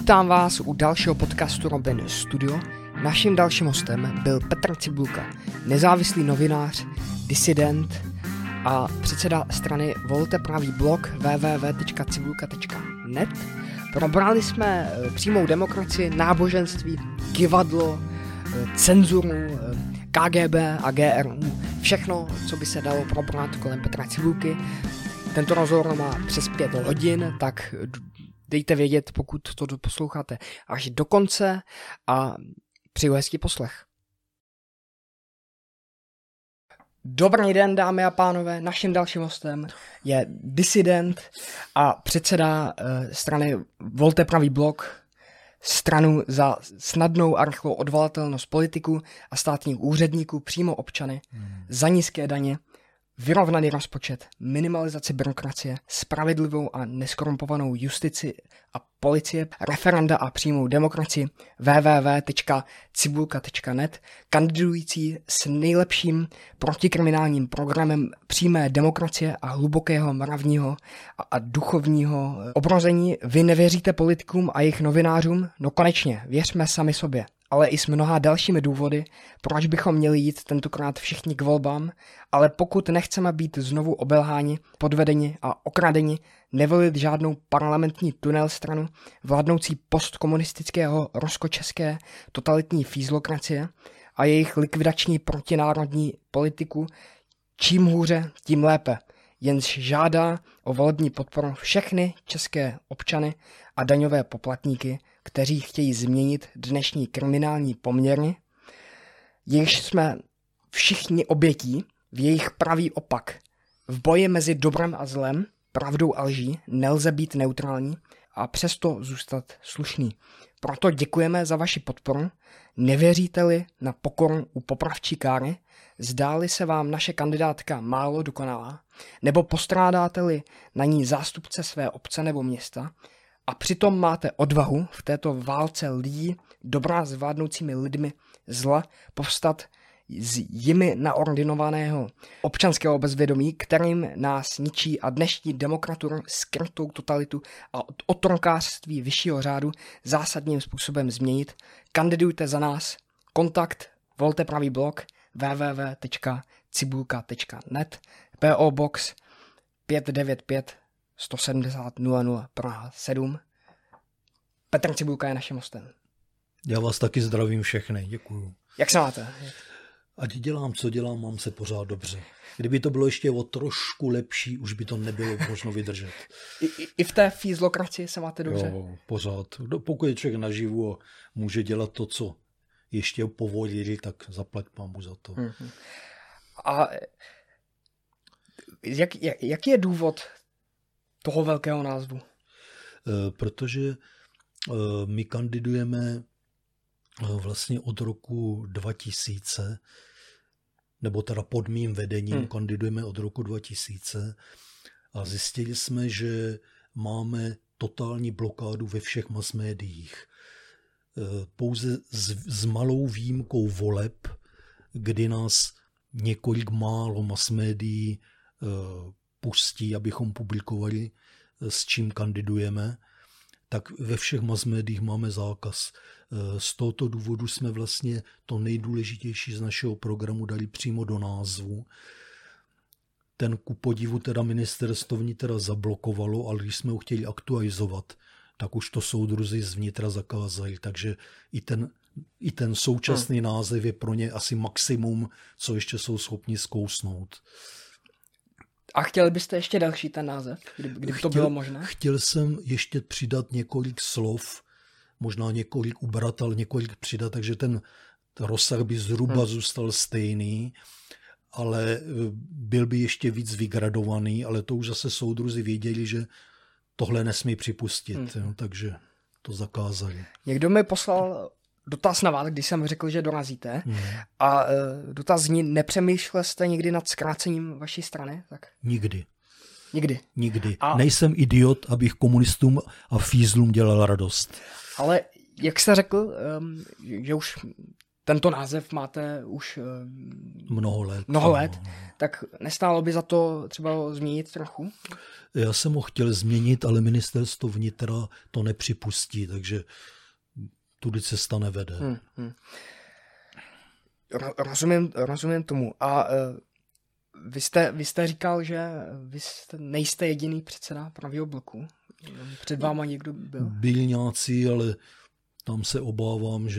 Vítám vás u dalšího podcastu Robin Studio. Naším dalším hostem byl Petr Cibulka, nezávislý novinář, disident a předseda strany Volte pravý blog www.cibulka.net. Probrali jsme přímou demokracii, náboženství, kivadlo, cenzuru, KGB a GRU, všechno, co by se dalo probrat kolem Petra Cibulky. Tento rozhovor má přes 5 hodin, tak dejte vědět, pokud to posloucháte až do konce a přeju hezký poslech. Dobrý den, dámy a pánové, naším dalším hostem je disident a předseda strany Volte pravý blog, stranu za snadnou a rychlou odvolatelnost politiků a státních úředníků přímo občany, za nízké daně, vyrovnaný rozpočet, minimalizaci byrokracie, spravedlivou a neskorumpovanou justici a policie, referenda a přímou demokracii, www.cibulka.net, kandidující s nejlepším protikriminálním programem přímé demokracie a hlubokého mravního a duchovního obrození. Vy nevěříte politikům a jejich novinářům? No konečně, věřme sami sobě. Ale i s mnoha dalšími důvody, proč bychom měli jít tentokrát všichni k volbám, ale pokud nechceme být znovu obelháni, podvedeni a okradeni, nevolit žádnou parlamentní tunel stranu, vládnoucí postkomunistického ruskočeské totalitní fízlokracie a jejich likvidační protinárodní politiku, čím hůře, tím lépe, jenž žádá o volební podporu všechny české občany a daňové poplatníky, kteří chtějí změnit dnešní kriminální poměry, jejichž jsme všichni obětí, v jejich pravý opak. V boji mezi dobrem a zlem, pravdou a lží nelze být neutrální a přesto zůstat slušný. Proto děkujeme za vaši podporu. Nevěříte-li na pokoru u popravčí káry, zdáli se vám naše kandidátka málo dokonalá, nebo postrádáte-li na ní zástupce své obce nebo města, a přitom máte odvahu v této válce lidí, dobrá s vládnoucími lidmi zla, povstat z jimi naordinovaného občanského bezvědomí, kterým nás ničí a dnešní demokraturu, skrytou totalitu a otrokářství vyššího řádu zásadním způsobem změnit. Kandidujte za nás. Kontakt Volte pravý blog www.cibulka.net PO Box 595 170 00 Praha 7. Petr Cibulka je naším hostem. Já vás taky zdravím všechny, děkuju. Jak se máte? Ať dělám, co dělám, mám se pořád dobře. Kdyby to bylo ještě o trošku lepší, už by to nebylo možno vydržet. I v té fízlokracii se máte dobře? Jo, pořád. Pokud je člověk naživu a může dělat to, co ještě povolili, tak zaplať pánbůh za to. A jaký je důvod toho velkého názvu? Protože my kandidujeme vlastně od roku 2000, nebo teda pod mým vedením kandidujeme od roku 2000 a zjistili jsme, že máme totální blokádu ve všech masmédiích. Pouze s malou výjimkou voleb, kdy nás několik málo masmédií pustí, abychom publikovali, s čím kandidujeme, tak ve všech masmédiích máme zákaz. Z tohoto důvodu jsme vlastně to nejdůležitější z našeho programu dali přímo do názvu. Ten ku podivu teda ministerstvo vnitra zablokovalo, ale když jsme ho chtěli aktualizovat, tak už to soudruzi z vnitra zakázali. Takže i ten současný název je pro ně asi maximum, co ještě jsou schopni zkousnout. A chtěli byste ještě další ten název, kdyby to bylo možné? Chtěl jsem ještě přidat několik slov, možná několik ubrat, ale několik přidat, takže ten rozsah by zhruba zůstal stejný, ale byl by ještě víc vygradovaný, ale to už zase soudruzi věděli, že tohle nesmí připustit, takže to zakázali. Někdo mi poslal dotaz na vás, když jsem řekl, že dorazíte. A dotaz zní, nepřemýšlel jste někdy nad zkrácením vaší strany? Tak. Nikdy. Nikdy. Nejsem idiot, abych komunistům a fízlům dělal radost. Ale jak jste řekl, že už tento název máte už mnoho let. Mnoho let. Tak nestálo by za to třeba změnit trochu? Já jsem ho chtěl změnit, ale ministerstvo vnitra to nepřipustí, takže tudy cesta nevede. Rozumím tomu. A vy jste říkal, že vy nejste jediný předseda Pravého bloku. Před váma někdo byl? Byli nějací, ale tam se obávám,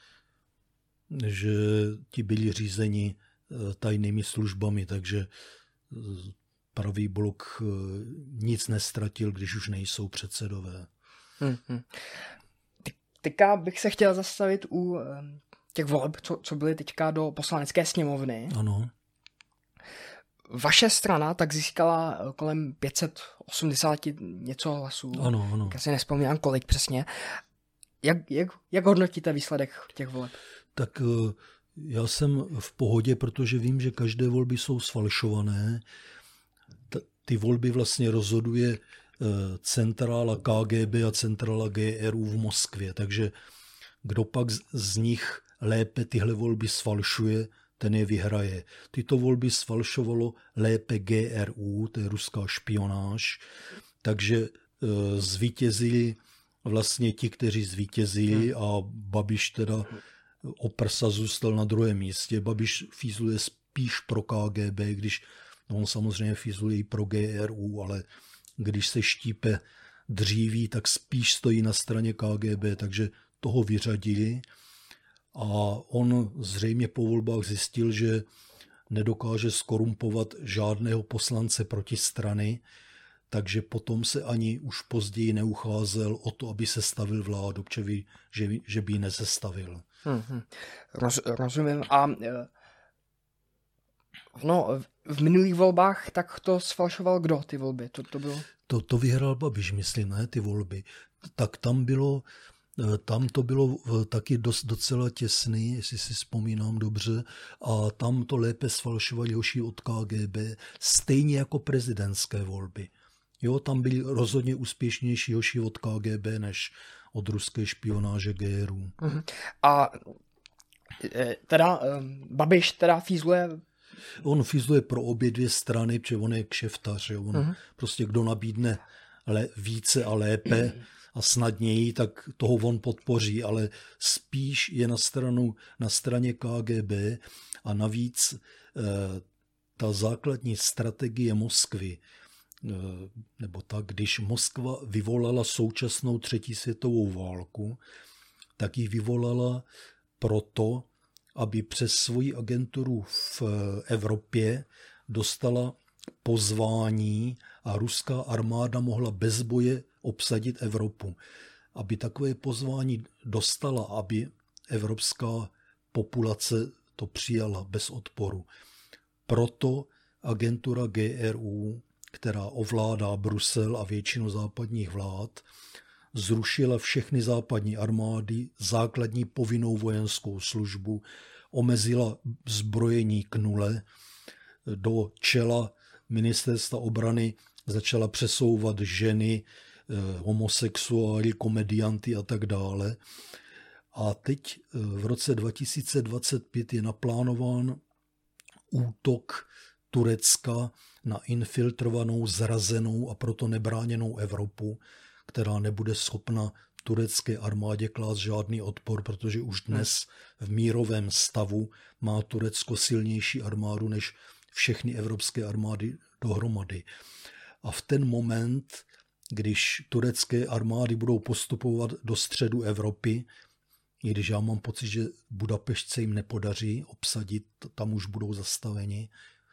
že ti byli řízeni tajnými službami, takže Pravý blok nic nestratil, když už nejsou předsedové. Teďka bych se chtěl zastavit u těch voleb, co byly teďka do poslanecké sněmovny. Ano. Vaše strana tak získala kolem 580 něco hlasů. Ano. Já si nevzpomínám, kolik přesně. Jak hodnotíte výsledek těch voleb? Tak já jsem v pohodě, protože vím, že každé volby jsou sfalšované. Ty volby vlastně rozhoduje centrála KGB a centrála GRU v Moskvě, takže kdo pak z nich lépe tyhle volby sfalšuje, ten je vyhraje. Tyto volby sfalšovalo lépe GRU, to je ruská špionáž, takže zvítězili vlastně ti, kteří zvítězili a Babiš teda o prsa zůstal na druhém místě. Babiš fízluje spíš pro KGB, když on samozřejmě fízluje i pro GRU, ale když se štípe dříví, tak spíš stojí na straně KGB, takže toho vyřadili. A on zřejmě po volbách zjistil, že nedokáže skorumpovat žádného poslance protistrany, takže potom se ani už později neucházel o to, aby se stavil vládu, že by ji nesestavil. Rozumím. A v minulých volbách tak to sfalšoval kdo, ty volby? To bylo? To vyhrál Babiš, myslím, ne, ty volby. Tak tam to bylo taky docela těsný, jestli si vzpomínám dobře, a tam to lépe sfalšovali hoši od KGB, stejně jako prezidentské volby. Jo, tam byli rozhodně úspěšnější hoši od KGB než od ruské špionáže GRU. A teda Babiš teda fízluje? On fízluje pro obě dvě strany, protože on je kšeftař. On prostě kdo nabídne více a lépe a snadněji, tak toho on podpoří, ale spíš je na straně KGB a navíc ta základní strategie Moskvy, nebo tak, když Moskva vyvolala současnou třetí světovou válku, tak ji vyvolala proto, aby přes svoji agenturu v Evropě dostala pozvání a ruská armáda mohla bez boje obsadit Evropu. Aby takové pozvání dostala, aby evropská populace to přijala bez odporu. Proto agentura GRU, která ovládá Brusel a většinu západních vlád, zrušila všechny západní armády, základní povinnou vojenskou službu, omezila zbrojení k nule, do čela ministerstva obrany začala přesouvat ženy, homosexuály, komedianty a tak dále. A teď v roce 2025 je naplánován útok Turecka na infiltrovanou, zrazenou a proto nebráněnou Evropu, která nebude schopna turecké armádě klást žádný odpor, protože už dnes v mírovém stavu má Turecko silnější armádu než všechny evropské armády dohromady. A v ten moment, když turecké armády budou postupovat do středu Evropy, i když já mám pocit, že Budapešť se jim nepodaří obsadit, tam už budou zastaveni,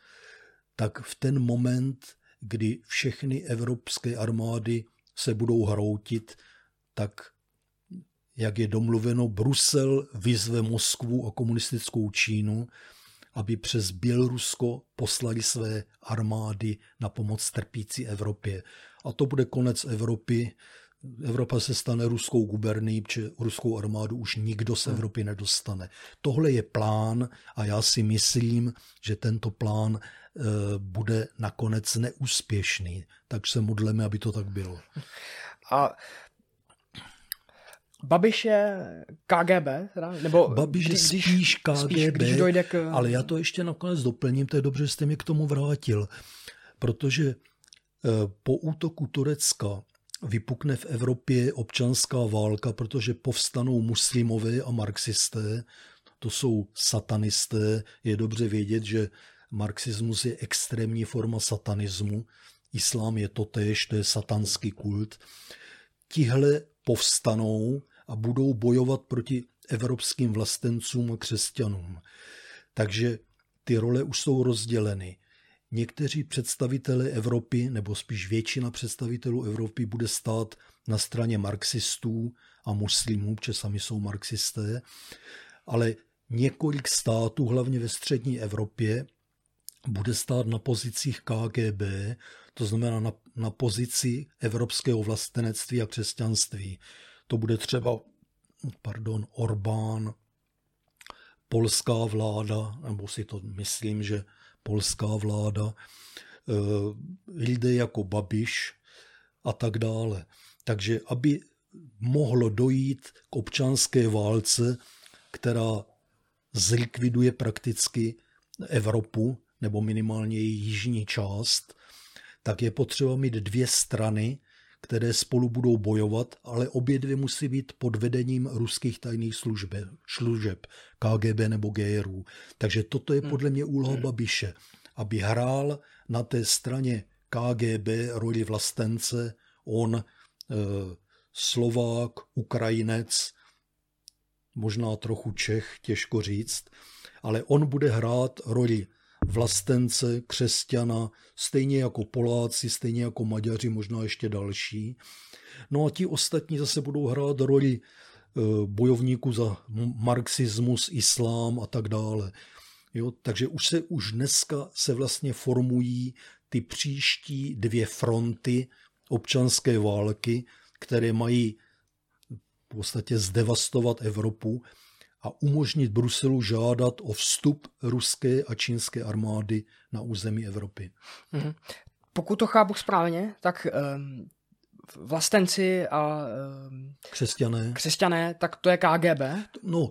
tak v ten moment, kdy všechny evropské armády se budou hroutit, tak, jak je domluveno, Brusel vyzve Moskvu a komunistickou Čínu, aby přes Bělorusko poslali své armády na pomoc trpící Evropě. A to bude konec Evropy. Evropa se stane ruskou gubernií, protože ruskou armádu už nikdo z Evropy nedostane. Tohle je plán a já si myslím, že tento plán bude nakonec neúspěšný. Takže se modleme, aby to tak bylo. A Babiš je KGB? Teda? Nebo Babiš je spíš KGB, když dojde ale já to ještě nakonec doplním, to je dobře, že jste mě k tomu vrátil, protože po útoku Turecka vypukne v Evropě občanská válka, protože povstanou muslimové a marxisté, to jsou satanisté. Je dobře vědět, že marxismus je extrémní forma satanismu, islám je totéž, to je satanský kult. Tihle povstanou a budou bojovat proti evropským vlastencům a křesťanům. Takže ty role už jsou rozděleny. Někteří představitelé Evropy, nebo spíš většina představitelů Evropy bude stát na straně marxistů a muslimů, protože sami jsou marxisté, ale několik států, hlavně ve střední Evropě, bude stát na pozicích KGB, to znamená na pozici evropského vlastenectví a křesťanství. To bude třeba, Orbán, polská vláda, nebo si to myslím, že polská vláda, lidé jako Babiš a tak dále. Takže aby mohlo dojít k občanské válce, která zlikviduje prakticky Evropu, nebo minimálně její jižní část, tak je potřeba mít dvě strany, které spolu budou bojovat, ale obě dvě musí být pod vedením ruských tajných služeb, KGB nebo GRU. Takže toto je podle mě úloha Babiše, aby hrál na té straně KGB roli vlastence, on Slovák, Ukrajinec, možná trochu Čech, těžko říct, ale on bude hrát roli vlastence, křesťana, stejně jako Poláci, stejně jako Maďaři, možná ještě další. No a ti ostatní zase budou hrát roli bojovníků za marxismus, islám a tak dále. Jo, takže už dneska se vlastně formují ty příští dvě fronty občanské války, které mají v podstatě zdevastovat Evropu a umožnit Bruselu žádat o vstup ruské a čínské armády na území Evropy. Pokud to chápu správně, tak vlastenci a křesťané, tak to je KGB? No,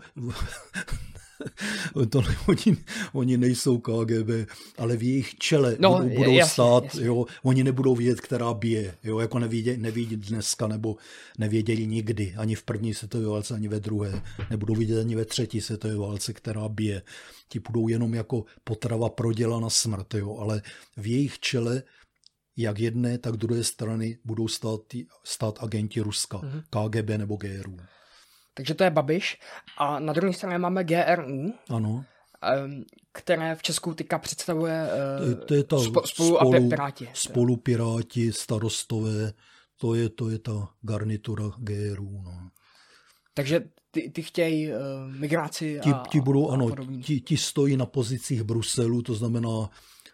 oni nejsou KGB, ale v jejich čele budou stát. Jasně. Jo, oni nebudou vědět, která bije, jo, jako nevědí dneska, nebo nevěděli nikdy, ani v první světové válce, ani ve druhé, nebudou vidět ani ve třetí světové válce, která bije. Ti budou jenom jako potrava proděla na smrt, jo, ale v jejich čele jak jedné, tak druhé strany budou stát agenti Ruska, KGB nebo GRU. Takže to je Babiš. A na druhé straně máme GRU, ano, které v Česku teďka představuje to je ta Piráti. Spolupiráti, starostové, to je ta garnitura GRU. No. Takže ty chtějí migraci ti budou, ano, ti stojí na pozicích Bruselu, to znamená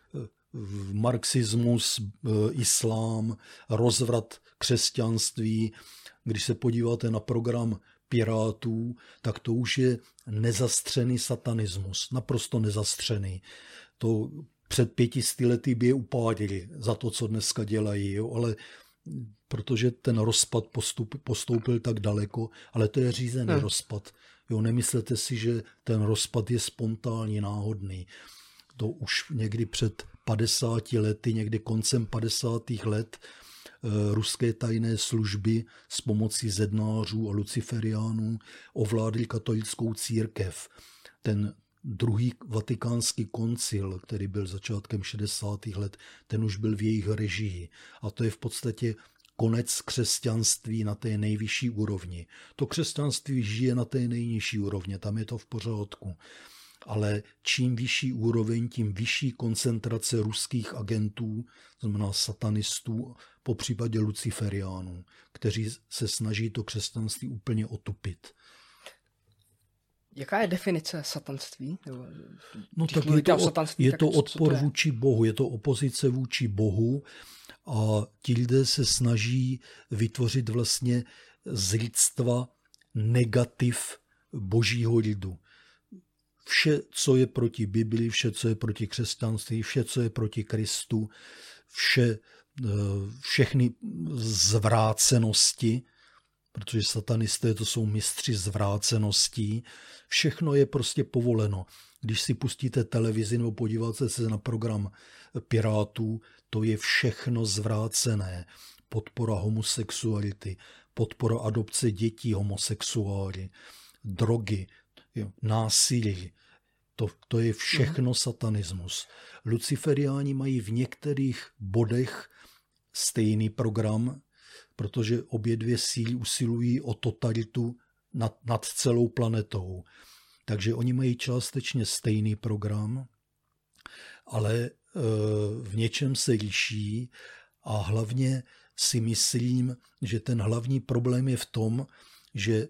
marxismus, islám, rozvrat křesťanství. Když se podíváte na program Pirátů, tak to už je nezastřený satanismus, naprosto nezastřený. To před 500 lety by je upádili za to, co dneska dělají, jo? Ale protože ten rozpad postoupil tak daleko, ale to je řízený rozpad. Jo? Nemyslete si, že ten rozpad je spontánní, náhodný. To už někdy před 50 lety, někdy koncem 50. let, ruské tajné služby s pomocí zednářů a luciferiánů ovládly katolickou církev. Ten druhý vatikánský koncil, který byl začátkem 60. let, ten už byl v jejich režii. A to je v podstatě konec křesťanství na té nejvyšší úrovni. To křesťanství žije na té nejnižší úrovni, tam je to v pořádku. Ale čím vyšší úroveň, tím vyšší koncentrace ruských agentů, to znamená satanistů, po případě luciferiánů, kteří se snaží to křesťanství úplně otupit. Jaká je definice satanství? No tak je to odpor vůči Bohu, je to opozice vůči Bohu a ti lidé se snaží vytvořit vlastně z lidstva negativ božího lidu. Vše, co je proti Biblii, vše, co je proti křesťanství, vše, co je proti Kristu, všechny zvrácenosti, protože satanisté to jsou mistři zvráceností. Všechno je prostě povoleno. Když si pustíte televizi nebo podíváte se na program Pirátů, to je všechno zvrácené. Podpora homosexuality, podpora adopce dětí homosexuály, drogy, násilí. To je všechno satanismus. Luciferiáni mají v některých bodech stejný program, protože obě dvě síly usilují o totalitu nad celou planetou. Takže oni mají částečně stejný program, ale v něčem se liší a hlavně si myslím, že ten hlavní problém je v tom, že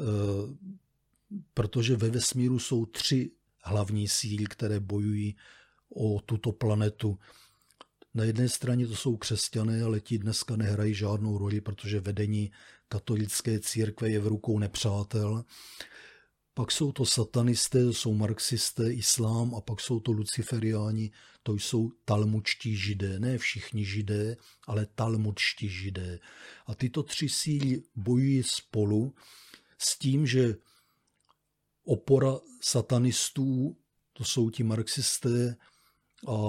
protože ve vesmíru jsou 3 hlavní síly, které bojují o tuto planetu. Na jedné straně to jsou křesťané, ale ti dneska nehrají žádnou roli, protože vedení katolické církve je v rukou nepřátel. Pak jsou to satanisté, to jsou marxisté, islám a pak jsou to luciferiáni, to jsou talmudští židé. Ne všichni židé, ale talmudští židé. A tyto 3 síly bojují spolu s tím, že opora satanistů, to jsou ti marxisté a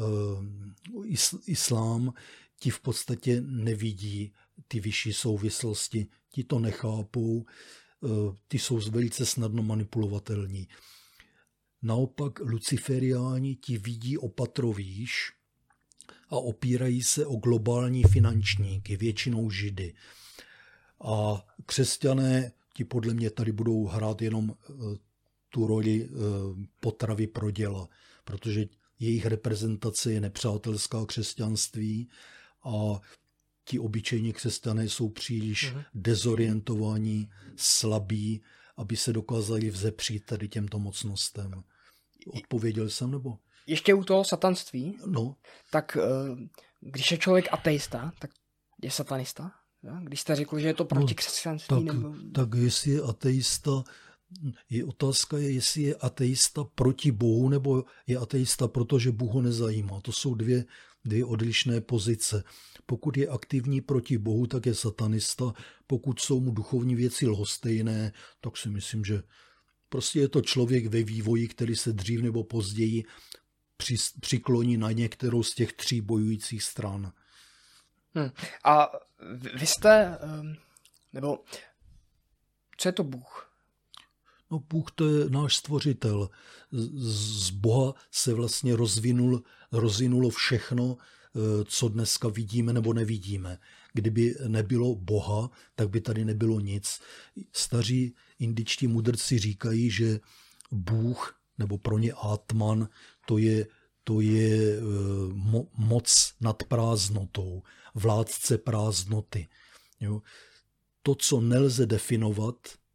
islám, ti v podstatě nevidí ty vyšší souvislosti, ti to nechápou, ty jsou velice snadno manipulovatelní. Naopak luciferiáni ti vidí opatro výš a opírají se o globální finančníky, většinou židy. A křesťané, ti podle mě tady budou hrát jenom tu roli potravy pro děla, protože jejich reprezentace je nepřátelská křesťanství a ti obyčejní křesťané jsou příliš dezorientovaní, slabí, aby se dokázali vzepřít tady těmto mocnostem. Odpověděl jsem, nebo? Ještě u toho satanství, No. Tak když je člověk ateista, tak je satanista? Ja? Když jste řekl, že je to proti křesťanství? Tak jestli je ateista, otázka je, jestli je ateista proti Bohu, nebo je ateista, protože Bůh ho nezajímá. To jsou dvě odlišné pozice. Pokud je aktivní proti Bohu, tak je satanista. Pokud jsou mu duchovní věci lhostejné, tak si myslím, že prostě je to člověk ve vývoji, který se dřív nebo později přikloní na některou z těch 3 bojujících stran. A vy jste, nebo co je to Bůh? No Bůh to je náš stvořitel. Z Boha se vlastně rozvinulo všechno, co dneska vidíme nebo nevidíme. Kdyby nebylo Boha, tak by tady nebylo nic. Staří indičtí mudrci říkají, že Bůh, nebo pro ně Atman, to je moc nad prázdnotou, vládce prázdnoty. Jo? To, co nelze definovat,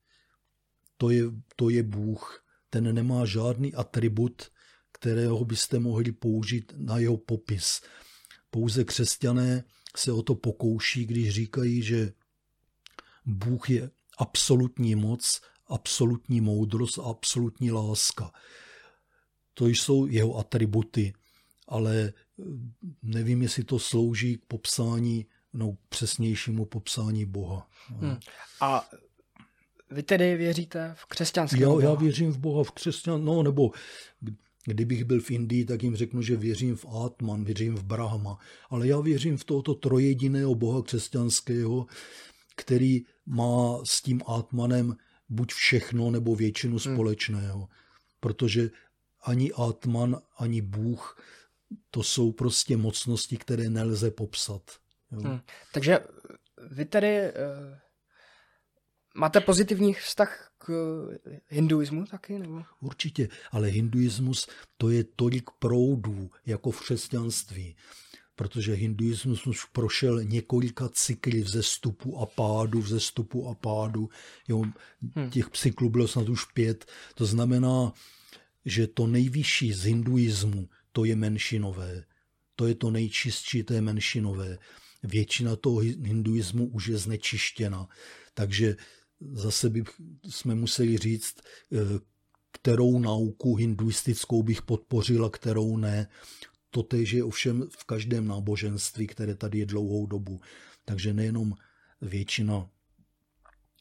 to je Bůh. Ten nemá žádný atribut, kterého byste mohli použít na jeho popis. Pouze křesťané se o to pokouší, když říkají, že Bůh je absolutní moc, absolutní moudrost a absolutní láska. To jsou jeho atributy, ale nevím, jestli to slouží k popsání, no, přesnějšímu popsání Boha. A vy tedy věříte v křesťanského Boha? Já věřím v Boha, v křesťan, no, nebo kdybych byl v Indii, tak jim řeknu, že věřím v Atman, věřím v Brahma, ale já věřím v tohoto trojediného Boha křesťanského, který má s tím Atmanem buď všechno, nebo většinu společného. Protože ani Atman, ani Bůh, to jsou prostě mocnosti, které nelze popsat. Jo? Takže vy tedy máte pozitivní vztah k hinduismu taky? Nebo? Určitě, ale hinduismus to je tolik proudů jako v křesťanství, protože hinduismus už prošel několika cykly vzestupu a pádu. Jo, těch cyklů bylo snad už 5. To znamená, že to nejvyšší z hinduismu, to je menšinové. To je to nejčistší, to je menšinové. Většina toho hinduismu už je znečištěna. Takže zase jsme museli říct, kterou nauku hinduistickou bych podpořil a kterou ne. Totéž je ovšem v každém náboženství, které tady je dlouhou dobu. Takže nejenom většina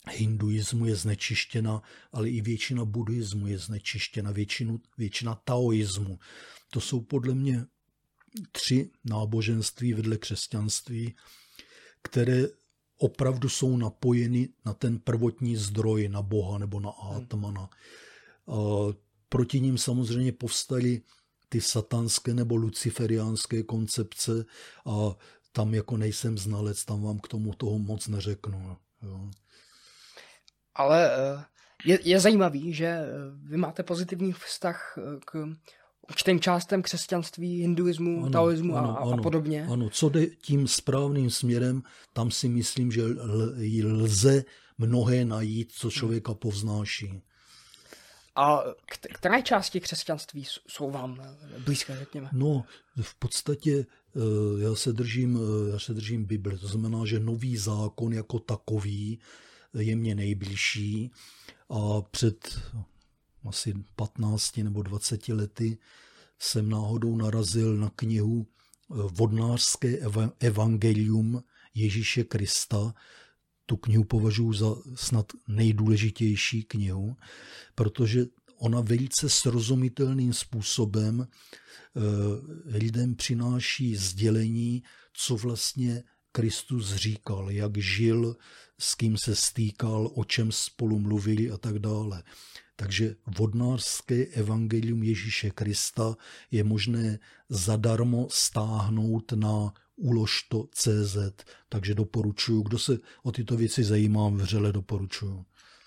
hinduismu je znečištěna, ale i většina buddhismu je znečištěna, většina taoismu. To jsou podle mě 3 náboženství vedle křesťanství, které opravdu jsou napojeny na ten prvotní zdroj, na Boha nebo na Atmana. A proti ním samozřejmě povstaly ty satanské nebo luciferiánské koncepce a tam jako nejsem znalec, tam vám k tomu toho moc neřeknu. Jo. Ale je zajímavý, že vy máte pozitivní vztah k určitým částem křesťanství, hinduismu, taoismu a podobně. Ano, co jde tím správným směrem, tam si myslím, že lze mnohé najít, co člověka povznáší. A které části křesťanství jsou vám blízké, řekněme? No, v podstatě já se držím Bible, to znamená, že Nový zákon jako takový je mně nejbližší a před asi 15 nebo 20 lety jsem náhodou narazil na knihu Vodnářské evangelium Ježíše Krista. Tu knihu považuji za snad nejdůležitější knihu, protože ona velice srozumitelným způsobem lidem přináší sdělení, co vlastně Kristus říkal, jak žil, s kým se stýkal, o čem spolu mluvili a tak dále. Takže Vodnářské evangelium Ježíše Krista je možné zadarmo stáhnout na uložto.cz, takže doporučuji. Kdo se o tyto věci zajímá, vřele doporučuji.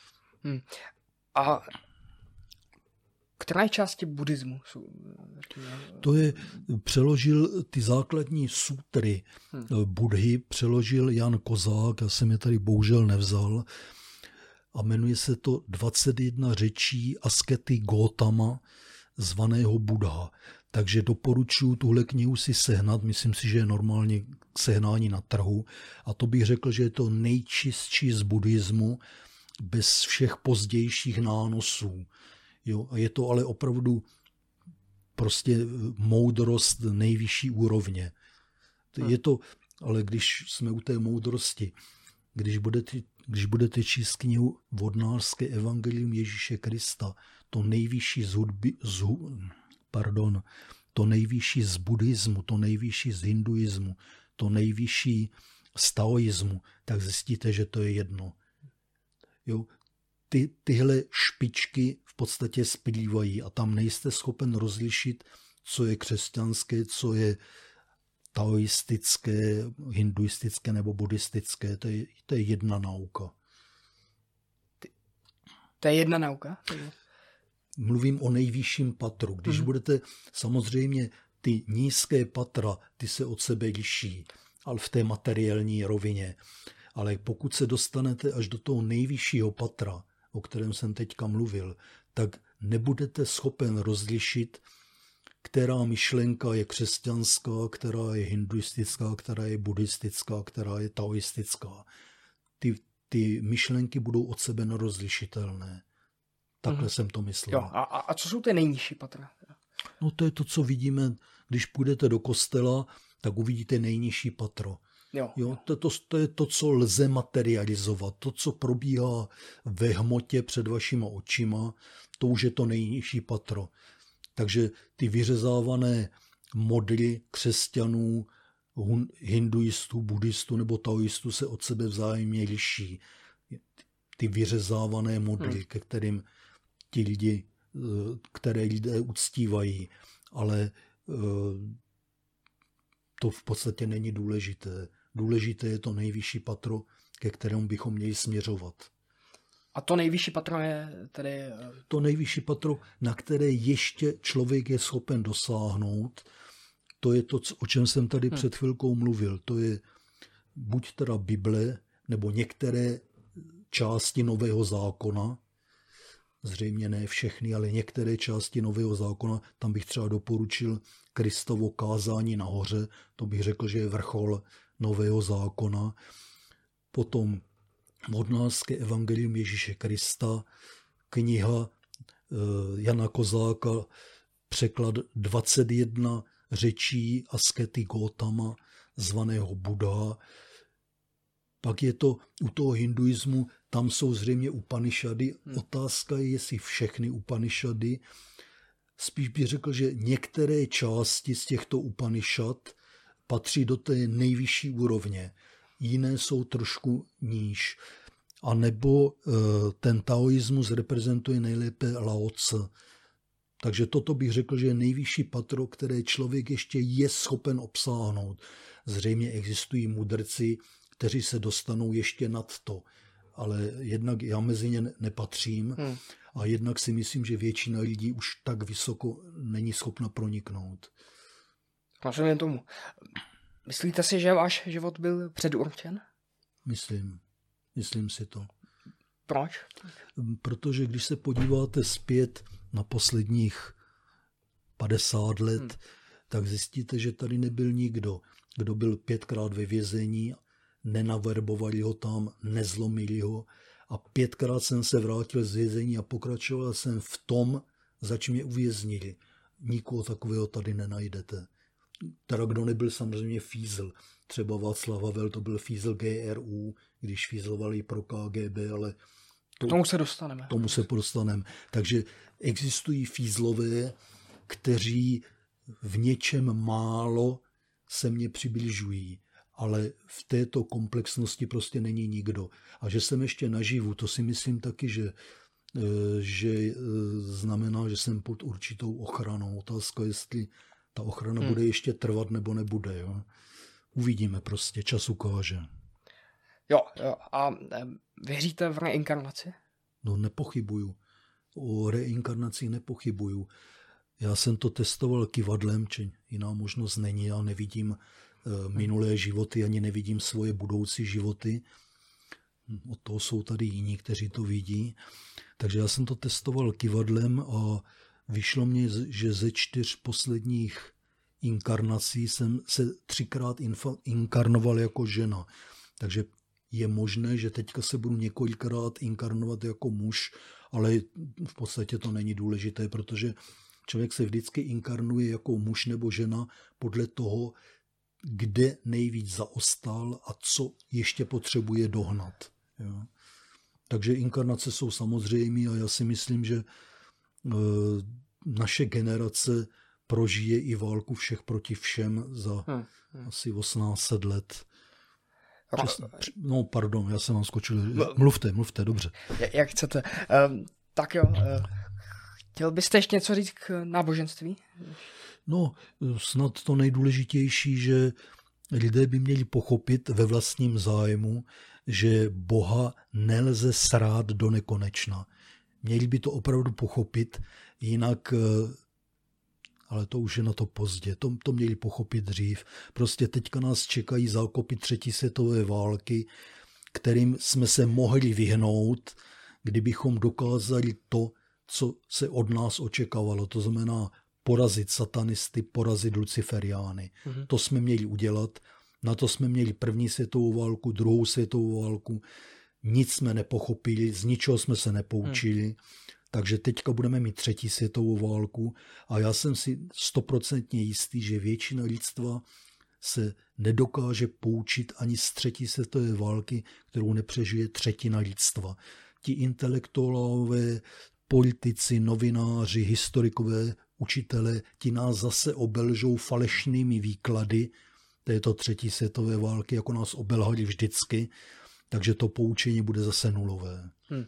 A které části buddhismu jsou? To je, přeložil ty základní sutry Buddhy, přeložil Jan Kozák, já jsem je tady bohužel nevzal, a jmenuje se to 21 řečí askety Gautama, zvaného Buddha. Takže doporučuji tuhle knihu si sehnat, myslím si, že je normálně k sehnání na trhu. A to bych řekl, že je to nejčistší z buddhismu, bez všech pozdějších nánosů. Jo, a je to ale opravdu prostě moudrost nejvyšší úrovně. Je to, ale když jsme u té moudrosti, když budete číst knihu Vodnářské evangelium Ježíše Krista, to nejvyšší to nejvyšší z buddhismu, to nejvyšší z hinduismu, to nejvyšší z taoismu, tak zjistíte, že to je jedno. Jo? Tyhle špičky v podstatě splývají a tam nejste schopen rozlišit, co je křesťanské, co je taoistické, hinduistické nebo buddhistické. To je jedna nauka. To je jedna nauka? Mluvím o nejvyšším patru. Když budete, samozřejmě ty nízké patra, ty se od sebe liší, ale v té materiální rovině. Ale pokud se dostanete až do toho nejvyššího patra, o kterém jsem teďka mluvil, tak nebudete schopen rozlišit, která myšlenka je křesťanská, která je hinduistická, která je buddhistická, která je taoistická. Ty myšlenky budou od sebe nerozlišitelné. Takhle jsem to myslel. Jo, a co jsou ty nejnižší patra? No to je to, co vidíme, když půjdete do kostela, tak uvidíte nejnižší patro. Jo, to je to, co lze materializovat. To, co probíhá ve hmotě před vašima očima, to už je to nejnižší patro. Takže ty vyřezávané modly křesťanů, hinduistů, buddhistů nebo taoistů se od sebe vzájemně liší. Ty vyřezávané modly, ke kterým které lidé uctívají, ale to v podstatě není důležité. Důležité je to nejvyšší patro, ke kterému bychom měli směřovat. A to nejvyšší patro je tedy... To nejvyšší patro, na které ještě člověk je schopen dosáhnout, to je to, o čem jsem tady před chvilkou mluvil. To je buď teda Bible, nebo některé části Nového zákona, zřejmě ne všechny, ale některé části Nového zákona, tam bych třeba doporučil Kristovo kázání nahoře, to bych řekl, že je vrchol Nového zákona. Potom Vodnářské evangelium Ježíše Krista, kniha Jana Kozáka, překlad 21 řečí askety Gautama, zvaného Buddha. Pak je to u toho hinduismu, tam jsou zřejmě Upanišady. Otázka je, jestli všechny Upanišady. Spíš bych řekl, že některé části z těchto Upanišad patří do té nejvyšší úrovně. Jiné jsou trošku níž. A nebo ten taoismus reprezentuje nejlépe Lao Tse. Takže toto bych řekl, že je nejvyšší patro, které člověk ještě je schopen obsáhnout. Zřejmě existují mudrci, kteří se dostanou ještě nad to. Ale jednak já mezi ně nepatřím a jednak si myslím, že většina lidí už tak vysoko není schopna proniknout. Rozumím tomu. Myslíte si, že váš život byl předurčen? Myslím si to. Proč? Protože když se podíváte zpět na posledních 50 let, tak zjistíte, že tady nebyl nikdo, kdo byl 5krát ve vězení, nenaverbovali ho tam, nezlomili ho a 5krát jsem se vrátil z vězení a pokračoval jsem v tom, zač mě uvěznili. Nikoho takového tady nenajdete. Teda kdo nebyl samozřejmě fízl. Třeba Václav Havel, to byl fízl GRU, když fízlovali pro KGB, ale tomu se dostaneme. Takže existují fízlové, kteří v něčem málo se mně přibližují, ale v této komplexnosti prostě není nikdo. A že jsem ještě naživu, to si myslím taky, že znamená, že jsem pod určitou ochranou. Otázka, jestli ta ochrana bude ještě trvat nebo nebude. Jo? Uvidíme prostě, čas ukáže. Jo. A věříte v reinkarnaci? No nepochybuju. O reinkarnaci nepochybuju. Já jsem to testoval kyvadlem, či jiná možnost není. Já nevidím minulé životy, ani nevidím svoje budoucí životy. Od toho jsou tady jiní, kteří to vidí. Takže já jsem to testoval kyvadlem a vyšlo mně, že ze 4 posledních inkarnací jsem se 3krát inkarnoval jako žena. Takže je možné, že teďka se budu několikrát inkarnovat jako muž, ale v podstatě to není důležité, protože člověk se vždycky inkarnuje jako muž nebo žena podle toho, kde nejvíc zaostal a co ještě potřebuje dohnat. Jo. Takže inkarnace jsou samozřejmé a já si myslím, že naše generace prožije i válku všech proti všem za asi 1800 let. No, pardon, já jsem vám skočil. Mluvte, dobře. Jak chcete. Tak jo, chtěl byste ještě něco říct k náboženství? No, snad to nejdůležitější, že lidé by měli pochopit ve vlastním zájmu, že Boha nelze srát do nekonečna. Měli by to opravdu pochopit, jinak, ale to už je na to pozdě, to měli pochopit dřív. Prostě teďka nás čekají zákopy 3. světové války, kterým jsme se mohli vyhnout, kdybychom dokázali to, co se od nás očekávalo. To znamená porazit satanisty, porazit luciferiány. To jsme měli udělat. Na to jsme měli 1. světovou válku, 2. světovou válku. Nic jsme nepochopili, z ničeho jsme se nepoučili. Takže teďka budeme mít 3. světovou válku a já jsem si 100% jistý, že většina lidstva se nedokáže poučit ani z 3. světové války, kterou nepřežije 1/3 lidstva. Ti intelektuálové, politici, novináři, historikové, učitelé, ti nás zase obelžou falešnými výklady této 3. světové války, jako nás obelhali vždycky, takže to poučení bude zase nulové.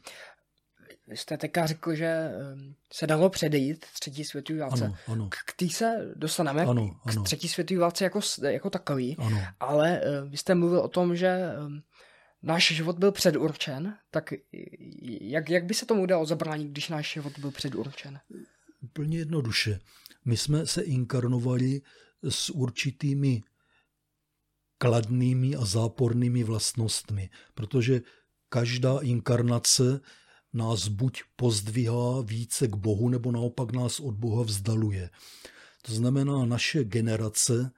Vy jste teďka řekl, že se dalo předejít 3. světové válce. Ano. K té se dostaneme, k 3. světové válce jako takový, ano. Ale vy jste mluvil o tom, že náš život byl předurčen, tak jak by se tomu dalo zabránit, když náš život byl předurčen? Úplně jednoduše. My jsme se inkarnovali s určitými kladnými a zápornými vlastnostmi, protože každá inkarnace nás buď pozdvihá více k Bohu, nebo naopak nás od Boha vzdaluje. To znamená, naše generace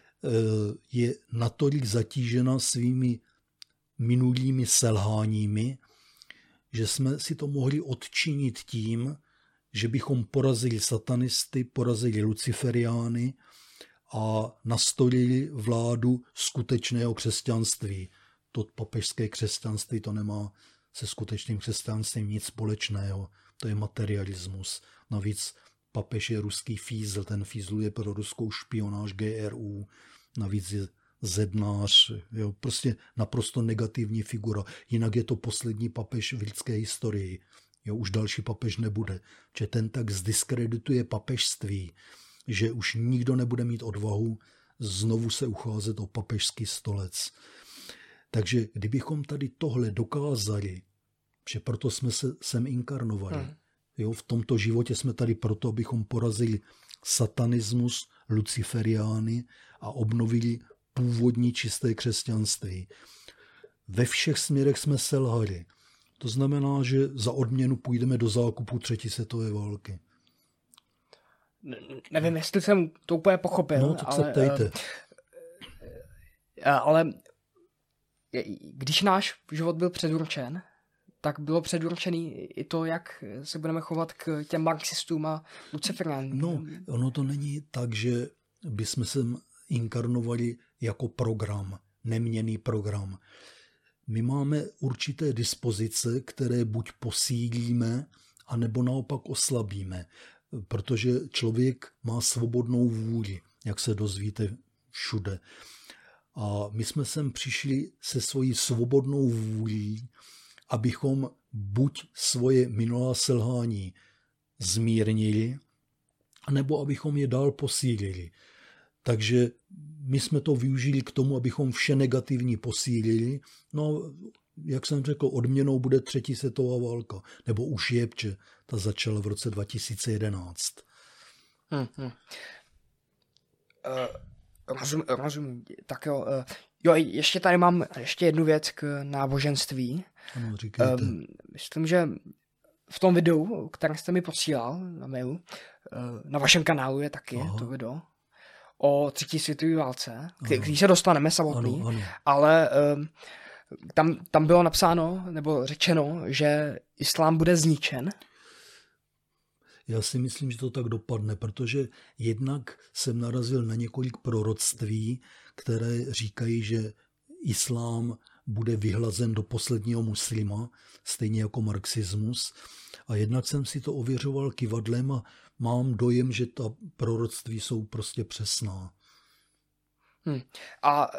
je natolik zatížena svými minulými selháními, že jsme si to mohli odčinit tím, že bychom porazili satanisty, porazili luciferiány a nastolili vládu skutečného křesťanství. to papežské křesťanství to nemá se skutečným křesťanstvím nic společného. To je materialismus. Navíc papež je ruský fízl, ten fízluje pro ruskou špionáž GRU, navíc je zednář, jo, prostě naprosto negativní figura. Jinak je to poslední papež v lidské historii. Jo, už další papež nebude. Že ten tak zdiskredituje papežství, že už nikdo nebude mít odvahu znovu se ucházet o papežský stolec. Takže kdybychom tady tohle dokázali, že proto jsme se sem inkarnovali, jo, v tomto životě jsme tady proto, abychom porazili satanismus, luciferiány a obnovili původní čisté křesťanství. Ve všech směrech jsme selhali. To znamená, že za odměnu půjdeme do zákupu 3. světové války. Nevím, jestli jsem to úplně pochopil. No, tak se ptejte. Ale když náš život byl předurčen, tak bylo předurčený i to, jak se budeme chovat k těm marxistům a luciferiánům. No, ono to není tak, že bychom se inkarnovali jako program, neměnný program. My máme určité dispozice, které buď posílíme, anebo naopak oslabíme, protože člověk má svobodnou vůli, jak se dozvíte všude. A my jsme sem přišli se svojí svobodnou vůlí, abychom buď svoje minulá selhání zmírnili, nebo abychom je dál posílili. Takže my jsme to využili k tomu, abychom vše negativní posílili. No, jak jsem řekl, odměnou bude 3. světová válka. Nebo už je, protože ta začala v roce 2011. Rozumím. Tak jo. Jo, ještě tady mám ještě jednu věc k náboženství. Ano, říkejte. Myslím, že v tom videu, které jste mi posílal na mailu, na vašem kanálu je taky to video o 3. světové válce, když se dostaneme samotný, ano. Ale tam bylo napsáno, nebo řečeno, že islám bude zničen. Já si myslím, že to tak dopadne, protože jednak jsem narazil na několik proroctví, které říkají, že islám bude vyhlazen do posledního muslima, stejně jako marxismus. A jednak jsem si to ověřoval kyvadlem a mám dojem, že ta proroctví jsou prostě přesná. A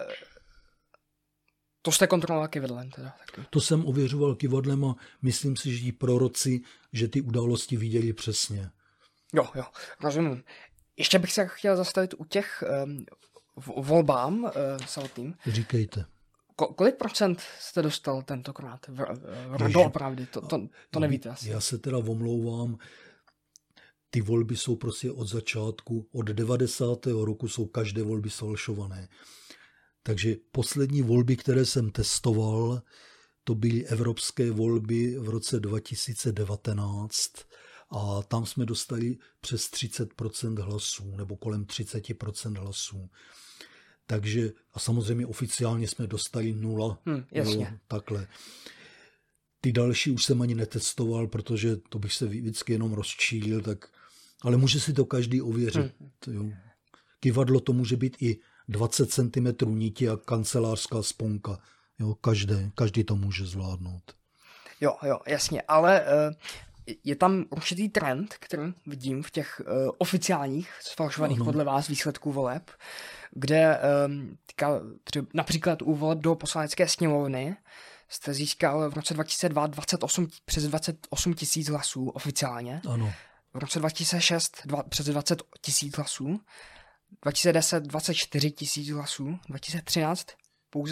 to jste kontroloval kyvadlem teda? Taky. To jsem ověřoval kyvadlem a myslím si, že ti proroci, že ty události viděli přesně. Jo, rozumím. Ještě bych se chtěl zastavit u těch volbám samotným. Říkejte. Kolik procent jste dostal tentokrát? Doopravdy, to nevíte asi. Já se teda omlouvám. Ty volby jsou prostě od začátku, od 90. roku jsou každé volby sfalšované. Takže poslední volby, které jsem testoval, to byly evropské volby v roce 2019 a tam jsme dostali přes 30% hlasů, nebo kolem 30% hlasů. Takže a samozřejmě oficiálně jsme dostali 0. Jasně. Takhle. Ty další už jsem ani netestoval, protože to bych se vždycky jenom rozčílil, tak, ale může si to každý ověřit. Jo. Kyvadlo to může být i 20 cm niti a kancelářská sponka. Jo, každý to může zvládnout. Jo, jasně, ale je tam určitý trend, který vidím v těch oficiálních sfalšovaných podle vás výsledků voleb, kde například u voleb do poslanecké sněmovny jste získal v roce 2002 přes 28 000 hlasů oficiálně. Ano. V roce 2006 přes 20 000 hlasů. 2010 24 000 hlasů. 2013 pouze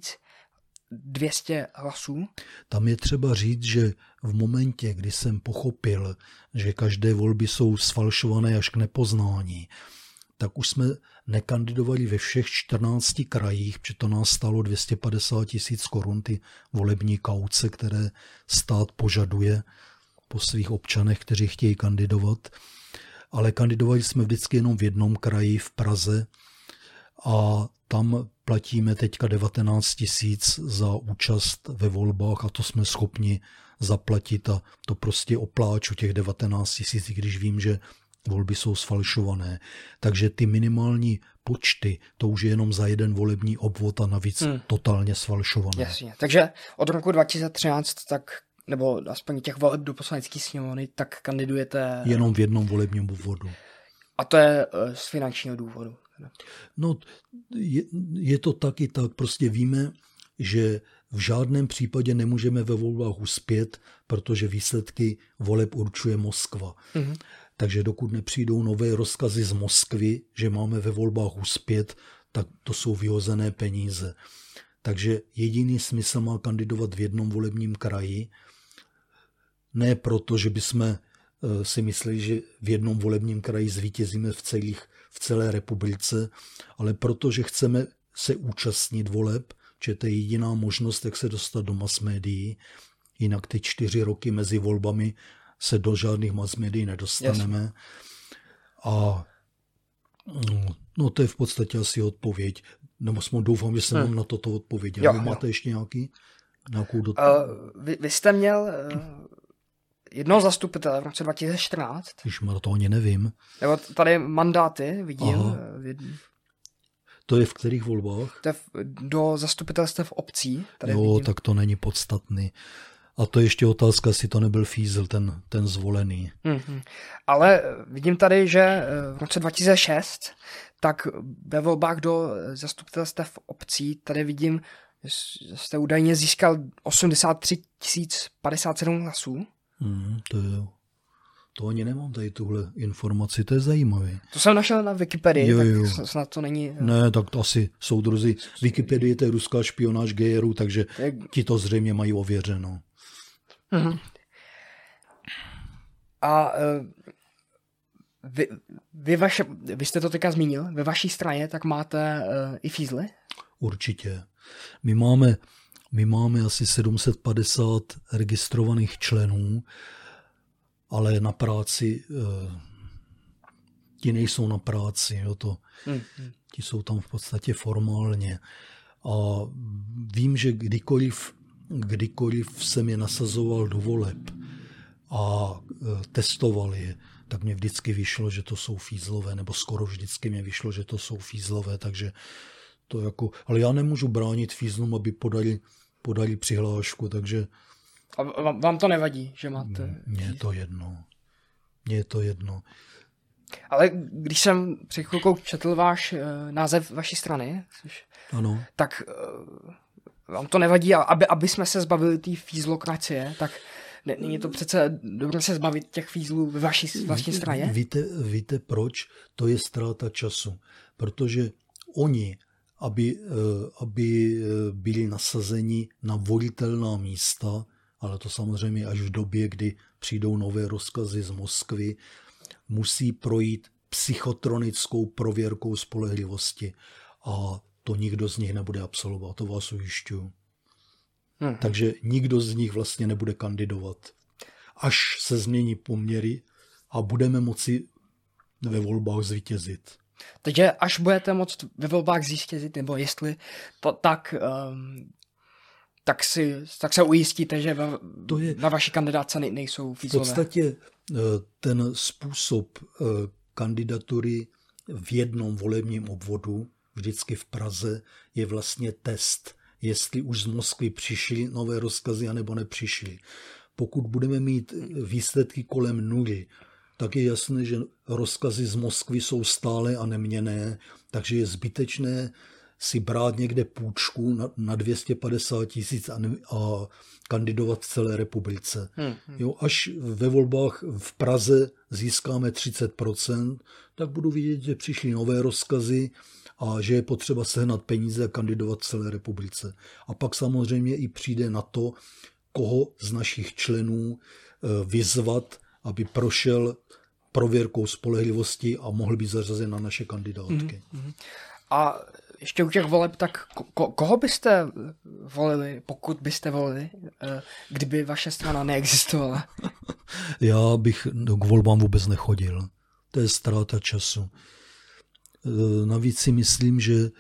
1200 hlasů. Tam je třeba říct, že v momentě, kdy jsem pochopil, že každé volby jsou sfalšované až k nepoznání, tak už jsme nekandidovali ve všech 14 krajích, protože to nás stálo 250 000 korun, ty volební kauce, které stát požaduje po svých občanech, kteří chtějí kandidovat. Ale kandidovali jsme vždycky jenom v jednom kraji, v Praze, a tam platíme teďka 19 000 za účast ve volbách a to jsme schopni zaplatit a to prostě opláču těch 19 000, když vím, že volby jsou sfalšované. Takže ty minimální počty, to už je jenom za jeden volební obvod a navíc totálně sfalšované. Jasně. Takže od roku 2013 tak, nebo aspoň těch voleb do poslanecké sněmovny, tak kandidujete... Jenom v jednom volebním obvodu. A to je z finančního důvodu. No, je to tak i tak. Prostě víme, že v žádném případě nemůžeme ve volbách uspět, protože výsledky voleb určuje Moskva. Takže dokud nepřijdou nové rozkazy z Moskvy, že máme ve volbách uspět, tak to jsou vyhozené peníze. Takže jediný smysl má kandidovat v jednom volebním kraji. Ne proto, že bychom si mysleli, že v jednom volebním kraji zvítězíme v celé republice, ale proto, že chceme se účastnit voleb, že to je jediná možnost, jak se dostat do mass médií. Jinak ty 4 roky mezi volbami se do žádných mass médií nedostaneme. Yes. A no to je v podstatě asi odpověď. Nebo doufám, že jsem vám na toto odpověděl. Vy máte ještě nějakou Vy jste měl jednoho zastupitele v roce 2014. Když to ani nevím. Nebo tady mandáty vidím. To je v kterých volbách? To je do zastupitelstev obcí. Tady jo, vidím. Tak to není podstatný. A to je ještě otázka, jestli to nebyl Fízl, ten zvolený. Ale vidím tady, že v roce 2006, tak ve volbách do zastupitelstev obcí, tady vidím, že jste údajně získal 83 057 hlasů. To ani nemám tady tuhle informaci, to je zajímavé. To jsem našel na Wikipedii, tak snad to není... Ne, tak to asi soudruzi. Wikipedie to je ruská špionáž GRU, takže ti to zřejmě mají ověřeno. A vy jste to teďka zmínil, ve vaší straně tak máte i fízly? Určitě. My máme asi 750 registrovaných členů, ale na práci, ti nejsou na práci, ti jsou tam v podstatě formálně. A vím, že kdykoliv jsem je nasazoval do voleb a testoval je, tak mě vždycky vyšlo, že to jsou fízlové, nebo skoro vždycky mě vyšlo, že to jsou fízlové, takže to jako, ale já nemůžu bránit fízlům, aby podali přihlášku, takže... A vám to nevadí, že máte... Mně je to jedno. Ale když jsem před chvilkou četl název vaší strany, ano. Tak vám to nevadí, aby jsme se zbavili té fízlokracie, tak není to přece dobré se zbavit těch fízlů ve vaší vlastní straně? Víte proč? To je ztráta času. Protože oni, aby byli nasazeni na volitelná místa, ale to samozřejmě až v době, kdy přijdou nové rozkazy z Moskvy, musí projít psychotronickou prověrkou spolehlivosti. A to nikdo z nich nebude absolvovat, to vás ujišťuju. Takže nikdo z nich vlastně nebude kandidovat. Až se změní poměry a budeme moci ve volbách zvítězit. Takže až budete moct ve volbách zvítězit, nebo jestli to tak se ujistíte, že na vaší kandidátce nejsou fízlové. V podstatě ten způsob kandidatury v jednom volebním obvodu, vždycky v Praze, je vlastně test, jestli už z Moskvy přišly nové rozkazy, anebo nepřišly. Pokud budeme mít výsledky kolem nuly, tak je jasné, že rozkazy z Moskvy jsou stále a neměnné, takže je zbytečné si brát někde půjčku na 250 000 a kandidovat v celé republice. Jo, až ve volbách v Praze získáme 30%, tak budu vidět, že přišly nové rozkazy a že je potřeba sehnat peníze a kandidovat v celé republice. A pak samozřejmě i přijde na to, koho z našich členů vyzvat, aby prošel prověrkou spolehlivosti a mohl být zařazen na naše kandidátky. A ještě u těch voleb, tak koho byste volili, pokud byste volili, kdyby vaše strana neexistovala? Já bych k volbám vůbec nechodil. To je ztráta času. Navíc si myslím, že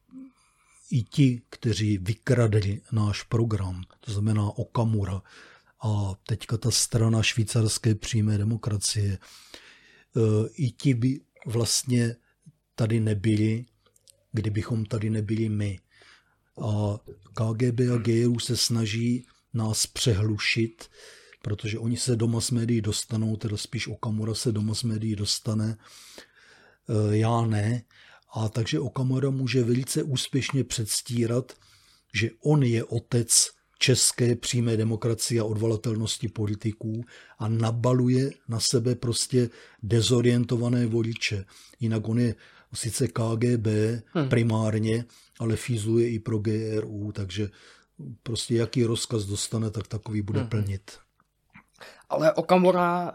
i ti, kteří vykradli náš program, to znamená Okamura A teďka ta strana švýcarské přímé demokracie, i ti by vlastně tady nebyli, kdybychom tady nebyli my. A KGB a GRU se snaží nás přehlušit, protože oni se do mass médií dostanou, teda spíš Okamura se do mass médií dostane, já ne. A takže Okamura může velice úspěšně předstírat, že on je otec české přímé demokracie a odvolatelnosti politiků a nabaluje na sebe prostě dezorientované voliče. Jinak on je sice KGB primárně, ale fízluje i pro GRU, takže prostě jaký rozkaz dostane, tak takový bude plnit. Ale Okamura,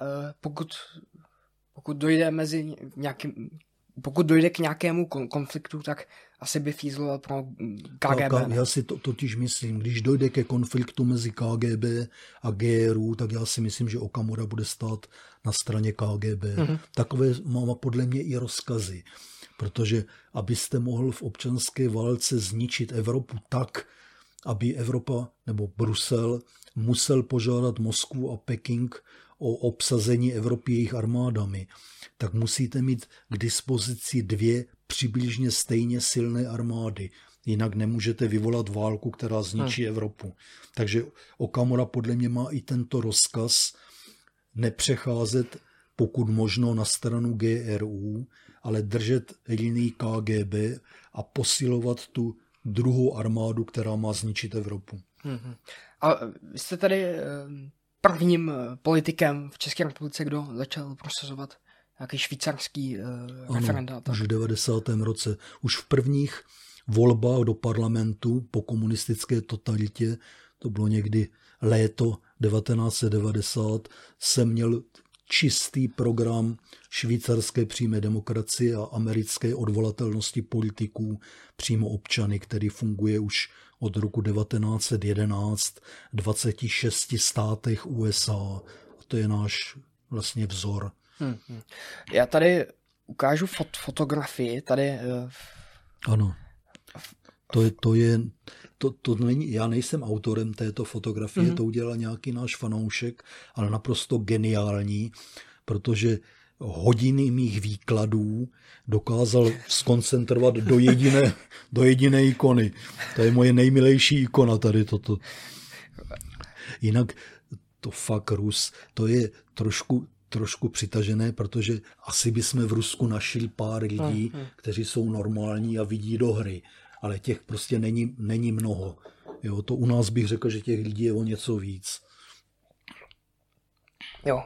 pokud dojde k nějakému konfliktu, tak asi by fízloval pro KGB. Já si totiž myslím, když dojde ke konfliktu mezi KGB a GRU, tak já si myslím, že Okamura bude stát na straně KGB. Takové má podle mě i rozkazy. Protože abyste mohl v občanské válce zničit Evropu tak, aby Evropa nebo Brusel musel požádat Moskvu a Peking o obsazení Evropy jejich armádami, tak musíte mít k dispozici 2 přibližně stejně silné armády. Jinak nemůžete vyvolat válku, která zničí Evropu. Takže Okamura podle mě má i tento rozkaz nepřecházet pokud možno na stranu GRU, ale držet linii KGB a posilovat tu druhou armádu, která má zničit Evropu. A vy jste tady prvním politikem v České republice, kdo začal prosazovat nějaký švýcarský referenda. Už v 90. roce. Už v prvních volbách do parlamentu po komunistické totalitě, to bylo někdy léto 1990, jsem měl čistý program švýcarské přímé demokracie a americké odvolatelnosti politiků přímo občany, který funguje už od roku 1911 v 26 státech USA. A to je náš vlastně vzor. Já tady ukážu fotografii. Tady. Ano. To není, já nejsem autorem této fotografie, to udělal nějaký náš fanoušek, ale naprosto geniální, protože hodiny mých výkladů dokázal zkoncentrovat do jediné ikony. To je moje nejmilejší ikona tady toto. Jinak to fakt Rus, to je trošku přitažené, protože asi bychom v Rusku našli pár lidí, kteří jsou normální a vidí do hry. Ale těch prostě není mnoho. Jo, to u nás bych řekl, že těch lidí je o něco víc. Jo.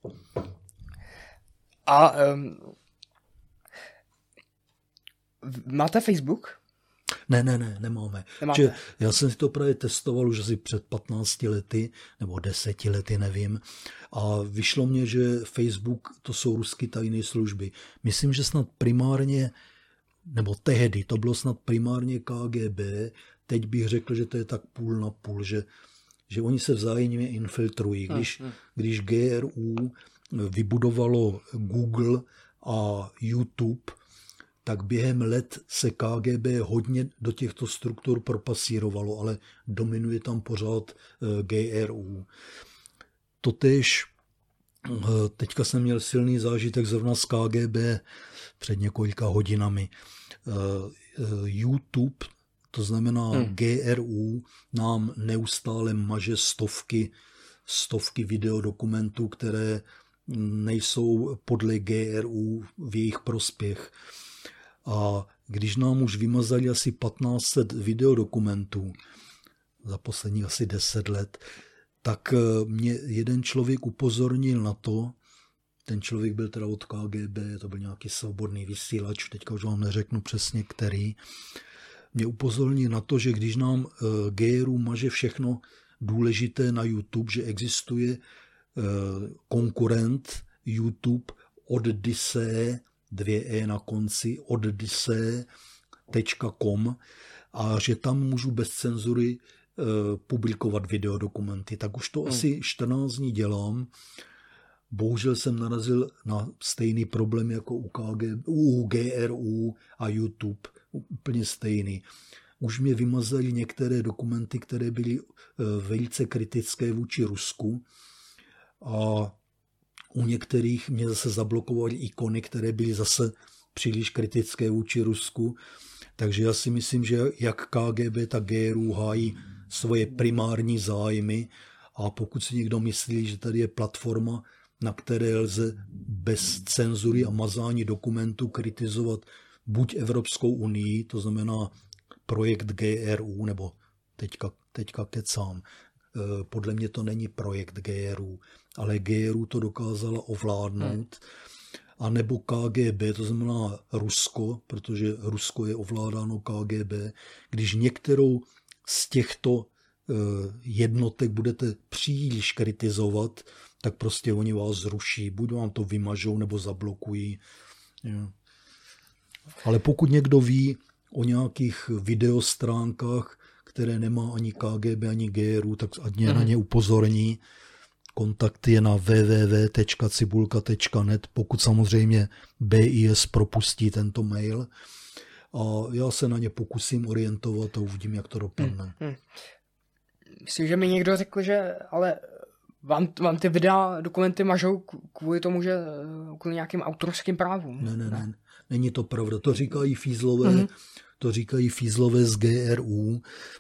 A máte Facebook? Ne, nemáme. Já jsem si to právě testoval už asi před 15 lety, nebo 10 lety, nevím. A vyšlo mně, že Facebook, to jsou ruské tajné služby. Myslím, že snad primárně, nebo tehdy to bylo snad primárně KGB, teď bych řekl, že to je tak půl na půl, že oni se vzájemně infiltrují. Když GRU vybudovalo Google a YouTube, tak během let se KGB hodně do těchto struktur propasírovalo, ale dominuje tam pořád GRU. Totéž teďka jsem měl silný zážitek zrovna z KGB před několika hodinami. YouTube, to znamená GRU, nám neustále maže stovky videodokumentů, které nejsou podle GRU v jejich prospěch. A když nám už vymazali asi 1500 videodokumentů za posledních asi 10 let, tak mě jeden člověk upozornil na to, ten člověk byl teda od KGB, to byl nějaký svobodný vysílač, teďka už vám neřeknu přesně který, mě upozornil na to, že když nám GRU maže všechno důležité na YouTube, že existuje konkurent YouTube Odyssey, 2e na konci, odyssey.com, a že tam můžu bez cenzury publikovat videodokumenty. Tak už to asi 14 dní dělám. Bohužel jsem narazil na stejný problém jako u GRU a YouTube. Úplně stejný. už mě vymazaly některé dokumenty, které byly velice kritické vůči Rusku a u některých mě zase zablokovaly ikony, které byly zase příliš kritické vůči Rusku. Takže já si myslím, že jak KGB, tak GRU hájí svoje primární zájmy a pokud si někdo myslí, že tady je platforma, na které lze bez cenzury a mazání dokumentů kritizovat buď Evropskou unii, to znamená projekt GRU, nebo teďka kecám. Podle mě to není projekt GRU, ale GRU to dokázala ovládnout. A nebo KGB, to znamená Rusko, protože Rusko je ovládáno KGB. Když některou z těchto jednotek budete příliš kritizovat, tak prostě oni vás zruší. Buď vám to vymažou, nebo zablokují. Ale pokud někdo ví o nějakých videostránkách, které nemá ani KGB, ani GRU, tak ať mě na ně upozorní. Kontakt je na www.cibulka.net, pokud samozřejmě BIS propustí tento mail. A já se na ně pokusím orientovat a uvidím, jak to dopadne. Myslím, že mi někdo řekl, že ale vám ty videa, dokumenty mažou kvůli tomu, že kvůli nějakým autorským právům. Ne, není to pravda. To říkají fízlové z GRU,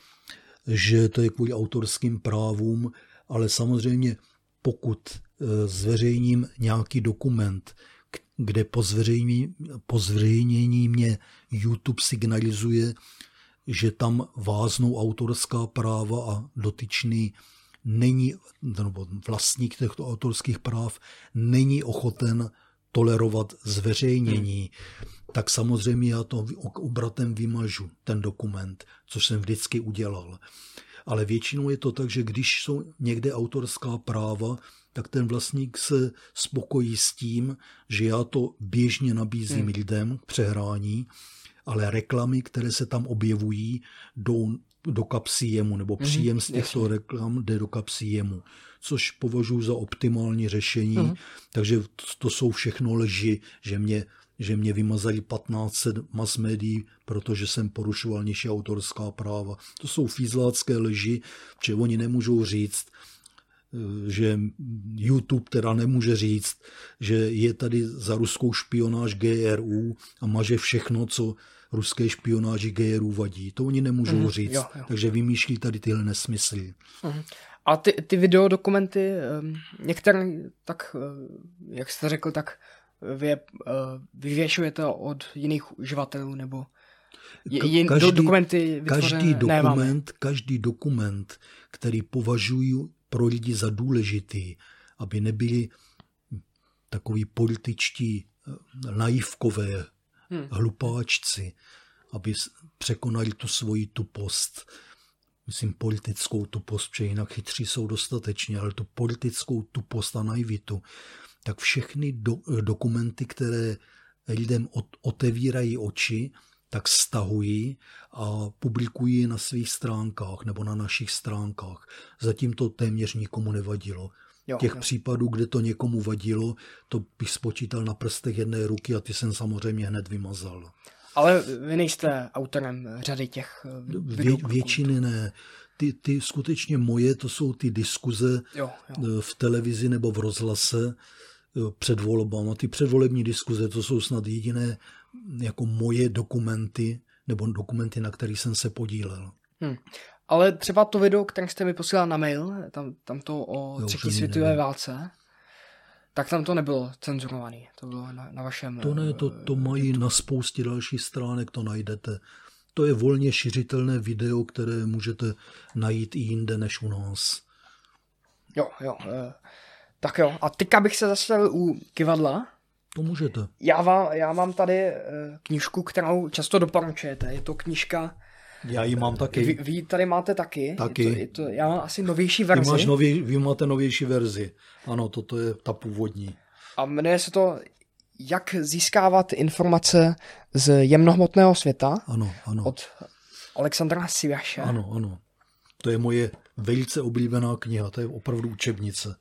že to je kvůli autorským právům, ale samozřejmě pokud zveřejním nějaký dokument, kde po zveřejnění mě YouTube signalizuje, že tam váznou autorská práva a dotyčný není, nebo vlastník těchto autorských práv není ochoten tolerovat zveřejnění, tak samozřejmě já to obratem vymažu, ten dokument, což jsem vždycky udělal. Ale většinou je to tak, že když jsou někde autorská práva, tak ten vlastník se spokojí s tím, že já to běžně nabízím lidem k přehrání, ale reklamy, které se tam objevují, jdou do kapsy jemu, nebo příjem z těchto reklam jde do kapsy jemu, což považuji za optimální řešení. Takže to jsou všechno lži, že mě vymazali 1500 mass médií, protože jsem porušoval nižší autorská práva. To jsou fízlácké lži, že oni nemůžou říct, že YouTube teda nemůže říct, že je tady za ruskou špionáž GRU a maže všechno, co ruské špionáži GRU vadí. To oni nemůžou říct, jo. Takže vymýšlí tady tyhle nesmysly. A ty videodokumenty, některé, tak jak jste řekl, tak vy vyvěšujete od jiných uživatelů, nebo dokumenty vytvořené? Každý dokument, který považuji pro lidi za důležitý, aby nebyli takový političtí naivkové, hlupáčci, aby překonali tu svoji tupost. Myslím politickou tupost, protože jinak chytří jsou dostatečně, ale tu politickou tupost a naivitu, tak všechny dokumenty, které lidem otevírají oči, tak stahují a publikují na svých stránkách nebo na našich stránkách. Zatím to téměř nikomu nevadilo. Těch případů, kde to někomu vadilo, to bych spočítal na prstech jedné ruky a ty jsem samozřejmě hned vymazal. Ale vy nejste autorem řady těch většiny ne. Ty skutečně moje, to jsou ty diskuze v televizi nebo v rozhlase před volbama. Ty předvolební diskuze, to jsou snad jediné jako moje dokumenty, nebo dokumenty, na kterých jsem se podílel. Ale třeba to video, které jste mi posílal na mail, tam to o třetí světové válce, tak tam to nebylo cenzurované. To bylo na vašem... To ne, to mají na spoustě dalších stránek, to najdete. To je volně šiřitelné video, které můžete najít i jinde než u nás. Jo. Tak jo, a teďka bych se zastavil u Kyvadla. To můžete. Já mám tady knížku, kterou často doporučujete. Je to knížka... Já ji mám taky. Vy tady máte taky. Taky. Já mám asi novější verzi. Vy máte novější verzi. Ano, toto je ta původní. A jmenuje se to Jak získávat informace z jemnohmotného světa. Ano. Od Alexandra Sivaše. Ano. To je moje velice oblíbená kniha. To je opravdu učebnice.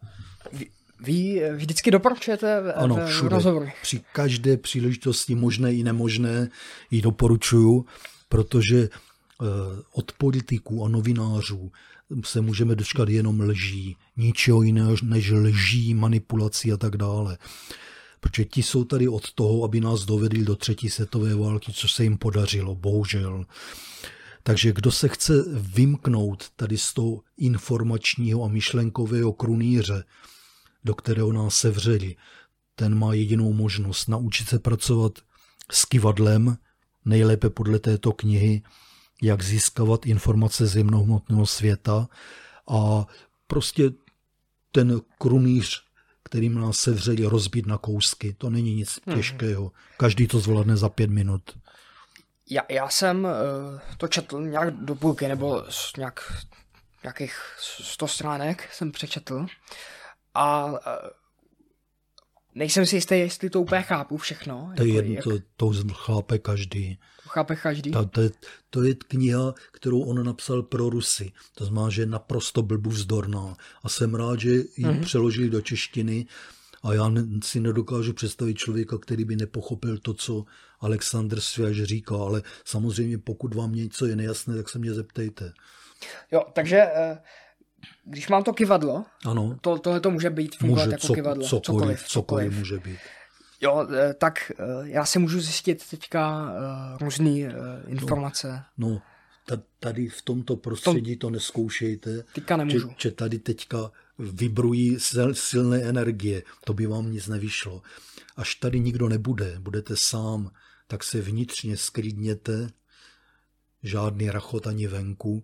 Vy vždycky doporučujete v rozhovoru. Při každé příležitosti možné i nemožné ji doporučuju, protože od politiků a novinářů se můžeme dočkat jenom lží, ničeho jiného než lží, manipulací a tak dále. Protože ti jsou tady od toho, aby nás dovedli do 3. světové války, co se jim podařilo, bohužel. Takže kdo se chce vymknout tady z toho informačního a myšlenkového krunýře, do kterého nás sevřeli, ten má jedinou možnost naučit se pracovat s kyvadlem, nejlépe podle této knihy, jak získávat informace z jemnohmotného světa a prostě ten krunýř, kterým nás sevřeli, rozbít na kousky. To není nic těžkého. Každý to zvládne za 5 minut. Já jsem to četl nějak do půlky, nebo nějakých 100 stránek jsem přečetl a nejsem si jistý, jestli to úplně chápu všechno. To chápe každý. To chápe každý? To je kniha, kterou on napsal pro Rusy. To znamená, že je naprosto blbůvzdorná. A jsem rád, že ji přeložili do češtiny. A já si nedokážu představit člověka, který by nepochopil to, co Alexandr Svěž říká. Ale samozřejmě, pokud vám něco je nejasné, tak se mě zeptejte. Jo, takže když mám to kyvadlo, ano, tohle to může být fungovat jako kyvadlo. Cokoliv může být. Jo, tak já si můžu zjistit teďka různé informace. No, tady v tomto prostředí to neskoušejte. Teďka nemůžu. Že tady teďka vibrují silné energie. To by vám nic nevyšlo. Až tady nikdo nebude, budete sám, tak se vnitřně sklidněte, žádný rachot ani venku.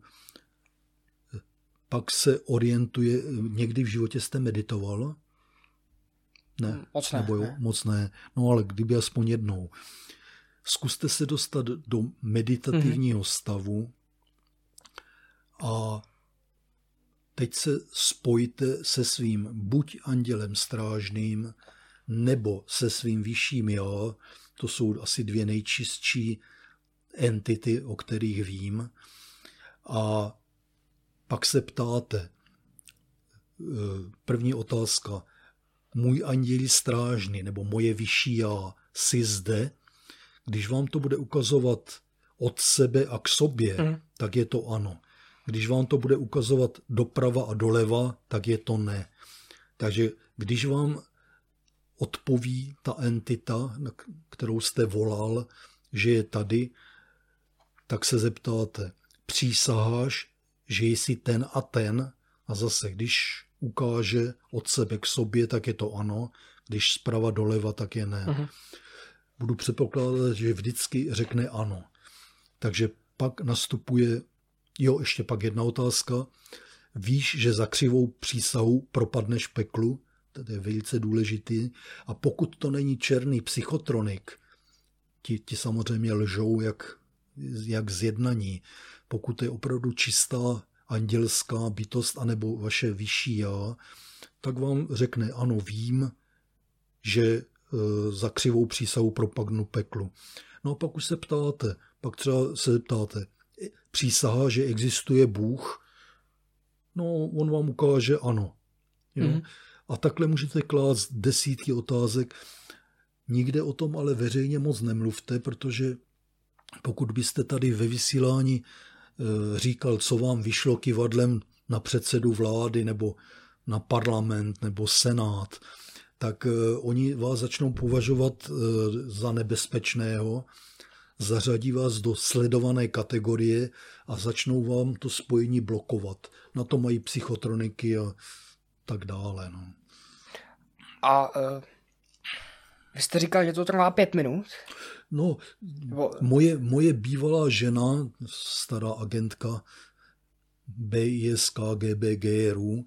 Pak se orientuje, někdy v životě jste meditoval? Ne. Moc ne. Nebo jo? Ne. Moc ne. No ale kdyby aspoň jednou. Zkuste se dostat do meditativního stavu a teď se spojte se svým buď andělem strážným, nebo se svým vyšším já. To jsou asi 2 nejčistší entity, o kterých vím. A pak se ptáte, první otázka, můj anděl strážný nebo moje vyšší já, jsi zde? Když vám to bude ukazovat od sebe a k sobě, tak je to ano. Když vám to bude ukazovat doprava a doleva, tak je to ne. Takže když vám odpoví ta entita, na kterou jste volal, že je tady, tak se zeptáte, přísaháš, že jsi ten a ten, a zase, když ukáže od sebe k sobě, tak je to ano, když zprava doleva, tak je ne. Budu předpokládat, že vždycky řekne ano. Takže pak nastupuje, ještě pak jedna otázka, víš, že za křivou přísahu propadneš peklu, to je velice důležitý, a pokud to není černý psychotronik, ti samozřejmě lžou jak zjednaní. Pokud to je opravdu čistá andělská bytost anebo vaše vyšší já, tak vám řekne, ano, vím, že za křivou přísahu propadnu peklu. No a pak už se ptáte, pak třeba se ptáte, přísaha, že existuje Bůh, no on vám ukáže ano. Jo? A takhle můžete klást desítky otázek. Nikde o tom ale veřejně moc nemluvte, protože pokud byste tady ve vysílání říkal, co vám vyšlo kyvadlem na předsedu vlády nebo na parlament nebo senát, tak oni vás začnou považovat za nebezpečného, zařadí vás do sledované kategorie a začnou vám to spojení blokovat. Na to mají psychotroniky a tak dále. No. A vy jste říkal, že to trvá 5 minut? No, moje bývalá žena, stará agentka BIS, KGB, GRU,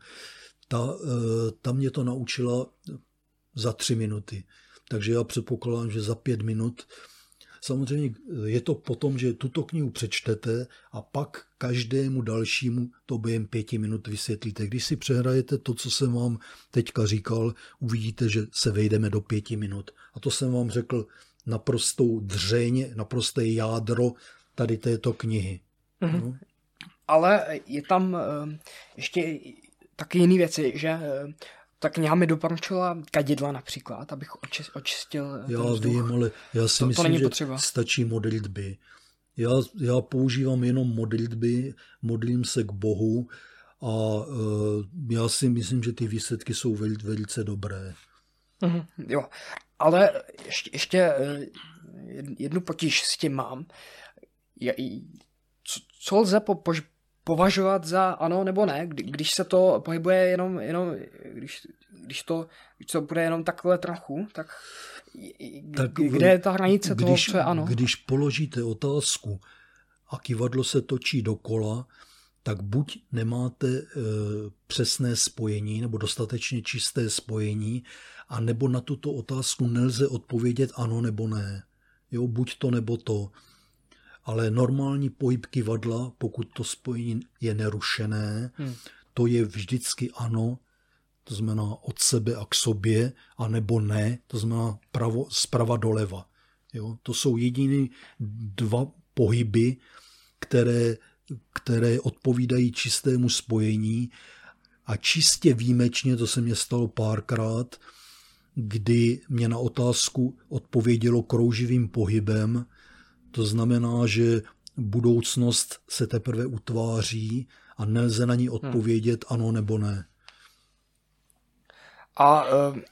ta mě to naučila za 3 minuty. Takže já předpokládám, že za 5 minut. Samozřejmě je to potom, že tuto knihu přečtete a pak každému dalšímu to během 5 minut vysvětlíte. Když si přehrajete to, co jsem vám teďka říkal, uvidíte, že se vejdeme do 5 minut. A to jsem vám řekl naprostou dřeň, naprosté jádro tady této knihy. No. Ale je tam ještě taky jiné věci, že ta kniha mi doporučila kadidla například, abych očistil já vím, ale já si myslím, že stačí modlitby. Já používám jenom modlitby, modlím se k Bohu a já si myslím, že ty výsledky jsou velice dobré. Jo, ale ještě jednu potíž s tím mám. Co lze považovat za ano nebo ne, když se to pohybuje jenom když to bude jenom takhle trochu, tak kde je ta hranice toho, co je ano? Když položíte otázku a kyvadlo se točí dokola, tak buď nemáte přesné spojení nebo dostatečně čisté spojení, a nebo na tuto otázku nelze odpovědět ano nebo ne. Jo, buď to nebo to. Ale normální pohyb kyvadla, pokud to spojení je nerušené, to je vždycky ano, to znamená od sebe a k sobě, a nebo ne, to znamená zprava doleva. Jo? To jsou jediné dva pohyby, které odpovídají čistému spojení, a čistě výjimečně, to se mně stalo párkrát, kdy mě na otázku odpovědělo krouživým pohybem. To znamená, že budoucnost se teprve utváří a nelze na ní odpovědět ano nebo ne. A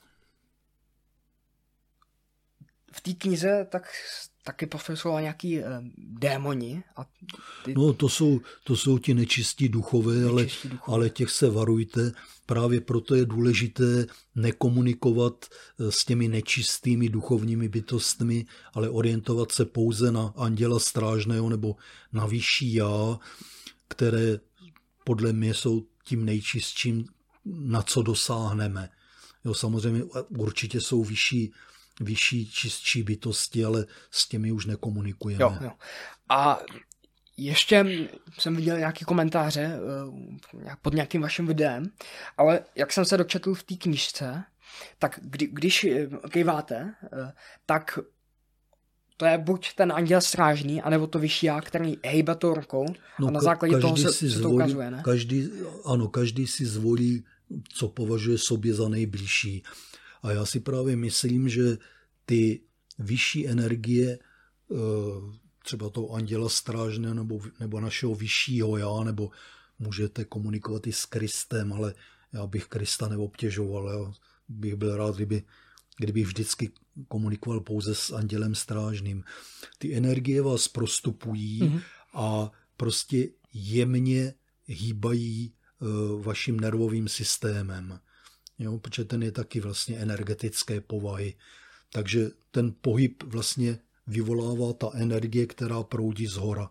v té knize taky profesoval nějaký démoni. No, to jsou ti nečistí duchové, ale těch se varujte. Právě proto je důležité nekomunikovat s těmi nečistými duchovními bytostmi, ale orientovat se pouze na anděla strážného nebo na vyšší já, které podle mě jsou tím nejčistším, na co dosáhneme. Jo, samozřejmě určitě jsou vyšší, čistší bytosti, ale s těmi už nekomunikujeme. Jo. A ještě jsem viděl nějaké komentáře pod nějakým vaším videem, ale jak jsem se dočetl v té knížce, tak když kýváte, tak to je buď ten anděl strážný, anebo to vyšší já, který hejbe tou rukou, a na základě toho se to ukazuje, ne? Každý si zvolí, co považuje sobě za nejbližší. A já si právě myslím, že ty vyšší energie, třeba toho anděla strážného nebo našeho vyššího já, nebo můžete komunikovat i s Kristem, ale já bych Krista neobtěžoval. Já bych byl rád, kdybych vždycky komunikoval pouze s andělem strážným. Ty energie vás prostupují a prostě jemně hýbají vaším nervovým systémem. Jo, protože ten je taky vlastně energetické povahy. Takže ten pohyb vlastně vyvolává ta energie, která proudí zhora.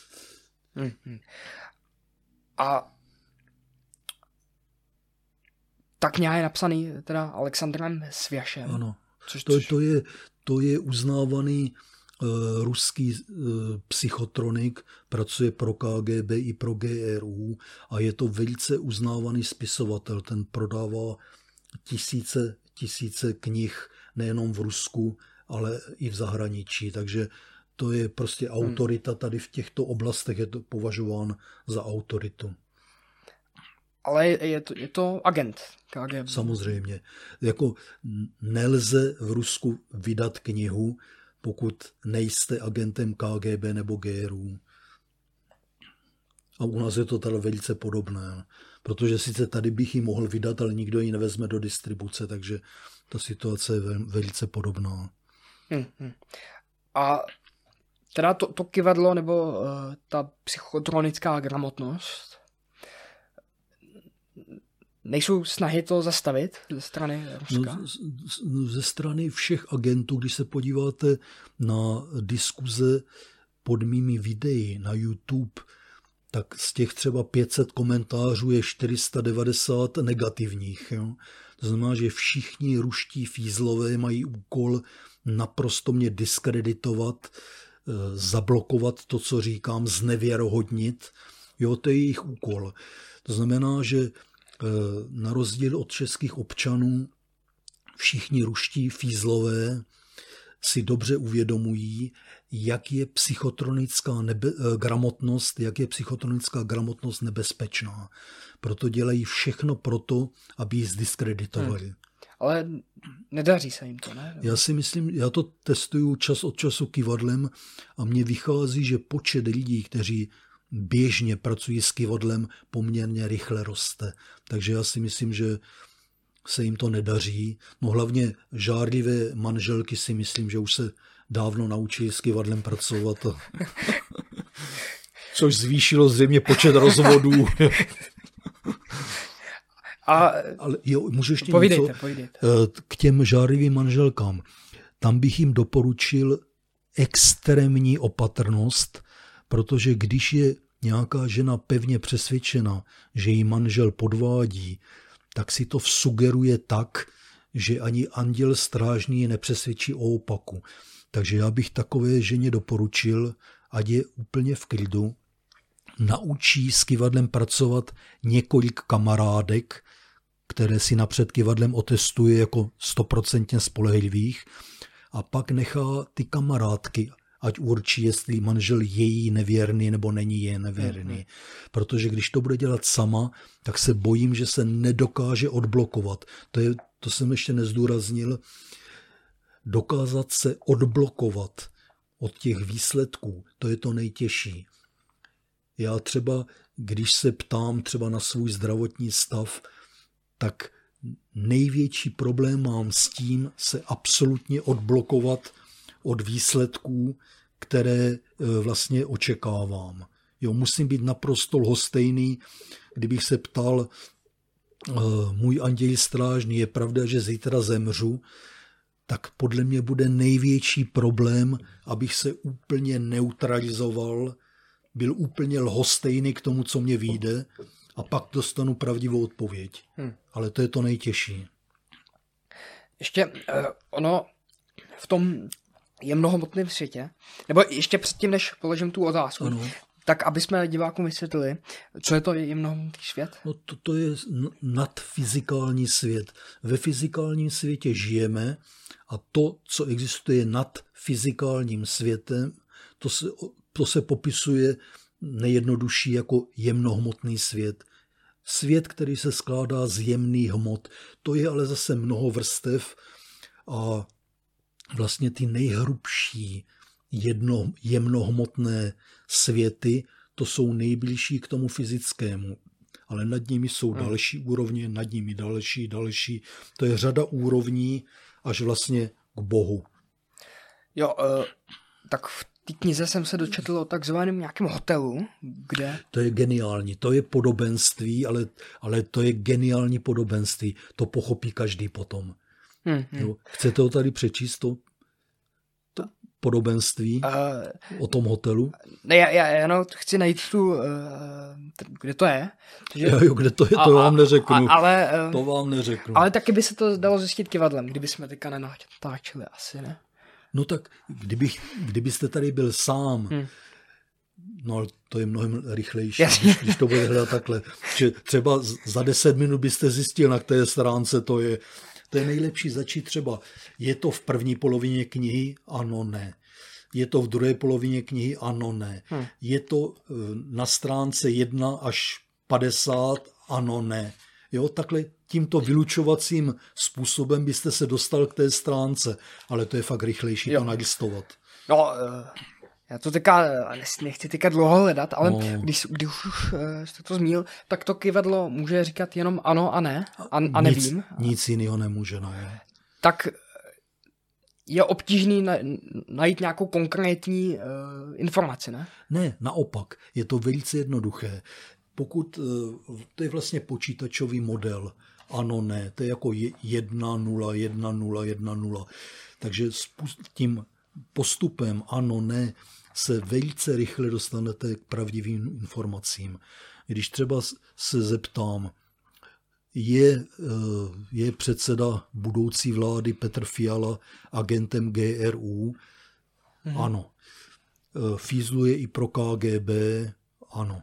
A ta kniha je napsaný teda Alexandrem Svěšem. Ano. To je uznávaný ruský psychotronik, pracuje pro KGB i pro GRU a je to velice uznávaný spisovatel. Ten prodává tisíce knih nejenom v Rusku, ale i v zahraničí. Takže to je prostě autorita tady v těchto oblastech, je to považován za autoritu. Ale je to agent KGB. Samozřejmě. Jako nelze v Rusku vydat knihu, pokud nejste agentem KGB nebo GRU. A u nás je to teda velice podobné. Protože sice tady bych ji mohl vydat, ale nikdo ji nevezme do distribuce, takže ta situace je velice podobná. A teda to kyvadlo nebo ta psychotronická gramotnost, nejsou snahy to zastavit ze strany Ruska? Ze strany všech agentů, když se podíváte na diskuze pod mými videi na YouTube, tak z těch třeba 500 komentářů je 490 negativních. Jo? To znamená, že všichni ruští fízlové mají úkol naprosto mě diskreditovat, zablokovat to, co říkám, znevěrohodnit. Jo, to je jejich úkol. To znamená, že na rozdíl od českých občanů všichni ruští fízlové si dobře uvědomují, jak je psychotronická gramotnost nebezpečná. Proto dělají všechno proto, aby ji zdiskreditovali. ale nedaří se jim to, ne? Já si myslím, já to testuju čas od času kyvadlem a mně vychází, že počet lidí, kteří běžně pracují s kyvadlem, poměrně rychle roste. Takže já si myslím, že se jim to nedaří. No hlavně žárlivé manželky si myslím, že už se dávno naučili s kyvadlem pracovat. Což zvýšilo zřejmě počet rozvodů. Ale jo, můžu ještě povídejte. K těm žárlivým manželkám. Tam bych jim doporučil extrémní opatrnost, protože když je nějaká žena pevně přesvědčena, že jí manžel podvádí, tak si to vsugeruje tak, že ani anděl strážný je nepřesvědčí o opaku. Takže já bych takové ženě doporučil, ať je úplně v klidu, naučí s kyvadlem pracovat několik kamarádek, které si napřed kyvadlem otestuje jako 100% spolehlivých, a pak nechá ty kamarádky, ať určí, jestli manžel je jí nevěrný nebo není je nevěrný. Protože když to bude dělat sama, tak se bojím, že se nedokáže odblokovat. To jsem ještě nezdůraznil. Dokázat se odblokovat od těch výsledků, to je to nejtěžší. Já třeba, když se ptám třeba na svůj zdravotní stav, tak největší problém mám s tím se absolutně odblokovat od výsledků, které vlastně očekávám. Jo, musím být naprosto lhostejný. Kdybych se ptal, můj anděl strážný, je pravda, že zítra zemřu, tak podle mě bude největší problém, abych se úplně neutralizoval, byl úplně lhostejný k tomu, co mě vyjde, a pak dostanu pravdivou odpověď. Ale to je to nejtěžší. Ještě ono v tom jemnohmotném světě, nebo ještě předtím, než položím tu otázku, ano, tak aby jsme divákům vysvětlili, co je to jemnohmotný svět? No to je nadfyzikální svět. Ve fyzikálním světě žijeme a to, co existuje nad fyzikálním světem, to se popisuje nejjednodušší jako jemnohmotný svět. Svět, který se skládá z jemných hmot. To je ale zase mnoho vrstev a vlastně ty nejhrubší jemnohmotné světy, to jsou nejbližší k tomu fyzickému. Ale nad nimi jsou další úrovně, nad nimi další. To je řada úrovní až vlastně k Bohu. Jo, tak v té knize jsem se dočetl o takzvaném nějakém hotelu, kde... To je geniální, to je podobenství, ale to je geniální podobenství. To pochopí každý potom. Jo, chcete ho tady přečíst, to podobenství o tom hotelu? Ne, já jenom chci najít kde to je. Kde to je, to vám neřeknu. To vám neřeknu. Ale taky by se to dalo zjistit kyvadlem, kdyby jsme teďka nenatáčeli, asi ne? No tak, kdybyste tady byl sám, no to je mnohem rychlejší, když to bude hledat takhle. Že třeba za 10 minut byste zjistil, na které stránce to je. To je nejlepší začít třeba. Je to v první polovině knihy? Ano, ne. Je to v druhé polovině knihy? Ano, ne. Je to na stránce 1 až 50? Ano, ne. Jo, takhle tímto vylučovacím způsobem byste se dostal k té stránce, ale to je fakt rychlejší to nalistovat. No, já to teďka nechci teďka dlouho hledat, ale když už jste to zmínil, tak to kyvadlo může říkat jenom ano a ne, a nevím. Nic jiného nemůže, ne. Tak je obtížný najít nějakou konkrétní informaci, ne? Ne, naopak, je to velice jednoduché. Pokud to je vlastně počítačový model, ano, ne, to je jako 1, 0, 1, 0, 1, 0. Takže tím postupem ano, ne, se velice rychle dostanete k pravdivým informacím. Když třeba se zeptám, je předseda budoucí vlády Petr Fiala agentem GRU? Ano. Fízluje i pro KGB? Ano.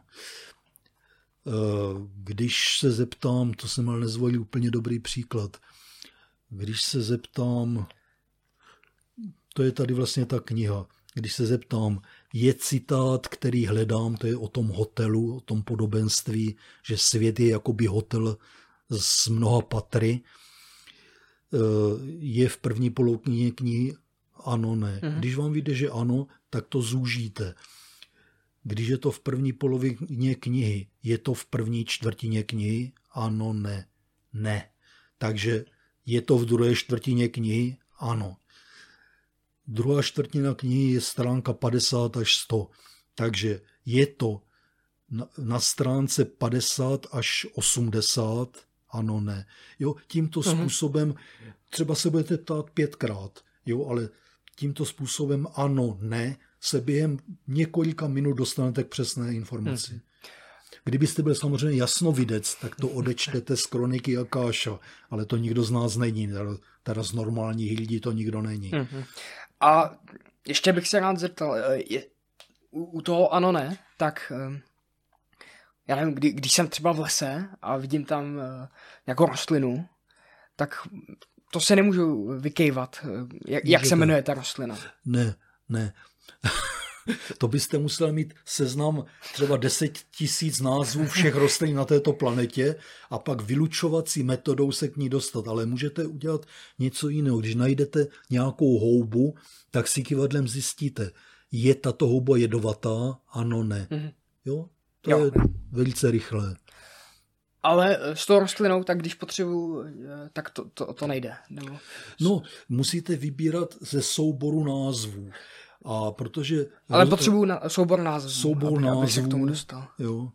Když se zeptám, to jsem ale nezvolil úplně dobrý příklad, když se zeptám, to je tady vlastně ta kniha, když se zeptám, je citát, který hledám, to je o tom hotelu, o tom podobenství, že svět je jakoby hotel s mnoha patry, je v první polovině knihy, ano, ne. Když vám vyjde, že ano, tak to zúžíte. Když je to v první polovině knihy, je to v první čtvrtině knihy, ano, ne. Ne. Takže je to v druhé čtvrtině knihy, ano. Druhá čtvrtina knihy je stránka 50 až 100. Takže je to na stránce 50 až 80, ano, ne. Jo, tímto způsobem, třeba se budete ptát 5krát, jo, ale tímto způsobem ano, ne, se během několika minut dostanete k přesné informaci. Kdybyste byl samozřejmě jasnovidec, tak to odečtete z kroniky Akáša, ale to nikdo z nás není, teda z normálních lidí to nikdo není. A ještě bych se rád zeptal, u toho ano, ne, tak já nevím, když jsem třeba v lese a vidím tam nějakou rostlinu, tak to se nemůžu vykejvat, jak se jmenuje ta rostlina. Ne. To byste musel mít seznam třeba 10 000 názvů všech rostlin na této planetě a pak vylučovací metodou se k ní dostat. Ale můžete udělat něco jiného. Když najdete nějakou houbu, tak si kivadlem zjistíte, je tato houba jedovatá? Ano, ne. Jo? To je velice rychlé. Ale s tou rostlinou, tak když potřebuju, tak to nejde. Nebo... No, musíte vybírat ze souboru názvů. A protože... Ale potřebuju soubor názvů, abych se k tomu dostal. Jo.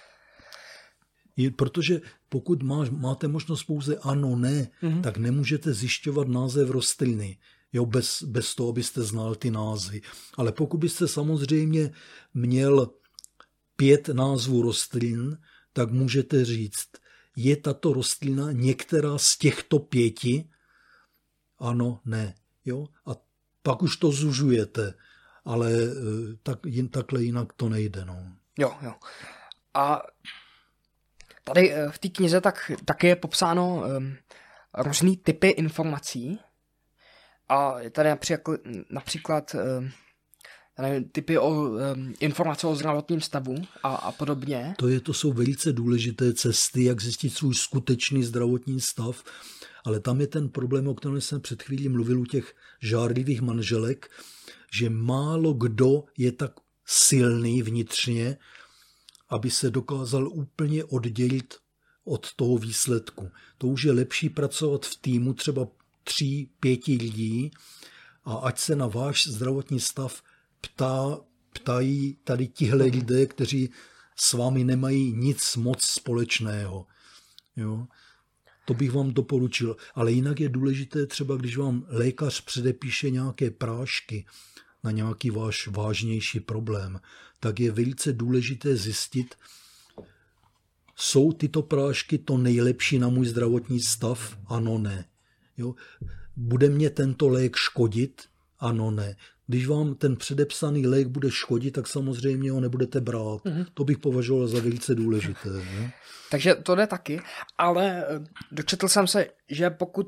Protože pokud máte možnost pouze ano, ne, tak nemůžete zjišťovat název rostliny. Jo, bez toho, abyste znal ty názvy. Ale pokud byste samozřejmě měl 5 názvů rostlin, tak můžete říct, je tato rostlina některá z těchto 5? Ano, ne. Jo? A pak už to zužujete, ale takhle jinak to nejde. No. Jo. A tady v té knize taky je popsáno různý typy informací. A je tady například typy informace o zdravotním stavu a podobně. To jsou velice důležité cesty, jak zjistit svůj skutečný zdravotní stav, ale tam je ten problém, o kterém jsem před chvílí mluvil u těch žárlivých manželek, že málo kdo je tak silný vnitřně, aby se dokázal úplně oddělit od toho výsledku. To už je lepší pracovat v týmu třeba 3-5 lidí a ať se na váš zdravotní stav ptají tady tihle lidé, kteří s vámi nemají nic moc společného. Jo? To bych vám doporučil. Ale jinak je důležité třeba, když vám lékař předepíše nějaké prášky na nějaký váš vážnější problém, tak je velice důležité zjistit, jsou tyto prášky to nejlepší na můj zdravotní stav? Ano, ne. Jo? Bude mě tento lék škodit? Ano, ne. Když vám ten předepsaný lék bude škodit, tak samozřejmě ho nebudete brát. To bych považoval za velice důležité. Ne? Takže to jde taky, ale dočetl jsem se, že pokud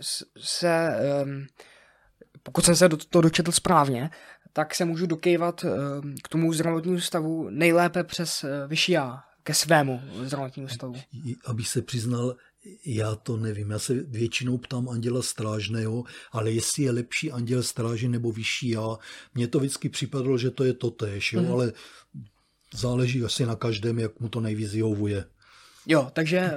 jsem se to dočetl správně, tak se můžu dokejvat k tomu zdravotnímu stavu nejlépe přes vyšší já, ke svému zdravotnímu stavu. Abych se přiznal, já to nevím. Já se většinou ptám anděla strážného, ale jestli je lepší anděl strážný nebo vyšší já, mně to vždycky připadalo, že to je totéž, jo? Ale záleží asi na každém, jak mu to nejvíc vyhovuje. Jo,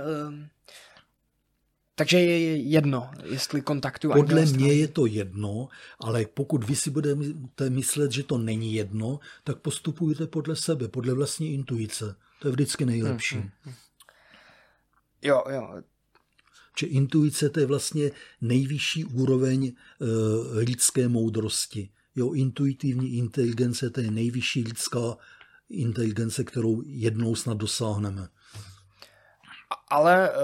takže je jedno, jestli kontaktuju anděla strážného. Podle mě strážného. je to jedno, ale pokud vy si budete myslet, že to není jedno, tak postupujte podle sebe, podle vlastní intuice. To je vždycky nejlepší. Jo. Že intuice to je vlastně nejvyšší úroveň lidské moudrosti. Jo, intuitivní inteligence to je nejvyšší lidská inteligence, kterou jednou snad dosáhneme. Ale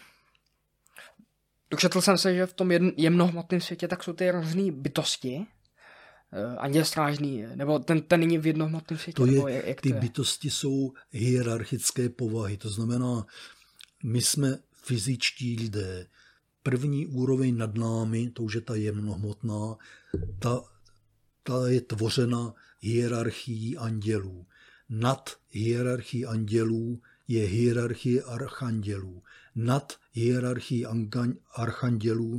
dočetl jsem se, že v tom jemnohmotném světě tak jsou ty různý bytosti, anděl strážný, nebo ten není v jednohmotném světě. Ty bytosti jsou hierarchické povahy, to znamená, my jsme fyzičtí lidé. První úroveň nad námi, to už je ta jemnohmotná, ta je tvořena hierarchií andělů. Nad hierarchií andělů je hierarchie archandělů. Nad hierarchií archandělů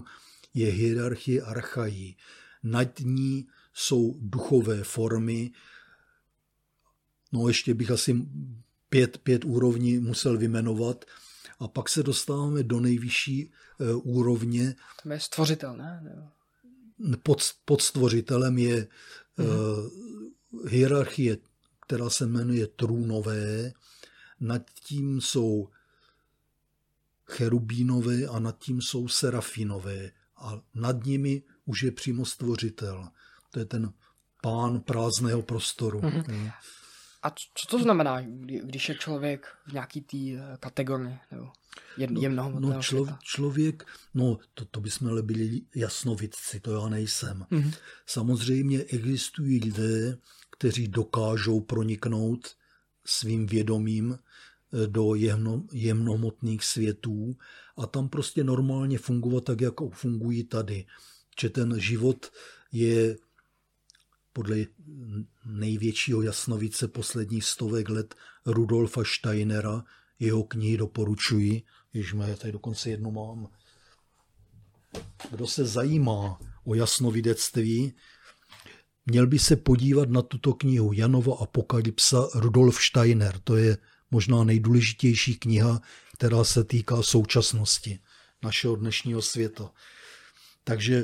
je hierarchie archají. Nad ní jsou duchové formy. No ještě bych asi pět úrovní musel vyjmenovat. A pak se dostáváme do nejvyšší úrovně. To je stvořitel, ne? Pod stvořitelem je hierarchie, která se jmenuje trůnové. Nad tím jsou cherubínové a nad tím jsou serafínové. A nad nimi už je přímo stvořitel. To je ten pán prázdného prostoru. A co to znamená, když je člověk v nějaký té kategorii? Nebo jemnohmotného světa? Člověk, to bychom byli jasnovidci, to já nejsem. Samozřejmě existují lidé, kteří dokážou proniknout svým vědomím do jemnohmotných světů a tam prostě normálně fungovat tak, jako fungují tady. Že ten život je podle největšího jasnovidce posledních 100 let Rudolfa Steinera, jeho knihy doporučuji. Ježme, tady dokonce jednu mám. Kdo se zajímá o jasnovidectví, měl by se podívat na tuto knihu Janova apokalypsa Rudolf Steiner. To je možná nejdůležitější kniha, která se týká současnosti našeho dnešního světa. Takže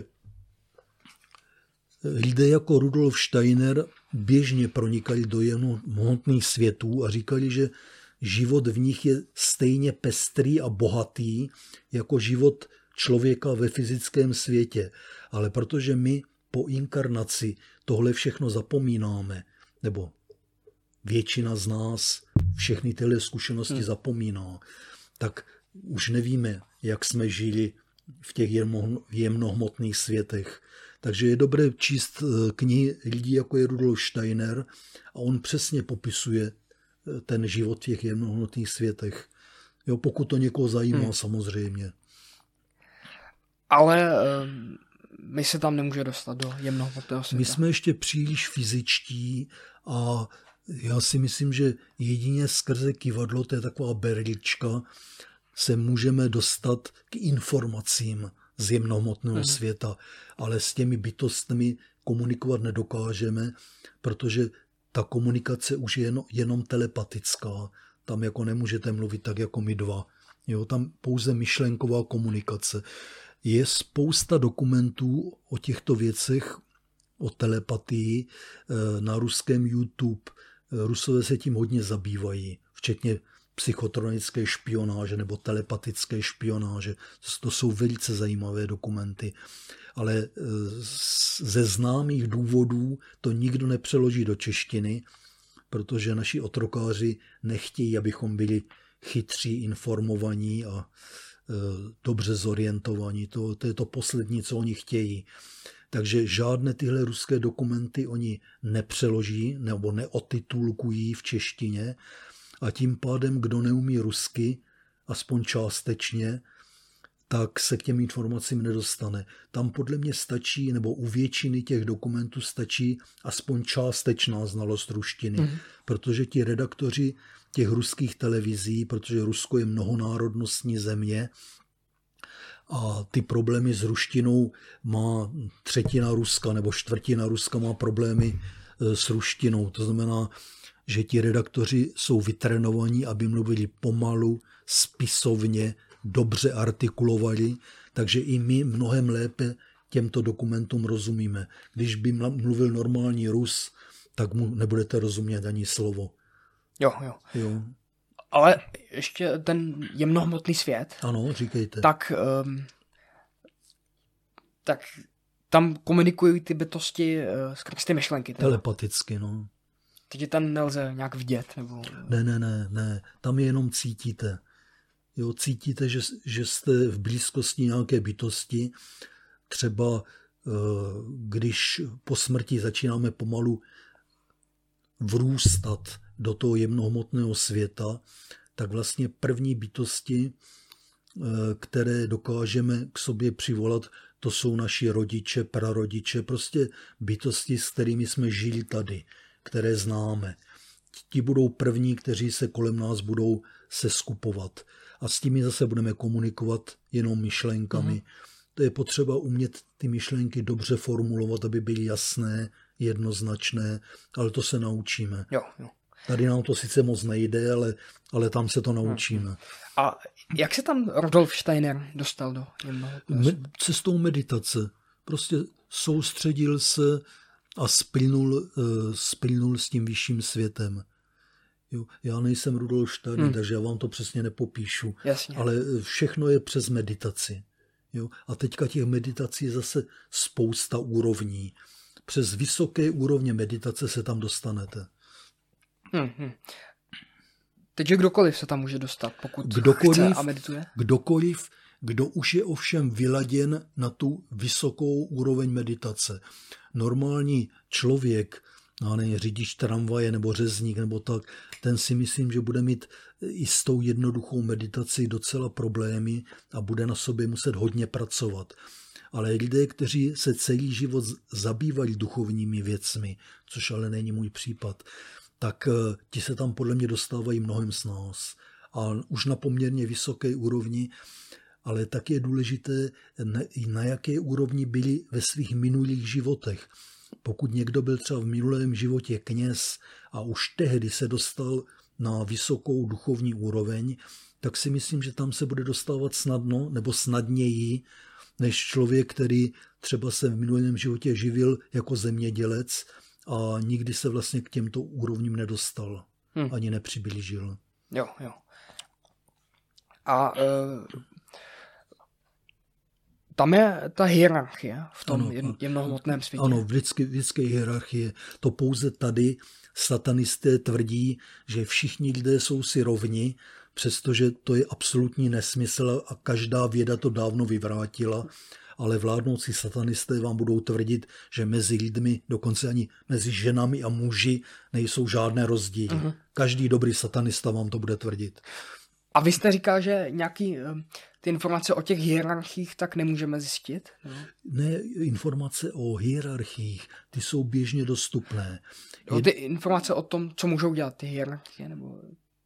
lidé jako Rudolf Steiner běžně pronikali do jemnohmotných světů a říkali, že život v nich je stejně pestrý a bohatý jako život člověka ve fyzickém světě. Ale protože my po inkarnaci tohle všechno zapomínáme, nebo většina z nás všechny tyhle zkušenosti zapomíná, tak už nevíme, jak jsme žili v těch jemnohmotných světech. Takže je dobré číst knihy lidí, jako je Rudolf Steiner, a on přesně popisuje ten život v těch jemnohmotných světech. Jo, pokud to někoho zajímá, samozřejmě. Ale my se tam nemůžeme dostat do jemnohmotného světa. My jsme ještě příliš fyzičtí a já si myslím, že jedině skrze kyvadlo, to je taková berlička, se můžeme dostat k informacím z jemnohmotného světa, ale s těmi bytostmi komunikovat nedokážeme, protože ta komunikace už je jenom telepatická. Tam jako nemůžete mluvit tak jako my dva. Jo, tam pouze myšlenková komunikace. Je spousta dokumentů o těchto věcech, o telepatii na ruském YouTube. Rusové se tím hodně zabývají, včetně psychotronické špionáže nebo telepatické špionáže. To jsou velice zajímavé dokumenty. Ale ze známých důvodů to nikdo nepřeloží do češtiny, protože naši otrokáři nechtějí, abychom byli chytří, informovaní a dobře zorientovaní. To je to poslední, co oni chtějí. Takže žádné tyhle ruské dokumenty oni nepřeloží nebo neotitulkují v češtině a tím pádem, kdo neumí rusky, aspoň částečně, tak se k těm informacím nedostane. Tam podle mě stačí, nebo u většiny těch dokumentů stačí aspoň částečná znalost ruštiny, protože ti redaktoři těch ruských televizí, protože Rusko je mnohonárodnostní země a ty problémy s ruštinou má třetina Ruska nebo čtvrtina Ruska má problémy s ruštinou. To znamená, že ti redaktoři jsou vytrénovaní, aby mluvili pomalu, spisovně, dobře artikulovali, takže i my mnohem lépe těmto dokumentům rozumíme. Když by mluvil normální Rus, tak mu nebudete rozumět ani slovo. Jo. Ale ještě ten jemnohmotný svět. Ano, říkejte. Tak tam komunikují ty bytosti skrz ty myšlenky. Telepaticky, no. Takže tam nelze nějak vidět, nebo... Ne. Tam jenom cítíte. Jo, cítíte, že jste v blízkosti nějaké bytosti. Třeba když po smrti začínáme pomalu vrůstat do toho jemnohmotného světa, tak vlastně první bytosti, které dokážeme k sobě přivolat, to jsou naši rodiče, prarodiče, prostě bytosti, s kterými jsme žili tady, které známe. Ti budou první, kteří se kolem nás budou seskupovat. A s těmi zase budeme komunikovat jenom myšlenkami. to je potřeba umět ty myšlenky dobře formulovat, aby byly jasné, jednoznačné, ale to se naučíme. Jo. Tady nám to sice moc nejde, ale tam se to naučíme. A jak se tam Rudolf Steiner dostal do jemného? Cestou meditace. Prostě soustředil se a splynul s tím vyšším světem. Jo, já nejsem Rudolf Steiner, takže já vám to přesně nepopíšu. Jasně. Ale všechno je přes meditaci. Jo? A teďka těch meditací je zase spousta úrovní. Přes vysoké úrovně meditace se tam dostanete. Takže kdokoliv se tam může dostat, pokud chce a medituje? Kdokoliv, kdo už je ovšem vyladěn na tu vysokou úroveň meditace. Normální člověk, řidič tramvaje nebo řezník nebo tak, ten si myslím, že bude mít i s tou jednoduchou meditací docela problémy a bude na sobě muset hodně pracovat. Ale lidé, kteří se celý život zabývají duchovními věcmi, což ale není můj případ, tak ti se tam podle mě dostávají mnohem s nás. A už na poměrně vysoké úrovni, ale tak je důležité, na jaké úrovni byli ve svých minulých životech. Pokud někdo byl třeba v minulém životě kněz a už tehdy se dostal na vysokou duchovní úroveň, tak si myslím, že tam se bude dostávat snadno nebo snadněji, než člověk, který třeba se v minulém životě živil jako zemědělec a nikdy se vlastně k těmto úrovním nedostal. Ani nepřiblížil. Jo. A tam je ta hierarchie v tom jemnohmotném světě. Ano, vždycky hierarchie. To pouze tady satanisté tvrdí, že všichni lidé jsou si rovni, přestože to je absolutní nesmysl a každá věda to dávno vyvrátila, ale vládnoucí satanisté vám budou tvrdit, že mezi lidmi, dokonce ani mezi ženami a muži, nejsou žádné rozdíly. Každý dobrý satanista vám to bude tvrdit. A vy jste říkal, že nějaký ty informace o těch hierarchiích tak nemůžeme zjistit? Ne, informace o hierarchiích, ty jsou běžně dostupné. Ty informace o tom, co můžou dělat ty hierarchie? Nebo...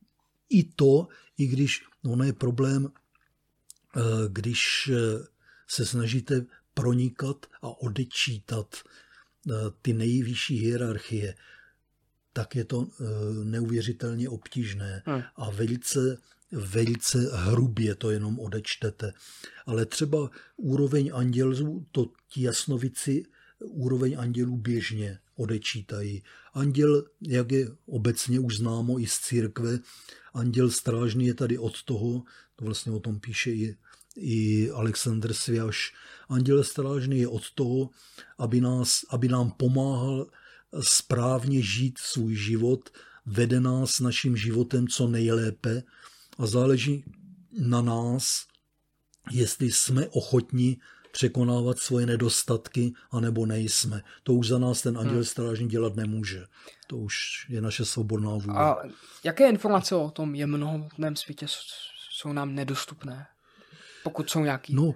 I když ono je problém, když se snažíte pronikat a odečítat ty nejvyšší hierarchie, tak je to neuvěřitelně obtížné a velice hrubě to jenom odečtete. Ale třeba úroveň andělů, to ti jasnovici úroveň andělů běžně odečítají. Anděl, jak je obecně už známo i z církve, anděl strážný je tady od toho, to vlastně o tom píše i Alexander Sviaš, anděl strážný je od toho, aby nám pomáhal správně žít svůj život, vede nás naším životem co nejlépe a záleží na nás, jestli jsme ochotni překonávat svoje nedostatky, anebo nejsme. To už za nás ten anděl strážný dělat nemůže. To už je naše svobodná vůle. A jaké informace o tom jemnohmotném světě jsou nám nedostupné? Pokud jsou nějaký... No,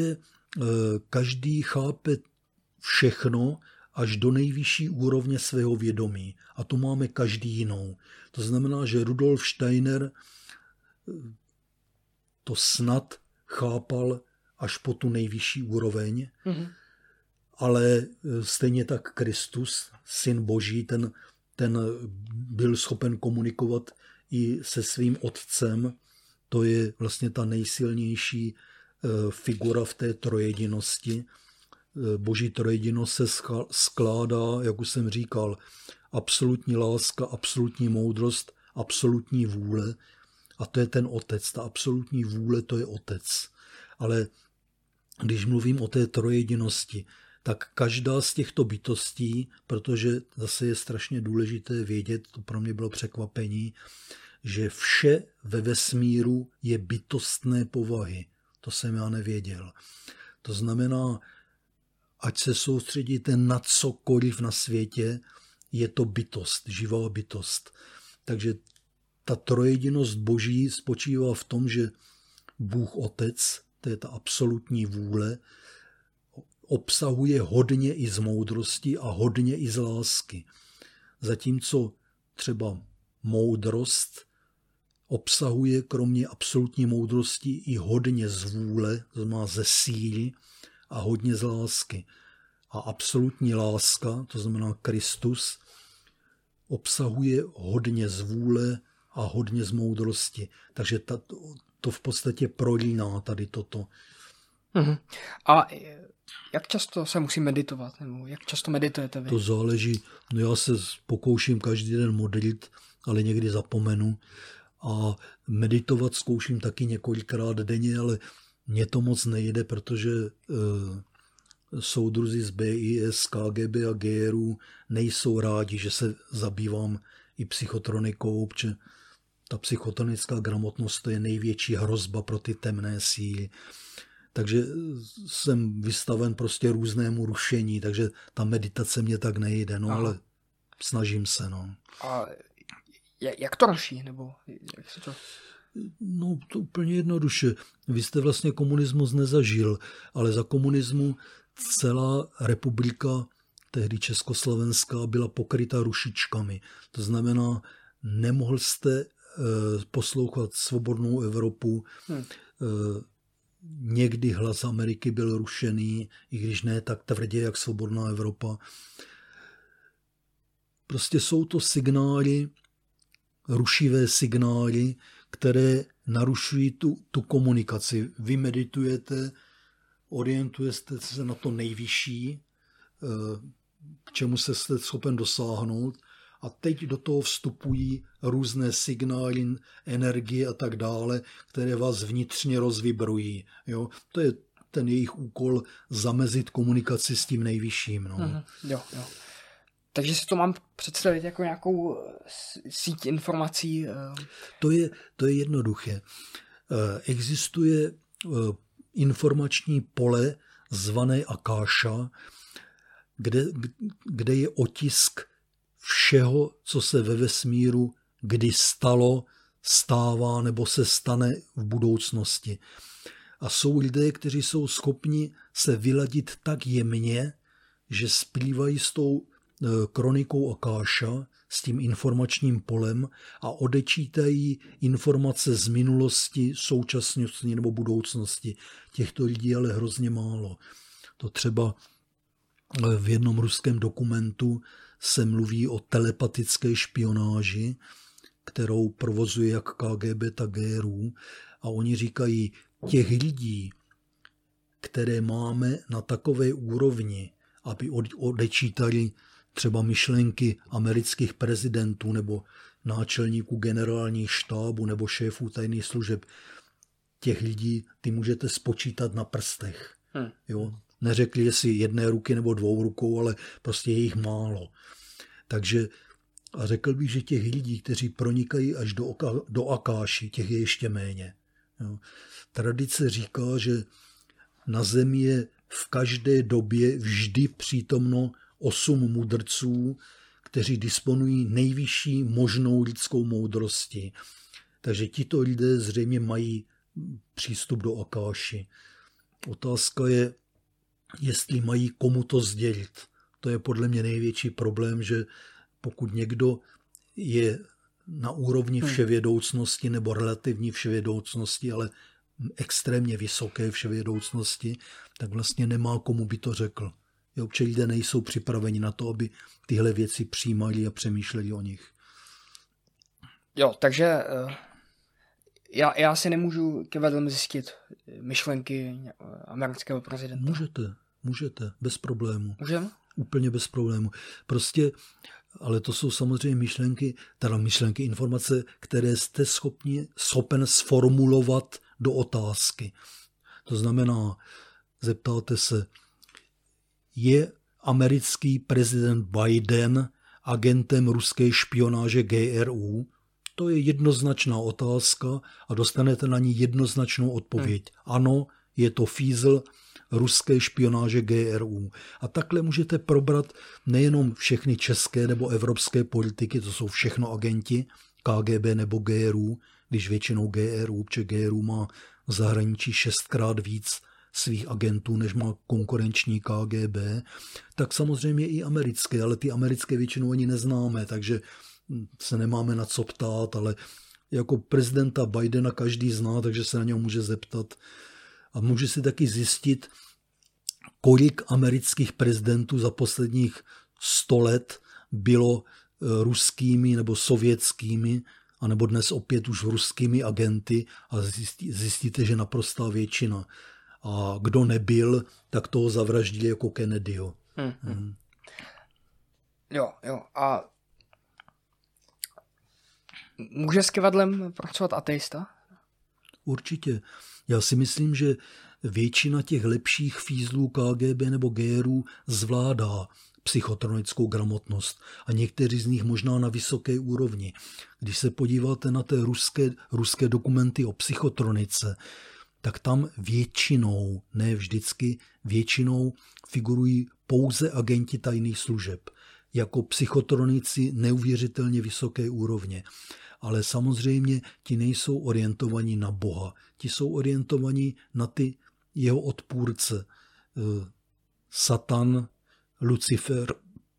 každý chápe všechno až do nejvyšší úrovně svého vědomí. A to máme každý jinou. To znamená, že Rudolf Steiner to snad chápal až po tu nejvyšší úroveň, ale stejně tak Kristus, Syn Boží, ten byl schopen komunikovat i se svým otcem. To je vlastně ta nejsilnější figura v té trojedinosti. Boží trojedinost se skládá, jak už jsem říkal, absolutní láska, absolutní moudrost, absolutní vůle. A to je ten otec, ta absolutní vůle, to je otec. Ale když mluvím o té trojedinosti, tak každá z těchto bytostí, protože zase je strašně důležité vědět, to pro mě bylo překvapení, že vše ve vesmíru je bytostné povahy. To jsem já nevěděl. To znamená, ať se soustředíte na cokoliv na světě, je to bytost, živá bytost. Takže ta trojedinost Boží spočívá v tom, že Bůh Otec, to je ta absolutní vůle, obsahuje hodně i z moudrosti a hodně i z lásky. Zatímco třeba moudrost obsahuje kromě absolutní moudrosti i hodně zvůle, to znamená ze síly a hodně z lásky. A absolutní láska, to znamená Kristus, obsahuje hodně zvůle a hodně z moudrosti. Takže to v podstatě prolíná tady toto. Uh-huh. A jak často se musí meditovat? Nebo jak často meditujete vy? To záleží. No já se pokouším každý den modlit, ale někdy zapomenu. A meditovat zkouším taky několikrát denně, ale mně to moc nejde, protože soudruzi z BIS, KGB a GRU nejsou rádi, že se zabývám i psychotronikou, protože ta psychotronická gramotnost to je největší hrozba pro ty temné síly. Takže jsem vystaven prostě různému rušení, takže ta meditace mě tak nejde, no. Aha. Ale snažím se, no. A jak to ruší, nebo jak se to... No to úplně jednoduše. Vy jste vlastně komunismus nezažil, ale za komunismu celá republika, tehdy Československá, byla pokryta rušičkami. To znamená, nemohl jste poslouchat Svobodnou Evropu. Někdy Hlas Ameriky byl rušený, i když ne tak tvrdě, jak Svobodná Evropa. Prostě jsou to signály, rušivé signály, které narušují tu komunikaci. Vy meditujete, orientujete se na to nejvyšší, k čemu se jste schopen dosáhnout, a teď do toho vstupují různé signály, energie a tak dále, které vás vnitřně rozvibrují. Jo? To je ten jejich úkol, zamezit komunikaci s tím nejvyšším. No. Jo. Takže si to mám představit jako nějakou síť informací? To je jednoduché. Existuje informační pole zvané Akáša, kde je otisk všeho, co se ve vesmíru kdy stalo, stává nebo se stane v budoucnosti. A jsou lidé, kteří jsou schopni se vyladit tak jemně, že splývají s tou kronikou Akáša, s tím informačním polem a odečítají informace z minulosti, současnosti nebo budoucnosti. Těchto lidí ale hrozně málo. To třeba v jednom ruském dokumentu se mluví o telepatické špionáži, kterou provozuje jak KGB, tak GRU. A oni říkají, těch lidí, které máme na takové úrovni, aby odečítali třeba myšlenky amerických prezidentů nebo náčelníků generálních štábů nebo šéfů tajných služeb, těch lidí ty můžete spočítat na prstech. Jo? Neřekli, jestli jedné ruky nebo dvou rukou, ale prostě je jich málo. Takže a řekl bych, že těch lidí, kteří pronikají až do Akáši, těch je ještě méně. Jo. Tradice říká, že na zemi je v každé době vždy přítomno 8 mudrců, kteří disponují nejvyšší možnou lidskou moudrostí. Takže tito lidé zřejmě mají přístup do Akáši. Otázka je, jestli mají komu to sdělit. To je podle mě největší problém, že pokud někdo je na úrovni vševědoucnosti nebo relativní vševědoucnosti, ale extrémně vysoké vševědoucnosti, tak vlastně nemá komu by to řekl. Občas lidé nejsou připraveni na to, aby tyhle věci přijímali a přemýšleli o nich. Jo, takže já si nemůžu kivadlem zjistit myšlenky amerického prezidenta. Můžete, bez problému. Můžeme? Úplně bez problému. Prostě, ale to jsou samozřejmě myšlenky, informace, které jste schopen sformulovat do otázky. To znamená, zeptáte se, je americký prezident Biden agentem ruské špionáže GRU? To je jednoznačná otázka a dostanete na ní jednoznačnou odpověď. Ano, je to fízl ruské špionáže GRU. A takhle můžete probrat nejenom všechny české nebo evropské politiky, to jsou všechno agenti KGB nebo GRU, když většinou GRU, protože GRU má v zahraničí 6krát víc svých agentů, než má konkurenční KGB, tak samozřejmě i americké, ale ty americké většinou ani neznáme, takže se nemáme na co ptát, ale jako prezidenta Bidena každý zná, takže se na něho může zeptat. A může si taky zjistit, kolik amerických prezidentů za posledních 100 let bylo ruskými nebo sovětskými, anebo dnes opět už ruskými agenty a zjistíte, že naprostá většina. A kdo nebyl, tak toho zavraždili jako Kennedyho. Jo. A může s kyvadlem pracovat ateista? Určitě. Já si myslím, že většina těch lepších fízlů KGB nebo GRU zvládá psychotronickou gramotnost a někteří z nich možná na vysoké úrovni. Když se podíváte na ty ruské dokumenty o psychotronice, tak tam většinou, ne vždycky, většinou figurují pouze agenti tajných služeb, jako psychotronici neuvěřitelně vysoké úrovně. Ale samozřejmě ti nejsou orientovaní na Boha, ti jsou orientovaní na ty jeho odpůrce. Satan, Lucifer,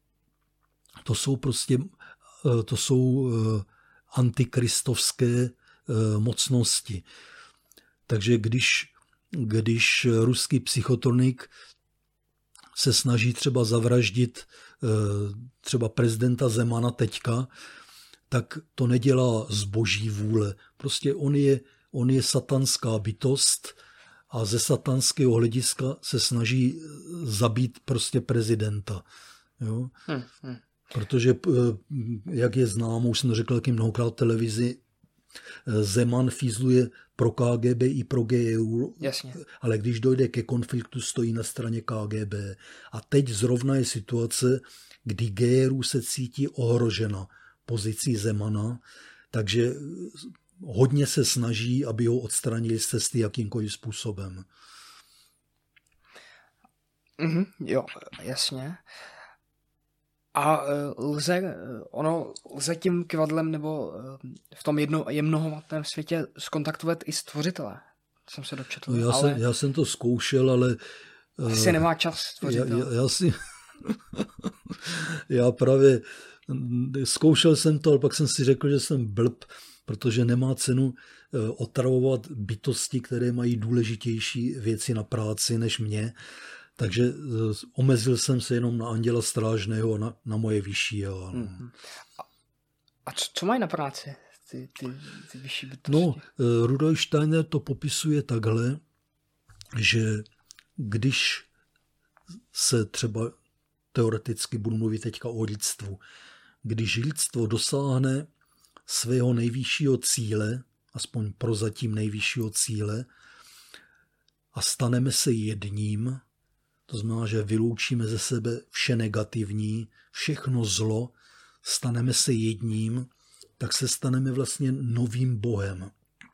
to jsou antikristovské mocnosti. Takže když ruský psychotronik se snaží třeba zavraždit třeba prezidenta Zemana teďka, tak to nedělá z boží vůle. Prostě on je satanská bytost a ze satanského hlediska se snaží zabít prostě prezidenta. Jo? Protože, jak je známo, už jsem to řekl taky mnohokrát v televizi, Zeman fízluje pro KGB i pro GRU, ale když dojde ke konfliktu, stojí na straně KGB. A teď zrovna je situace, kdy GRU se cítí ohrožena pozicí Zemana, takže hodně se snaží, aby ho odstranili z cesty jakýmkoliv způsobem. Jo, jasně. A lze tím kyvadlem nebo v tom jemnohmotném světě zkontaktovat i stvořitele. Jsem se dočetl. Já jsem to zkoušel, ale asi nemá čas stvořitel. Já právě zkoušel jsem to, ale pak jsem si řekl, že jsem blb, protože nemá cenu otravovat bytosti, které mají důležitější věci na práci než mě. Takže omezil jsem se jenom na anděla strážného a na moje vyšší. A co mají na práci ty vyšší bytosti? No, Rudolf Steiner to popisuje takhle, že když se třeba teoreticky budu mluvit teďka o lidstvu, když lidstvo dosáhne svého nejvyššího cíle, aspoň prozatím nejvyššího cíle, a staneme se jedním, to znamená, že vyloučíme ze sebe vše negativní, všechno zlo, staneme se jedním, tak se staneme vlastně novým Bohem.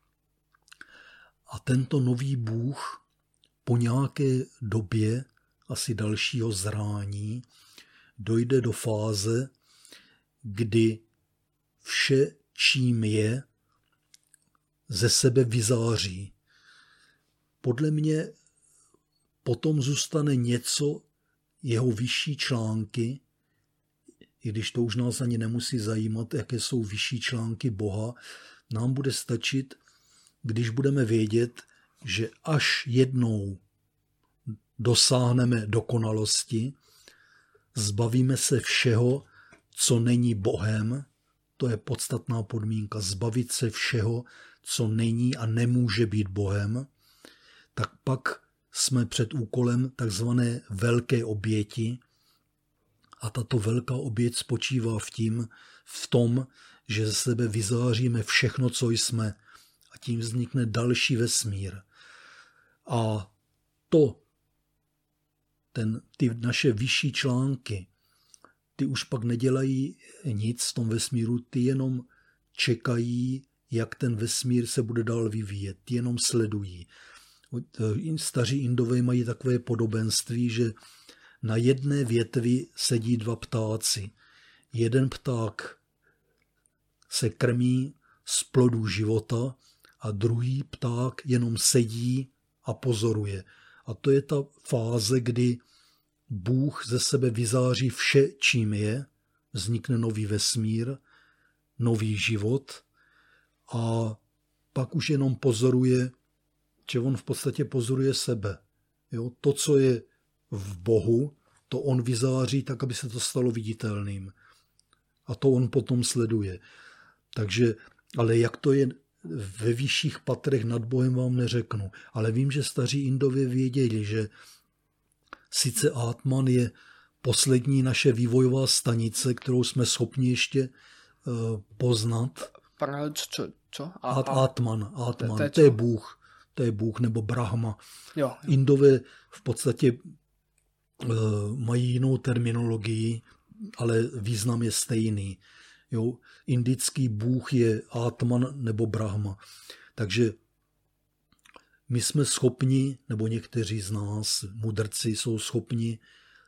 A tento nový Bůh po nějaké době, asi dalšího zrání, dojde do fáze, kdy vše, čím je, ze sebe vyzáří. Podle mě potom zůstane něco, jeho vyšší články, i když to už nás ani nemusí zajímat, jaké jsou vyšší články Boha, nám bude stačit, když budeme vědět, že až jednou dosáhneme dokonalosti, zbavíme se všeho, co není Bohem, to je podstatná podmínka, zbavit se všeho, co není a nemůže být Bohem, tak pak jsme před úkolem takzvané velké oběti a tato velká oběť spočívá v tom, že ze sebe vyzáříme všechno, co jsme a tím vznikne další vesmír. A ty naše vyšší články, ty už pak nedělají nic v tom vesmíru, ty jenom čekají, jak ten vesmír se bude dál vyvíjet, ty jenom sledují. Staří Indové mají takové podobenství, že na jedné větvi sedí dva ptáci. Jeden pták se krmí z plodů života a druhý pták jenom sedí a pozoruje. A to je ta fáze, kdy Bůh ze sebe vyzáří vše, čím je, vznikne nový vesmír, nový život a pak už jenom pozoruje, že on v podstatě pozoruje sebe. Jo? To, co je v Bohu, to on vyzáří tak, aby se to stalo viditelným. A to on potom sleduje. Takže, ale jak to je ve vyšších patrech nad Bohem, vám neřeknu. Ale vím, že staří Indové věděli, že sice Atman je poslední naše vývojová stanice, kterou jsme schopni ještě poznat. Co? Atman. To je Bůh. To je Bůh nebo Brahma. Jo. Indové v podstatě mají jinou terminologii, ale význam je stejný. Jo? Indický Bůh je Atman nebo Brahma. Takže my jsme schopni, nebo někteří z nás, mudrci, jsou schopni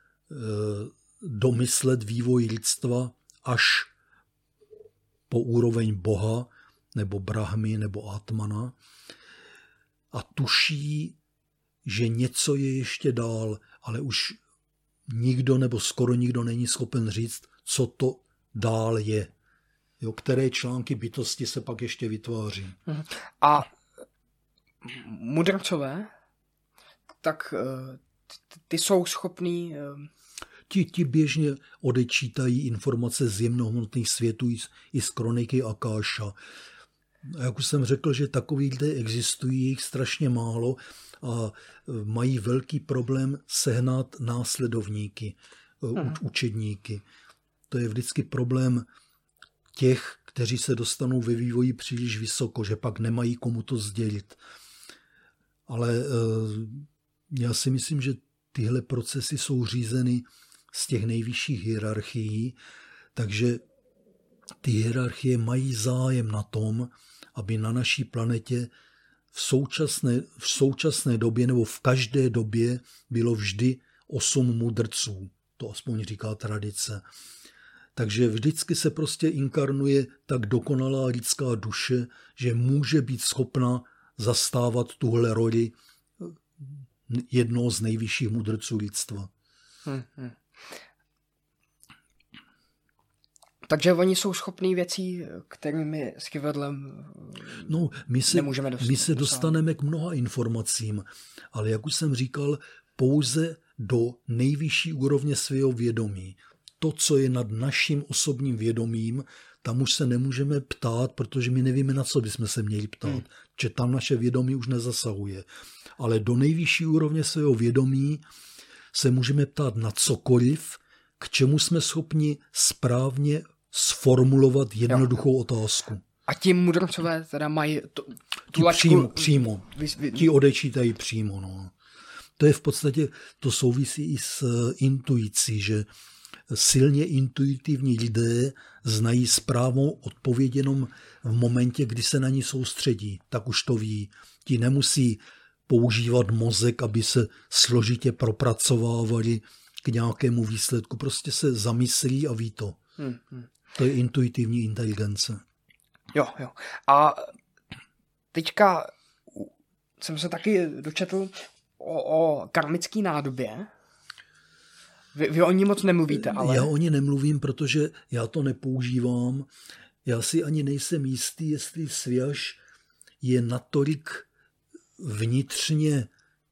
domyslet vývoj lidstva až po úroveň Boha, nebo Brahmy, nebo Atmana a tuší, že něco je ještě dál, ale už nikdo nebo skoro nikdo není schopen říct, co to dál je. Jo, které články bytosti se pak ještě vytváří. A mudrcové, tak ty jsou schopní... Ti běžně odečítají informace z jemnohmotných světů i z kroniky Akáša. A jak už jsem řekl, že takový lidé existují, jich strašně málo a mají velký problém sehnat následovníky, učedníky. To je vždycky problém těch, kteří se dostanou ve vývoji příliš vysoko, že pak nemají komu to sdělit. Ale já si myslím, že tyhle procesy jsou řízeny z těch nejvyšších hierarchií, takže ty hierarchie mají zájem na tom, aby na naší planetě v současné době nebo v každé době bylo vždy 8 mudrců. To aspoň říká tradice. Takže vždycky se prostě inkarnuje tak dokonalá lidská duše, že může být schopna zastávat tuhle roli jednoho z nejvyšších mudrců lidstva. Takže oni jsou schopní věcí, kterými s Kyvedlem nemůžeme dosáhnout. My se dostaneme k mnoha informacím, ale jak už jsem říkal, pouze do nejvyšší úrovně svého vědomí. To, co je nad naším osobním vědomím, tam už se nemůžeme ptát, protože my nevíme, na co bychom se měli ptát. Že tam naše vědomí už nezasahuje. Ale do nejvyšší úrovně svého vědomí se můžeme ptát na cokoliv, k čemu jsme schopni správně sformulovat jednoduchou otázku. A ti mudrcové teda mají tu laťku... Přímo. Ti odečítají přímo. No. To je v podstatě, to souvisí i s intuicí, že silně intuitivní lidé znají správnou odpověď jenom v momentě, kdy se na ní soustředí. Tak už to ví. Ti nemusí používat mozek, aby se složitě propracovávali k nějakému výsledku. Prostě se zamyslí a ví to. To je intuitivní inteligence. Jo. A teďka jsem se taky dočetl o karmické nádobě. Vy o ní moc nemluvíte, ale... Já o ní nemluvím, protože já to nepoužívám. Já si ani nejsem jistý, jestli svěž je natolik vnitřně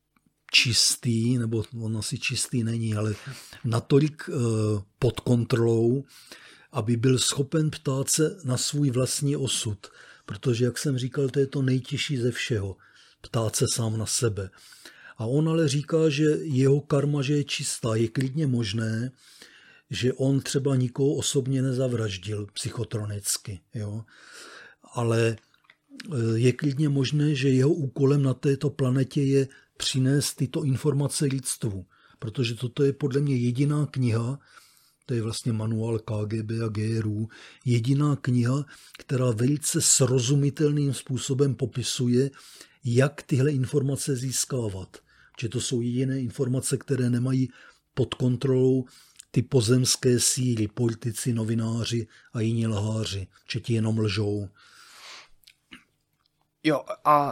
čistý, nebo on asi čistý není, ale natolik pod kontrolou, aby byl schopen ptát se na svůj vlastní osud. Protože, jak jsem říkal, to je to nejtěžší ze všeho. Ptát se sám na sebe. A on ale říká, že jeho karma, že je čistá. Je klidně možné, že on třeba nikoho osobně nezavraždil psychotronicky. Jo? Ale je klidně možné, že jeho úkolem na této planetě je přinést tyto informace lidstvu. Protože toto je podle mě jediná kniha, to je vlastně manuál KGB a GRU, jediná kniha, která velice srozumitelným způsobem popisuje, jak tyhle informace získávat. Že to jsou jediné informace, které nemají pod kontrolou ty pozemské síly, politici, novináři a jiní lháři, že ti jenom lžou. Jo, a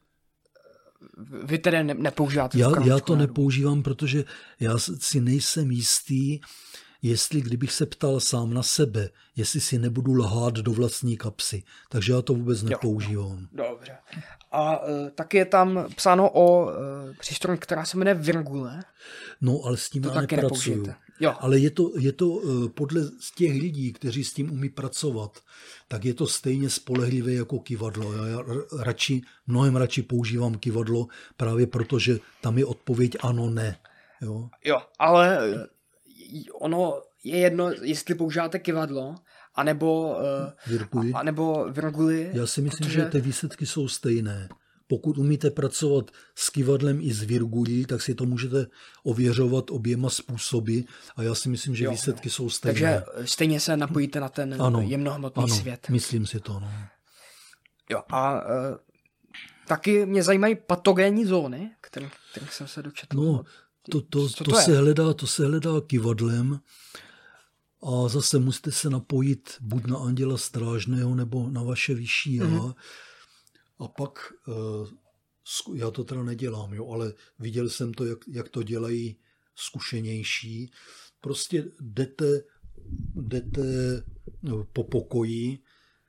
vy tedy nepoužíváte? Já to nepoužívám, protože já si nejsem jistý, jestli kdybych se ptal sám na sebe, jestli si nebudu lhát do vlastní kapsy. Takže já to vůbec nepoužívám. Dobře. A taky je tam psáno o přístroji, která se jmenuje Virgule. No, ale s tím to já nepracuju. Ale je to podle těch lidí, kteří s tím umí pracovat, tak je to stejně spolehlivé jako kyvadlo. Já mnohem radši používám kyvadlo, právě protože tam je odpověď ano, ne. Jo, ale ono je jedno, jestli používáte kyvadlo, anebo virguli. Já si myslím, že ty výsledky jsou stejné. Pokud umíte pracovat s kyvadlem i s virgulí, tak si to můžete ověřovat oběma způsoby a já si myslím, že výsledky jsou stejné. Takže stejně se napojíte na ten jemnohmotný svět. Myslím si to. No. Jo, a taky mě zajímají patogénní zóny, kterých jsem se dočetl. No, to se hledá kyvadlem a zase musíte se napojit buď na anděla strážného nebo na vaše vyšší já. A pak, já to teda nedělám, ale viděl jsem to, jak to dělají zkušenější. Prostě jdete po pokoji,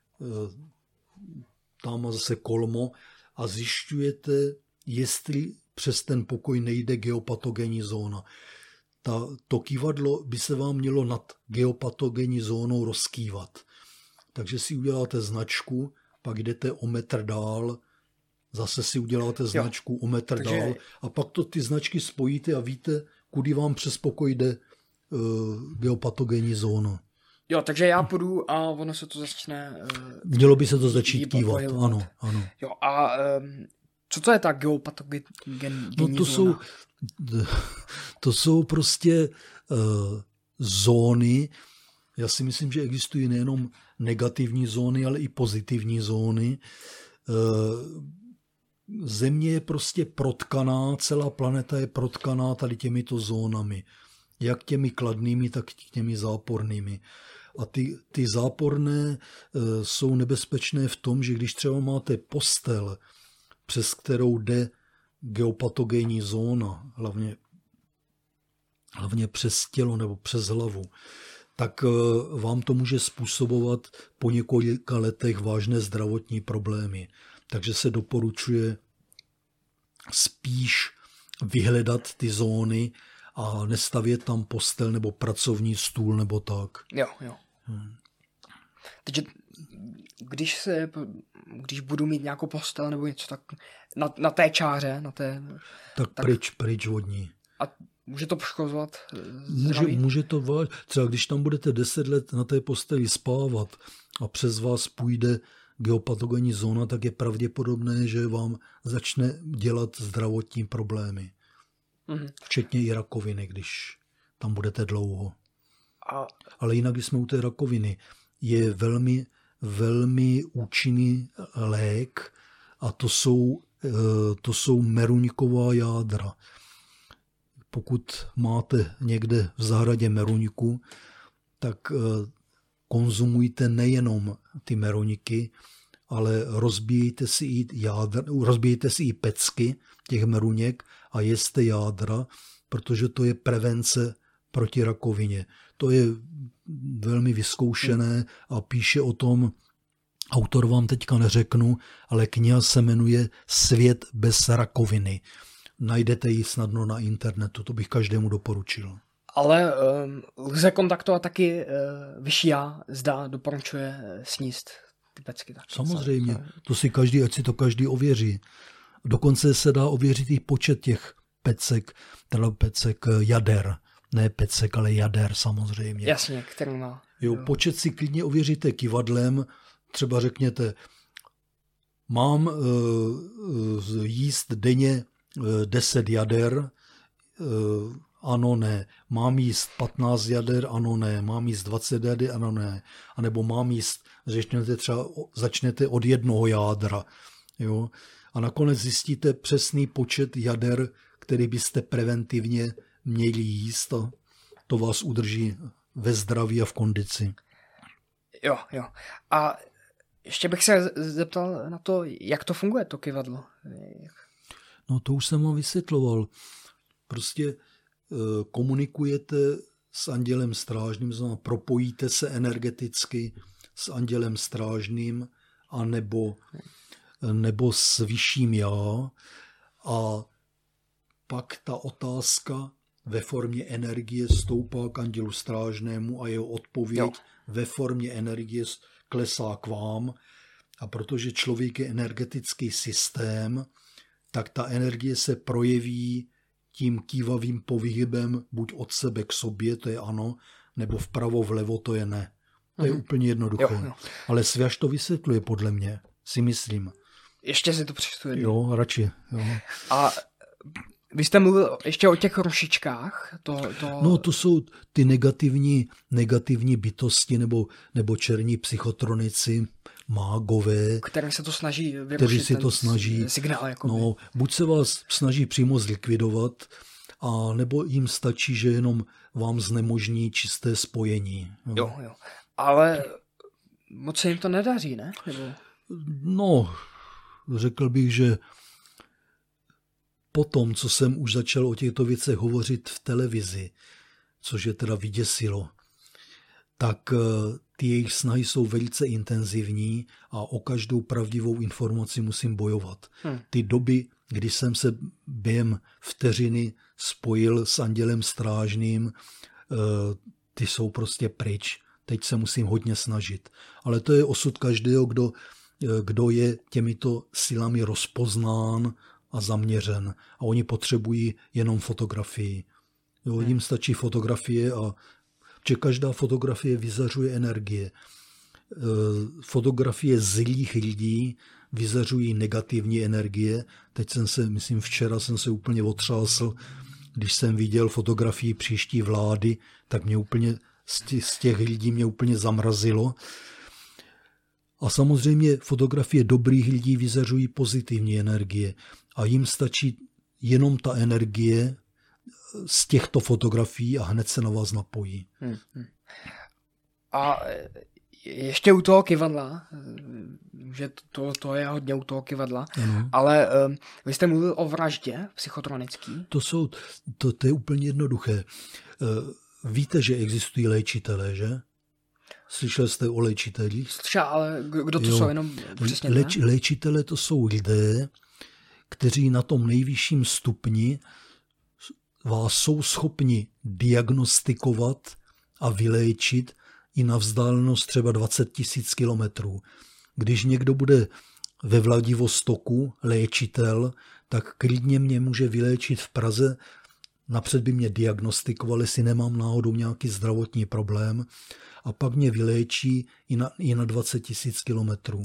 tam má zase kolmo a zjišťujete, jestli přes ten pokoj nejde geopatogenní zóna. To kyvadlo by se vám mělo nad geopatogenní zónou rozkývat. Takže si uděláte značku, pak jdete o metr dál, zase si uděláte značku o metr dál a pak ty značky spojíte a víte, kudy vám přes pokoj jde geopatogenní zóna. Jo, takže já půjdu a ono se to začne... Mělo by se to začít kývat, ano. Jo, a co to je ta geopatogenní zóna? To jsou prostě zóny. Já si myslím, že existují nejenom negativní zóny, ale i pozitivní zóny. Země je prostě protkaná, celá planeta je protkaná tady těmito zónami. Jak těmi kladnými, tak těmi zápornými. A ty záporné jsou nebezpečné v tom, že když třeba máte postel, přes kterou jde geopatogenní zóna, hlavně přes tělo nebo přes hlavu, tak vám to může způsobovat po několika letech vážné zdravotní problémy. Takže se doporučuje spíš vyhledat ty zóny a nestavět tam postel nebo pracovní stůl nebo tak. Jo. Takže když budu mít nějakou postel nebo něco tak na té čáře, tak pryč od ní. A může to poškozovat zdraví? Může to třeba když tam budete 10 let na té posteli spávat a přes vás půjde geopatogenní zóna, tak je pravděpodobné, že vám začne dělat zdravotní problémy. Včetně i rakoviny, když tam budete dlouho. Ale jinak, když jsme u té rakoviny, je velmi, velmi účinný lék a to jsou meruňková jádra. Pokud máte někde v zahradě meruňku, tak konzumujte nejenom ty meruňky, ale rozbijejte si i pecky těch meruněk a jeste jádra, protože to je prevence proti rakovině. To je velmi vyzkoušené a píše o tom, autor vám teďka neřeknu, ale kniha se jmenuje Svět bez rakoviny. Najdete ji snadno na internetu, to bych každému doporučil. Ale lze kontaktovat taky vyšší já, zda doporučuje sníst ty pecky. Tak samozřejmě, ať si to každý ověří. Dokonce se dá ověřit i počet těch pecek jader. Ne pecek, ale jader samozřejmě. Jasně, který má. Počet si klidně ověříte kyvadlem, třeba řekněte, mám jíst denně 10 jader, ano, ne. Mám jíst 15 jader, ano, ne. Mám jíst 20 jader, ano, ne. A nebo mám jíst, začnete od jednoho jádra. Jo? A nakonec zjistíte přesný počet jader, který byste preventivně měli jíst a to vás udrží ve zdraví a v kondici. Jo. A ještě bych se zeptal na to, jak to funguje, to kyvadlo. No to už jsem vám vysvětloval. Prostě komunikujete s andělem strážným, znamená propojíte se energeticky s andělem strážným a nebo s vyšším já. A pak ta otázka ve formě energie stoupá k andělu strážnému a jeho odpověď ve formě energie klesá k vám. A protože člověk je energetický systém, tak ta energie se projeví tím kývavým pohybem buď od sebe k sobě, to je ano, nebo vpravo, vlevo, to je ne. To je úplně jednoduché. Jo. Ale Sviaš to vysvětluje podle mě, si myslím. Ještě si to přečtu. Jo, radši. Jo. A vy jste mluvil ještě o těch rošičkách. No, to jsou ty negativní bytosti nebo černí psychotronici, mágové. Kteří se to snaží vyrušit ten signál. No, buď se vás snaží přímo zlikvidovat, a nebo jim stačí, že jenom vám znemožní čisté spojení. Jo. Ale moc se jim to nedaří, ne? No, řekl bych, že potom, co jsem už začal o těchto věcech hovořit v televizi, což je teda vyděsilo, tak ty jejich snahy jsou velice intenzivní a o každou pravdivou informaci musím bojovat. Ty doby, kdy jsem se během vteřiny spojil s andělem strážným, ty jsou prostě pryč. Teď se musím hodně snažit. Ale to je osud každého, kdo je těmito silami rozpoznán a zaměřen. A oni potřebují jenom fotografii. Jim stačí fotografie že každá fotografie vyzařuje energie. Fotografie zlých lidí vyzařují negativní energie. Teď včera jsem se úplně otřásl, když jsem viděl fotografii příští vlády, tak mě úplně z těch lidí mě úplně zamrazilo. A samozřejmě fotografie dobrých lidí vyzařují pozitivní energie. A jim stačí jenom ta energie z těchto fotografií a hned se na vás napojí. A ještě u toho kyvadla, že to je hodně u toho kyvadla, ale vy jste mluvil o vraždě psychotronický. To je úplně jednoduché. Víte, že existují léčitelé, že? Slyšel jste o léčitelích? Slyšel, ale kdo to jsou jenom přesně? Léčitelé to jsou lidé, kteří na tom nejvyšším stupni vás jsou schopni diagnostikovat a vyléčit i na vzdálenost třeba 20 000 kilometrů. Když někdo bude ve Vladivostoku léčitel, tak klidně mě může vyléčit v Praze. Napřed by mě diagnostikovali, jestli nemám náhodou nějaký zdravotní problém, a pak mě vyléčí i na 20 000 kilometrů.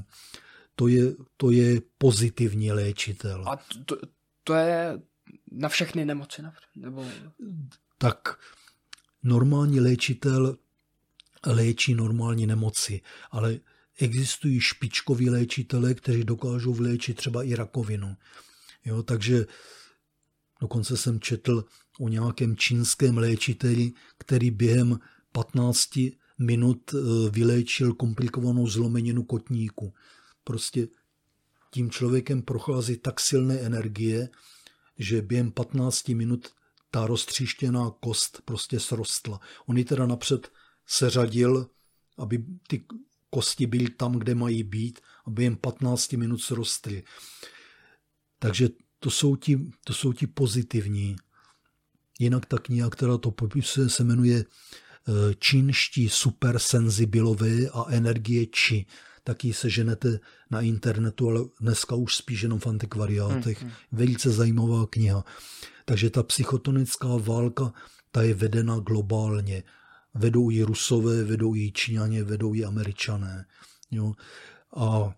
To je pozitivní léčitel. A to je na všechny nemoci? Nebo... Tak normální léčitel léčí normální nemoci, ale existují špičkoví léčitelé, kteří dokážou vyléčit třeba i rakovinu. Jo, takže dokonce jsem četl o nějakém čínském léčiteli, který během 15 minut vyléčil komplikovanou zlomeninu kotníku. Prostě tím člověkem prochází tak silné energie, že během 15 minut ta roztříštěná kost prostě srostla. On ji teda napřed seřadil, aby ty kosti byly tam, kde mají být, a během 15 minut srostly. Takže to jsou ti pozitivní. Jinak ta kniha, která to popisuje, se jmenuje Čínští supersenzibilové a energie či. Taky se ženete na internetu, ale dneska už spíš jenom v antikvariátech. Velice zajímavá kniha. Takže ta psychotonická válka, ta je vedena globálně. Vedou ji Rusové, vedou ji Číňané, vedou ji Američané. Jo? A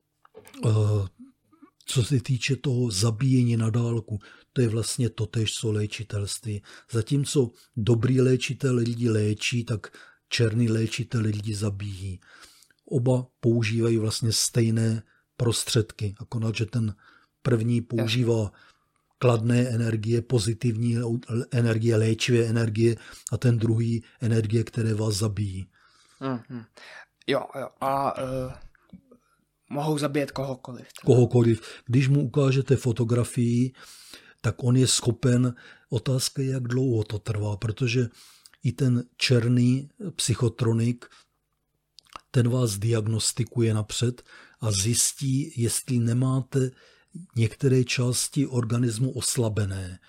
co se týče toho zabíjení na dálku, to je vlastně totéž co léčitelství. Zatímco dobrý léčitel lidi léčí, tak černý léčitel lidi zabíjí. Oba používají vlastně stejné prostředky, akorát, že ten první používá kladné energie, pozitivní energie, léčivé energie, a ten druhý energie, které vás zabíjí. Jo. A mohou zabíjet kohokoliv. Kohokoliv. Když mu ukážete fotografii, tak on je schopen, otázka je, jak dlouho to trvá, protože i ten černý psychotronik, ten vás diagnostikuje napřed a zjistí, jestli nemáte některé části organismu oslabené.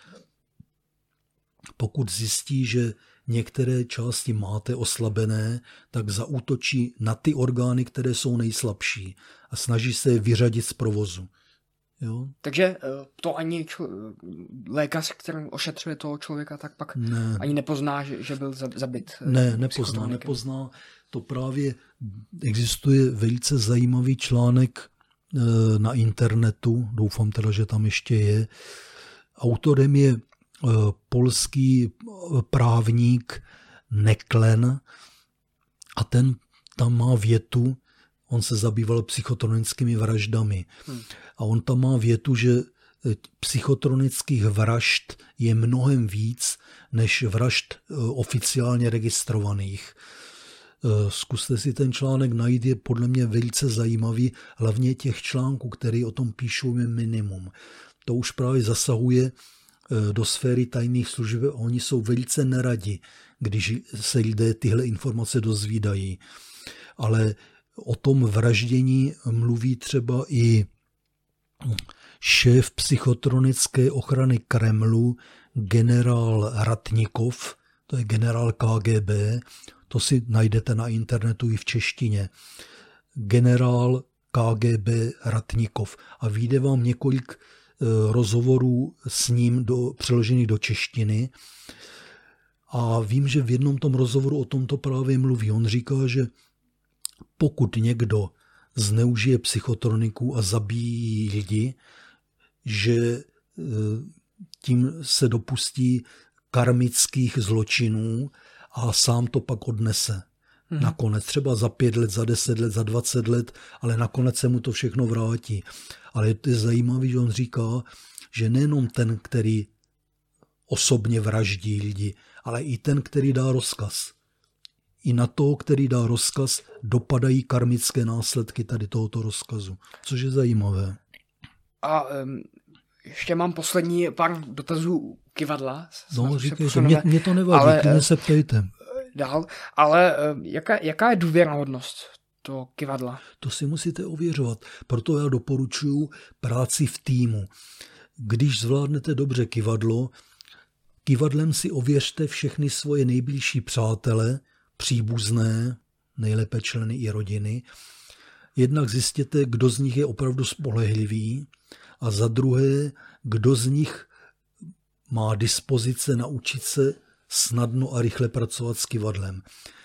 Pokud zjistí, že některé části máte oslabené, tak zaútočí na ty orgány, které jsou nejslabší a snaží se je vyřadit z provozu. Jo? Takže to ani lékař, který ošetřuje toho člověka, tak pak ani nepozná, že byl zabit. Ne, nepozná. To právě existuje velice zajímavý článek na internetu, doufám teda, že tam ještě je. Autorem je polský právník Neklen a ten tam má větu, on se zabýval psychotronickými vraždami a on tam má větu, že psychotronických vražd je mnohem víc než vražd oficiálně registrovaných. Zkuste si ten článek najít, je podle mě velice zajímavý, hlavně těch článků, které o tom píšou, je minimum. To už právě zasahuje do sféry tajných služeb a oni jsou velice neradi, když se lidé tyhle informace dozvídají. Ale o tom vraždění mluví třeba i šéf psychotronické ochrany Kremlu, generál Ratnikov, to je generál KGB, to si najdete na internetu i v češtině. Generál KGB Ratnikov. A vyjde vám několik rozhovorů s ním přeložených do češtiny. A vím, že v jednom tom rozhovoru o tomto právě mluví. On říká, že pokud někdo zneužije psychotroniku a zabíjí lidi, že tím se dopustí karmických zločinů a sám to pak odnese. Nakonec třeba za 5 let, za 10 let, za 20 let, ale nakonec se mu to všechno vrátí. Ale je to zajímavé, že on říká, že nejenom ten, který osobně vraždí lidi, ale i ten, který dá rozkaz. I na toho, který dá rozkaz, dopadají karmické následky tady tohoto rozkazu. Což je zajímavé. A ještě mám poslední pár dotazů Kyvadla. No, říkejte, mě to nevadí, klidně se ptejte. Dál, ale jaká je důvěryhodnost toho Kyvadla? To si musíte ověřovat. Proto já doporučuji práci v týmu. Když zvládnete dobře kyvadlo, kyvadlem si ověřte všechny svoje nejbližší přátele, příbuzné, nejlépe členy i rodiny. Jednak zjistěte, kdo z nich je opravdu spolehlivý a za druhé, kdo z nich má dispozice naučit se snadno a rychle pracovat s kyvadlem.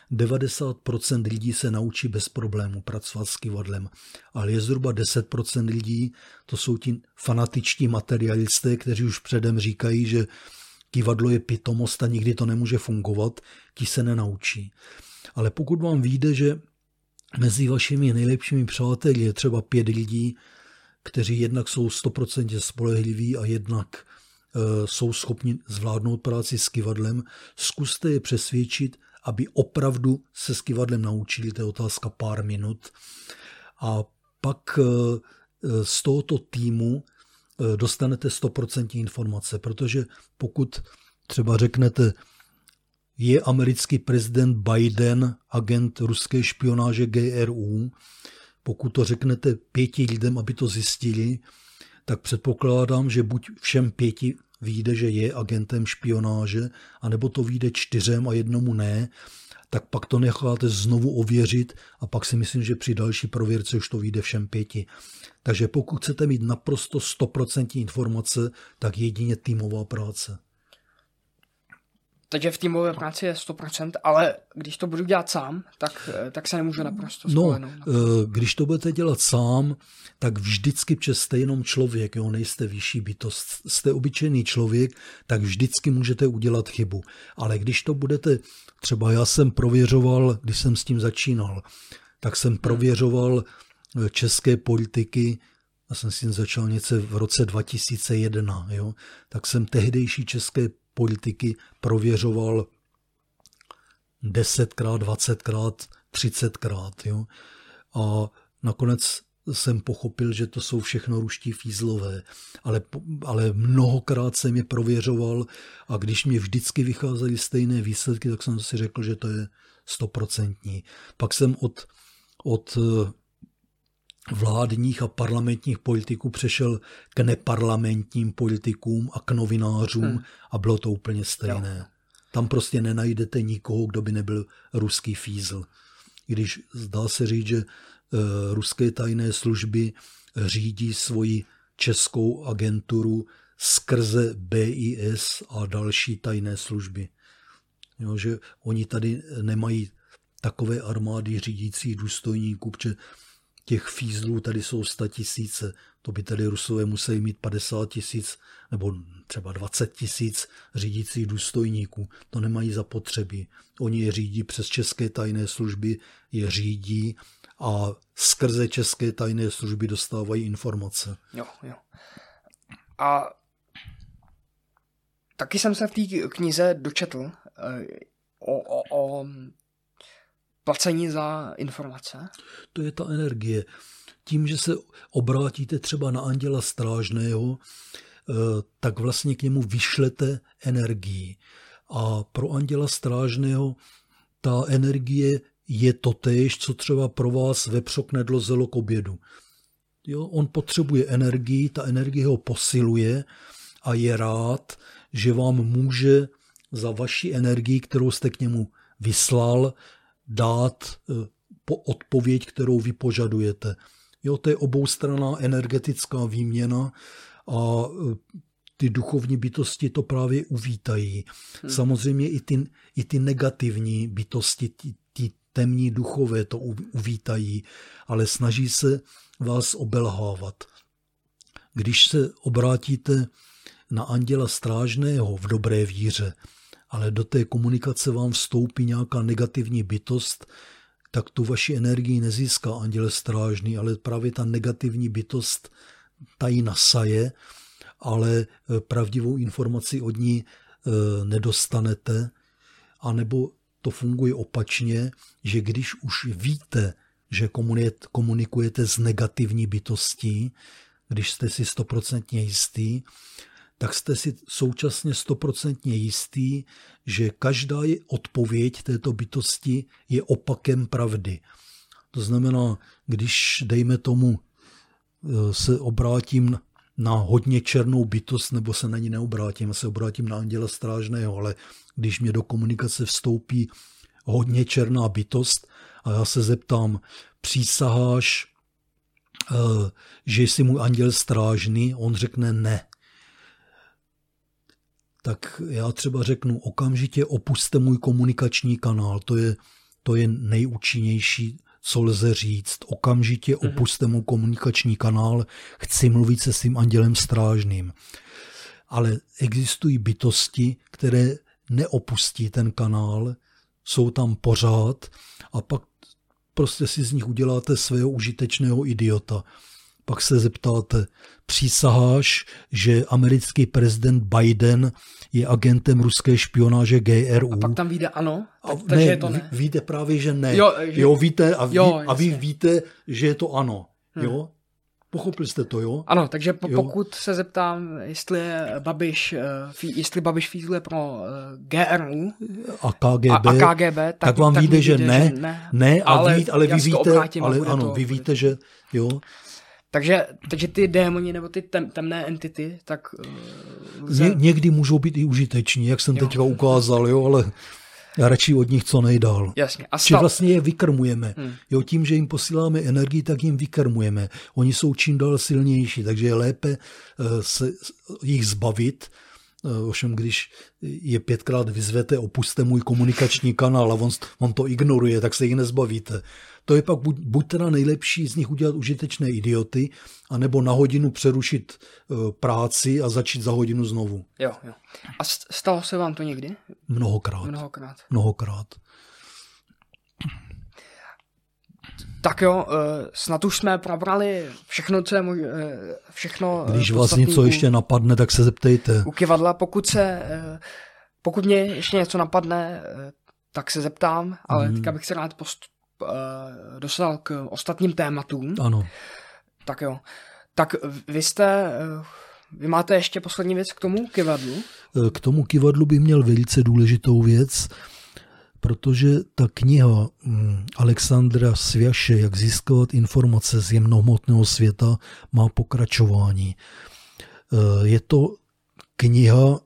90% lidí se naučí bez problému pracovat s kyvadlem, ale je zhruba 10% lidí, to jsou ti fanatičtí materialisté, kteří už předem říkají, že kyvadlo je pitomost a nikdy to nemůže fungovat, ti se nenaučí. Ale pokud vám vyjde, že mezi vašimi nejlepšími přáteli je třeba 5 lidí, kteří jednak jsou 100% spolehliví a jednak jsou schopni zvládnout práci s kyvadlem, zkuste je přesvědčit, aby opravdu se s kyvadlem naučili, to je otázka pár minut. A pak z tohoto týmu dostanete 100% informace, protože pokud třeba řeknete, je americký prezident Biden agent ruské špionáže GRU, pokud to řeknete 5 lidem, aby to zjistili, tak předpokládám, že buď všem 5 vyjde, že je agentem špionáže, anebo to vyjde 4 a jednomu ne, tak pak to necháte znovu ověřit a pak si myslím, že při další prověrce už to vyjde všem 5. Takže pokud chcete mít naprosto 100% informace, tak jedině týmová práce. Takže v týmové práci je 100%, ale když to budu dělat sám, tak se nemůžu naprosto spolehnout. No, když to budete dělat sám, tak vždycky, protože jste jenom člověk, jo, nejste vyšší bytost, jste obyčejný člověk, tak vždycky můžete udělat chybu. Ale když to budete, třeba já jsem prověřoval, když jsem s tím začínal, tak jsem prověřoval české politiky, já jsem s tím začal něco v roce 2001, jo, tak jsem tehdejší české politiky prověřoval 10krát, 20krát, 30krát. Jo? A nakonec jsem pochopil, že to jsou všechno ruští fízlové, ale mnohokrát jsem je prověřoval a když mě vždycky vycházely stejné výsledky, tak jsem si řekl, že to je 100%. Pak jsem od vládních a parlamentních politiků přešel k neparlamentním politikům a k novinářům a bylo to úplně stejné. Jo. Tam prostě nenajdete nikoho, kdo by nebyl ruský fízl. Když zdá se říct, že ruské tajné služby řídí svoji českou agenturu skrze BIS a další tajné služby. Jo, že oni tady nemají takové armády řídících důstojníků, protože těch fízlů tady jsou 100 000, to by tady Rusové museli mít 50 000 nebo třeba 20 000 řídících důstojníků. To nemají zapotřebí. Oni je řídí přes české tajné služby, je řídí a skrze české tajné služby dostávají informace. Jo. A taky jsem se v té knize dočetl o placení za informace. To je ta energie. Tím, že se obrátíte třeba na anděla strážného, tak vlastně k němu vyšlete energii. A pro anděla strážného ta energie je totéž, co třeba pro vás vepřok nedlozelo k obědu. Jo, on potřebuje energii, ta energie ho posiluje a je rád, že vám může za vaši energii, kterou jste k němu vyslal, dát odpověď, kterou vy požadujete. Jo, to je oboustranná energetická výměna a ty duchovní bytosti to právě uvítají. Samozřejmě i ty negativní bytosti, ty temní duchové to uvítají, ale snaží se vás obelhávat. Když se obrátíte na anděla strážného v dobré víře, ale do té komunikace vám vstoupí nějaká negativní bytost, tak tu vaši energii nezíská anděl strážný, ale právě ta negativní bytost ta ji nasaje, ale pravdivou informaci od ní nedostanete, anebo to funguje opačně, že když už víte, že komunikujete s negativní bytostí, když jste si 100% jistý, tak jste si současně 100% jistý, že každá odpověď této bytosti je opakem pravdy. To znamená, když, dejme tomu, se obrátím na hodně černou bytost, nebo se na ní neobrátím, se obrátím na anděla strážného, ale když mě do komunikace vstoupí hodně černá bytost a já se zeptám, přísaháš, že jsi můj anděl strážný, on řekne ne. Tak já třeba řeknu, okamžitě opuste můj komunikační kanál, to je nejúčinnější, co lze říct. Okamžitě opuste můj komunikační kanál, chci mluvit se svým andělem strážným. Ale existují bytosti, které neopustí ten kanál, jsou tam pořád a pak prostě si z nich uděláte svého užitečného idiota. Pak se zeptáte, přísaháš, že americký prezident Biden je agentem ruské špionáže GRU. A pak tam vyjde ano? Takže je to ne. Víte právě, že ne. Jo, víte a vy víte, že je to ano. Jo? Pochopili jste to, jo? Ano, takže pokud se zeptám, jestli Babiš fízluje pro GRU a KGB, tak vám vyjde, že ne, ale vy víte, vy víte, že jo. Takže ty démoni nebo ty temné entity, tak... Někdy můžou být i užiteční, jak jsem teďka ukázal, jo, ale já radši od nich co nejdál. Jasně. Či vlastně je vykrmujeme. Jo, tím, že jim posíláme energii, tak jim vykrmujeme. Oni jsou čím dál silnější, takže je lépe se jich zbavit. Ovšem, když je 5krát vyzvete, opuste můj komunikační kanál a on to ignoruje, tak se jich nezbavíte. To je pak buď teda nejlepší z nich udělat užitečné idioty, anebo na hodinu přerušit práci a začít za hodinu znovu. Jo. A stalo se vám to někdy? Mnohokrát. Tak jo, snad už jsme probrali všechno, co je všechno. Když vás něco ještě napadne, tak se zeptejte. U Kyvadla, pokud mě ještě něco napadne, tak se zeptám, ale teďka bych se rád dostal k ostatním tématům. Ano. Tak jo. Tak vy máte ještě poslední věc k tomu kyvadlu? K tomu kyvadlu bych měl velice důležitou věc, protože ta kniha Alexandra Sviaše, Jak získávat informace z jemnohmotného světa, má pokračování. Je to kniha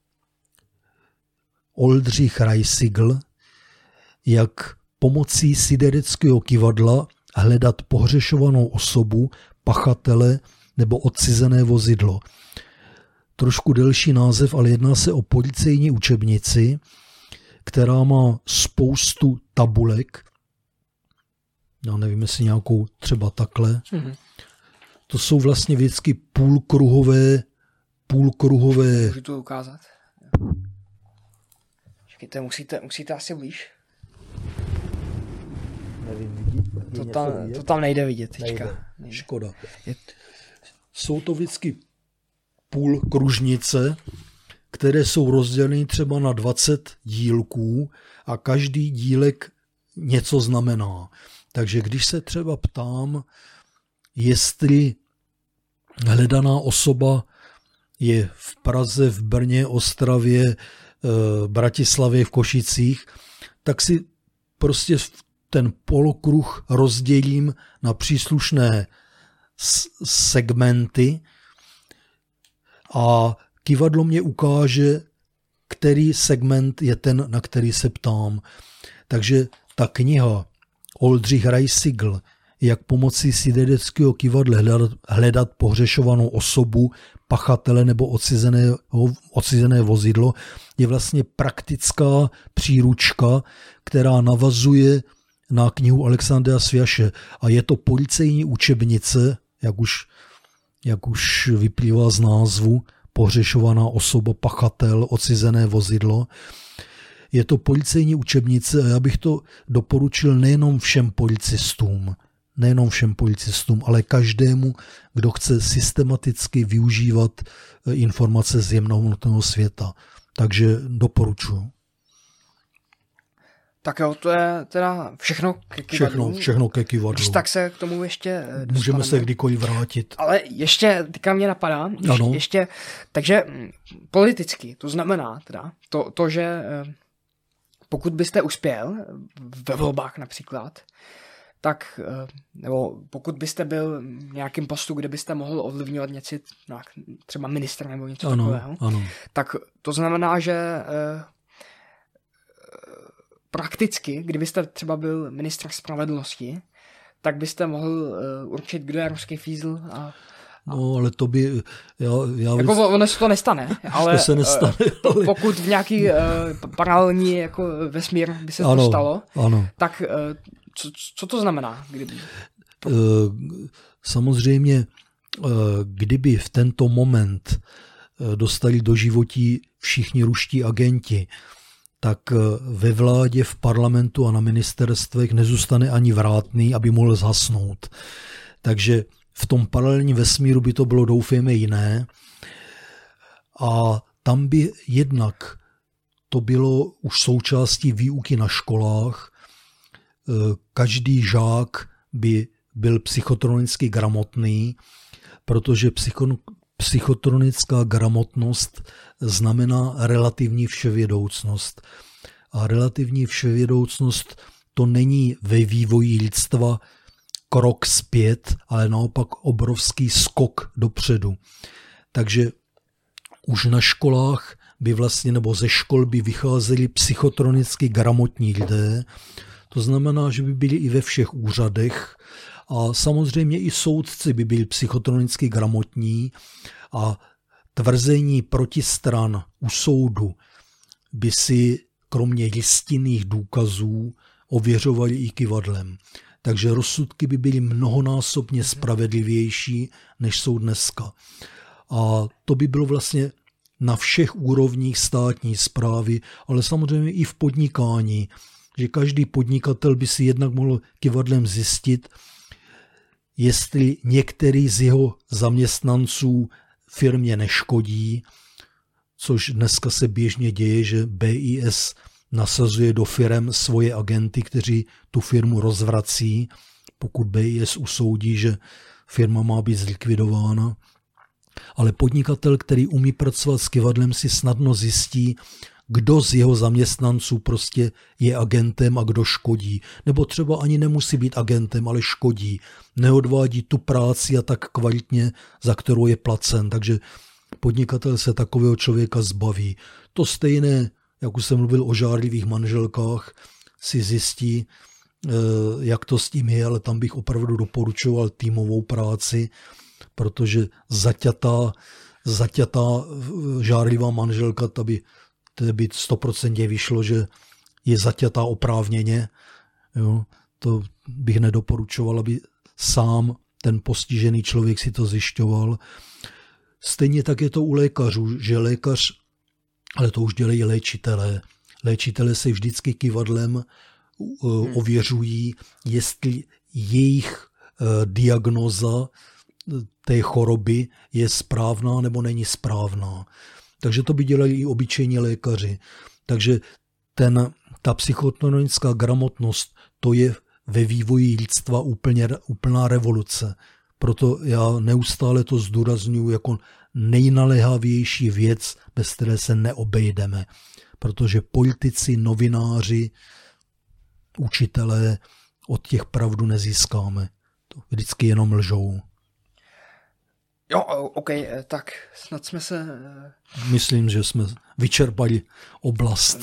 Oldřich Reisigl, jak pomocí sidereckého kyvadla hledat pohřešovanou osobu, pachatele nebo odcizené vozidlo. Trošku delší název, ale jedná se o policejní učebnici, která má spoustu tabulek. Já nevím, jestli nějakou třeba takhle. To jsou vlastně vždycky půlkruhové. Můžu to ukázat? Čekajte, musíte asi blíž. Nevím, vidíte? To tam nejde vidět. Nejde. Škoda. Jsou to vždycky půlkružnice, které jsou rozděleny třeba na 20 dílků a každý dílek něco znamená. Takže když se třeba ptám, jestli hledaná osoba je v Praze, v Brně, Ostravě, Bratislavě, v Košicích, tak si prostě ten polokruh rozdělím na příslušné segmenty a kyvadlo mě ukáže, který segment je ten, na který se ptám. Takže ta kniha Oldřich Reisigl, Jak pomocí sidereckého kyvadla hledat pohřešovanou osobu, pachatele nebo odcizené vozidlo, je vlastně praktická příručka, která navazuje na knihu Alexandra Sviaše. A je to policejní učebnice, jak už vyplývá z názvu, pohřešovaná osoba, pachatel, odcizené vozidlo. Je to policejní učebnice a já bych to doporučil nejenom všem policistům, ale každému, kdo chce systematicky využívat informace z jemnohmotného světa. Takže doporučuji. Tak jo, to je teda všechno ke kyvadlu. Všechno ke kyvadlu. Když tak se k tomu ještě dostaneme. Můžeme se kdykoliv vrátit. Ale ještě, teďka mě napadá, takže politicky, to znamená teda to, že pokud byste uspěl ve volbách například, tak, nebo pokud byste byl v nějakém postu, kde byste mohl ovlivňovat něco, třeba ministr nebo něco takového, tak to znamená, že prakticky, kdybyste třeba byl ministr spravedlnosti, tak byste mohl určit, kdo je ruský fízl. No, ale to by... ono se to nestane, ale to se nestane, ale... pokud v nějaký paralelní jako vesmír by se to stalo, tak co to znamená? Samozřejmě, kdyby v tento moment dostali do životí všichni ruští agenti, tak ve vládě, v parlamentu a na ministerstvech nezůstane ani vrátný, aby mohl zhasnout. Takže v tom paralelním vesmíru by to bylo, doufejme, jiné. A tam by jednak to bylo už součástí výuky na školách. Každý žák by byl psychotronicky gramotný, protože psychotronická gramotnost znamená relativní vševědoucnost. A relativní vševědoucnost to není ve vývoji lidstva krok zpět, ale naopak obrovský skok dopředu. Takže už na školách by vlastně, nebo ze škol by vycházeli psychotronicky gramotní lidé. To znamená, že by byli i ve všech úřadech a samozřejmě i soudci by byli psychotronicky gramotní a tvrzení protistran u soudu by si kromě listinných důkazů ověřovali i kyvadlem. Takže rozsudky by byly mnohonásobně spravedlivější, než jsou dneska. A to by bylo vlastně na všech úrovních státní správy, ale samozřejmě i v podnikání, že každý podnikatel by si jednak mohl kyvadlem zjistit, jestli některý z jeho zaměstnanců firmě neškodí, což dneska se běžně děje, že BIS nasazuje do firem svoje agenty, kteří tu firmu rozvrací. Pokud BIS usoudí, že firma má být zlikvidována. Ale podnikatel, který umí pracovat s kyvadlem, si snadno zjistí, kdo z jeho zaměstnanců prostě je agentem a kdo škodí. Nebo třeba ani nemusí být agentem, ale škodí. Neodvádí tu práci a tak kvalitně, za kterou je placen. Takže podnikatel se takového člověka zbaví. To stejné, jak už jsem mluvil o žárlivých manželkách, si zjistí, jak to s tím je, ale tam bych opravdu doporučoval týmovou práci, protože zaťatá žárlivá manželka, to by 100% vyšlo, že je zaťatá oprávněně. Jo? To bych nedoporučoval, aby sám ten postižený člověk si to zjišťoval. Stejně tak je to u lékařů, že lékař, ale to už dělají léčitelé. Léčitelé se vždycky kyvadlem ověřují, jestli jejich diagnóza té choroby je správná nebo není správná. Takže to by dělali i obyčejní lékaři. Takže ta psychotonická gramotnost, to je ve vývoji lidstva úplná revoluce. Proto já neustále to zdůrazňuji jako nejnaléhavější věc, bez které se neobejdeme. Protože politici, novináři, učitelé, od těch pravdu nezískáme. To vždycky jenom lžou. Jo, OK, tak snad jsme se... Myslím, že jsme vyčerpali oblast.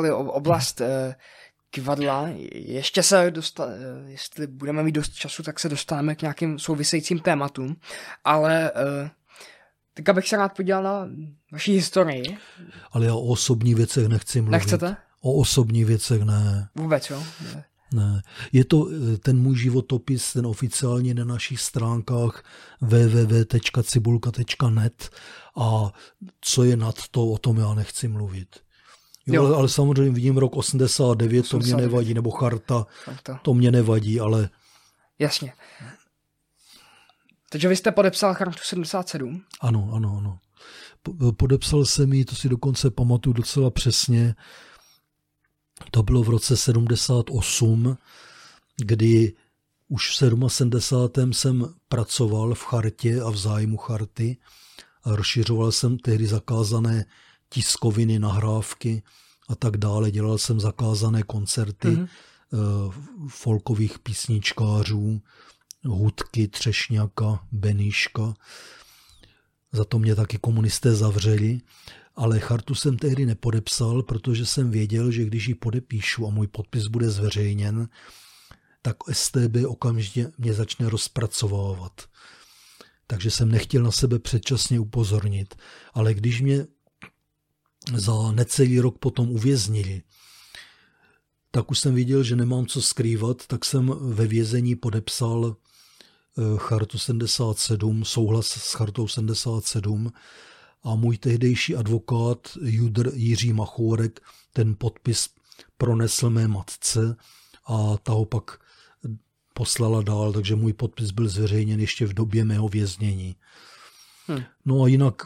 Kyvadla. Ještě jestli budeme mít dost času, tak se dostaneme k nějakým souvisejícím tématům, ale tak bych se rád podíval na vaší historii. Ale já o osobních věcech nechci mluvit. Nechcete? O osobních věcech ne. Vůbec, jo? Ne. Je to ten můj životopis, ten oficiálně na našich stránkách www.cibulka.net a co je nad to, o tom já nechci mluvit. Jo. Ale samozřejmě vidím rok 89, to mě nevadí, nebo charta, to mě nevadí, ale... Jasně. Takže vy jste podepsal chartu 77? Ano. Podepsal jsem ji, to si dokonce pamatuju docela přesně. To bylo v roce 78, kdy už v 77. jsem pracoval v chartě a v zájmu charty. A rozšiřoval jsem tehdy zakázané tiskoviny, nahrávky a tak dále. Dělal jsem zakázané koncerty folkových písničkářů, Hudky, Třešňaka, Benýška. Za to mě taky komunisté zavřeli. Ale chartu jsem tehdy nepodepsal, protože jsem věděl, že když ji podepíšu a můj podpis bude zveřejněn, tak StB okamžitě mě začne rozpracovávat. Takže jsem nechtěl na sebe předčasně upozornit. Ale když mě za necelý rok potom uvěznili, tak už jsem viděl, že nemám co skrývat, tak jsem ve vězení podepsal chartu 77, souhlas s chartou 77 a můj tehdejší advokát judr Jiří Machórek ten podpis pronesl mé matce a ta ho pak poslala dál, takže můj podpis byl zveřejněn ještě v době mého věznění. No a jinak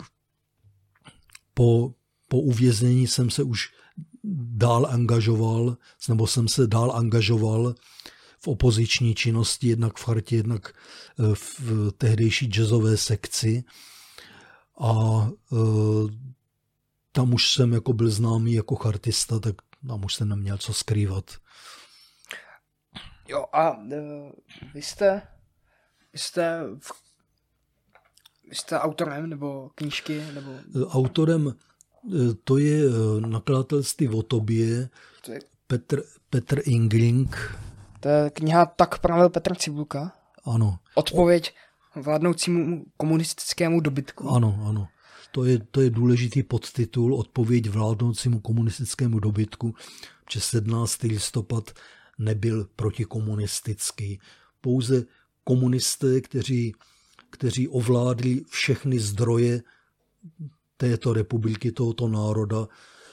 po uvěznění jsem se už dál angažoval, nebo jsem se dál angažoval v opoziční činnosti, jednak v chartě, jednak v tehdejší jazzové sekci. A tam už jsem jako byl známý jako chartista, tak tam už jsem neměl co skrývat. Jo a vy jste autorem nebo knížky? Nebo... Autorem to je nakladatelství o tobě, to je... Petr Ingling. To je kniha Tak pravil Petr Cibulka. Ano. Odpověď vládnoucímu komunistickému dobytku. Ano. To je důležitý podtitul Odpověď vládnoucímu komunistickému dobytku, protože 17. listopad nebyl protikomunistický. Pouze komunisté, kteří ovládli všechny zdroje této republiky, tohoto národa,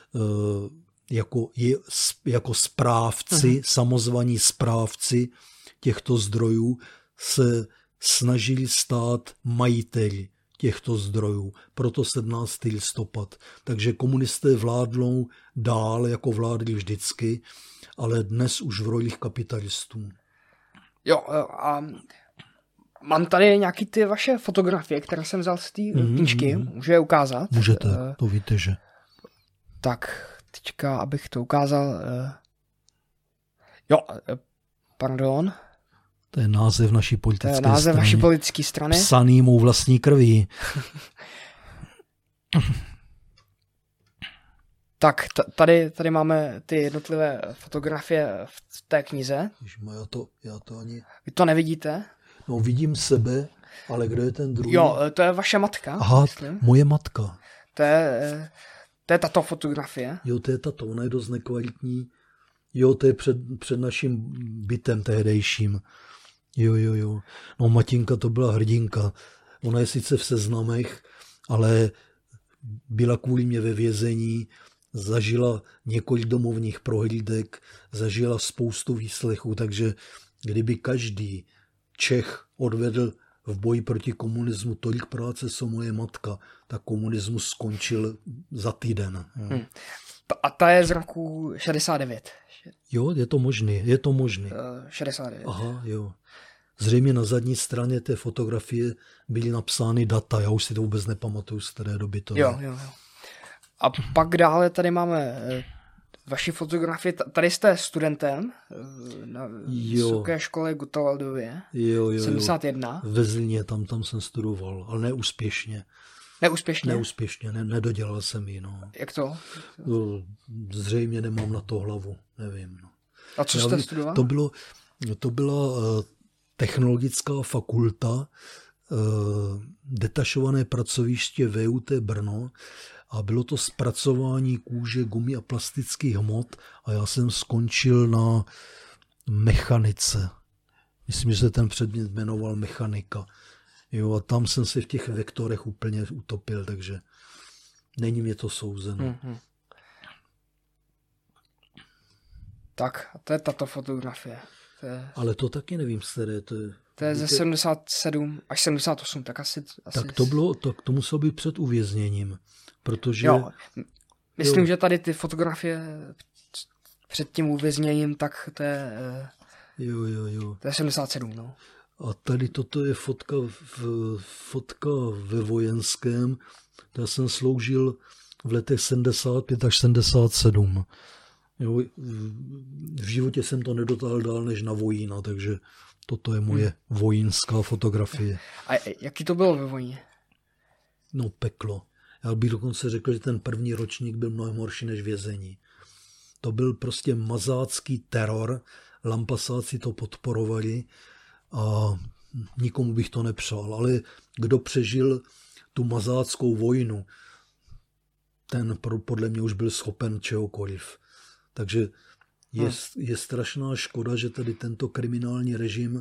jako správci, samozvaní správci těchto zdrojů, se snažili stát majiteli těchto zdrojů. Proto 17. listopad. Takže komunisté vládnou dál, jako vládli vždycky, ale dnes už v rolích kapitalistů. Jo, a Mám tady nějaký ty vaše fotografie, které jsem vzal z té knížky. Můžu je ukázat? Můžete, to víte, že. Tak, teďka, abych to ukázal. Jo, pardon. To je název naší politické strany. To je název naší politické strany. Psaný mou vlastní krví. Tak, tady máme ty jednotlivé fotografie v té knize. Já to ani... Vy to nevidíte? No, vidím sebe, ale kdo je ten druhý? Jo, to je vaše matka. Aha, myslím. Moje matka. To je tato fotografie. Jo, to je tato, ona je dost nekvalitní. Jo, to je před naším bytem tehdejším. Jo. No, matinka to byla hrdinka. Ona je sice v seznamech, ale byla kvůli mě ve vězení, zažila několik domovních prohlídek, zažila spoustu výslechů, takže kdyby každý Čech odvedl v boji proti komunismu tolik práce, co moje matka, tak komunismus skončil za týden. A ta je z roku 69. Jo, je to možný. 69. Aha, jo. Zřejmě na zadní straně té fotografie byly napsány data, já už si to vůbec nepamatuju z které doby to je. Jo. A pak dále tady máme vaši fotografii, tady jste studentem na Vysoké škole Gutwaldově, 71. Ve Zlíně, tam jsem studoval, ale neúspěšně. Neúspěšně, nedodělal jsem ji. No. Jak to? Zřejmě nemám na to hlavu, nevím. No. A co jste studoval? To byla technologická fakulta, detašované pracoviště VUT Brno, a bylo to zpracování kůže, gumy a plastických hmot a já jsem skončil na mechanice. Myslím, že se ten předmět jmenoval mechanika. Jo, a tam jsem se v těch vektorech úplně utopil, takže není mě to souzeno. Tak, a to je tato fotografie. Ale to taky nevím, které to je. To je ze 77 až 78, tak asi... Tak to muselo být před uvězněním, protože... Jo, myslím, že tady ty fotografie před tím uvězněním, tak to je... Jo. To je 77, no. A tady toto je fotka ve vojenském. Já jsem sloužil v letech 75 až 77. Jo, v životě jsem to nedotáhl dál než na vojína, takže toto je moje vojínská fotografie. A jaký to bylo ve vojně? No, peklo. Já bych dokonce řekl, že ten první ročník byl mnohem horší než vězení. To byl prostě mazácký teror, lampasáci to podporovali a nikomu bych to nepřál. Ale kdo přežil tu mazáckou vojnu, ten podle mě už byl schopen čehokoliv. Takže je strašná škoda, že tady tento kriminální režim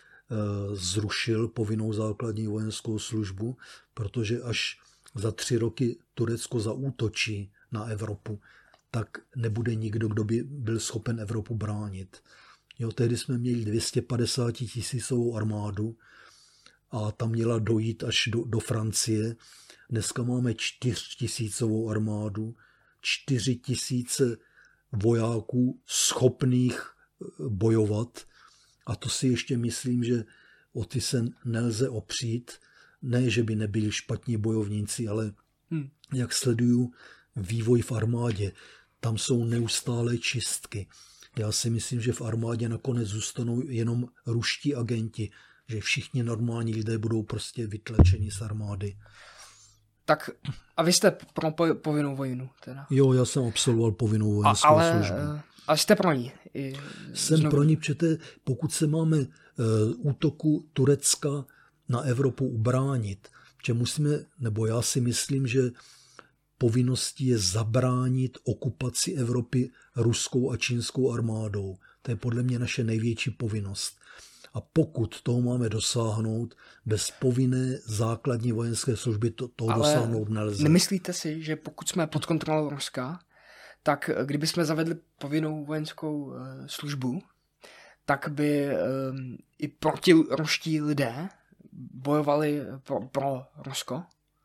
zrušil povinnou základní vojenskou službu, protože až za 3 roky Turecko zaútočí na Evropu, tak nebude nikdo, kdo by byl schopen Evropu bránit. Jo, tehdy jsme měli 250 000 armádu a tam měla dojít až do Francie. Dneska máme 4 000 armádu, 4 000 vojáků schopných bojovat. A to si ještě myslím, že o ty se nelze opřít. Ne, že by nebyli špatní bojovníci, ale jak sleduju vývoj v armádě, tam jsou neustálé čistky. Já si myslím, že v armádě nakonec zůstanou jenom ruští agenti, že všichni normální lidé budou prostě vytlačeni z armády. Tak a vy jste pro povinnou vojnu? Teda. Jo, já jsem absolvoval povinnou vojenskou službu. Ale jste pro ní? Jsem pro ní, protože pokud se máme útoku Turecka na Evropu ubránit, že musíme, nebo já si myslím, že povinností je zabránit okupaci Evropy ruskou a čínskou armádou. To je podle mě naše největší povinnost. A pokud toho máme dosáhnout, bez povinné základní vojenské služby toho dosáhnout nelze. Nemyslíte si, že pokud jsme pod kontrolou Ruska, tak kdyby jsme zavedli povinnou vojenskou službu, tak by i protiruští lidé bojovali pro Rusko?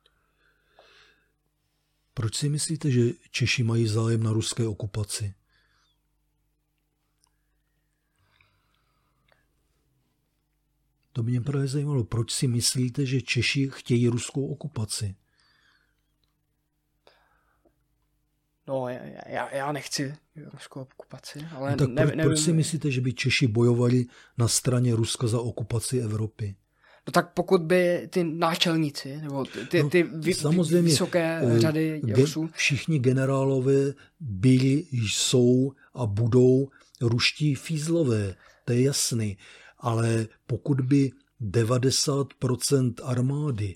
Proč si myslíte, že Češi mají zájem na ruské okupaci? To by mě právě zajímalo, proč si myslíte, že Češi chtějí ruskou okupaci? No, já nechci ruskou okupaci, ale No tak proč si myslíte, že by Češi bojovali na straně Ruska za okupaci Evropy? No tak pokud by ty náčelníci, nebo ty vysoké řady Rusů... Všichni generálové byli, jsou a budou ruští fízlové, to je jasný. Ale pokud by 90% armády,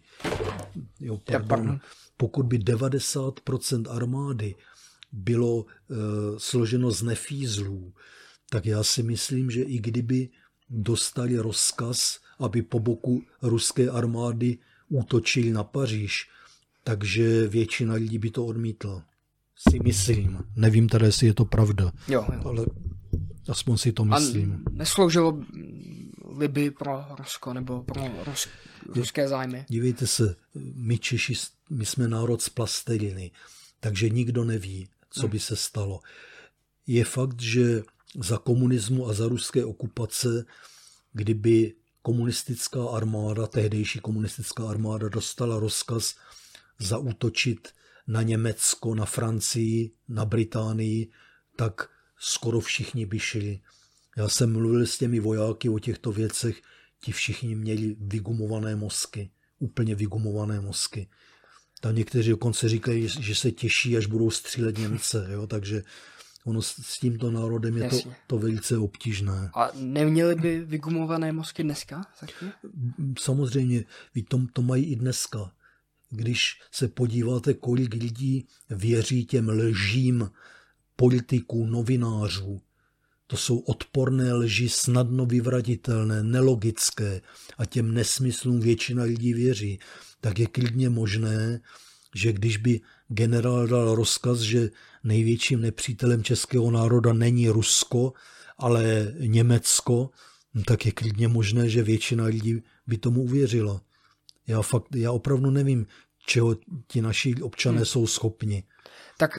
pokud by 90% armády bylo složeno z nefízlů, tak já si myslím, že i kdyby dostali rozkaz, aby po boku ruské armády útočili na Paříž, takže většina lidí by to odmítla. Si myslím. Nevím teda, jestli je to pravda. Jo. Ale aspoň si to myslím. A nesloužilo by pro Rusko nebo pro ruské zájmy? Dívejte se, my Češi, my jsme národ z plasteliny, takže nikdo neví, co by se stalo. Je fakt, že za komunismu a za ruské okupace, kdyby komunistická armáda, tehdejší komunistická armáda dostala rozkaz zaútočit na Německo, na Francii, na Británii, tak skoro všichni by šli. Já jsem mluvil s těmi vojáky o těchto věcech, ti všichni měli vygumované mozky, úplně vygumované mozky. Tam někteří dokonce říkají, že se těší, až budou střílet Němce, jo? Takže ono s tímto národem je to velice obtížné. A neměli by vygumované mozky dneska? Samozřejmě, to mají i dneska. Když se podíváte, kolik lidí věří těm lžím politiků, novinářů, to jsou odporné lži, snadno vyvratitelné, nelogické a těm nesmyslům většina lidí věří, tak je klidně možné, že když by generál dal rozkaz, že největším nepřítelem českého národa není Rusko, ale Německo, tak je klidně možné, že většina lidí by tomu uvěřila. Já opravdu nevím, čeho ti naši občané jsou schopni. Tak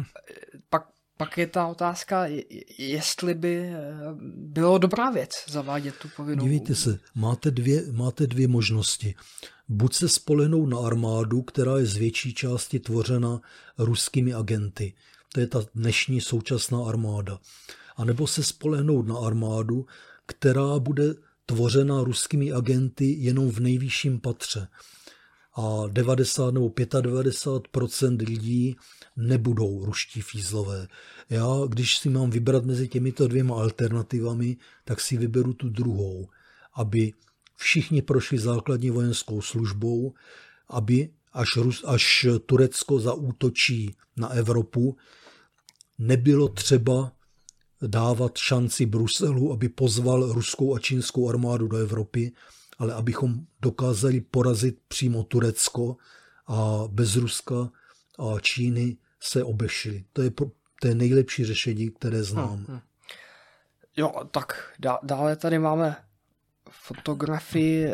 pak je ta otázka, jestli by bylo dobrá věc zavádět tu povinnou... Dívejte se, máte dvě možnosti. Buď se spolehnout na armádu, která je z větší části tvořena ruskými agenty. To je ta dnešní současná armáda. A nebo se spolehnout na armádu, která bude tvořena ruskými agenty jenom v nejvyšším patře. A 90 nebo 95% lidí nebudou ruští fízlové. Já, když si mám vybrat mezi těmito dvěma alternativami, tak si vyberu tu druhou, aby všichni prošli základní vojenskou službou, aby až Turecko zaútočí na Evropu, nebylo třeba dávat šanci Bruselu, aby pozval ruskou a čínskou armádu do Evropy, ale abychom dokázali porazit přímo Turecko a bez Ruska a Číny se obešli. To je nejlepší řešení, které znám. Jo, tak dále tady máme fotografii,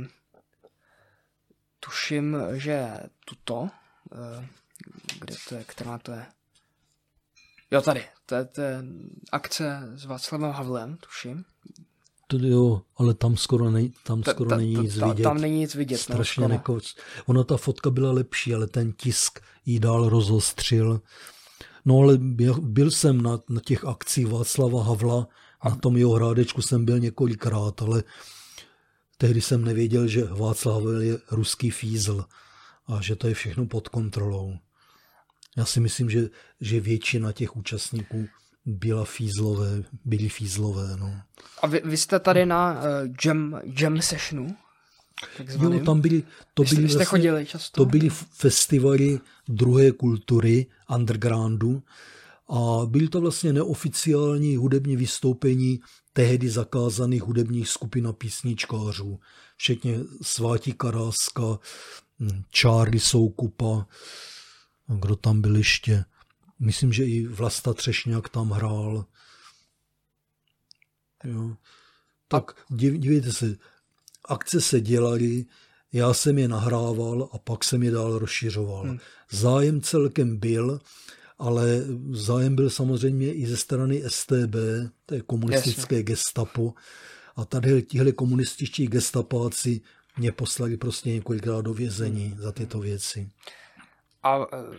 tuším, že tuto, kde to je, která to je? Jo, tady, to je akce s Václavem Havlem, tuším. To jo, ale tam skoro není nic vidět. Tam není nic vidět. Strašně Ona ta fotka byla lepší, ale ten tisk jí dál rozostřil. No ale byl jsem na těch akcích Václava Havla, na tom jeho hrádečku jsem byl několikrát, ale tehdy jsem nevěděl, že Václav Havel je ruský fízl a že to je všechno pod kontrolou. Já si myslím, že většina těch účastníků byli fízlové. No. A vy jste tady na jam sessionu? Jo, tam jste chodili často? To byly festivaly druhé kultury, undergroundu, a byly to vlastně neoficiální hudební vystoupení tehdy zakázaných hudebních skupin a písničkářů, včetně Sváti Karáska, Charlie Soukupa, kdo tam byl ještě. Myslím, že i Vlasta Třešňák tam hrál. Jo. Tak dívejte se, akce se dělaly, já jsem je nahrával a pak jsem je dál rozšiřoval. Zájem celkem byl, ale zájem byl samozřejmě i ze strany STB, to je komunistické gestapo, A tady tihle komunističtí gestapáci mě poslali prostě několikrát do vězení za tyto věci. A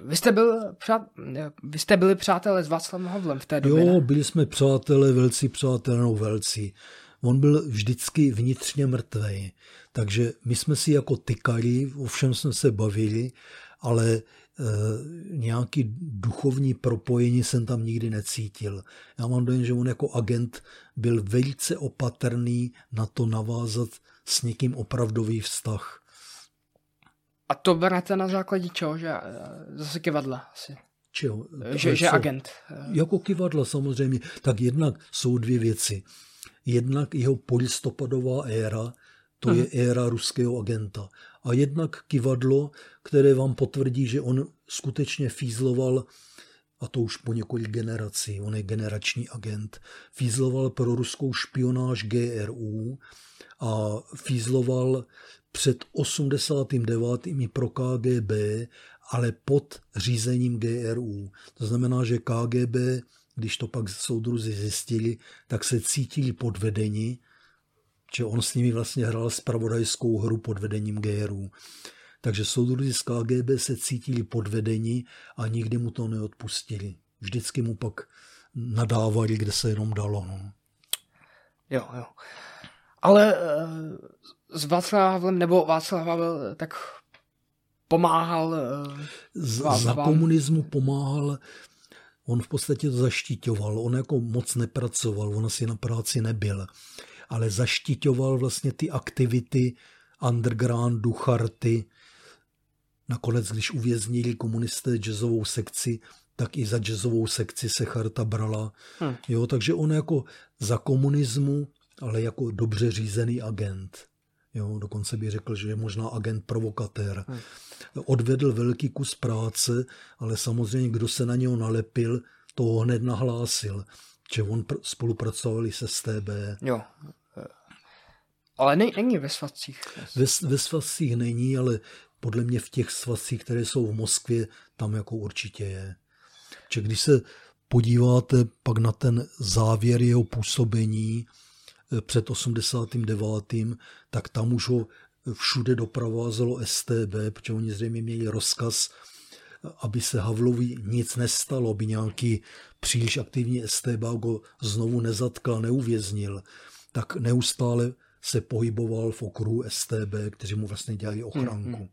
vy jste byli přátelé s Václavem Havlem v té době, Jo, ne? byli jsme přátelé, velcí přátelé, no velcí. On byl vždycky vnitřně mrtvej, takže my jsme si jako tykali, o všem jsme se bavili, ale nějaký duchovní propojení jsem tam nikdy necítil. Já mám dojem, že on jako agent byl velice opatrný na to navázat s někým opravdový vztah. A to berete na základě čeho? Že zase kyvadla asi. Čeho? Že agent. Jako kyvadla samozřejmě. Tak jednak jsou dvě věci. Jednak jeho polistopadová éra, to je éra ruského agenta. A jednak kyvadlo, které vám potvrdí, že on skutečně fízloval, a to už po několik generací, on je generační agent, fízloval pro ruskou špionáž GRU a fízloval před 89. i pro KGB, ale pod řízením GRU. To znamená, že KGB, když to pak soudruzi zjistili, tak se cítili podvedeni, že on s nimi vlastně hrál zpravodajskou hru pod vedením GRU. Takže soudruzi z KGB se cítili podvedeni a nikdy mu to neodpustili. Vždycky mu pak nadávali, kde se jenom dalo. No. Jo. Ale s Václavem Havlem, nebo Václav Havel tak pomáhal... Za komunismu pomáhal, on v podstatě to zaštiťoval, on jako moc nepracoval, on asi na práci nebyl, ale zaštiťoval vlastně ty aktivity undergroundu, charty. Nakonec, když uvěznili komunisté jazzovou sekci, tak i za jazzovou sekci se charta brala. Jo, takže on jako za komunismu, ale jako dobře řízený agent. Jo, dokonce bych řekl, že je možná agent provokatér. Odvedl velký kus práce, ale samozřejmě, kdo se na něho nalepil, toho hned nahlásil. Že on spolupracovali se STB. Jo. Ale není ve svazcích. Ve svazcích není, ale podle mě v těch svazcích, které jsou v Moskvě, tam jako určitě je. Že když se podíváte pak na ten závěr jeho působení před 89., tak tam už ho všude doprovázelo STB, protože oni zřejmě měli rozkaz, aby se Havlovi nic nestalo, aby nějaký příliš aktivní STB ho znovu nezatkal, neuvěznil, tak neustále se pohyboval v okruhu STB, kteří mu vlastně dělali ochranku.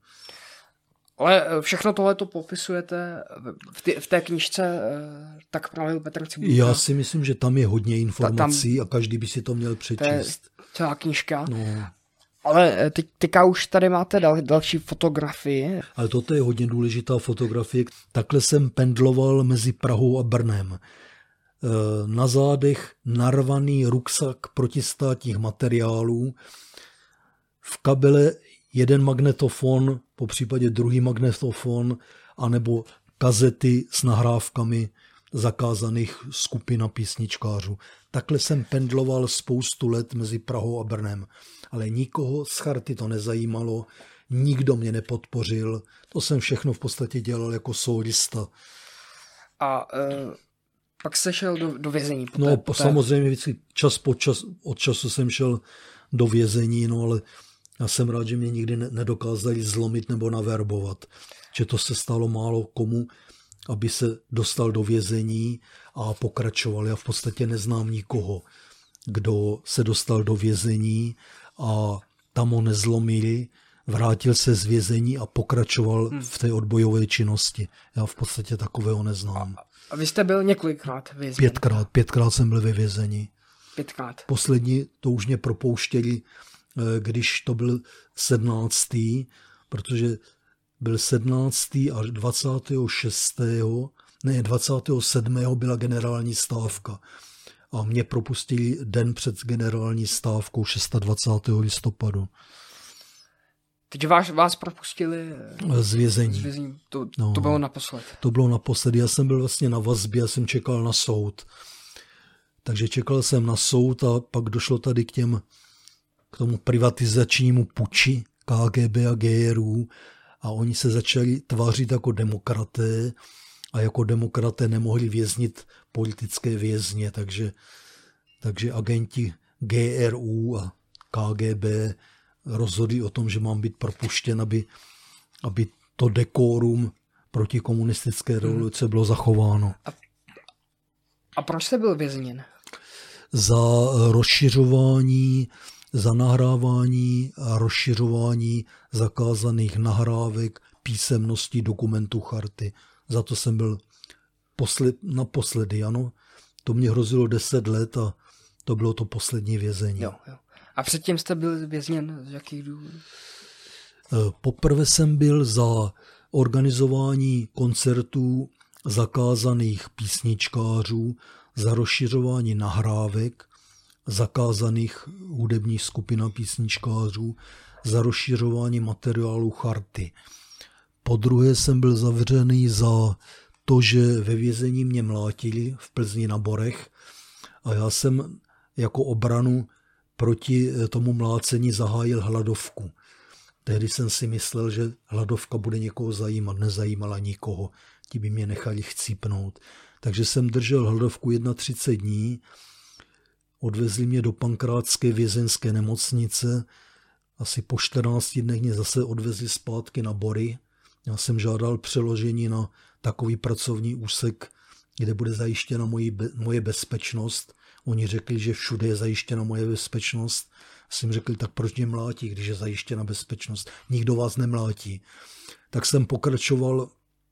Ale všechno tohle to popisujete v té knížce Tak pravil Petr Cibulka. Já si myslím, že tam je hodně informací a každý by si to měl přečíst. Celá knížka. No. Ale teďka už tady máte další fotografii. Ale toto je hodně důležitá fotografie. Takhle jsem pendloval mezi Prahou a Brnem. Na zádech narvaný ruksak protistátních materiálů, v kabele jeden magnetofon, po případě druhý magnetofon, anebo kazety s nahrávkami zakázaných skupin a písničkářů. Takhle jsem pendloval spoustu let mezi Prahou a Brnem, ale nikoho z charty to nezajímalo, nikdo mě nepodpořil, to jsem všechno v podstatě dělal jako solista. A pak jste šel do vězení. Samozřejmě vždycky od času jsem šel do vězení, no ale já jsem rád, že mě nikdy nedokázali zlomit nebo naverbovat. Že to se stalo málo komu, aby se dostal do vězení a pokračoval. Já v podstatě neznám nikoho, kdo se dostal do vězení a tam ho nezlomili, vrátil se z vězení a pokračoval v té odbojové činnosti. Já v podstatě takového neznám. A vy jste byl několikrát vězněn? Pětkrát jsem byl ve vězení. 5krát. Poslední, to už mě propouštěli, když to byl 17. protože byl 17. až 27. byla generální stávka. A mě propustili den před generální stávkou 26. listopadu. Teď vás propustili z vězení. To bylo naposled. To bylo naposled. Já jsem byl vlastně na vazbě, já jsem čekal na soud. Takže čekal jsem na soud a pak došlo tady k tomu privatizačnímu puči KGB a GRU a oni se začali tvářit jako demokraté a jako demokraté nemohli věznit politické vězně, takže agenti GRU a KGB rozhodli o tom, že mám být propuštěn, aby to dekorum proti komunistické revoluce bylo zachováno. A proč jste byl vězněn? Za rozšiřování, za nahrávání a rozšiřování zakázaných nahrávek, písemností, dokumentů charty. Za to jsem byl naposledy, ano. To mě hrozilo 10 let a to bylo to poslední vězení. Jo. A předtím jste byl vězněn z jakých důvodů? Poprvé jsem byl za organizování koncertů zakázaných písničkářů, za rozšiřování nahrávek zakázaných hudebních skupin a písničkářů, za rozšiřování materiálu charty. Podruhé jsem byl zavřený za to, že ve vězení mě mlátili v Plzni na Borech a já jsem jako obranu proti tomu mlácení zahájil hladovku. Tehdy jsem si myslel, že hladovka bude někoho zajímat, nezajímala nikoho, ti by mě nechali chcípnout. Takže jsem držel hladovku 31 dní, odvezli mě do Pankrátské vězeňské nemocnice, asi po 14 dnech mě zase odvezli zpátky na Bory. Já jsem žádal přeložení na takový pracovní úsek, kde bude zajištěna moje bezpečnost. Oni řekli, že všude je zajištěna moje bezpečnost. Jsem řekl, tak proč mě mlátí, když je zajištěna bezpečnost? Nikdo vás nemlátí. Tak jsem pokračoval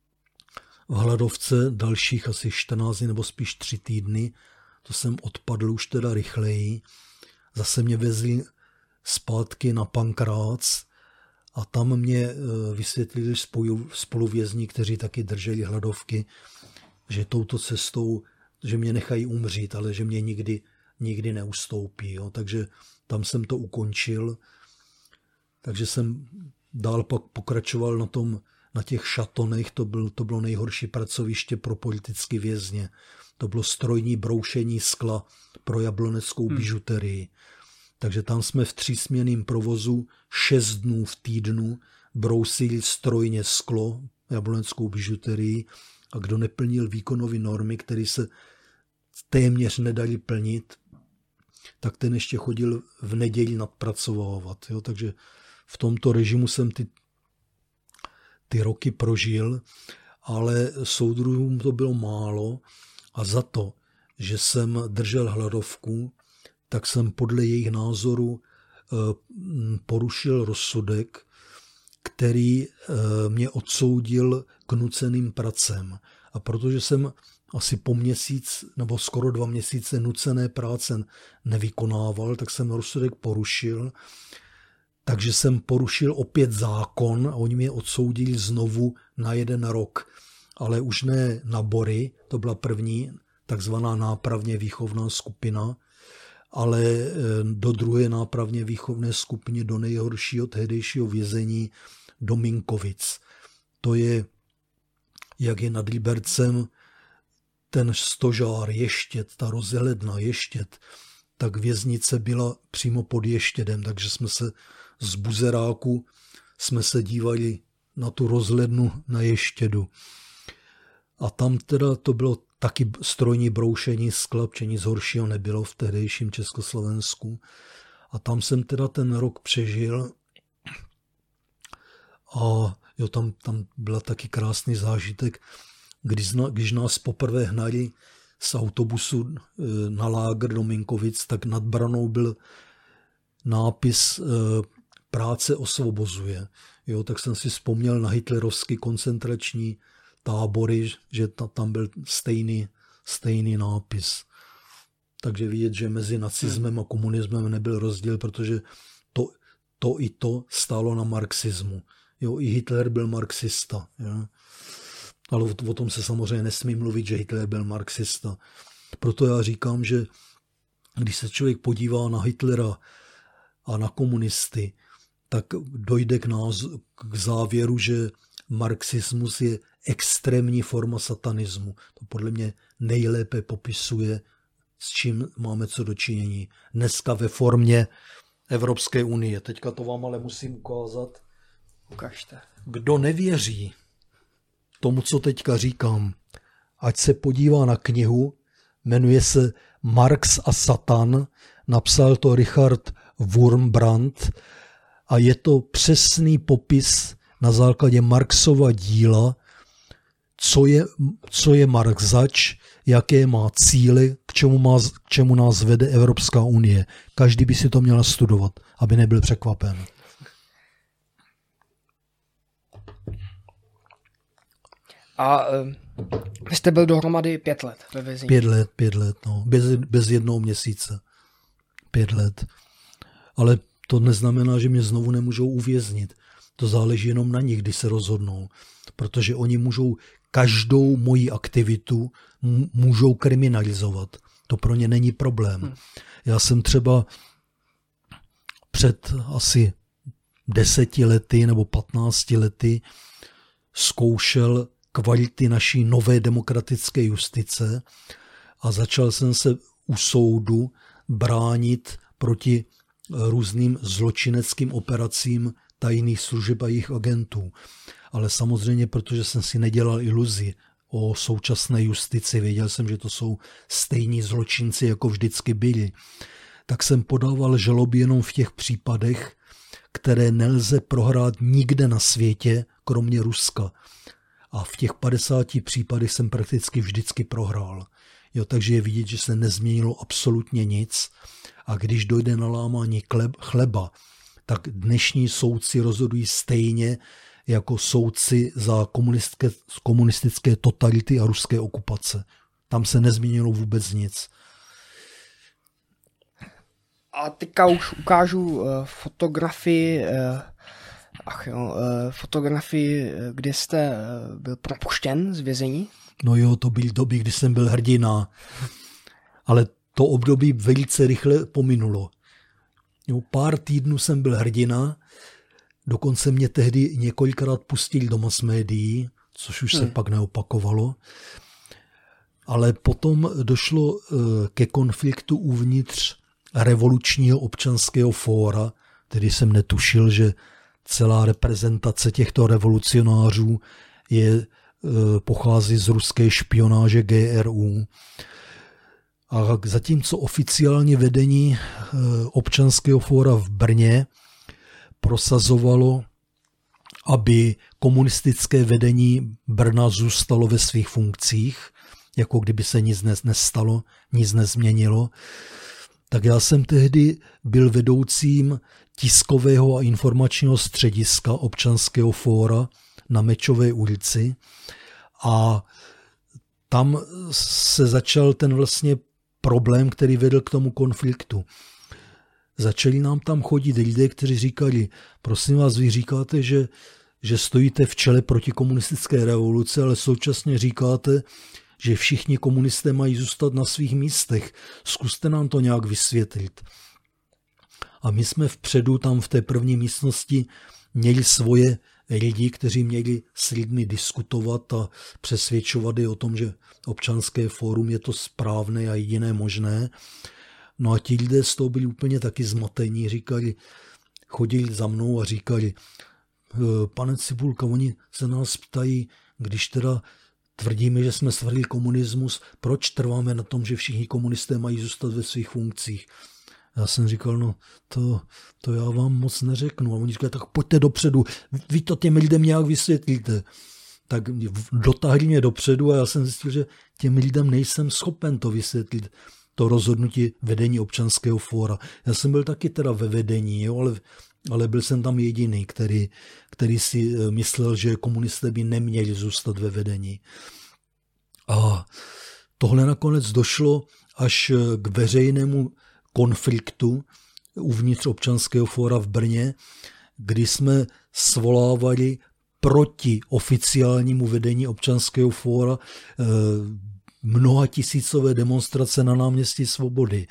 v hladovce dalších asi 14 nebo spíš 3 týdny. To jsem odpadl už teda rychleji. Zase mě vezli zpátky na Pankrác a tam mě vysvětlili spoluvězni, kteří taky drželi hladovky, že touto cestou, že mě nechají umřít, ale že mě nikdy neustoupí. Jo. Takže tam jsem to ukončil. Takže jsem dál pak pokračoval na těch šatonech. To bylo nejhorší pracoviště pro politické vězně. To bylo strojní broušení skla pro jabloneckou bižuterii. Takže tam jsme v 3směnném provozu 6 dnů v týdnu brousili strojně sklo, jabloneckou bižuterii, a kdo neplnil výkonové normy, které se téměř nedali plnit, tak ten ještě chodil v neděli nadpracovávat. Jo? Takže v tomto režimu jsem ty roky prožil, ale soudruhům to bylo málo a za to, že jsem držel hladovku, tak jsem podle jejich názoru porušil rozsudek, který mě odsoudil k nuceným pracem. A protože jsem asi po měsíc nebo skoro 2 měsíce nucené práce nevykonával, tak jsem rozsudek porušil. Takže jsem porušil opět zákon a oni mě odsoudili znovu na 1 rok. Ale už ne na Bory, to byla první takzvaná nápravně výchovná skupina, ale do druhé nápravně výchovné skupiny, do nejhoršího tehdejšího vězení do Minkovic. To je, jak je nad Libercem ten stožár Ještěd, ta rozhledna Ještěd, tak věznice byla přímo pod Ještědem, takže jsme se z buzeráku dívali na tu rozhlednu na Ještědu. A tam teda to bylo taky strojní broušení skla, protože nic horšího nebylo v tehdejším Československu. A tam jsem teda ten rok přežil a jo, tam byla taky krásný zážitek, když nás poprvé hnali z autobusu na lágr do Minkovic, tak nad branou byl nápis Práce osvobozuje. Jo, tak jsem si vzpomněl na hitlerovský koncentrační tábory, že tam byl stejný nápis. Takže vidět, že mezi nacismem a komunismem nebyl rozdíl, protože to stálo na marxismu. Jo, i Hitler byl marxista. Jo. Ale o tom se samozřejmě nesmí mluvit, že Hitler byl marxista. Proto já říkám, že když se člověk podívá na Hitlera a na komunisty, tak dojde k závěru, že marxismus je extrémní forma satanismu. To podle mě nejlépe popisuje, s čím máme co dočinění. Dneska ve formě Evropské unie. Teďka to vám ale musím ukázat. Ukažte. Kdo nevěří tomu, co teďka říkám, ať se podívá na knihu, jmenuje se Marx a Satan, napsal to Richard Wurmbrand a je to přesný popis na základě Marxova díla, co je Marx zač, jaké má cíly, k čemu nás vede Evropská unie. Každý by si to měl studovat, aby nebyl překvapen. A vy jste byl dohromady 5 let ve vězení. 5 let, no. Bez 1 měsíce. 5 let. Ale to neznamená, že mě znovu nemůžou uvěznit. To záleží jenom na nich, kdy se rozhodnou. Protože oni můžou každou moji aktivitu můžou kriminalizovat. To pro ně není problém. Já jsem třeba před asi 10 lety nebo 15 lety zkoušel kvality naší nové demokratické justice a začal jsem se u soudu bránit proti různým zločineckým operacím tajných služeb a jejich agentů. Ale samozřejmě, protože jsem si nedělal iluzi o současné justici, věděl jsem, že to jsou stejní zločinci, jako vždycky byli, tak jsem podával žaloby jenom v těch případech, které nelze prohrát nikde na světě, kromě Ruska. A v těch 50 případech jsem prakticky vždycky prohrál. Jo, takže je vidět, že se nezměnilo absolutně nic. A když dojde na lámání chleba, tak dnešní soudci rozhodují stejně jako soudci za komunistické totality a ruské okupace. Tam se nezměnilo vůbec nic. A teďka už ukážu fotografii, kde jste byl propuštěn z vězení. No jo, to byly doby, kdy jsem byl hrdina. Ale to období velice rychle pominulo. Jo, pár týdnů jsem byl hrdina, dokonce mě tehdy několikrát pustili do mass médií, což už se pak neopakovalo. Ale potom došlo ke konfliktu uvnitř revolučního občanského fóra, tedy jsem netušil, že celá reprezentace těchto revolucionářů pochází z ruské špionáže GRU. A zatímco oficiální vedení občanského fóra v Brně prosazovalo, aby komunistické vedení Brna zůstalo ve svých funkcích, jako kdyby se nic nestalo, nic nezměnilo, tak já jsem tehdy byl vedoucím tiskového a informačního střediska občanského fóra na Mečové ulici a tam se začal ten vlastně problém, který vedl k tomu konfliktu. Začali nám tam chodit lidé, kteří říkali, prosím vás, vy říkáte, že stojíte v čele proti komunistické revoluce, ale současně říkáte, že všichni komunisté mají zůstat na svých místech. Zkuste nám to nějak vysvětlit. A my jsme vpředu tam v té první místnosti měli svoje lidi, kteří měli s lidmi diskutovat a přesvědčovat je o tom, že občanské fórum je to správné a jediné možné. No a ti lidé z toho byli úplně taky zmatení, chodili za mnou a říkali, pane Cibulka, oni se nás ptají, když teda tvrdíme, že jsme svrhli komunismus, proč trváme na tom, že všichni komunisté mají zůstat ve svých funkcích? Já jsem říkal, no to já vám moc neřeknu. A oni říkali, tak pojďte dopředu, vy to těm lidem nějak vysvětlíte. Tak dotáhli mě dopředu a já jsem zjistil, že těm lidem nejsem schopen to vysvětlit, to rozhodnutí vedení občanského fóra. Já jsem byl taky teda ve vedení, jo, ale byl jsem tam jediný, který si myslel, že komunisté by neměli zůstat ve vedení. A tohle nakonec došlo až k veřejnému konfliktu uvnitř občanského fóra v Brně, kdy jsme svolávali proti oficiálnímu vedení občanského fóra mnohatisícové demonstrace na náměstí Svobody,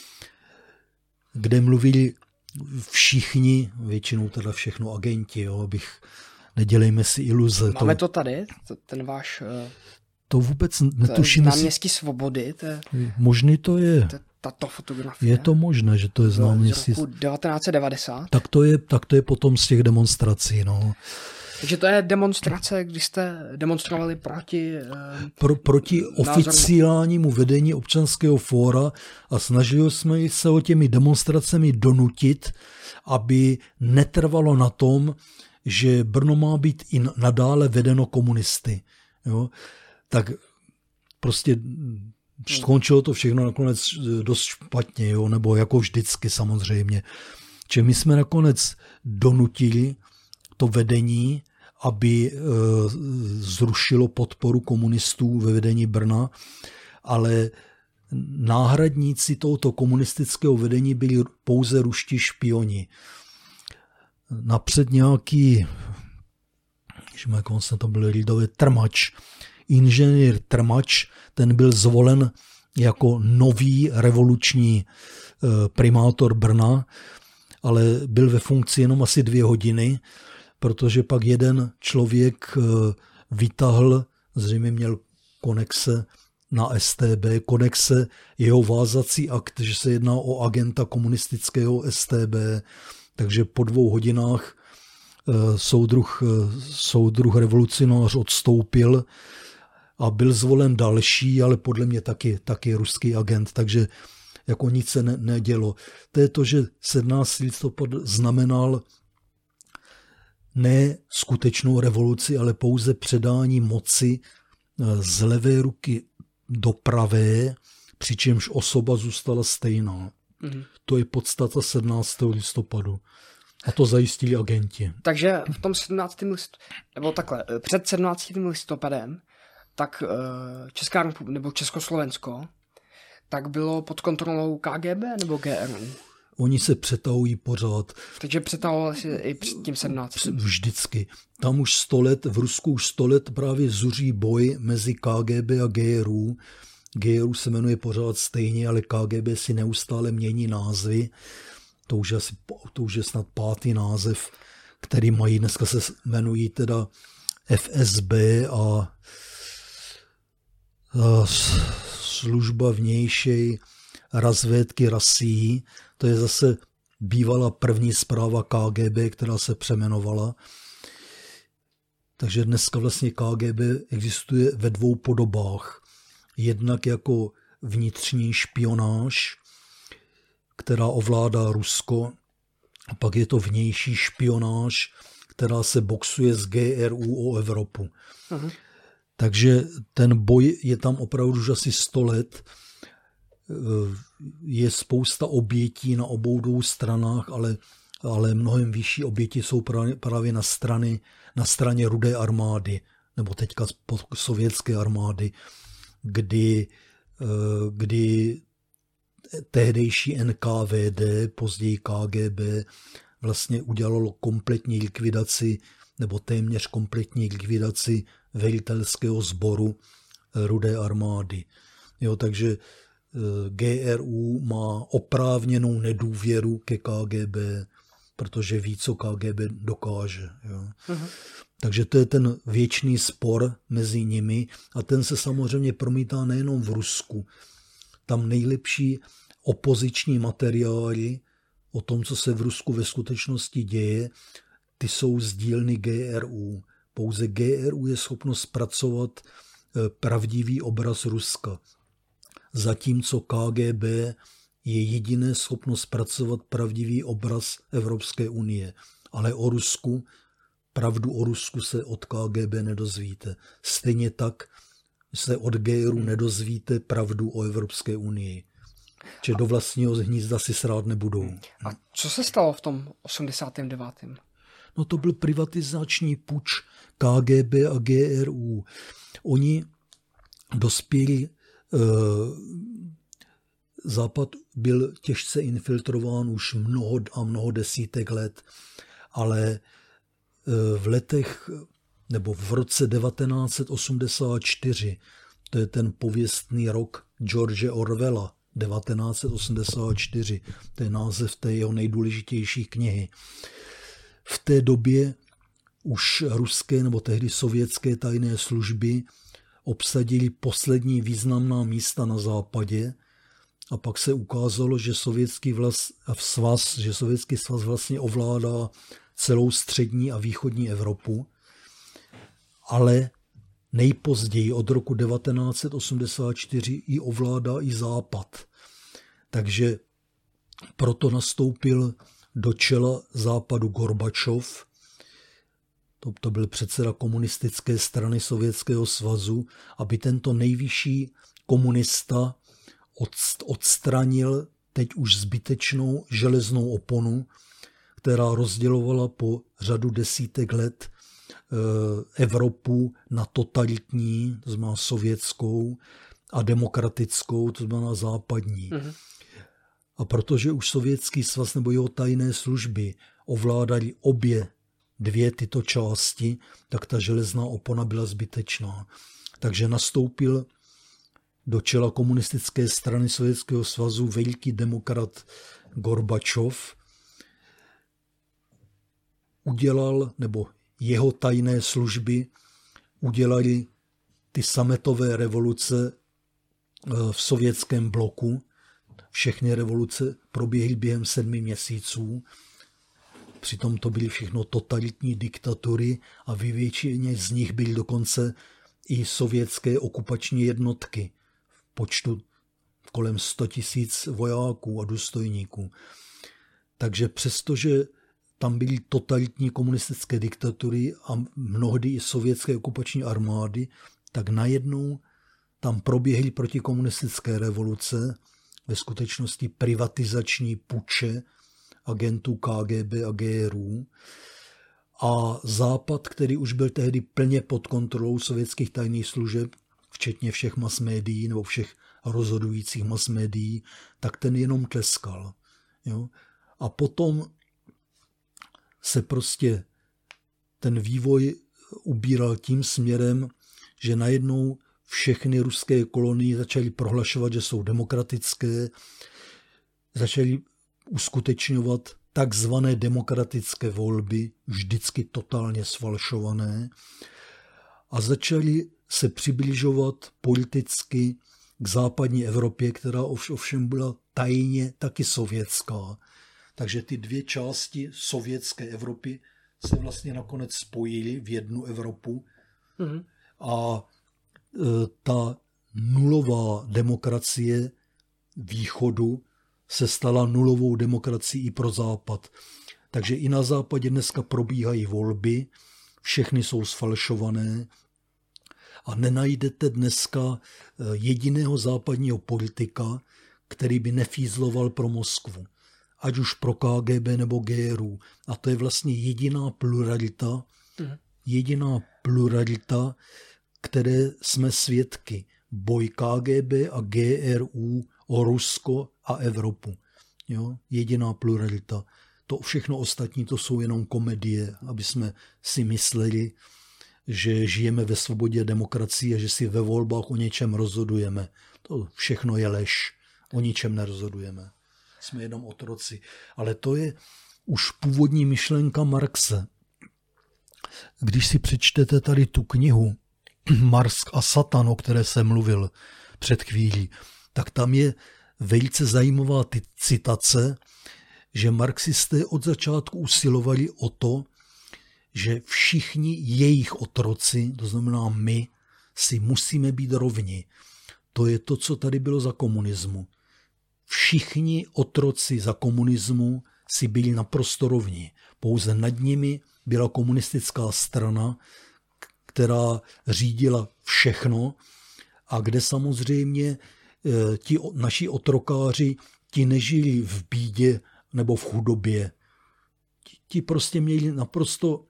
kde mluvili všichni, většinou teda všechno agenti, jo, nedělejme si iluze. Máme to tady, ten váš... To vůbec netuším. Náměstí Svobody. Možný to je. Tato fotografie. Je to možné, že to je z náměstí. Z roku 1990. Tak to je potom z těch demonstrací. No. Takže to je demonstrace, když jste demonstrovali proti... Proti oficiálnímu vedení občanského fóra a snažili jsme se o těmi demonstracemi donutit, aby netrvalo na tom, že Brno má být i nadále vedeno komunisty. Jo? Tak prostě skončilo to všechno nakonec dost špatně, jo? Nebo jako vždycky samozřejmě. Čiže my jsme nakonec donutili to vedení, aby zrušilo podporu komunistů ve vedení Brna, ale náhradníci tohoto komunistického vedení byli pouze ruští špioni. Napřed nějaký, jak on se to byl, lidový Trmač, inženýr Trmač, ten byl zvolen jako nový revoluční primátor Brna, ale byl ve funkci jenom asi 2 hodiny, protože pak jeden člověk vytahl, zřejmě měl konexe na STB, konexe jeho vázací akt, že se jedná o agenta komunistického STB, takže po 2 hodinách soudruh revolucionář odstoupil a byl zvolen další, ale podle mě taky ruský agent, takže jako nic se nedělo. To je to, že 17. listopad znamenal ne skutečnou revoluci, ale pouze předání moci z levé ruky do pravé, přičemž osoba zůstala stejná. To je podstata 17. listopadu. A to zajistili agenti. Takže v tom 17. nebo takhle, před 17. listopadem, tak Česká republika, nebo Československo, tak bylo pod kontrolou KGB nebo GRU? Oni se přetahují pořád. Takže přetahovali si i před tím 17. Vždycky. Tam už 100 let, v Rusku už 100 let právě zuří boj mezi KGB a GRU. GRU se jmenuje pořád stejně, ale KGB si neustále mění názvy. To už je snad 5. název, který mají. Dneska se jmenují teda FSB a služba vnější razvédky Rasí. To je zase bývala první zpráva KGB, která se přeměnovala. Takže dneska vlastně KGB existuje ve 2 podobách. Jednak jako vnitřní špionáž, která ovládá Rusko, a pak je to vnější špionáž, která se boxuje s GRU o Evropu. Uh-huh. Takže ten boj je tam opravdu už asi 100 let. Je spousta obětí na obou 2 stranách, ale mnohem vyšší oběti jsou právě na straně Rudé armády, nebo teďka sovětské armády, kdy tehdejší NKVD, později KGB, vlastně udělalo kompletní likvidaci, nebo téměř kompletní likvidaci velitelského sboru Rudé armády. Jo, takže GRU má oprávněnou nedůvěru ke KGB, protože ví, co KGB dokáže. Jo. Uh-huh. Takže to je ten věčný spor mezi nimi a ten se samozřejmě promítá nejenom v Rusku. Tam nejlepší opoziční materiály o tom, co se v Rusku ve skutečnosti děje, ty jsou z dílny GRU. Pouze GRU je schopno zpracovat pravdivý obraz Ruska. Zatímco KGB je jediné schopno zpracovat pravdivý obraz Evropské unie. Ale pravdu o Rusku se od KGB nedozvíte. Stejně tak se od GRU nedozvíte pravdu o Evropské unii. Čiže do vlastního hnízda si srát nebudou. A co se stalo v tom 89. No to byl privatizační puč KGB a GRU. Oni dospěli, Západ byl těžce infiltrován už mnoho desítek let, ale v roce 1984, to je ten pověstný rok George Orwella, 1984, to je název té jeho nejdůležitější knihy. V té době už ruské nebo tehdy sovětské tajné služby obsadili poslední významná místa na západě a pak se ukázalo, že Sovětský svaz vlastně ovládá celou střední a východní Evropu ale nejpozději od roku 1984 ji ovládá i Západ. Takže proto nastoupil do čela Západu Gorbačov, to byl předseda komunistické strany Sovětského svazu, aby tento nejvyšší komunista odstranil teď už zbytečnou železnou oponu, která rozdělovala po řadu desítek let Evropu na totalitní, to znamená sovětskou, a demokratickou, to znamená západní. Mm-hmm. A protože už Sovětský svaz nebo jeho tajné služby ovládali dvě tyto části, tak ta železná opona byla zbytečná. Takže nastoupil do čela komunistické strany Sovětského svazu veliký demokrat Gorbačov, udělal, nebo jeho tajné služby udělali ty sametové revoluce v sovětském bloku. Všechny revoluce proběhly během 7 měsíců. Přitom to byly všechno totalitní diktatury a ve většině z nich byly dokonce i sovětské okupační jednotky v počtu kolem 100 000 vojáků a důstojníků. Takže přestože tam byly totalitní komunistické diktatury a mnohdy i sovětské okupační armády, tak najednou tam proběhly protikomunistické revoluce, ve skutečnosti privatizační puče agentů KGB a GRU. A Západ, který už byl tehdy plně pod kontrolou sovětských tajných služeb, včetně všech masmédií nebo všech rozhodujících masmédií, tak ten jenom tleskal. Jo? A potom se prostě ten vývoj ubíral tím směrem, že najednou všechny ruské kolonie začaly prohlašovat, že jsou demokratické, začaly uskutečňovat takzvané demokratické volby, vždycky totálně sfalšované, a začaly se přibližovat politicky k západní Evropě, která ovšem byla tajně taky sovětská. Takže ty dvě části sovětské Evropy se vlastně nakonec spojily v jednu Evropu. Mm-hmm. A ta nulová demokracie východu se stala nulovou demokracií i pro Západ. Takže i na Západě dneska probíhají volby, všechny jsou sfalšované a nenajdete dneska jediného západního politika, který by nefízloval pro Moskvu. Ať už pro KGB nebo GRU. A to je vlastně jediná pluralita, které jsme svědky. Boj KGB a GRU o Rusko a Evropu. Jo? Jediná pluralita. To všechno ostatní, to jsou jenom komedie, aby jsme si mysleli, že žijeme ve svobodě demokracie a že si ve volbách o něčem rozhodujeme. To všechno je lež. O ničem nerozhodujeme. Jsme jenom otroci. Ale to je už původní myšlenka Marxe. Když si přečtete tady tu knihu Marx a Satan, o které jsem mluvil před chvílí, tak tam je velice zajímavá citace, že marxisté od začátku usilovali o to, že všichni jejich otroci, to znamená my, si musíme být rovni. To je to, co tady bylo za komunismu. Všichni otroci za komunismu si byli naprosto rovni. Pouze nad nimi byla komunistická strana, která řídila všechno a kde samozřejmě ti naši otrokáři, ti nežili v bídě nebo v chudobě. Ti prostě měli naprosto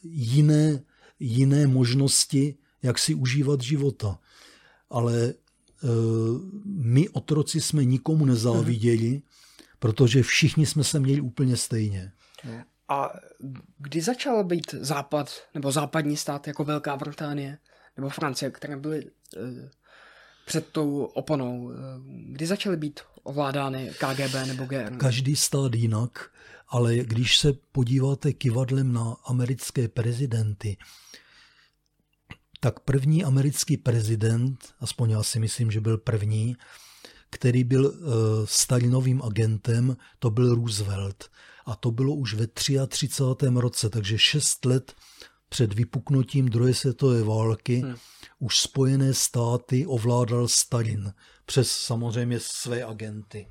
jiné možnosti, jak si užívat života. Ale my otroci jsme nikomu nezáviděli, protože všichni jsme se měli úplně stejně. A kdy začal být Západ nebo západní stát jako Velká Británie nebo Francie, které byly před tou oponou, kdy začaly být ovládány KGB nebo GRU? Každý stát jinak, ale když se podíváte kivadlem na americké prezidenty, tak první americký prezident, aspoň já si myslím, že byl první, který byl Stalinovým agentem, to byl Roosevelt. A to bylo už ve 33. roce, takže 6 let před vypuknutím druhé světové války už Spojené státy ovládal Stalin přes samozřejmě své agenty.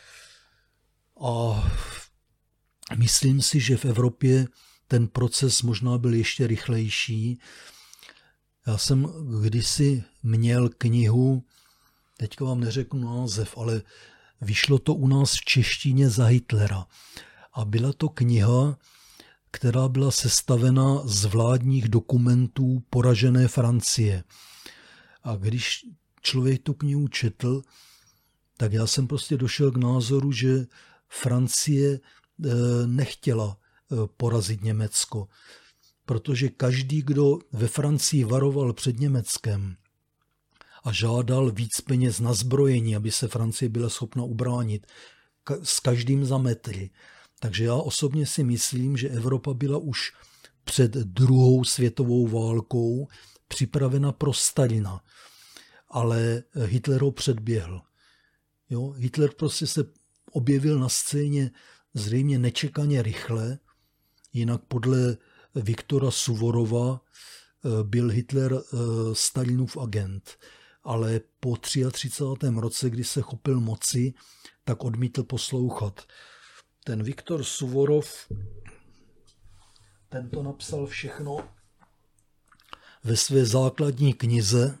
A myslím si, že v Evropě ten proces možná byl ještě rychlejší. Já jsem kdysi měl knihu, teďka vám neřeknu název, ale vyšlo to u nás v češtině za Hitlera. A byla to kniha, která byla sestavena z vládních dokumentů poražené Francie. A když člověk tu knihu četl, tak já jsem prostě došel k názoru, že Francie nechtěla porazit Německo, protože každý, kdo ve Francii varoval před Německem a žádal víc peněz na zbrojení, aby se Francie byla schopna ubránit, s každým za metry. Takže já osobně si myslím, že Evropa byla už před druhou světovou válkou připravena pro Stalina, ale Hitler ho předběhl. Jo? Hitler prostě se objevil na scéně zřejmě nečekaně rychle, jinak podle Viktora Suvorova byl Hitler Stalinův agent, ale po 33. roce, kdy se chopil moci, tak odmítl poslouchat. Ten Viktor Suvorov, ten to napsal všechno ve své základní knize.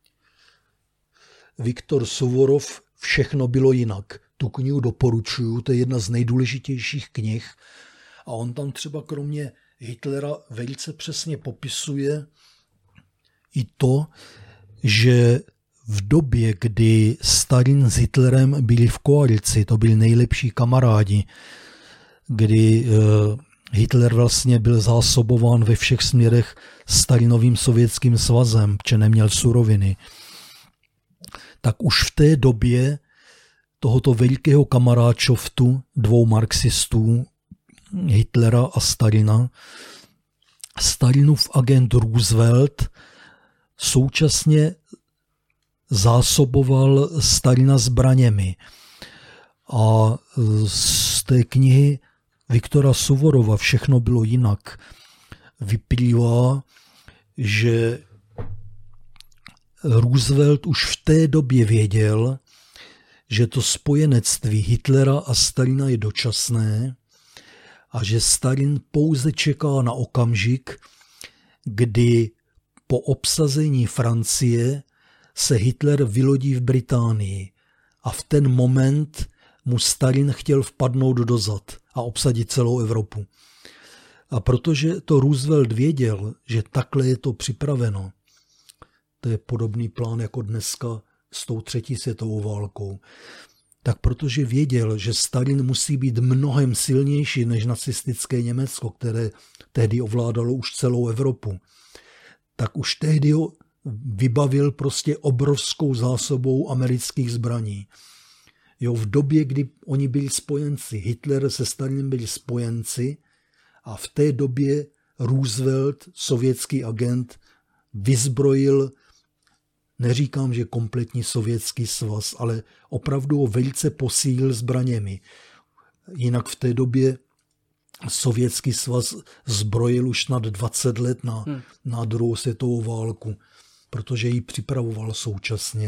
Viktor Suvorov, Všechno bylo jinak. Tu knihu doporučuju, to je jedna z nejdůležitějších knih. A on tam třeba kromě Hitlera velice přesně popisuje i to, že v době, kdy Stalin s Hitlerem byli v koalici, to byli nejlepší kamarádi, kdy Hitler vlastně byl zásobován ve všech směrech Stalinovým sovětským svazem, protože neměl suroviny, tak už v té době tohoto velikého kamaráčovtu dvou marxistů, Hitlera a Stalina, Stalinův agent Roosevelt současně zásoboval Stalina zbraněmi. A z té knihy Viktora Suvorova Všechno bylo jinak vyplývá, že Roosevelt už v té době věděl, že to spojenectví Hitlera a Stalina je dočasné a že Stalin pouze čeká na okamžik, kdy po obsazení Francie se Hitler vylodí v Británii a v ten moment mu Stalin chtěl vpadnout do zad a obsadit celou Evropu. A protože to Roosevelt věděl, že takhle je to připraveno, to je podobný plán jako dneska s tou třetí světovou válkou, tak protože věděl, že Stalin musí být mnohem silnější než nacistické Německo, které tehdy ovládalo už celou Evropu, tak už tehdy ho vybavil prostě obrovskou zásobou amerických zbraní. Jo, v době, kdy oni byli spojenci, Hitler se Stalinem byli spojenci a v té době Roosevelt, sovětský agent, vyzbrojil, neříkám, že kompletní sovětský svaz, ale opravdu ho velice posílil zbraněmi. Jinak v té době sovětský svaz zbrojil už nad 20 let na druhou světovou válku, protože ji připravoval současně.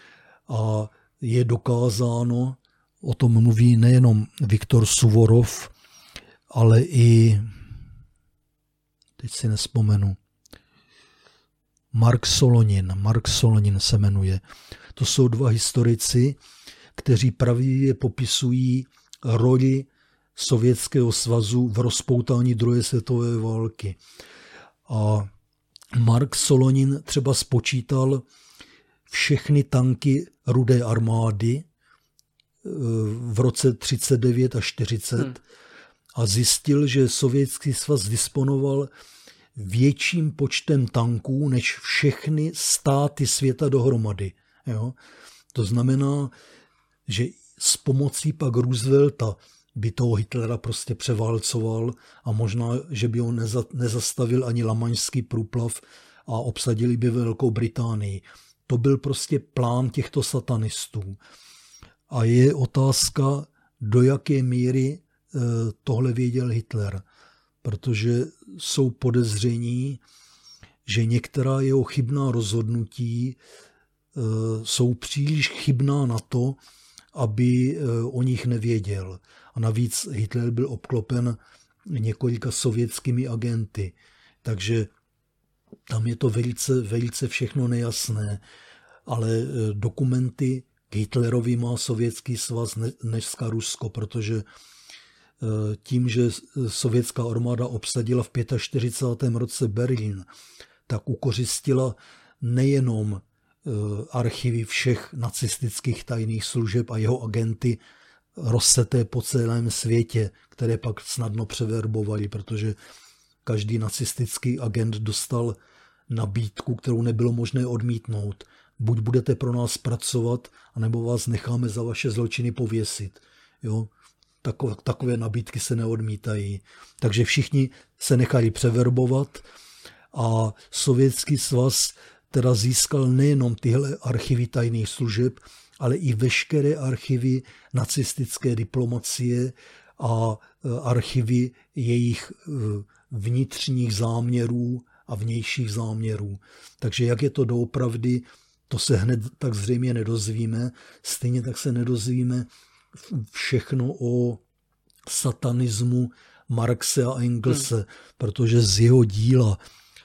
A je dokázáno, o tom mluví nejenom Viktor Suvorov, ale i, teď si nespomenu, Mark Solonin se jmenuje. To jsou dva historici, kteří pravdivě popisují roli Sovětského svazu v rozpoutání druhé světové války. A Mark Solonin třeba spočítal všechny tanky Rudé armády v roce 39 a 40 a zjistil, že Sovětský svaz disponoval větším počtem tanků než všechny státy světa dohromady. Jo? To znamená, že s pomocí pak Roosevelta by toho Hitlera prostě převálcoval a možná, že by ho nezastavil ani Lamaňský průplav a obsadili by Velkou Británii. To byl prostě plán těchto satanistů. A je otázka, do jaké míry tohle věděl Hitler. protože jsou podezření, že některá jeho chybná rozhodnutí jsou příliš chybná na to, aby o nich nevěděl. A navíc Hitler byl obklopen několika sovětskými agenty, takže tam je to velice, velice všechno nejasné, ale dokumenty k Hitlerovi má Sovětský svaz, dneska Rusko, protože tím, že sovětská armáda obsadila v 45. roce Berlín, tak ukořistila nejenom archivy všech nacistických tajných služeb a jeho agenty rozseté po celém světě, které pak snadno převerbovali, protože každý nacistický agent dostal nabídku, kterou nebylo možné odmítnout. Buď budete pro nás pracovat, anebo vás necháme za vaše zločiny pověsit. Jo? Takové nabídky se neodmítají. Takže všichni se nechali převerbovat a Sovětský svaz teda získal nejenom tyhle archivy tajných služeb, ale i veškeré archivy nacistické diplomacie a archivy jejich vnitřních záměrů a vnějších záměrů. Takže jak je to doopravdy, to se hned tak zřejmě nedozvíme. Stejně tak se nedozvíme všechno o satanismu Marxe a Engelse, protože z jeho díla,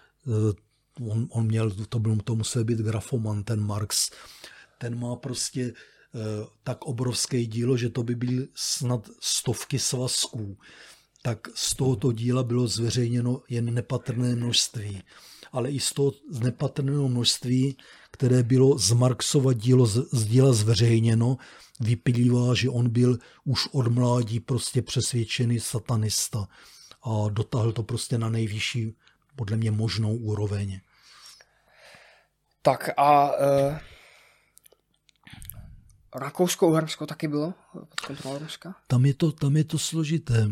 on měl, to musel být grafoman, ten Marx, ten má prostě tak obrovské dílo, že to by byly snad stovky svazků. Tak z tohoto díla bylo zveřejněno jen nepatrné množství. Ale i z toho nepatrného množství, které bylo z Marxova díla zveřejněno, vyplývá, že on byl už od mládí prostě přesvědčený satanista a dotáhl to prostě na nejvyšší, podle mě, možnou úroveň. Tak a Rakousko-Uhersko taky bylo pod kontrolou Ruska? Tam je to složité.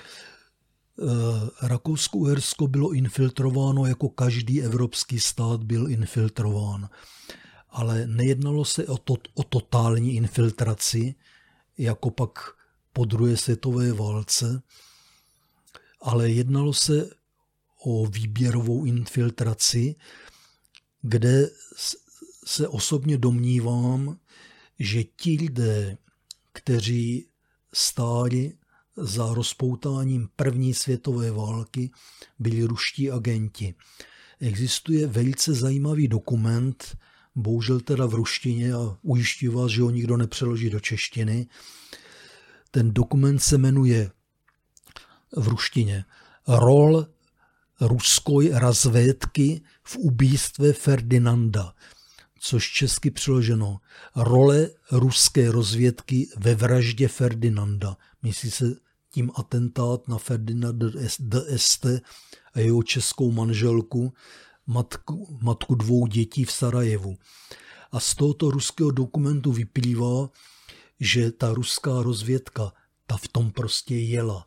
Rakousko-Uhersko bylo infiltrováno, jako každý evropský stát byl infiltrován. Ale nejednalo se o totální infiltraci, jako pak po druhé světové válce, ale jednalo se o výběrovou infiltraci, kde se osobně domnívám, že ti lidé, kteří stáli za rozpoutáním první světové války, byli ruští agenti. Existuje velice zajímavý dokument, bohužel teda v ruštině, a ujišťuji vás, že ho nikdo nepřeloží do češtiny. Ten dokument se jmenuje v ruštině Rol ruskoj razvédky v ubístve Ferdinanda, což česky přeloženo role ruské rozvědky ve vraždě Ferdinanda. Myslí se tím atentát na Ferdinanda d'Este a jeho českou manželku, matku 2 dětí v Sarajevu. A z tohoto ruského dokumentu vyplývá, že ta ruská rozvědka, ta v tom prostě jela.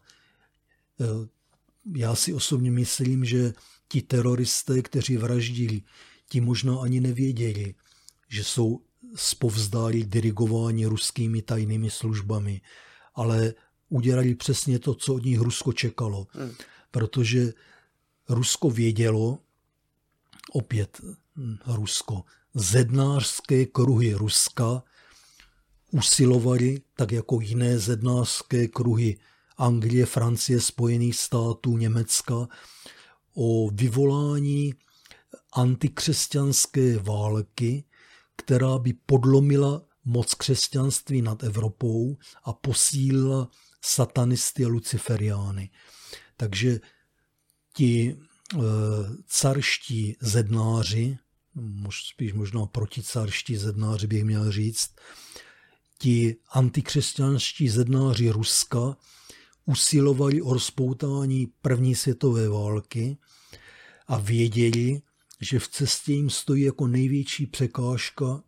Já si osobně myslím, že ti teroristé, kteří vraždili, ti možná ani nevěděli, že jsou zpovzdálí dirigováni ruskými tajnými službami, ale udělali přesně to, co od nich Rusko čekalo. Protože Rusko vědělo, opět Rusko, zednářské kruhy Ruska usilovali, tak jako jiné zednářské kruhy Anglie, Francie, Spojených států, Německa, o vyvolání antikřesťanské války, která by podlomila moc křesťanství nad Evropou a posílila satanisty a luciferiány. Takže ti carští zednáři, spíš možná proticarští zednáři bych měl říct, ti antikřesťanští zednáři Ruska usilovali o rozpoutání první světové války a věděli, že v cestě jim stojí jako největší překážka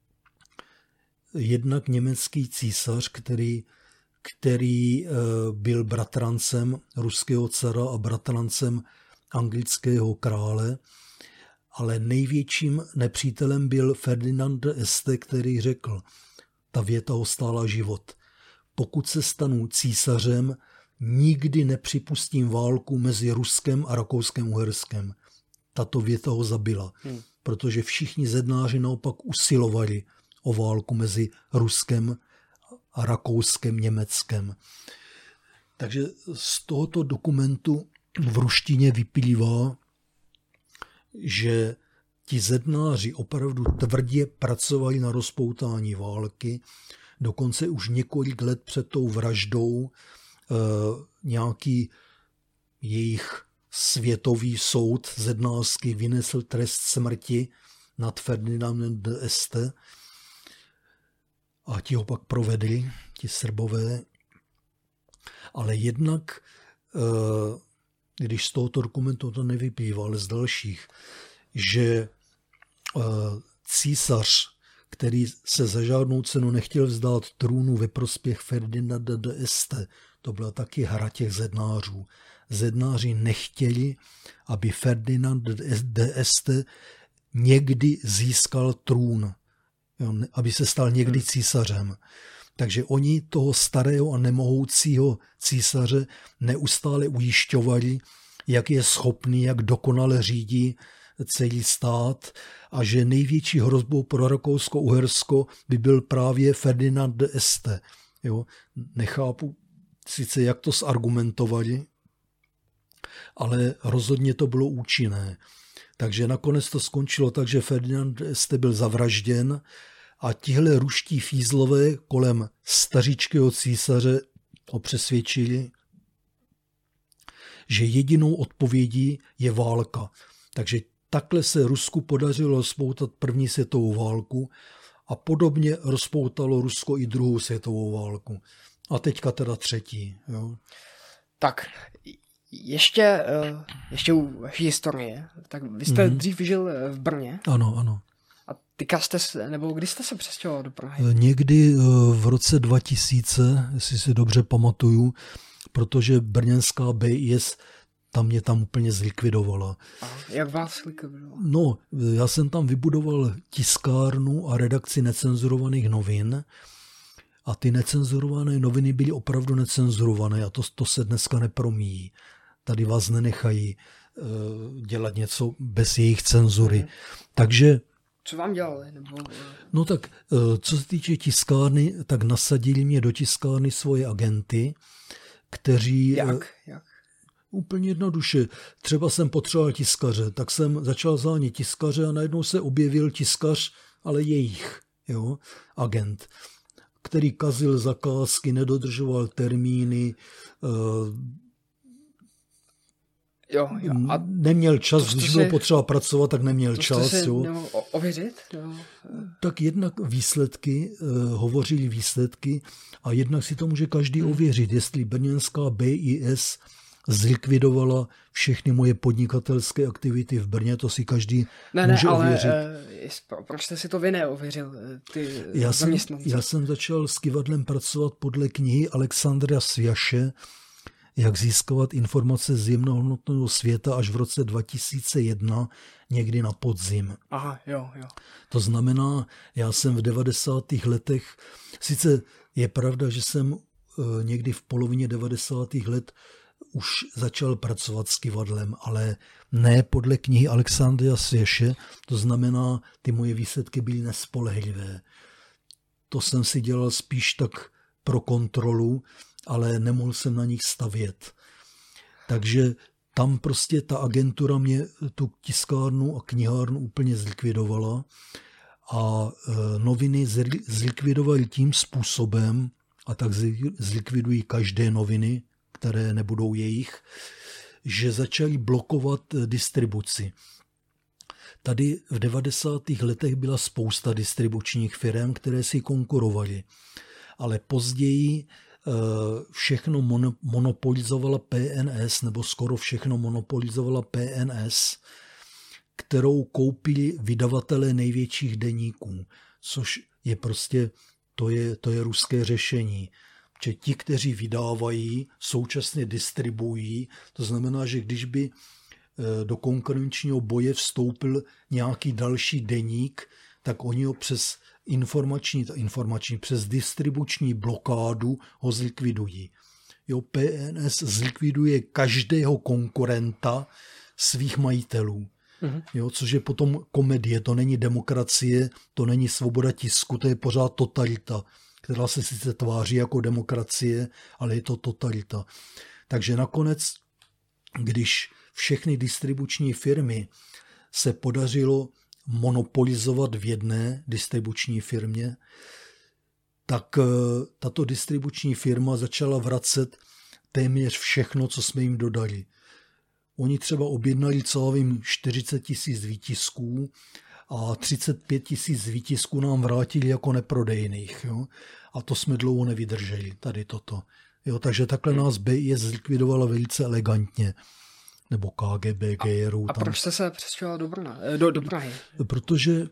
jednak německý císař, který byl bratrancem ruského cara a bratrancem anglického krále, ale největším nepřítelem byl Ferdinand d'Este, který řekl, ta věta ho stála život: pokud se stanu císařem, nikdy nepřipustím válku mezi Ruskem a Rakouskem-Uherskem. Tato věta ho zabila, protože všichni zednáři naopak usilovali o válku mezi Ruskem a Rakouskem, Německem. Takže z tohoto dokumentu v ruštině vyplývá, že ti zednáři opravdu tvrdě pracovali na rozpoutání války, dokonce už několik let před tou vraždou nějaký jejich světový soud zednářský vynesl trest smrti nad Ferdinandem d'Este a ti ho pak provedli, ti Srbové. Ale jednak, když z tohoto dokumentu to nevyplývá, ale z dalších, že císař, který se za žádnou cenu nechtěl vzdát trůnu ve prospěch Ferdinanda d'Este, to byla taky hra těch zednářů. Zednáři nechtěli, aby Ferdinand d'Este někdy získal trůn, aby se stal někdy císařem. Takže oni toho starého a nemohoucího císaře neustále ujišťovali, jak je schopný, jak dokonale řídí celý stát a že největší hrozbou pro Rakousko-Uhersko by byl právě Ferdinand d'Este. Nechápu sice, jak to zargumentovali, ale rozhodně to bylo účinné. Takže nakonec to skončilo tak, že Ferdinand d'Este byl zavražděn a tihle ruští fízlové kolem stařičkého císaře ho přesvědčili, že jedinou odpovědí je válka. Takže takhle se Rusku podařilo rozpoutat první světovou válku a podobně rozpoutalo Rusko i druhou světovou válku. A teďka teda třetí. Jo. Tak, ještě u vaší historie. Tak vy jste dřív žil v Brně. Ano. A kdy jste se přestěhoval do Prahy? Někdy v roce 2000, jestli si dobře pamatuju, protože brněnská BIS mě tam úplně zlikvidovala. A jak vás zlikvidovala? No, já jsem tam vybudoval tiskárnu a redakci necenzurovaných novin a ty necenzurované noviny byly opravdu necenzurované a to se dneska nepromíjí. Tady vás nenechají dělat něco bez jejich cenzury. Takže co vám dělali? No tak, co se týče tiskárny, tak nasadili mě do tiskárny svoje agenty, kteří... Jak? Úplně jednoduše. Třeba jsem potřeboval tiskaře, tak jsem začal zánět tiskaře a najednou se objevil tiskař, ale jejich, agent, který kazil zakázky, nedodržoval termíny, A neměl čas, když bylo potřeba pracovat, tak neměl čas. To ověřit? Tak jednak výsledky, hovořili výsledky a jednak si to může každý ověřit, jestli brněnská BIS zlikvidovala všechny moje podnikatelské aktivity v Brně, to si každý může ověřit. Proč jste si to vy neověřil, ty zaměstnanci? Já jsem začal s Kyvadlem pracovat podle knihy Alexandra Sviaše Jak získávat informace z jemnohmotného světa až v roce 2001, někdy na podzim. Aha, jo. To znamená, já jsem v 90. letech, sice je pravda, že jsem někdy v polovině 90. let už začal pracovat s Kyvadlem, ale ne podle knihy Alexandra Svěše, to znamená, ty moje výsledky byly nespolehlivé. To jsem si dělal spíš tak pro kontrolu, ale nemohl jsem na nich stavět. Takže tam prostě ta agentura mě tu tiskárnu a knihárnu úplně zlikvidovala a noviny zlikvidovaly tím způsobem, a tak zlikvidují každé noviny, které nebudou jejich, že začali blokovat distribuci. Tady v 90. letech byla spousta distribučních firm, které si konkurovaly, ale později všechno monopolizovala PNS, nebo skoro všechno monopolizovala PNS, kterou koupili vydavatelé největších deníků, což je prostě, to je ruské řešení. Že ti, kteří vydávají, současně distribuují, to znamená, že když by do konkurenčního boje vstoupil nějaký další deník, tak oni ho přes přes distribuční blokádu ho zlikvidují. Jo, PNS zlikviduje každého konkurenta svých majitelů. Jo, což je potom komedie, to není demokracie, to není svoboda tisku, to je pořád totalita, která se sice tváří jako demokracie, ale je to totalita. Takže nakonec, když všechny distribuční firmy se podařilo monopolizovat v jedné distribuční firmě, tak tato distribuční firma začala vracet téměř všechno, co jsme jim dodali. Oni třeba objednali celovým 40 000 výtisků a 35 000 výtisků nám vrátili jako neprodejných. Jo? A to jsme dlouho nevydrželi, tady toto. Jo, takže takhle nás BIS zlikvidovala velice elegantně. Nebo KGB, GRU. A proč jste se přestěhoval do Brna? Do Prahy? Protože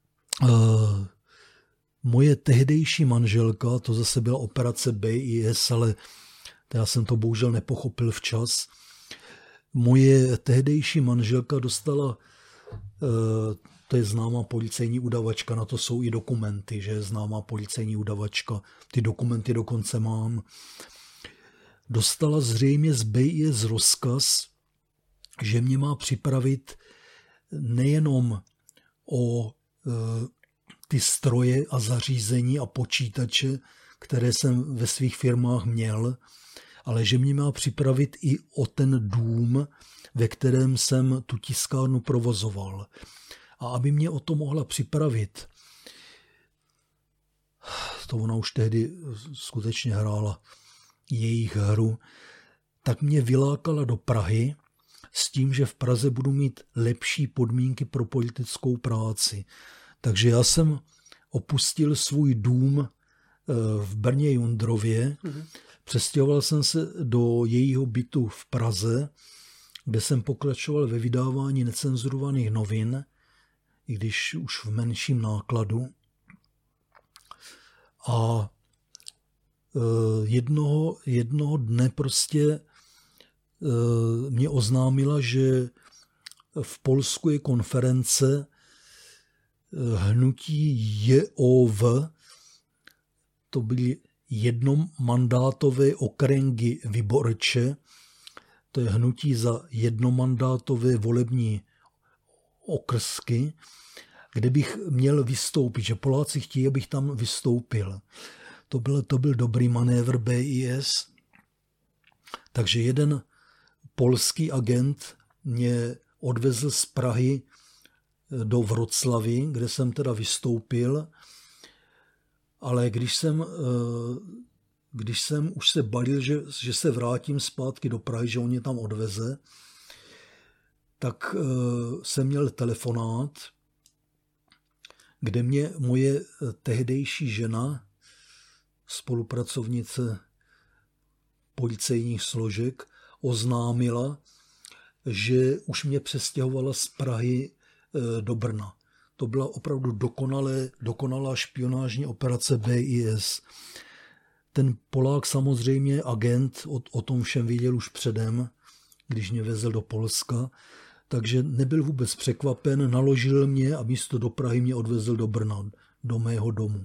moje tehdejší manželka, to zase byla operace BIS, ale já jsem to bohužel nepochopil včas. Moje tehdejší manželka dostala, to je známá policejní udavačka, na to jsou i dokumenty, že je známá policejní udavačka. Ty dokumenty dokonce mám. Dostala zřejmě z BIS rozkaz, že mě má připravit nejenom o ty stroje a zařízení a počítače, které jsem ve svých firmách měl, ale že mě má připravit i o ten dům, ve kterém jsem tu tiskárnu provozoval. A aby mě o to mohla připravit, to ona už tehdy skutečně hrála jejich hru, tak mě vylákala do Prahy s tím, že v Praze budu mít lepší podmínky pro politickou práci. Takže já jsem opustil svůj dům v Brně Jundrově, přestěhoval jsem se do jejího bytu v Praze, kde jsem pokračoval ve vydávání necenzurovaných novin, i když už v menším nákladu. A jednoho dne prostě mě oznámila, že v Polsku je konference hnutí JOV, to byly jednomandátové okręgy vyborče, to je hnutí za jednomandátové volební okrsky, kde bych měl vystoupit, že Poláci chtějí, abych tam vystoupil. To byl dobrý manévr BIS. Takže jeden polský agent mě odvezl z Prahy do Vroclavy, kde jsem teda vystoupil, ale když jsem už se balil, že se vrátím zpátky do Prahy, že on mě tam odveze, tak jsem měl telefonát, kde mě moje tehdejší žena, spolupracovnice policejních složek, oznámila, že už mě přestěhovala z Prahy do Brna. To byla opravdu dokonalá špionážní operace BIS. Ten Polák samozřejmě, agent, o tom všem věděl už předem, když mě vezl do Polska, takže nebyl vůbec překvapen, naložil mě a místo do Prahy mě odvezl do Brna, do mého domu.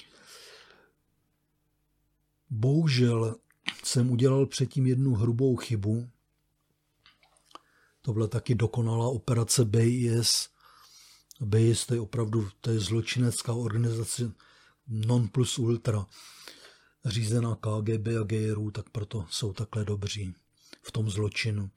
Bohužel jsem udělal předtím jednu hrubou chybu. To byla taky dokonalá operace BIS. BIS to je opravdu zločinecká organizace non plus ultra, řízená KGB a GRU, tak proto jsou takhle dobří v tom zločinu.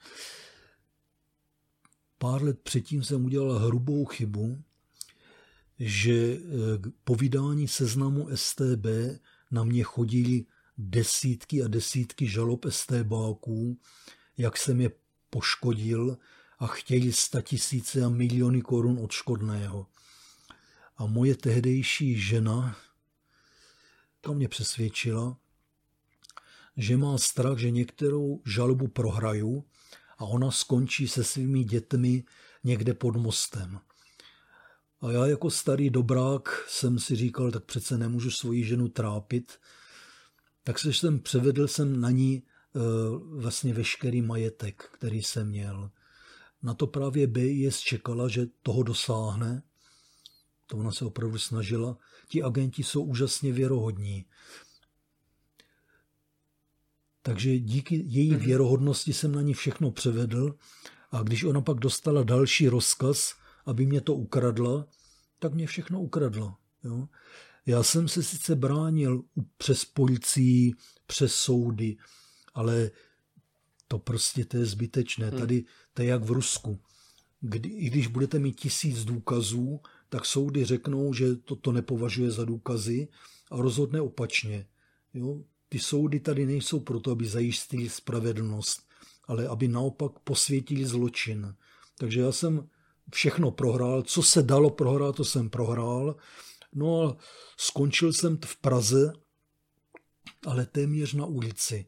Pár let předtím jsem udělal hrubou chybu, že po vydání seznamu StB na mě chodily desítky a desítky žalob StBáků, jak jsem je poškodil a chtěli 100 000 a miliony korun odškodného. A moje tehdejší žena, ta mě přesvědčila, že má strach, že některou žalobu prohraju a ona skončí se svými dětmi někde pod mostem. A já jako starý dobrák jsem si říkal, tak přece nemůžu svoji ženu trápit, tak se převedl jsem na ní vlastně veškerý majetek, který jsem měl. Na to právě BIS čekala, že toho dosáhne. To ona se opravdu snažila. Ti agenti jsou úžasně věrohodní. Takže díky její věrohodnosti jsem na ní všechno převedl a když ona pak dostala další rozkaz, aby mě to ukradla, tak mě všechno ukradla. Jo? Já jsem se sice bránil přes policii, přes soudy, ale to prostě to je zbytečné. Tady to je jak v Rusku. I když budete mít 1000 důkazů, tak soudy řeknou, že to nepovažuje za důkazy a rozhodne opačně. Jo? Ty soudy tady nejsou proto, aby zajistili spravedlnost, ale aby naopak posvětili zločin. Takže já jsem všechno prohrál, co se dalo prohrát, to jsem prohrál. No a skončil jsem v Praze, ale téměř na ulici.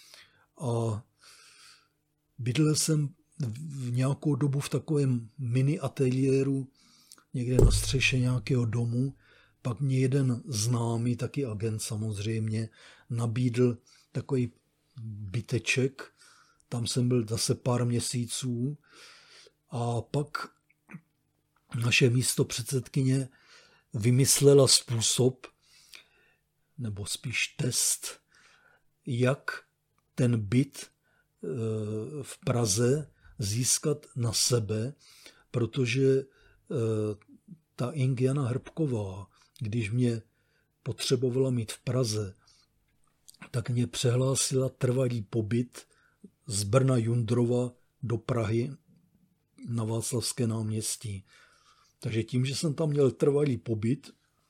A bydlel jsem v nějakou dobu v takovém mini ateliéru, někde na střeše nějakého domu. Pak mě jeden známý, taky agent samozřejmě, nabídl takový byteček. Tam jsem byl zase pár měsíců. A pak naše místopředsedkyně vymyslela způsob, nebo spíš test, jak ten byt v Praze získat na sebe, protože ta Ing. Jana Hrbková, když mě potřebovala mít v Praze, tak mě přehlásila trvalý pobyt z Brna Jundrova do Prahy na Václavské náměstí. Takže tím, že jsem tam měl trvalý pobyt,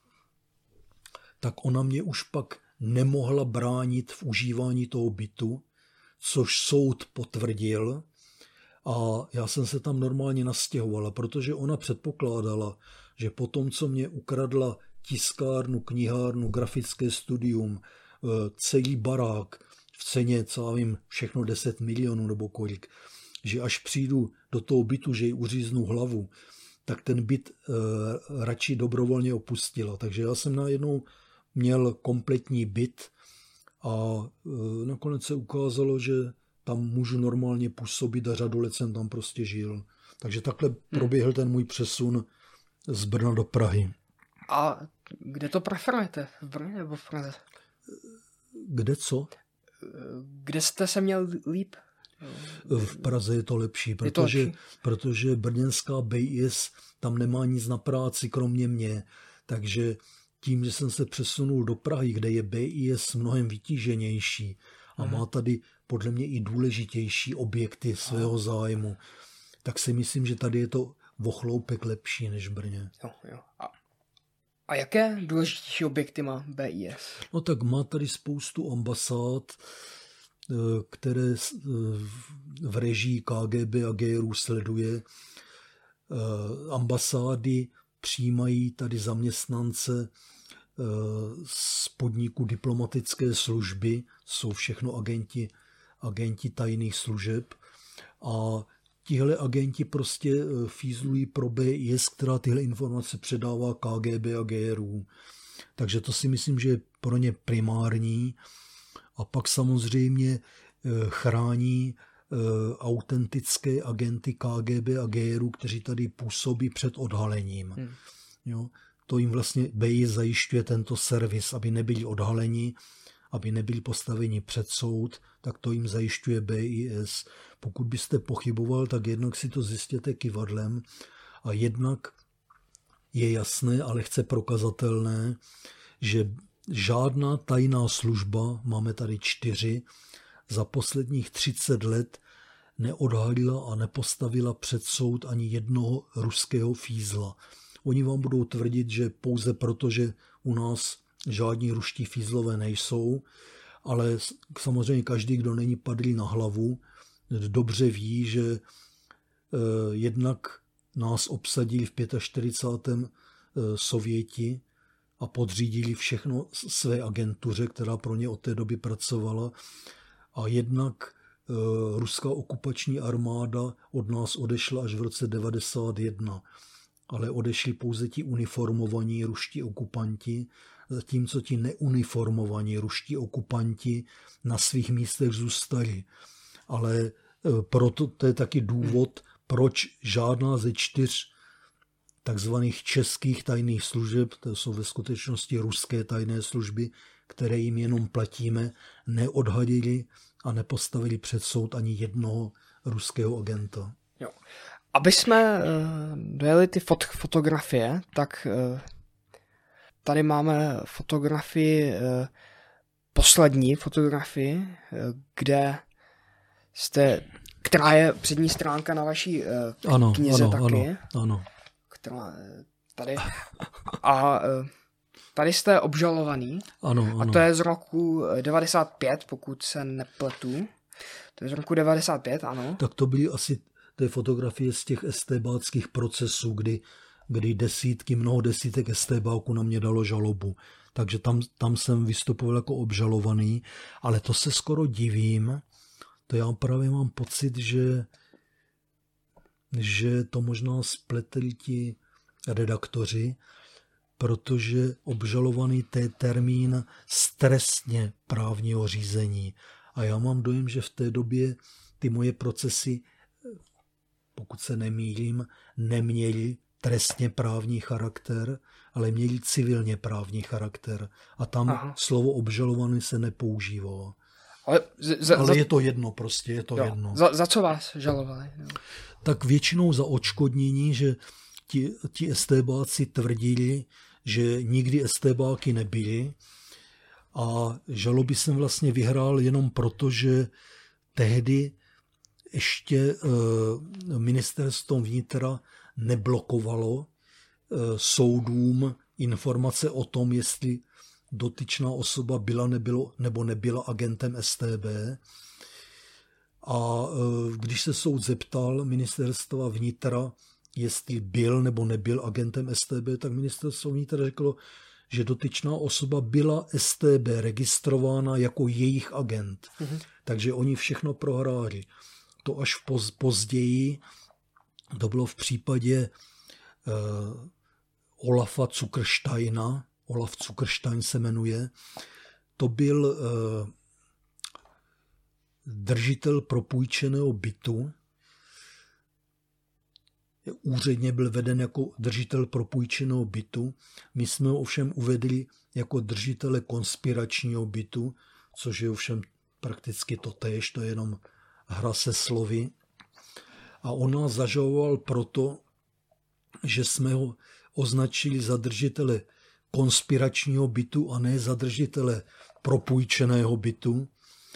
tak ona mě už pak nemohla bránit v užívání toho bytu, což soud potvrdil a já jsem se tam normálně nastěhovala, protože ona předpokládala, že po tom, co mě ukradla tiskárnu, knihárnu, grafické studium, celý barák v ceně, co já vím, všechno 10 milionů nebo kolik, že až přijdu do toho bytu, že jí uříznu hlavu, tak ten byt radši dobrovolně opustila. Takže já jsem najednou měl kompletní byt a nakonec se ukázalo, že tam můžu normálně působit a řadu let jsem tam prostě žil. Takže takhle proběhl ten můj přesun z Brna do Prahy. A kde to preferujete? V Brně nebo v Praze? Kde co? Kde jste se měl líp? V Praze je to lepší, protože brněnská BIS tam nemá nic na práci, kromě mě. Takže tím, že jsem se přesunul do Prahy, kde je BIS mnohem vytíženější a má tady podle mě i důležitější objekty svého zájmu, tak si myslím, že tady je to o chloupek lepší než v Brně. Jo. A jaké důležitější objekty má BIS? No tak má tady spoustu ambasád, které v režii KGB a GRU sleduje. Ambasády přijímají tady zaměstnance z podniku diplomatické služby, jsou všechno agenti tajných služeb a tihle agenti prostě fízlují pro BIS, která tyhle informace předává KGB a GRU. Takže to si myslím, že je pro ně primární. A pak samozřejmě chrání autentické agenty KGB a GRU, kteří tady působí před odhalením. Jo? To jim vlastně BIS zajišťuje tento servis, aby nebyli odhaleni, aby nebyli postaveni před soud, tak to jim zajišťuje BIS. Pokud byste pochyboval, tak jednak si to zjistěte kyvadlem a jednak je jasné a lehce prokazatelné, že žádná tajná služba, máme tady 4, za posledních 30 let neodhalila a nepostavila před soud ani jednoho ruského fízla. Oni vám budou tvrdit, že pouze proto, že u nás žádní ruští fízlové nejsou, ale samozřejmě každý, kdo není padlý na hlavu, dobře ví, že jednak nás obsadili v 45. Sověti a podřídili všechno své agentuře, která pro ně od té doby pracovala. A jednak ruská okupační armáda od nás odešla až v roce 1991. Ale odešli pouze ti uniformovaní ruští okupanti, zatímco ti neuniformovaní ruští okupanti na svých místech zůstali. Ale proto to je taky důvod, proč žádná ze 4 takzvaných českých tajných služeb, to jsou ve skutečnosti ruské tajné služby, které jim jenom platíme, neodhalili a nepostavili před soud ani jednoho ruského agenta. Jo. Aby jsme dojeli ty fotografie, tak tady máme fotografii, poslední fotografii, která je přední stránka na vaší knize taky. Ano. Která tady. A tady jste obžalovaný. Ano. A to je z roku 95, pokud se nepletu. To je z roku 95, ano. Tak to byly asi ty fotografie z těch estébáckých procesů, kdy mnoho desítek estébáků na mě dalo žalobu. Takže tam jsem vystupoval jako obžalovaný, ale to se skoro divím. To já právě mám pocit, že to možná spletli ti redaktoři, protože obžalovaný je termín z trestně právního řízení. A já mám dojem, že v té době ty moje procesy, pokud se nemýlím, neměly trestně právní charakter, ale měly civilně právní charakter. A tam slovo obžalovaný se nepoužívalo. Ale je to jedno prostě, je to jedno. Za co vás žalovali? Jo. Tak většinou za odškodnění, že ti estébáci tvrdili, že nikdy estébáky nebyli a žaloby jsem vlastně vyhrál jenom proto, že tehdy ještě ministerstvo vnitra neblokovalo soudům informace o tom, jestli dotyčná osoba byla nebo nebyla agentem StB. A když se soud zeptal ministerstva vnitra, jestli byl nebo nebyl agentem StB, tak ministerstvo vnitra řeklo, že dotyčná osoba byla StB registrována jako jejich agent. Takže oni všechno prohráli. To až později, to bylo v případě Olafa Zuckersteina, Olaf Zuckerstein se jmenuje, to byl držitel propůjčeného bytu. Úředně byl veden jako držitel propůjčeného bytu. My jsme ho ovšem uvedli jako držitele konspiračního bytu, což je ovšem prakticky totéž, to je jenom hra se slovy. A on nás zažaloval proto, že jsme ho označili za držitele konspiračního bytu a ne za držitele propůjčeného bytu.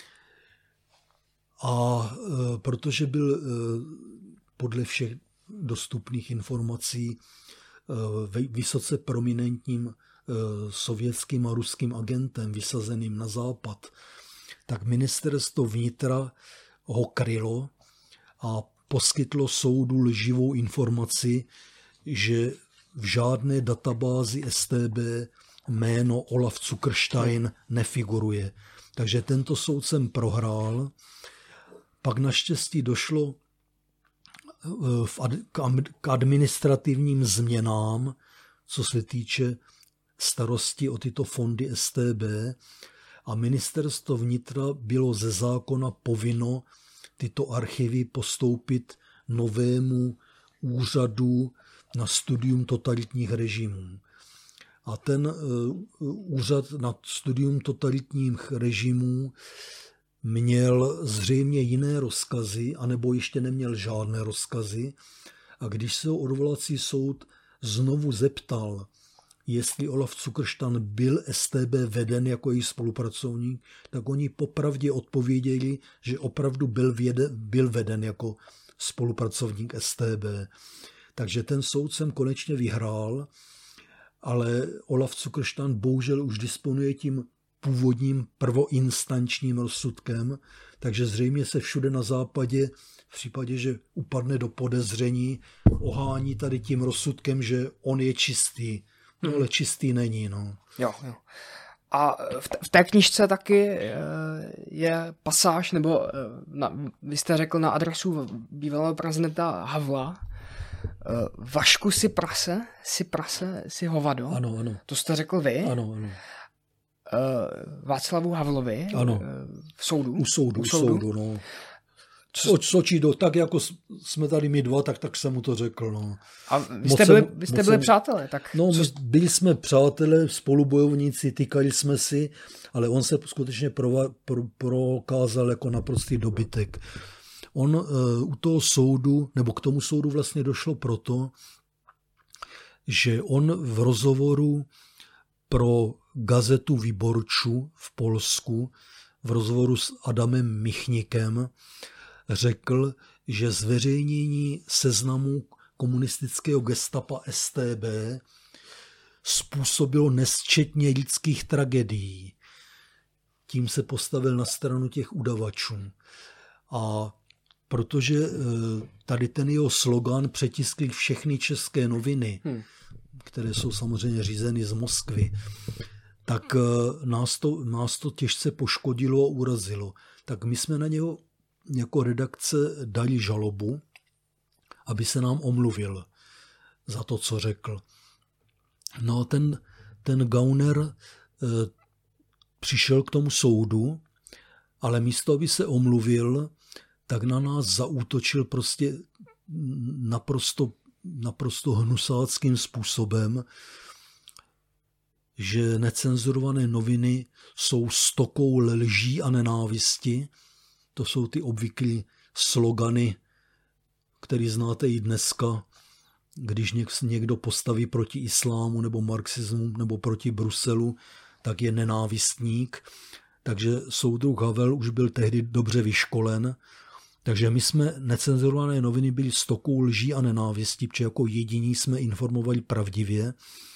A protože byl podle všech dostupných informací vysoce prominentním sovětským a ruským agentem vysazeným na západ, tak ministerstvo vnitra ho krylo a poskytlo soudu lživou informaci, že v žádné databázi StB jméno Olaf Zuckerstein nefiguruje. Takže tento soud jsem prohrál. Pak naštěstí došlo k administrativním změnám, co se týče starosti o tyto fondy StB, a ministerstvo vnitra bylo ze zákona povinno tyto archivy postoupit novému úřadu na studium totalitních režimů. A ten úřad na studium totalitních režimů měl zřejmě jiné rozkazy, anebo ještě neměl žádné rozkazy. A když se odvolací soud znovu zeptal, jestli Olaf Zuckerstein byl StB veden jako její spolupracovník, tak oni popravdě odpověděli, že opravdu byl veden jako spolupracovník StB. Takže ten soud jsem konečně vyhrál, ale Olaf Zuckerstein bohužel už disponuje tím původním prvoinstančním rozsudkem, takže zřejmě se všude na západě, v případě, že upadne do podezření, ohání tady tím rozsudkem, že on je čistý. No, ale čistý není. No. Jo. A v té knižce taky je pasáž, nebo vy jste řekl na adresu bývalého prezidenta Havla, Vašku si prase, si hovado. Ano. To jste řekl vy? Ano. Václavu Havlovi. Ano. V soudu. U soudu, no. Soči, tak jako jsme tady my dva, tak jsem mu to řekl. No. A vy jste byli přátelé? Tak no, byli jsme přátelé, spolubojovníci, tykali jsme si, ale on se skutečně prokázal jako naprostý dobytek. On u toho soudu, nebo k tomu soudu vlastně došlo proto, že on v rozhovoru pro gazetu Wyborczu v Polsku, v rozhovoru s Adamem Michnikem, řekl, že zveřejnění seznamu komunistického gestapa StB způsobilo nesčetně lidských tragédií. Tím se postavil na stranu těch udavačů. A protože tady ten jeho slogan přetiskli všechny české noviny, které jsou samozřejmě řízeny z Moskvy, tak nás to těžce poškodilo a urazilo. Tak my jsme na něho jako redakce dali žalobu, aby se nám omluvil za to, co řekl. No a ten Gauner přišel k tomu soudu, ale místo, aby se omluvil, tak na nás zaútočil prostě naprosto hnusáckým způsobem, že necenzurované noviny jsou stokou lží a nenávisti. To jsou ty obvyklé slogany, které znáte i dneska, když někdo postaví proti islámu nebo marxismu nebo proti Bruselu, tak je nenávistník. Takže soudruh Havel už byl tehdy dobře vyškolen. Takže my jsme necenzurované noviny byli stokou lží a nenávistí, protože jako jediní jsme informovali pravdivě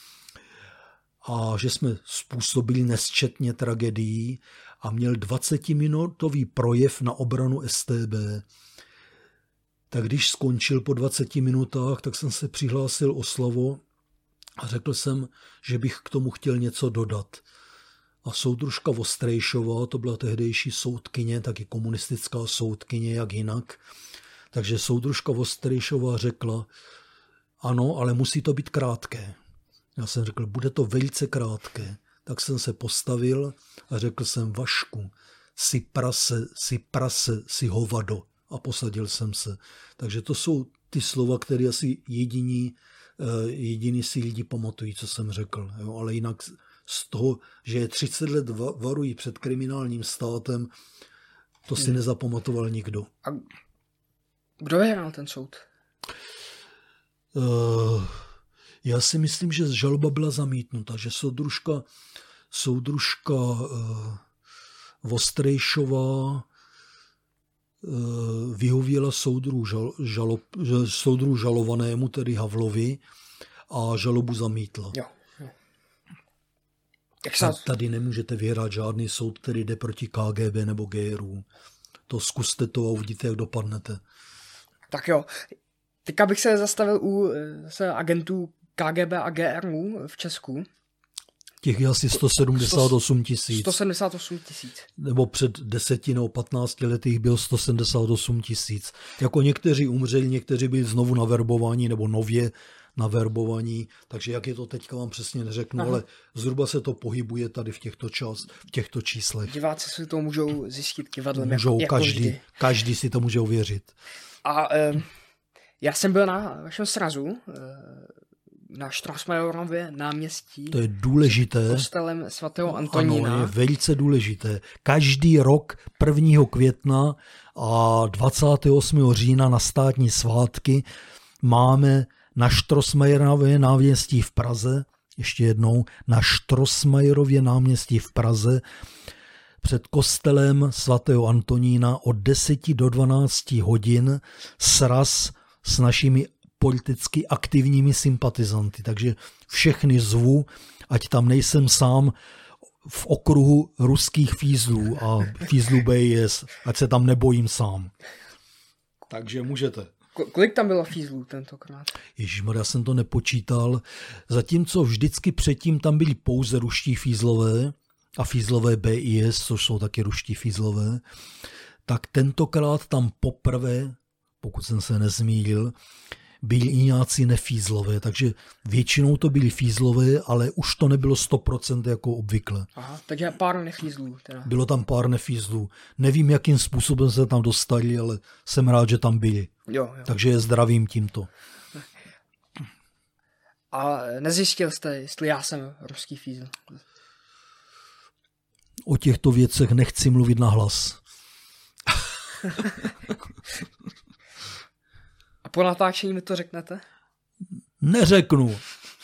a že jsme způsobili nesčetně tragédií a měl 20-minutový projev na obranu StB. Tak když skončil po 20 minutách, tak jsem se přihlásil o slovo a řekl jsem, že bych k tomu chtěl něco dodat. A soudružka Vostrejšová, to byla tehdejší soudkyně, taky komunistická soudkyně, jak jinak. Takže soudružka Vostrejšová řekla, ano, ale musí to být krátké. Já jsem řekl, bude to velice krátké. Tak jsem se postavil a řekl jsem, Vašku, si prase, si hovado. A posadil jsem se. Takže to jsou ty slova, které asi jediný si lidi pamatují, co jsem řekl. Jo? Ale jinak z toho, že je 30 let varují před kriminálním státem, to si nezapamatoval nikdo. A kdo vyhrál ten soud? Já si myslím, že žaloba byla zamítnuta, že soudružka Vostrejšová vyhověla soudru žalovanému, tedy Havlovi, a žalobu zamítla. Jo. Tady nemůžete vyhrát žádný soud, který jde proti KGB nebo GRU. To zkuste to a uvidíte, jak dopadnete. Tak jo. Teďka bych se zastavil u agentů KGB a GRU v Česku. Těch je asi 178 000. 178 000. Nebo před 10 nebo 15 lety jich bylo 178 000. Jako někteří umřeli, někteří byli znovu naverbovaní nebo nově naverbovaní, takže jak je to teďka vám přesně neřeknu, ale zhruba se to pohybuje tady v těchto číslech. Diváci si to můžou zjistit kivadlem. Můžou, jako každý si to může ověřit. A já jsem byl na vašem srazu, na Štrosmajerově náměstí. To je důležité. Kostelem svatého Antonína. Ano, je velice důležité. Každý rok 1. května a 28. října na státní svátky máme na Štrosmajerově náměstí v Praze, ještě jednou, na Štrosmajerově náměstí v Praze před kostelem svatého Antonína od 10 do 12 hodin sraz s našimi politicky aktivními sympatizanty. Takže všechny zvu, ať tam nejsem sám v okruhu ruských fízlů a fízlů BIS, ať se tam nebojím sám. Takže můžete. Kolik tam bylo fízlů tentokrát? Ježišmarja, já jsem to nepočítal. Zatímco vždycky předtím tam byli pouze ruští fízlové a fízlové BIS, což jsou taky ruští fízlové, tak tentokrát tam poprvé, pokud jsem se nezmýlil, byli i nějací nefízlové, takže většinou to byli fízlové, ale už to nebylo 100% jako obvykle. Aha, takže pár nefízlů. Teda. Bylo tam pár nefízlů. Nevím, jakým způsobem se tam dostali, ale jsem rád, že tam byli. Jo. Takže je zdravím tímto. A nezjistil jste, jestli já jsem ruský fízl? O těchto věcech nechci mluvit nahlas. A po natáčení mi to řeknete? Neřeknu.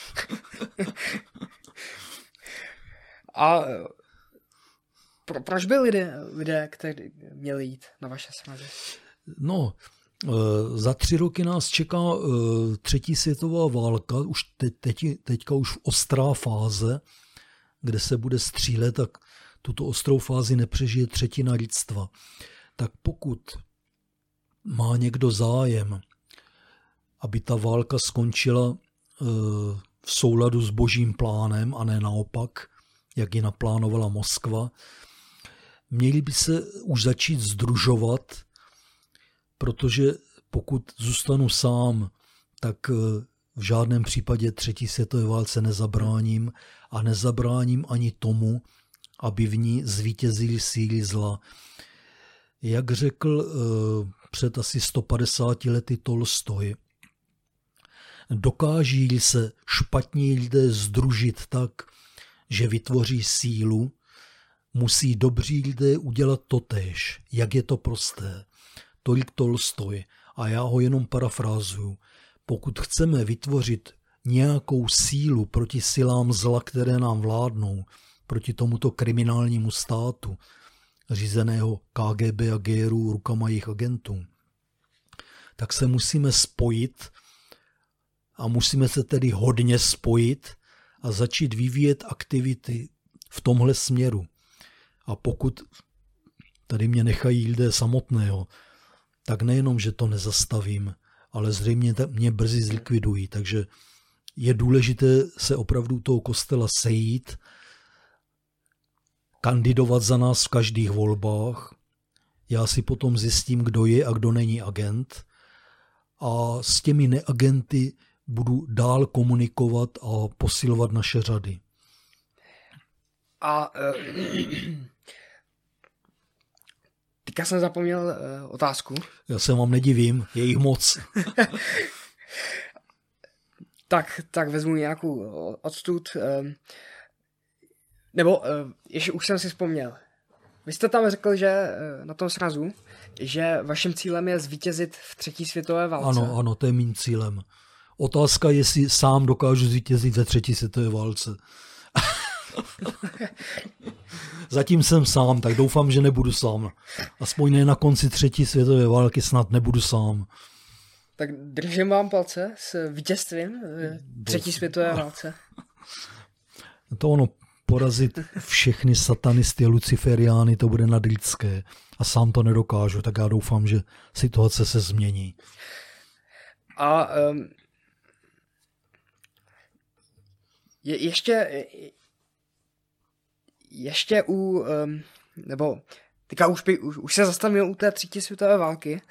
A proč by lidé, kteří měli jít na vaše srazy? No, za 3 roky nás čeká 3. světová válka, už teďka už ostrá fáze, kde se bude střílet, tak tuto ostrou fázi nepřežije 1/3 lidstva. Tak pokud má někdo zájem, aby ta válka skončila v souladu s božím plánem a ne naopak, jak ji naplánovala Moskva, měli by se už začít sdružovat, protože pokud zůstanu sám, tak v žádném případě 3. světové válce nezabráním a nezabráním ani tomu, aby v ní zvítězily síly zla. Jak řekl před asi 150 lety Tolstoj, dokáží se špatní lidé sdružit tak, že vytvoří sílu, musí dobří lidé udělat totéž. Jak je to prosté. Tolik Tolstoj. A já ho jenom parafrázuju. Pokud chceme vytvořit nějakou sílu proti silám zla, které nám vládnou, proti tomuto kriminálnímu státu, řízeného KGB a GRU rukama jejich agentů, tak se musíme spojit a musíme se tedy hodně spojit a začít vyvíjet aktivity v tomhle směru. A pokud tady mě nechají lidé samotného, tak nejenom, že to nezastavím, ale zřejmě mě brzy zlikvidují. Takže je důležité se opravdu toho kostela sejít, kandidovat za nás v každých volbách. Já si potom zjistím, kdo je a kdo není agent. A s těmi neagenty budu dál komunikovat a posilovat naše řady. A teďka jsem zapomněl otázku. Já se vám nedivím, je jich moc. tak vezmu nějakou odtud. Nebo ještě už jsem si vzpomněl. Vy jste tam řekl, že na tom srazu, že vaším cílem je zvítězit v 3. světové válce. Ano, to je mým cílem. Otázka, jestli sám dokážu zvítězit ve 3. světové válce. Zatím jsem sám, tak doufám, že nebudu sám. Aspoň ne na konci 3. světové války, snad nebudu sám. Tak držím vám palce s vítězstvím v 3. světové válce. To ono, porazit všechny satanisty a luciferiány, to bude nadlidské. A sám to nedokážu, tak já doufám, že situace se změní. A ještě nebo teďka už se zastavil u té 3. světové války.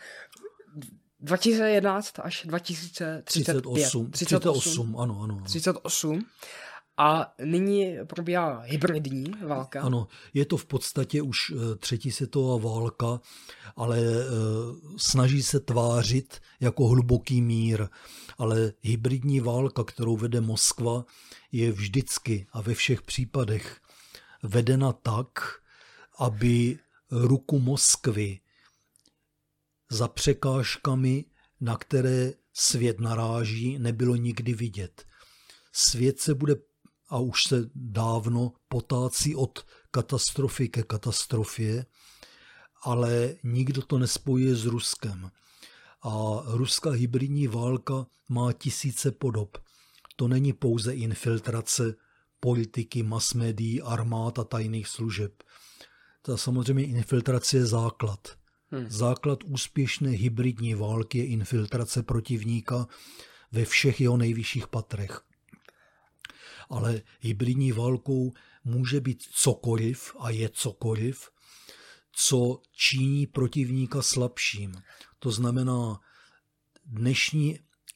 2011 až 2035. 38, ano. 38. A nyní probíhá hybridní válka. Ano, je to v podstatě už 3. světová válka, ale snaží se tvářit jako hluboký mír. Ale hybridní válka, kterou vede Moskva, je vždycky a ve všech případech vedena tak, aby ruku Moskvy za překážkami, na které svět naráží, nebylo nikdy vidět. Svět se bude a už se dávno potácí od katastrofy ke katastrofě, ale nikdo to nespojuje s Ruskem. A ruská hybridní válka má tisíce podob. To není pouze infiltrace politiky, mass médií, armád a tajných služeb. Ta samozřejmě infiltrace je základ. Základ úspěšné hybridní války je infiltrace protivníka ve všech jeho nejvyšších patrech. Ale hybridní válkou může být cokoliv a je cokoliv, co činí protivníka slabším. To znamená, dnešní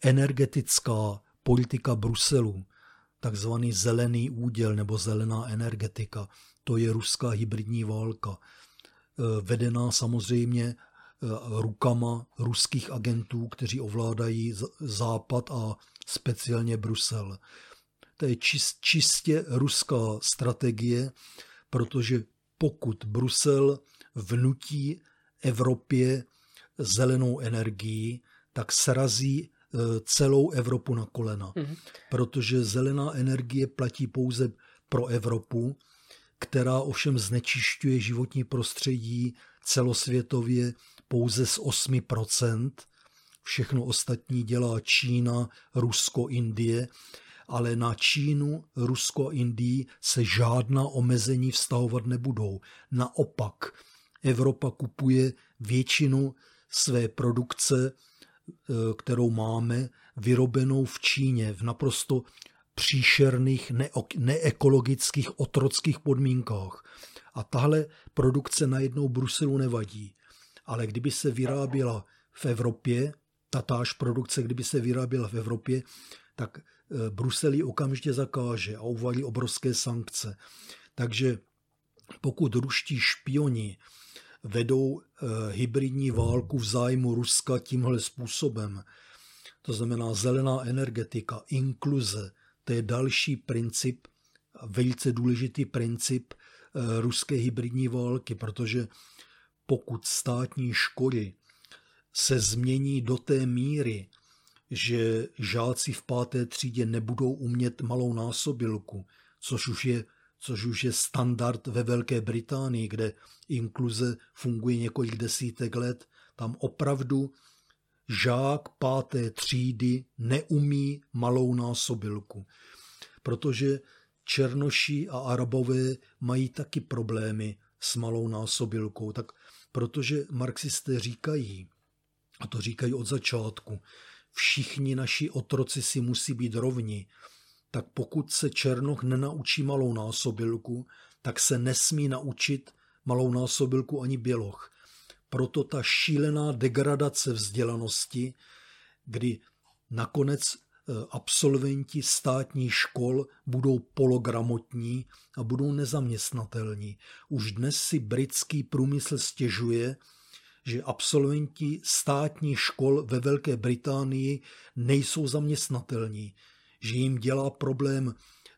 energetická politika Bruselu, takzvaný zelený úděl nebo zelená energetika, to je ruská hybridní válka, vedená samozřejmě rukama ruských agentů, kteří ovládají Západ a speciálně Brusel. To je čistě ruská strategie, protože pokud Brusel vnutí Evropě zelenou energii, tak srazí celou Evropu na kolena. Protože zelená energie platí pouze pro Evropu, která ovšem znečišťuje životní prostředí celosvětově pouze z 8%. Všechno ostatní dělá Čína, Rusko, Indie, ale na Čínu, Rusko a Indii se žádná omezení vztahovat nebudou. Naopak, Evropa kupuje většinu své produkce, kterou máme, vyrobenou v Číně v naprosto příšerných, neekologických, otrockých podmínkách. A tahle produkce najednou Bruselu nevadí. Ale kdyby se vyráběla v Evropě, tatáž produkce, kdyby se vyráběla v Evropě, tak Brusel ji okamžitě zakáže a uvalí obrovské sankce. Takže pokud ruští špioni vedou hybridní válku v zájmu Ruska tímhle způsobem, to znamená zelená energetika, inkluze, to je další princip, velice důležitý princip ruské hybridní války, protože pokud státní školy se změní do té míry, že žáci v 5. třídě nebudou umět malou násobilku, což už je standard ve Velké Británii, kde inkluze funguje několik desítek let, tam opravdu žák 5. třídy neumí malou násobilku. Protože černoši a Arabové mají taky problémy s malou násobilkou. Tak protože marxisté říkají, a to říkají od začátku, všichni naši otroci si musí být rovni, tak pokud se černoch nenaučí malou násobilku, tak se nesmí naučit malou násobilku ani běloch. Proto ta šílená degradace vzdělanosti, kdy nakonec absolventi státních škol budou pologramotní a budou nezaměstnatelní. Už dnes si britský průmysl stěžuje, že absolventi státních škol ve Velké Británii nejsou zaměstnatelní, že jim dělá problém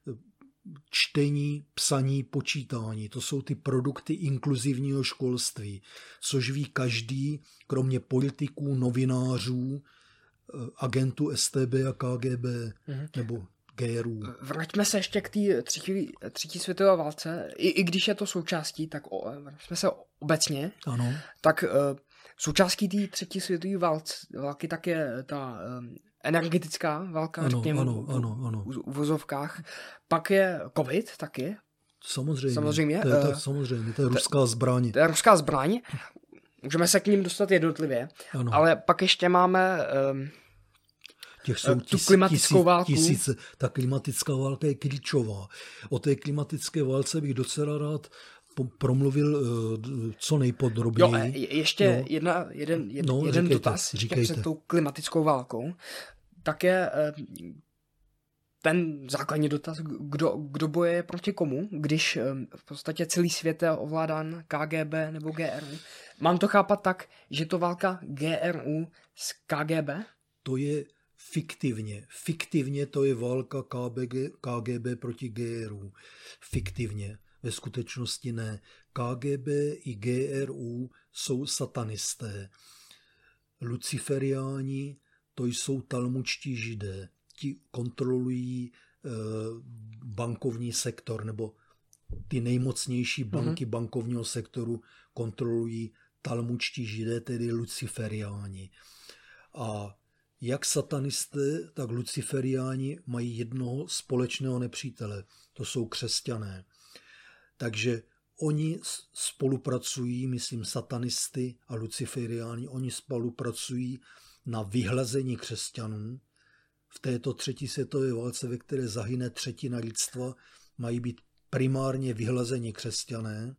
čtení, psaní, počítání. To jsou ty produkty inkluzivního školství, což ví každý, kromě politiků, novinářů, agentů StB a KGB nebo GRU. Vraťme se ještě k té třetí světové válce. I když je to součástí, tak vraťme se obecně. Ano. Tak součástí té třetí světové války tak je ta energetická válka, řekněme, v uvozovkách. Pak je covid taky. Samozřejmě. To je ruská zbraň. To je ruská zbraň. Můžeme se k ním dostat jednotlivě. Ano. Ale pak ještě máme těch jsou tu klimatickou válku. Ta klimatická válka je klíčová. O té klimatické válce bych docela rád promluvil co nejpodrobněji. Jo, ještě jeden dotaz před tou klimatickou válkou. Tak je ten základní dotaz, kdo boje proti komu, když v podstatě celý svět je ovládán KGB nebo GRU. Mám to chápat tak, že to válka GRU s KGB? To je fiktivně. Fiktivně to je válka KGB proti GRU. Fiktivně. Ve skutečnosti ne. KGB i GRU jsou satanisté. Luciferiáni, to jsou talmučtí židé. Ti kontrolují bankovní sektor, nebo ty nejmocnější banky bankovního sektoru kontrolují talmučtí židé, tedy luciferiáni. A jak satanisté, tak luciferiáni mají jednoho společného nepřítele. To jsou křesťané. Takže oni spolupracují, myslím satanisty a luciferiáni, oni spolupracují na vyhlazení křesťanů. V této třetí světové válce, ve které zahyne třetina lidstva, mají být primárně vyhlazení křesťané.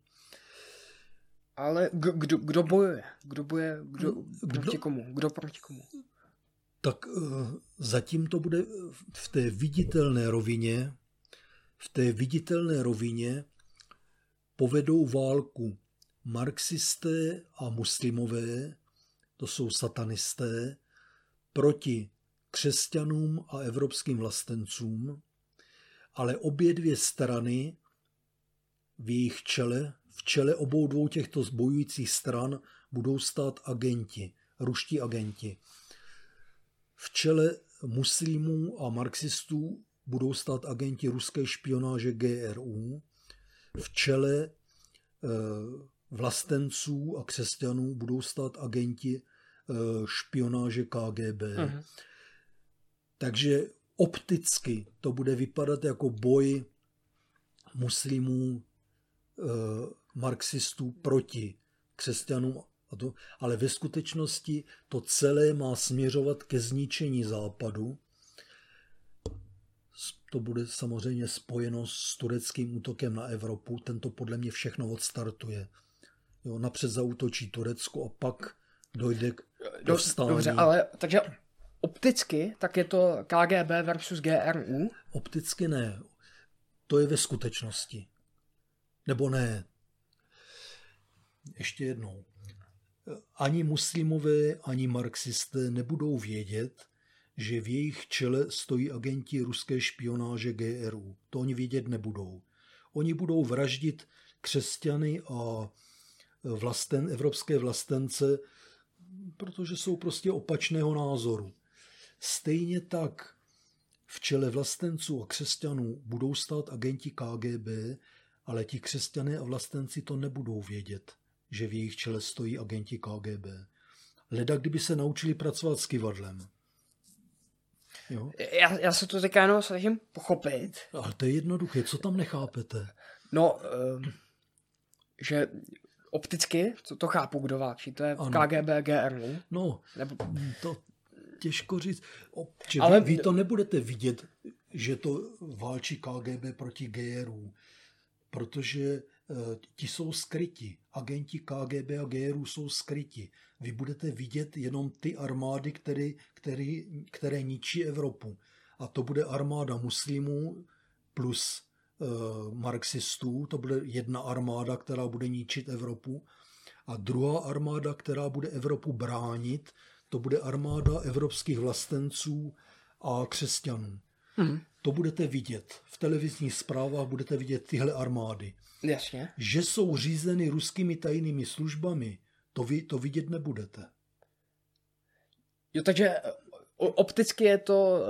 Ale kdo bojuje? Kdo proti komu? Tak zatím to bude v té viditelné rovině. V té viditelné rovině povedou válku marxisté a muslimové, to jsou satanisté, proti křesťanům a evropským vlastencům, ale obě dvě strany v jejich čele, v čele obou dvou těchto bojujících stran budou stát agenti, ruští agenti. V čele muslimů a marxistů budou stát agenti ruské špionáže GRU, v čele vlastenců a křesťanů budou stát agenti špionáže KGB. Uh-huh. Takže opticky to bude vypadat jako boj muslimů, marxistů proti křesťanům, ale ve skutečnosti to celé má směřovat ke zničení Západu. To bude samozřejmě spojeno s tureckým útokem na Evropu. Tento podle mě všechno odstartuje. Jo, napřed zaútočí Turecko a pak dojde k povstání. Dobře, ale takže opticky tak je to KGB versus GRU? Opticky ne. To je ve skutečnosti. Nebo ne. Ještě jednou. Ani muslimové, ani marxisté nebudou vědět, že v jejich čele stojí agenti ruské špionáže GRU. To oni vědět nebudou. Oni budou vraždit křesťany a evropské vlastence, protože jsou prostě opačného názoru. Stejně tak v čele vlastenců a křesťanů budou stát agenti KGB, ale ti křesťané a vlastenci to nebudou vědět, že v jejich čele stojí agenti KGB. Leda, kdyby se naučili pracovat s kyvadlem. Jo? Já se to teďka jenom snažím pochopit. Ale to je jednoduché. Co tam nechápete? No, že opticky, to chápu, kdo válčí. To je KGB, GRU. No, to těžko říct. Ale vy to nebudete vidět, že to válčí KGB proti GRU, protože ti jsou skryti. Agenti KGB a GRU jsou skryti. Vy budete vidět jenom ty armády, které ničí Evropu. A to bude armáda muslimů plus marxistů. To bude jedna armáda, která bude ničit Evropu. A druhá armáda, která bude Evropu bránit, to bude armáda evropských vlastenců a křesťanů. To budete vidět. V televizních zprávách budete vidět tyhle armády. Jasně. Že jsou řízeny ruskými tajnými službami, to vidět nebudete. Jo, takže opticky je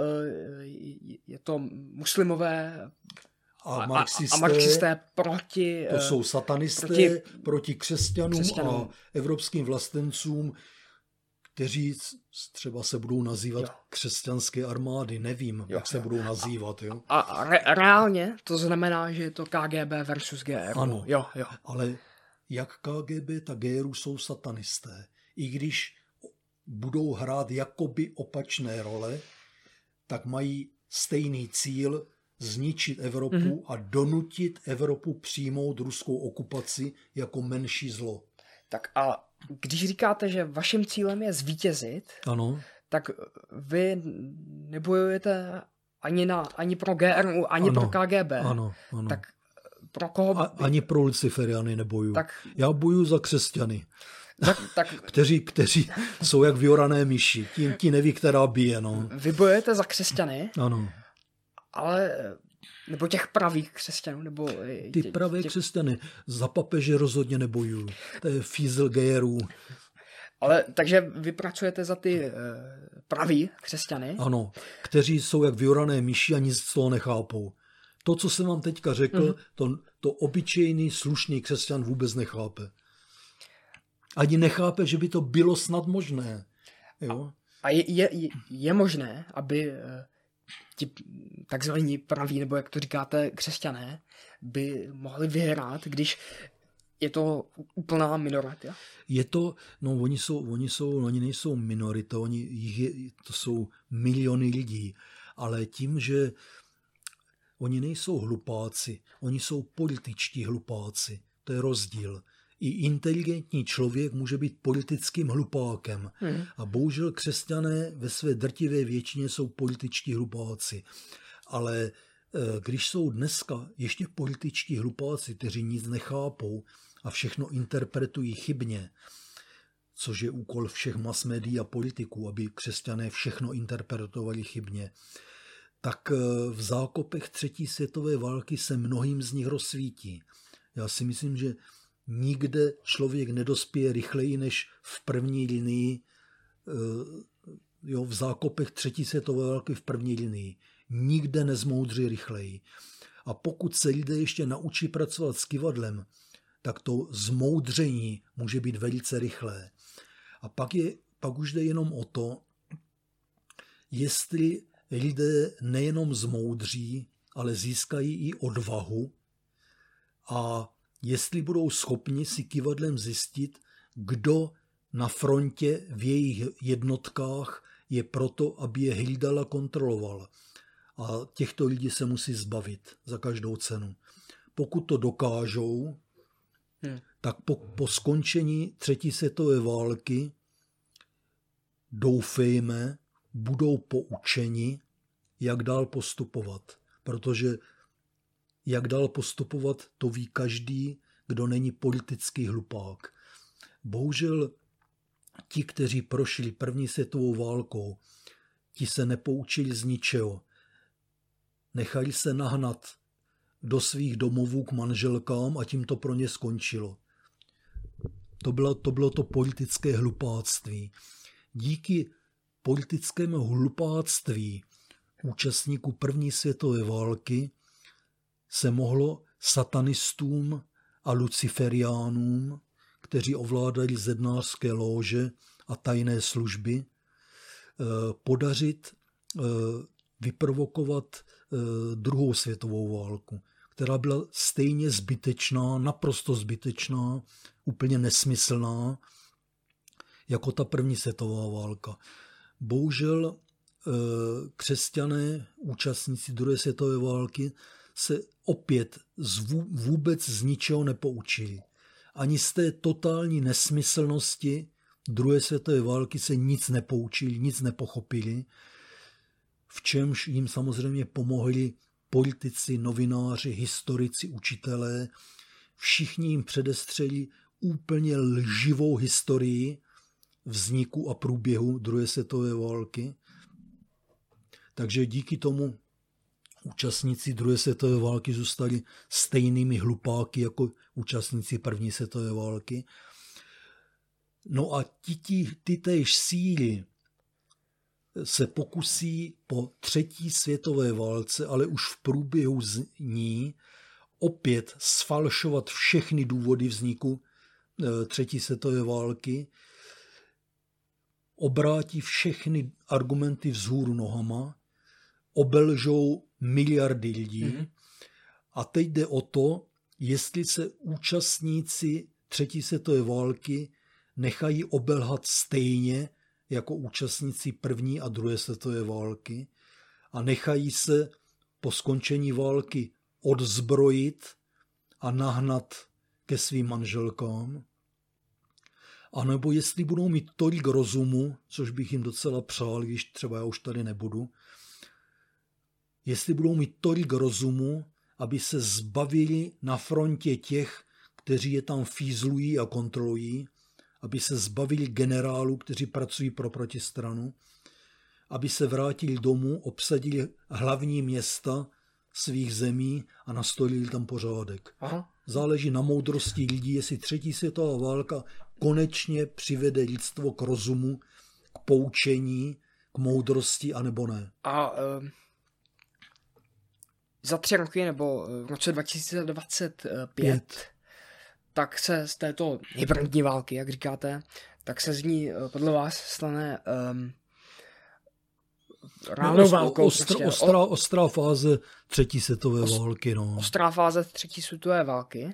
to muslimové a marxisté proti... To jsou satanisté proti křesťanům a evropským vlastencům, kteří třeba se budou nazývat křesťanské armády. Nevím, jak se budou nazývat. Jo? A reálně to znamená, že je to KGB versus GRU. Ano, jo. Ale jak KGB, tak GRU jsou satanisté. I když budou hrát jakoby opačné role, tak mají stejný cíl zničit Evropu a donutit Evropu přijmout ruskou okupaci jako menší zlo. Tak a když říkáte, že vaším cílem je zvítězit, ano, tak vy nebojujete ani pro GRU, ani pro KGB. Ano. Tak pro koho... Ani pro Luciferiany nebojuju. Tak... Já bojuju za křesťany, tak... kteří jsou jak vyorané myši. Ti neví, která bije. No. Vy bojujete za křesťany, ano. Ale... Nebo těch pravých křesťanů, nebo... Ty pravé křesťany. Za papeže rozhodně nebojuju. To je fízl GRU. Ale takže vy pracujete za ty praví křesťany? Ano, kteří jsou jak vyorané myši a nic z toho nechápou. To, co jsem vám teďka řekl, to obyčejný slušný křesťan vůbec nechápe. Ani nechápe, že by to bylo snad možné. Jo? A je možné, aby... ti takzvaní praví, nebo jak to říkáte, křesťané, by mohli vyhrát, když je to úplná minorita? Je to, oni nejsou minorita, to jsou miliony lidí, ale tím, že oni nejsou hlupáci, oni jsou političtí hlupáci, to je rozdíl. i inteligentní člověk může být politickým hlupákem. A bohužel křesťané ve své drtivé většině jsou političtí hlupáci. Ale když jsou dneska ještě političtí hlupáci, kteří nic nechápou a všechno interpretují chybně, což je úkol všech mass médií a politiků, aby křesťané všechno interpretovali chybně, tak v zákopech třetí světové války se mnohým z nich rozsvítí. Já si myslím, že nikde člověk nedospěje rychleji než v první linii, v zákopech třetí světové války v první linii. Nikde nezmoudří rychleji. A pokud se lidé ještě naučí pracovat s kyvadlem, tak to zmoudření může být velice rychlé. A pak už jde jenom o to, jestli lidé nejenom zmoudří, ale získají i odvahu a jestli budou schopni si kyvadlem zjistit, kdo na frontě v jejich jednotkách je proto, aby je hlídal a kontroloval. A těchto lidí se musí zbavit za každou cenu. Pokud to dokážou, tak po skončení třetí světové války doufejme, budou poučeni, jak dál postupovat. Protože jak dál postupovat, to ví každý, kdo není politický hlupák. Bohužel ti, kteří prošli první světovou válkou, ti se nepoučili z ničeho. Nechali se nahnat do svých domovů k manželkám a tím to pro ně skončilo. To bylo to politické hlupáctví. Díky politickému hlupáctví účastníků první světové války se mohlo satanistům a luciferiánům, kteří ovládali zednářské lóže a tajné služby, podařit vyprovokovat druhou světovou válku, která byla stejně zbytečná, naprosto zbytečná, úplně nesmyslná, jako ta první světová válka. Bohužel křesťané, účastníci druhé světové války, se opět vůbec z ničeho nepoučili. Ani z té totální nesmyslnosti druhé světové války se nic nepoučili, nic nepochopili, v čemž jim samozřejmě pomohli politici, novináři, historici, učitelé. Všichni jim předestřeli úplně lživou historii vzniku a průběhu druhé světové války. Takže díky tomu účastníci druhé světové války zůstali stejnými hlupáky jako účastníci první světové války. No a ty též síly se pokusí po třetí světové válce, ale už v průběhu z ní, opět sfalšovat všechny důvody vzniku třetí světové války, obrátí všechny argumenty vzhůru nohama, obelžou miliardy lidí. A teď jde o to, jestli se účastníci třetí světové války nechají obelhat stejně jako účastníci první a druhé světové války a nechají se po skončení války odzbrojit a nahnat ke svým manželkám. A nebo jestli budou mít tolik rozumu, což bych jim docela přál, když třeba já už tady nebudu, jestli budou mít tolik rozumu, aby se zbavili na frontě těch, kteří je tam fízlují a kontrolují, aby se zbavili generálů, kteří pracují pro protistranu, aby se vrátili domů, obsadili hlavní města svých zemí a nastolili tam pořádek. Aha. Záleží na moudrosti lidí, jestli třetí světová válka konečně přivede lidstvo k rozumu, k poučení, k moudrosti, anebo ne. A za 3 roky nebo v roce 2025 tak se z této hybridní války, jak říkáte, tak se z ní podle vás stane reálnou válkou. Ostrá fáze třetí světové války. No. Ostrá fáze třetí světové války.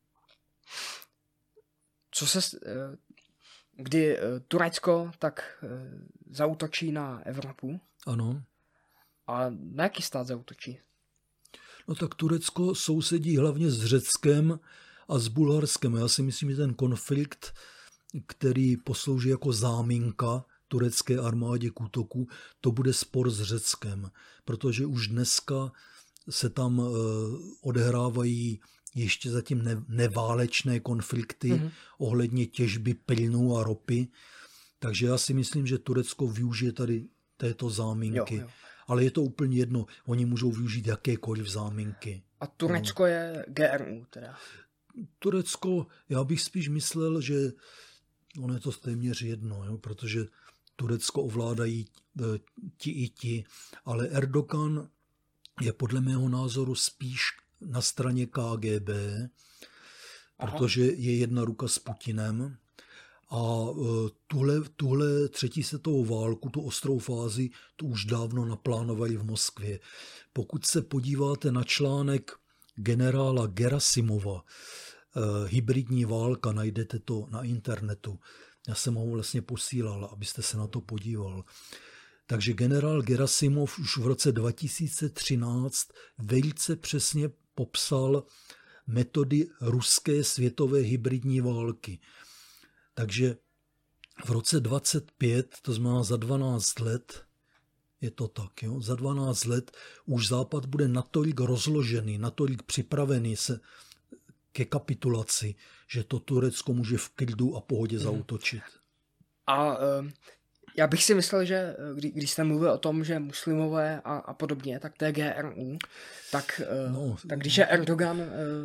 Kdy Turecko tak zaútočí na Evropu. Ano. A na jaký stát zaútočí? No tak Turecko sousedí hlavně s Řeckem a s Bulharskem. Já si myslím, že ten konflikt, který poslouží jako záminka turecké armádě k útoku, to bude spor s Řeckem, protože už dneska se tam odehrávají ještě zatím neválečné konflikty ohledně těžby plynu a ropy. Takže já si myslím, že Turecko využije tady této záminky. Jo. Ale je to úplně jedno, oni můžou využít jakékoliv záminky. A Turecko je GRU teda? Turecko, já bych spíš myslel, že ono je to téměř jedno, jo, protože Turecko ovládají ti i ti, ale Erdogan je podle mého názoru spíš na straně KGB, protože je jedna ruka s Putinem a tuhle třetí světovou válku, tu ostrou fázi, tu už dávno naplánovali v Moskvě. Pokud se podíváte na článek generála Gerasimova, Hybridní válka, najdete to na internetu. Já jsem ho vlastně posílal, abyste se na to podíval. Takže generál Gerasimov už v roce 2013 velice přesně popsal metody ruské světové hybridní války. Takže v roce 25, to znamená za 12 let, je to tak, jo? Za 12 let už Západ bude natolik rozložený, natolik připravený se ke kapitulaci, že to Turecko může v klidu a pohodě zaútočit. A já bych si myslel, že když jste mluvil o tom, že muslimové a podobně, tak to je GRU, tak když je Erdogan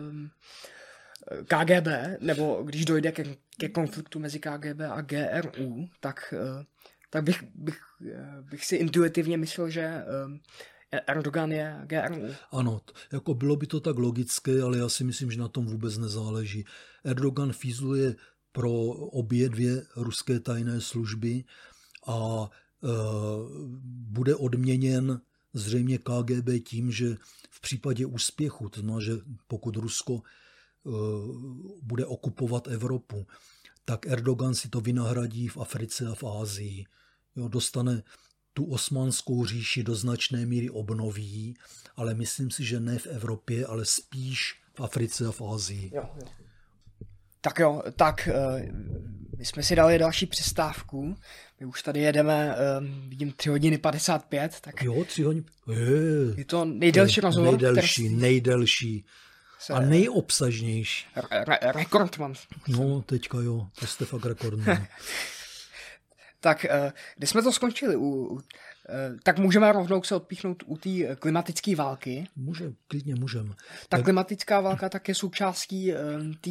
KGB, nebo když dojde ke konfliktu mezi KGB a GRU, tak bych si intuitivně myslel, že Erdogan je GRU. Ano, jako bylo by to tak logické, ale já si myslím, že na tom vůbec nezáleží. Erdogan fízluje pro obě dvě ruské tajné služby a bude odměněn zřejmě KGB tím, že v případě úspěchu, to znamená, že pokud Rusko bude okupovat Evropu, tak Erdogan si to vynahradí v Africe a v Asii. Jo, dostane tu osmanskou říši do značné míry obnoví, ale myslím si, že ne v Evropě, ale spíš v Africe a v Asii. Jo. Tak my jsme si dali další přestávku. My už tady jedeme, vidím 3 hodiny 55. Tak jo, 3 hodiny. Je to nejdelší rozhovor. Nejdelší. A nejobsažnější. Rekordman. No, teďka jo, to jste fakt rekordní. Tak, kde jsme to skončili? Tak můžeme rovnou se odpíchnout u té klimatické války. Klidně můžeme. Ta klimatická válka tak je součástí té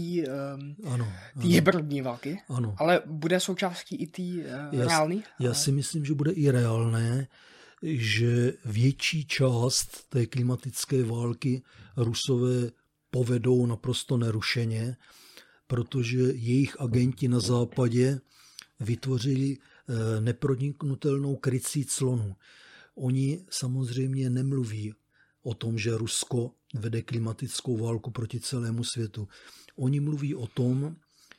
hybridní války, ano. Ale bude součástí i té reálné? Já si myslím, že bude i reálné, že větší část té klimatické války Rusové povedou naprosto nerušeně, protože jejich agenti na západě vytvořili neproniknutelnou krycí clonu. Oni samozřejmě nemluví o tom, že Rusko vede klimatickou válku proti celému světu. Oni mluví o tom,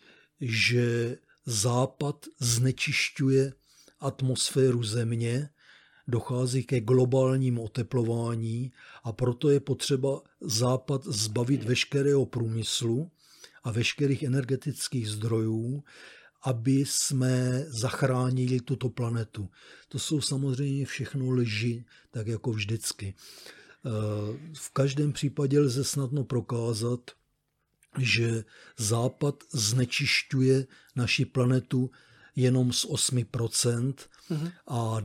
že Západ znečišťuje atmosféru Země, dochází ke globálnímu oteplování a proto je potřeba Západ zbavit veškerého průmyslu a veškerých energetických zdrojů, aby jsme zachránili tuto planetu. To jsou samozřejmě všechno lži, tak jako vždycky. V každém případě lze snadno prokázat, že Západ znečišťuje naši planetu jenom z 8% a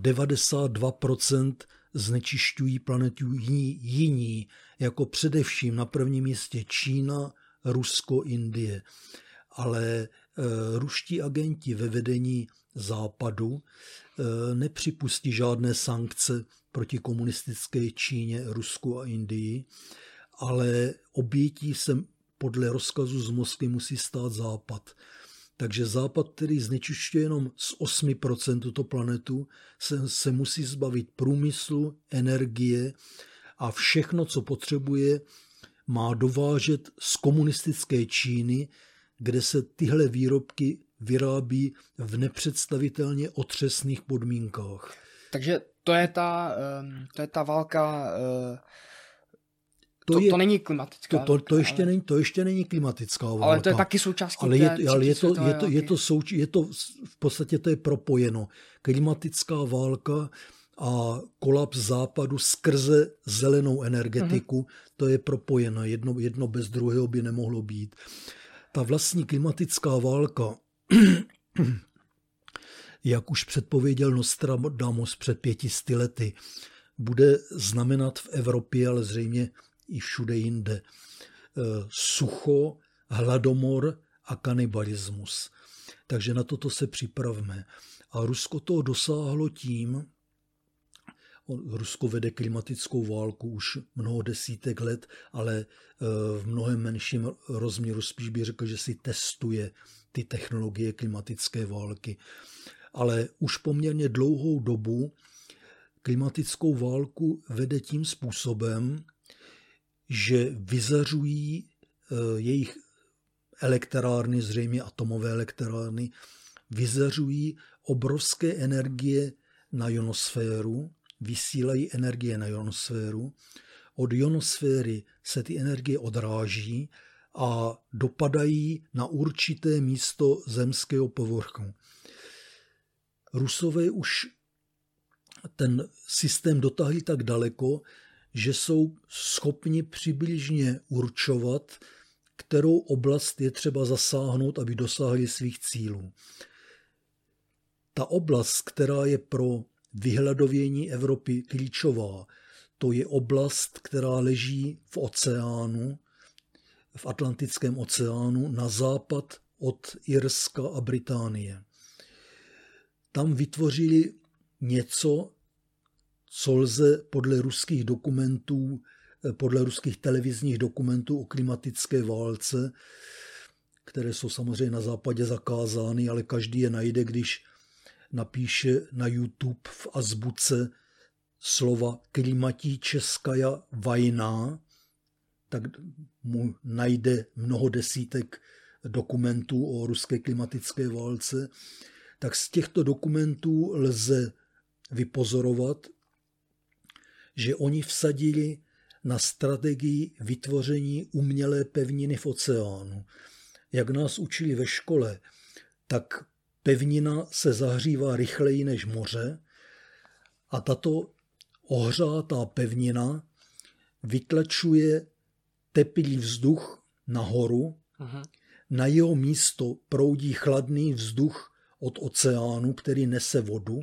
92% znečišťují planetu jiní, jako především na prvním místě Čína, Rusko, Indie. Ale ruští agenti ve vedení Západu nepřipustí žádné sankce proti komunistické Číně, Rusku a Indii, ale obětí se podle rozkazu z Moskvy musí stát Západ. Takže Západ, který znečišťuje jenom z 8% tuto planetu, se musí zbavit průmyslu, energie a všechno, co potřebuje, má dovážet z komunistické Číny, kde se tyhle výrobky vyrábí v nepředstavitelně otřesných podmínkách. Takže to je ta válka to není klimatická válka. To ještě není klimatická válka. Ale to je taky součástí je to v podstatě to je propojeno. Klimatická válka a kolaps západu skrze zelenou energetiku, to je propojeno. Jedno bez druhého by nemohlo být. Ta vlastní klimatická válka, jak už předpověděl Nostradamus před 500 lety, bude znamenat v Evropě, ale zřejmě i všude jinde, sucho, hladomor a kanibalismus. Takže na toto se připravme. A Rusko toho dosáhlo tím, Rusko vede klimatickou válku už mnoho desítek let, ale v mnohem menším rozměru, spíš bych řekl, že si testuje ty technologie klimatické války. Ale už poměrně dlouhou dobu klimatickou válku vede tím způsobem, že vyzařují jejich elektrárny, zřejmě atomové elektrárny, vyzařují obrovské energie na ionosféru, vysílají energie na ionosféru, od ionosféry se ty energie odráží a dopadají na určité místo zemského povrchu. Rusové už ten systém dotáhli tak daleko, že jsou schopni přibližně určovat, kterou oblast je třeba zasáhnout, aby dosáhli svých cílů. Ta oblast, která je pro vyhladovění Evropy klíčová, to je oblast, která leží v oceánu, v Atlantickém oceánu, na západ od Irska a Británie. Tam vytvořili něco, co lze podle ruských dokumentů, podle ruských televizních dokumentů o klimatické válce, které jsou samozřejmě na západě zakázány, ale každý je najde, když napíše na YouTube v azbuce slova klimatическая vajna, tak mu najde mnoho desítek dokumentů o ruské klimatické válce. Tak z těchto dokumentů lze vypozorovat, že oni vsadili na strategii vytvoření umělé pevniny v oceánu. Jak nás učili ve škole, tak pevnina se zahřívá rychleji než moře a tato ohřátá pevnina vytlačuje teplý vzduch nahoru. Na jeho místo proudí chladný vzduch od oceánu, který nese vodu.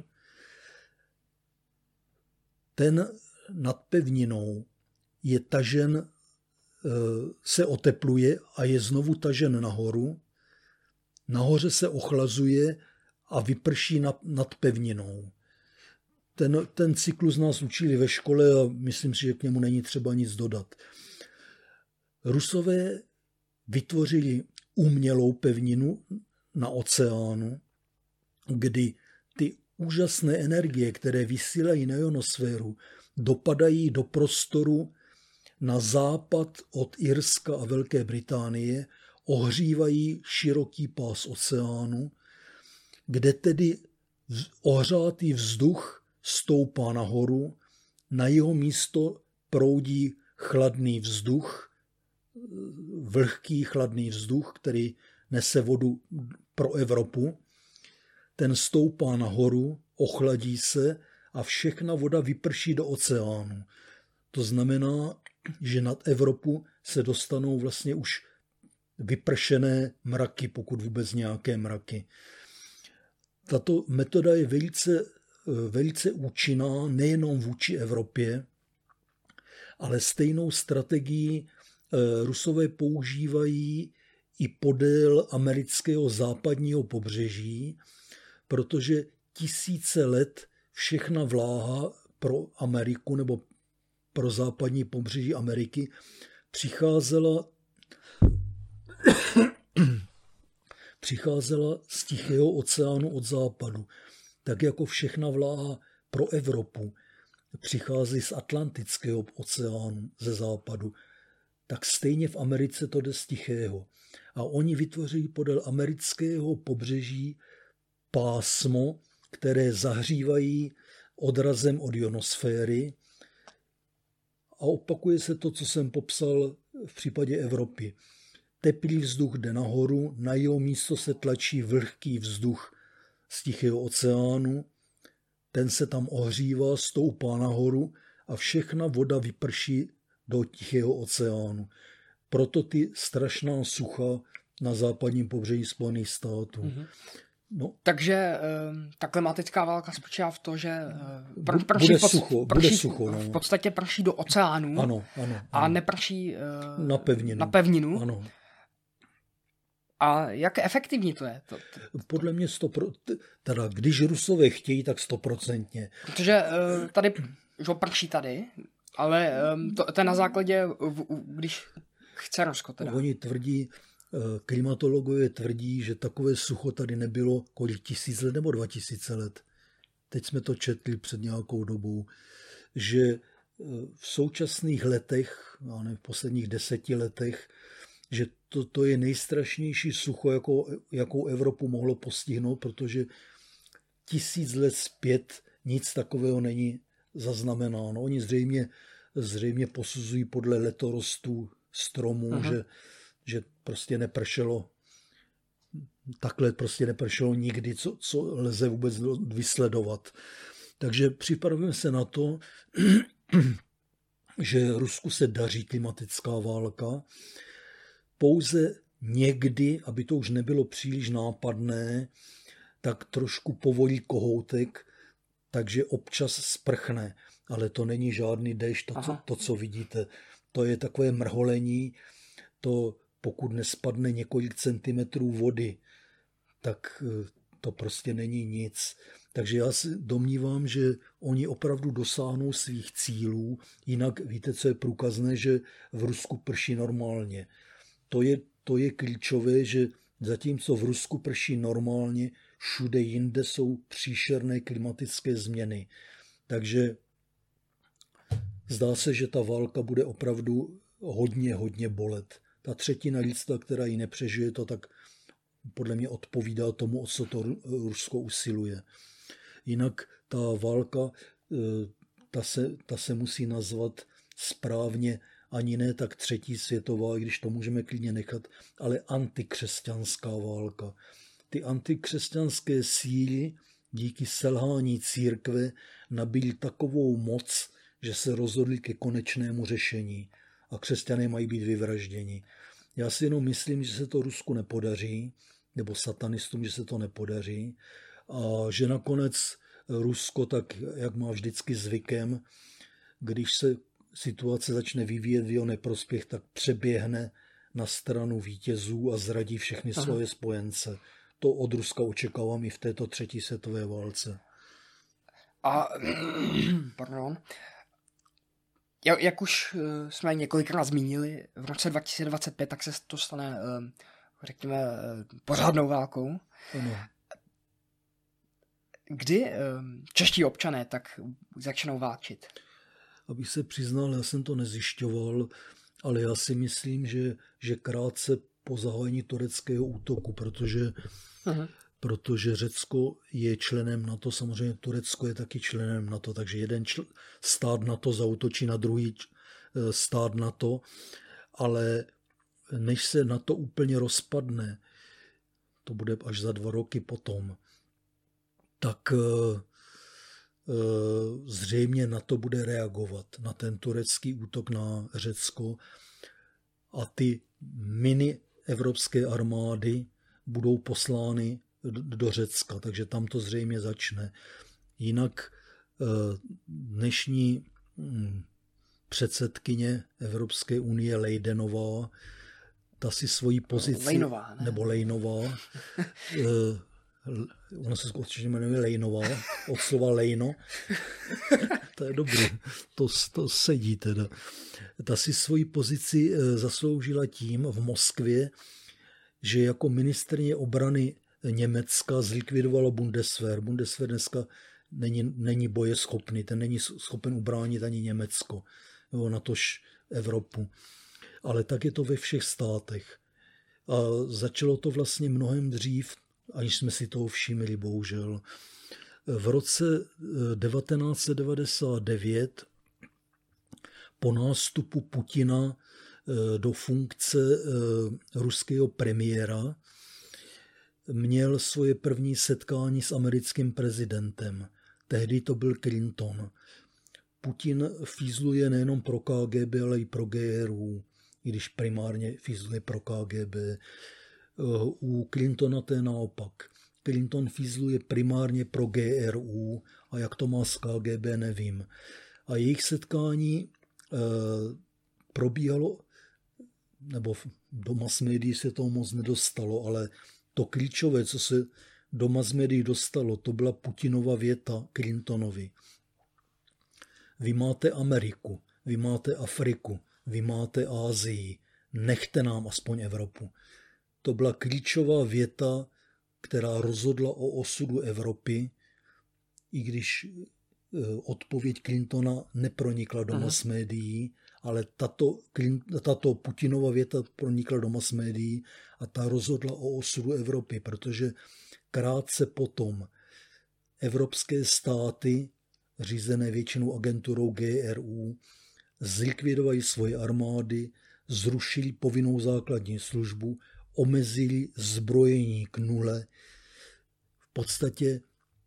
Ten nad pevninou je tažen, se otepluje a je znovu tažen nahoru. Nahoře se ochlazuje a vyprší nad pevninou. Ten cyklus nás učili ve škole a myslím si, že k němu není třeba nic dodat. Rusové vytvořili umělou pevninu na oceánu, kdy ty úžasné energie, které vysílají na ionosféru, dopadají do prostoru na západ od Irska a Velké Británie, ohřívají široký pás oceánu, kde tedy ohřátý vzduch stoupá nahoru, na jeho místo proudí chladný vzduch, vlhký chladný vzduch, který nese vodu pro Evropu. Ten stoupá nahoru, ochladí se a všechna voda vyprší do oceánu. To znamená, že nad Evropu se dostanou vlastně už vypršené mraky, pokud vůbec nějaké mraky. Tato metoda je velice účinná nejenom vůči Evropě, ale stejnou strategii Rusové používají i podél amerického západního pobřeží, protože tisíce let všechna vláha pro Ameriku nebo pro západní pobřeží Ameriky přicházela z Tichého oceánu od západu. Tak jako všechna vláha pro Evropu přichází z Atlantického oceánu ze západu, tak stejně v Americe to jde z Tichého. A oni vytvoří podél amerického pobřeží pásmo, které zahřívají odrazem od ionosféry A opakuje se to, co jsem popsal v případě Evropy. Teplý vzduch jde nahoru, na jeho místo se tlačí vlhký vzduch z Tichého oceánu, ten se tam ohřívá, stoupá nahoru a všechna voda vyprší do Tichého oceánu. Proto ty strašná sucha na západním pobřeží Spojených států. Mm-hmm. No. Takže ta klimatická válka spočívá v tom, že bude sucho. V podstatě prší do oceánu ano. A neprší na pevninu. Ano. A jak efektivní to je? Podle mě teda když Rusové chtějí, tak 100%. Protože tady, že prší tady, ale to je na základě, když chce Rusko teda. Oni tvrdí, klimatologové tvrdí, že takové sucho tady nebylo kolik 1000 let nebo 2000 let. Teď jsme to četli před nějakou dobou, že v současných letech, v posledních 10 letech, že to je nejstrašnější sucho, jakou Evropu mohlo postihnout, protože 1000 let zpět nic takového není zaznamenáno. Oni zřejmě posuzují podle letorostů stromů, že prostě nepršelo, takhle prostě nepršelo nikdy, co lze vůbec vysledovat. Takže připravujeme se na to, že Rusku se daří klimatická válka, pouze někdy, aby to už nebylo příliš nápadné, tak trošku povolí kohoutek, takže občas sprchne. Ale to není žádný déšť, to, co vidíte. To je takové mrholení, to pokud nespadne několik centimetrů vody, tak to prostě není nic. Takže já si domnívám, že oni opravdu dosáhnou svých cílů, jinak víte, co je průkazné, že v Rusku prší normálně. To je klíčové, že zatímco v Rusku prší normálně, všude jinde jsou příšerné klimatické změny. Takže zdá se, že ta válka bude opravdu hodně bolet. Ta třetina lidstva, která ji nepřežije, to tak podle mě odpovídá tomu, o co to Rusko usiluje. Jinak ta válka, ta se musí nazvat správně ani ne tak třetí světová, i když to můžeme klidně nechat, ale antikřesťanská válka. Ty antikřesťanské síly díky selhání církve nabídly takovou moc, že se rozhodli ke konečnému řešení a křesťané mají být vyvražděni. Já si jenom myslím, že se to Rusku nepodaří, nebo satanistům, že se to nepodaří a že nakonec Rusko, tak jak má vždycky zvykem, když se situace začne vyvíjet v jeho neprospěch, tak přeběhne na stranu vítězů a zradí všechny svoje spojence. To od Ruska očekávám i v této třetí světové válce. A pardon, jak už jsme několikrát zmínili, v roce 2025 tak se to stane, řekněme, pořádnou válkou. Ano. Kdy čeští občané tak začnou válčit? Abych se přiznal, já jsem to nezjišťoval, ale já si myslím, že krátce po zahájení tureckého útoku, protože Řecko je členem NATO, samozřejmě Turecko je taky členem NATO, takže jeden stát NATO zaútočí na druhý stát NATO, ale než se NATO úplně rozpadne, to bude až za 2 roky potom, tak zřejmě NATO bude reagovat na ten turecký útok na Řecko a ty mini evropské armády budou poslány do Řecka, takže tam to zřejmě začne. Jinak dnešní předsedkyně Evropské unie Leydenová, ta si svoji pozici... Lejnová. Ona se skutečně jmenuje Lejnová, od slova lejno. To je dobrý, to sedí teda. Ta si svoji pozici zasloužila tím v Moskvě, že jako ministryně obrany Německa zlikvidovala Bundeswehr. Bundeswehr dneska není bojeschopný, ten není schopen ubránit ani Německo, nebo natož Evropu. Ale tak je to ve všech státech. A začalo to vlastně mnohem dřív, aniž jsme si toho všimli, bohužel. V roce 1999 po nástupu Putina do funkce ruského premiéra měl svoje první setkání s americkým prezidentem. Tehdy to byl Clinton. Putin fízluje nejenom pro KGB, ale i pro GRU, i když primárně fízluje pro KGB. U Clintona to je naopak. Clinton fízluje primárně pro GRU a jak to má s KGB, nevím. A jejich setkání probíhalo, nebo do mass médií se toho moc nedostalo, ale to klíčové, co se do mass médií dostalo, to byla Putinova věta Clintonovi. Vy máte Ameriku, vy máte Afriku, vy máte Asii, nechte nám aspoň Evropu. To byla klíčová věta, která rozhodla o osudu Evropy, i když odpověď Clintona nepronikla do mass médií, ale tato Putinova věta pronikla do mass médií a ta rozhodla o osudu Evropy, protože krátce potom evropské státy, řízené většinou agenturou GRU, zlikvidovali svoje armády, zrušili povinnou základní službu, omezili zbrojení k nule. V podstatě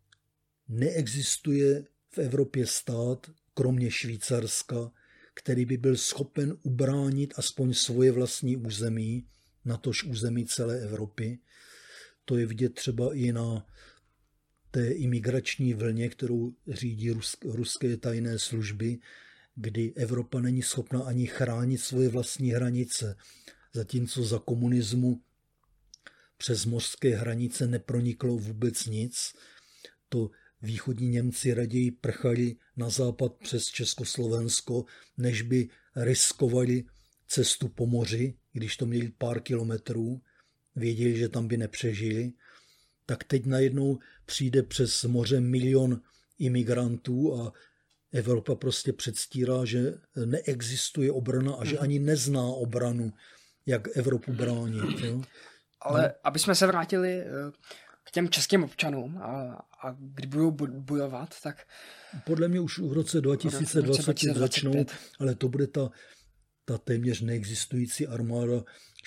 neexistuje v Evropě stát, kromě Švýcarska, který by byl schopen ubránit aspoň svoje vlastní území, natož území celé Evropy. To je vidět třeba i na té imigrační vlně, kterou řídí ruské tajné služby, kdy Evropa není schopna ani chránit svoje vlastní hranice, zatímco za komunismu přes mořské hranice neproniklo vůbec nic. To východní Němci raději prchali na západ přes Československo, než by riskovali cestu po moři, když to měli pár kilometrů, věděli, že tam by nepřežili. Tak teď najednou přijde přes moře milion imigrantů a Evropa prostě předstírá, že neexistuje obrana a že ani nezná obranu, jak Evropu bránit. Jo? Ale aby jsme se vrátili k těm českým občanům a kdy budou bojovat, tak... Podle mě už v roce 2025 začnou, ale to bude ta téměř neexistující armáda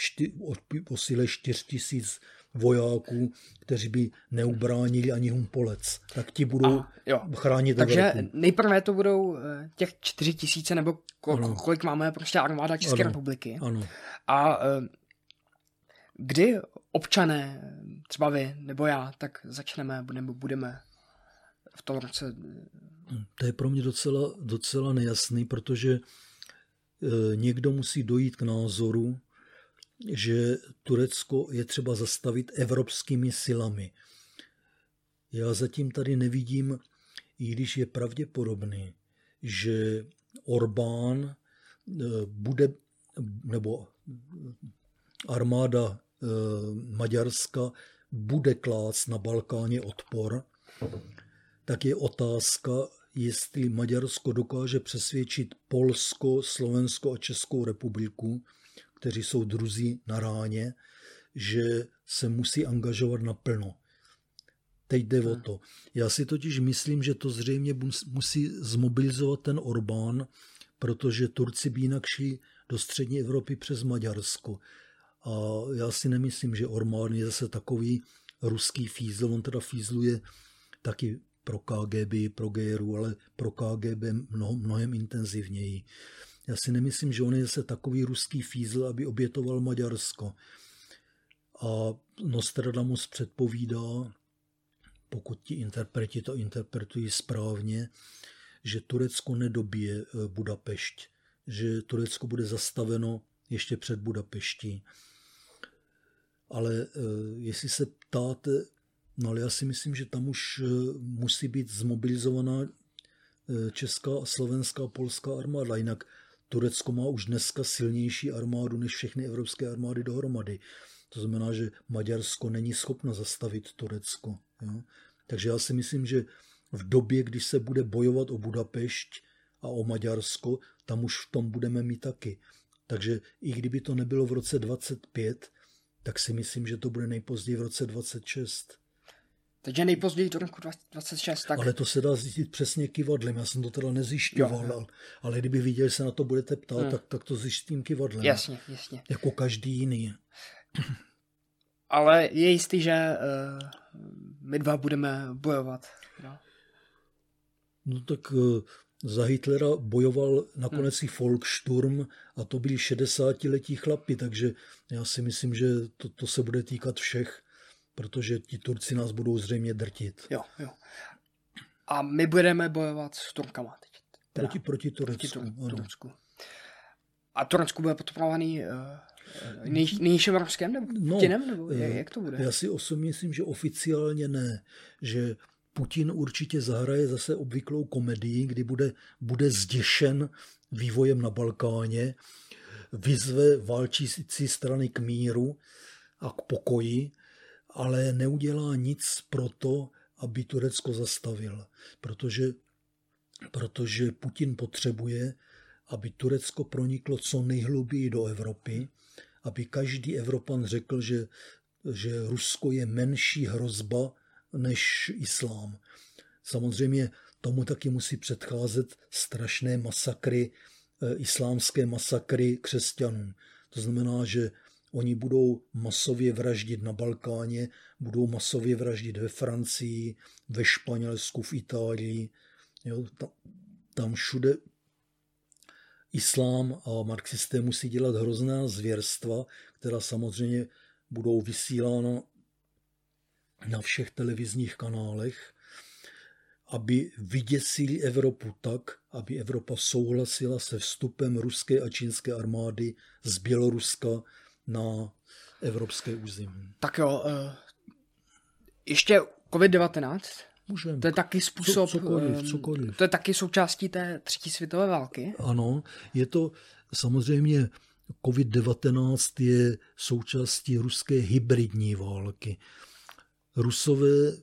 o síle 4 000 vojáků, kteří by neubránili ani Humpolec. Tak ti budou chránit Evropu. Takže nejprve to budou těch 4 000 nebo kolik máme prostě armáda České republiky. Ano. A kdy občané, třeba vy nebo já, tak začneme nebo budeme v tom roce? To je pro mě docela nejasný, protože někdo musí dojít k názoru, že Turecko je třeba zastavit evropskými silami. Já zatím tady nevidím, i když je pravděpodobný, že Orbán bude, nebo armáda Maďarska bude klást na Balkáně odpor, tak je otázka, jestli Maďarsko dokáže přesvědčit Polsko, Slovensko a Českou republiku, kteří jsou druzí na ráně, že se musí angažovat naplno. Teď jde o to. Já si totiž myslím, že to zřejmě musí zmobilizovat ten Orbán, protože Turci by jinak šli do střední Evropy přes Maďarsko. A já si nemyslím, že Orbán je zase takový ruský fízl. On teda fízluje taky pro KGB, pro GRU, ale pro KGB mnohem intenzivněji. Já si nemyslím, že on je zase takový ruský fízl, aby obětoval Maďarsko. A Nostradamus předpovídá, pokud ti interpreti to interpretují správně, že Turecko nedobije Budapešť, že Turecko bude zastaveno ještě před Budapeští. Ale jestli se ptáte, no ale já si myslím, že tam už musí být zmobilizovaná česká, slovenská a polská armáda, jinak Turecko má už dneska silnější armádu než všechny evropské armády dohromady. To znamená, že Maďarsko není schopno zastavit Turecko. Jo? Takže já si myslím, že v době, kdy se bude bojovat o Budapešť a o Maďarsko, tam už v tom budeme mít taky. Takže i kdyby to nebylo v roce 25, tak si myslím, že to bude nejpozději v roce 26. Takže nejpozději do roku 2026. Tak... Ale to se dá zjistit přesně kyvadlem. Já jsem to teda nezjišťoval, ale kdyby viděl, že se na to budete ptát, tak to zjistím kyvadlem. Jasně. Jako každý jiný. Ale je jistý, že my dva budeme bojovat. No tak za Hitlera bojoval nakonec i Volkssturm a to byli 60letí chlapi, takže já si myslím, že to se bude týkat všech, protože ti Turci nás budou zřejmě drtit. Jo. A my budeme bojovat s Turkama teď. Proti Turecku. A Turecku bude podporovaný nejvyšším Ruskem nebo Putinem? Nebo jak to bude? Já si osobně myslím, že oficiálně ne. Že Putin určitě zahraje zase obvyklou komedii, kdy bude zděšen vývojem na Balkáně, vyzve válčící strany k míru a k pokoji, ale neudělá nic pro to, aby Turecko zastavil. Protože Putin potřebuje, aby Turecko proniklo co nejhluběji do Evropy, aby každý Evropan řekl, že Rusko je menší hrozba než islám. Samozřejmě tomu taky musí předcházet strašné masakry, islámské masakry křesťanů. To znamená, že oni budou masově vraždit na Balkáně, budou masově vraždit ve Francii, ve Španělsku, v Itálii. Jo, tam všude islám a marxisté musí dělat hrozná zvěrstva, která samozřejmě budou vysílána na všech televizních kanálech, aby vyděsili Evropu tak, aby Evropa souhlasila se vstupem ruské a čínské armády z Běloruska na evropské území. Tak jo, ještě COVID-19. Můžeme. To je taky způsob, cokoliv. To je taky součástí té třetí světové války. Ano, je to samozřejmě COVID-19 je součástí ruské hybridní války. Rusové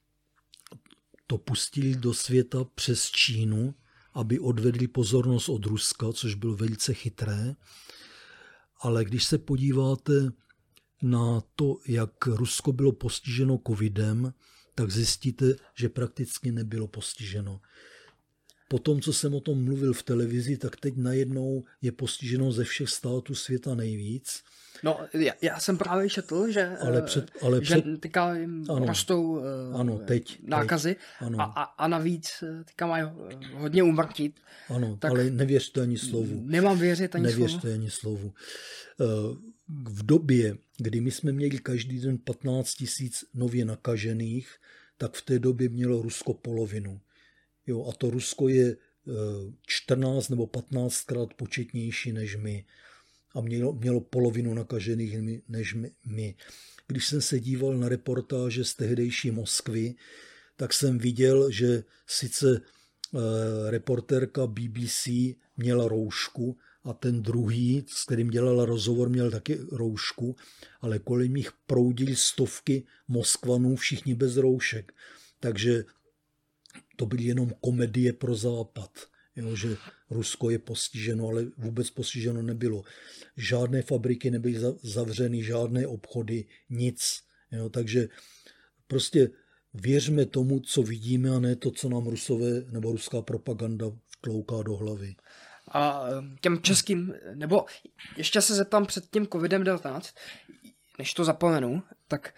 to pustili do světa přes Čínu, aby odvedli pozornost od Ruska, což bylo velice chytré. Ale když se podíváte na to, jak Rusko bylo postiženo covidem, tak zjistíte, že prakticky nebylo postiženo. Po tom, co jsem o tom mluvil v televizi, tak teď najednou je postiženo ze všech států světa nejvíc. No, já jsem právě četl, že teďka jim rostou nákazy a navíc teďka mají hodně úmrtí. Ano, tak ale nevěřte ani slovu. Nemám věřit ani slovu. Nevěřte ani slovu. V době, kdy my jsme měli každý den 15 000 nově nakažených, tak v té době mělo Rusko polovinu. Jo, a to Rusko je 14 nebo 15krát početnější než my. A mělo polovinu nakažených než my. Když jsem se díval na reportáže z tehdejší Moskvy, tak jsem viděl, že sice reportérka BBC měla roušku a ten druhý, s kterým dělala rozhovor, měl taky roušku, ale kolem nich proudily stovky Moskvanů, všichni bez roušek. Takže to byly jenom komedie pro Západ. Jo, že Rusko je postiženo, ale vůbec postiženo nebylo. Žádné fabriky nebyly zavřeny, žádné obchody, nic. Jo, takže prostě věřme tomu, co vidíme, a ne to, co nám Rusové nebo ruská propaganda vtlouká do hlavy. A těm českým, nebo ještě se zeptám před tím COVID-19, než to zapomenu, tak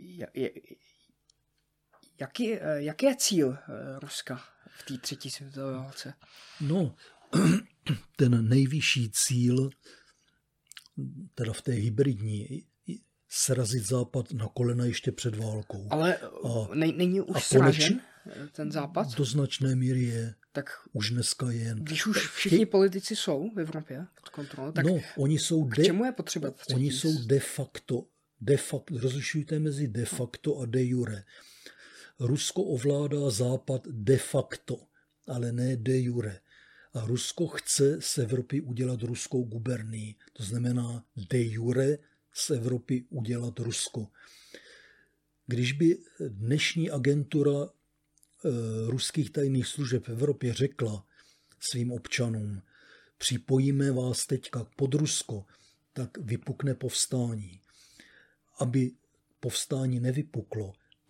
jaký je cíl Ruska v té třetí světové válce? No, ten nejvyšší cíl, teda v té hybridní, srazit Západ na kolena ještě před válkou. Ale není už sražen ten Západ? Do značné míry je. Tak už dneska je. Když už všichni politici jsou v Evropě pod kontrolou, tak oni jsou k čemu je potřeba? Oni jsou de facto, rozlišujte mezi de facto a de jure. Rusko ovládá Západ de facto, ale ne de jure. A Rusko chce z Evropy udělat ruskou gubernii. To znamená de jure z Evropy udělat Rusko. Když by dnešní agentura ruských tajných služeb v Evropě řekla svým občanům, připojíme vás teďka pod Rusko, tak vypukne povstání. Aby povstání nevypuklo,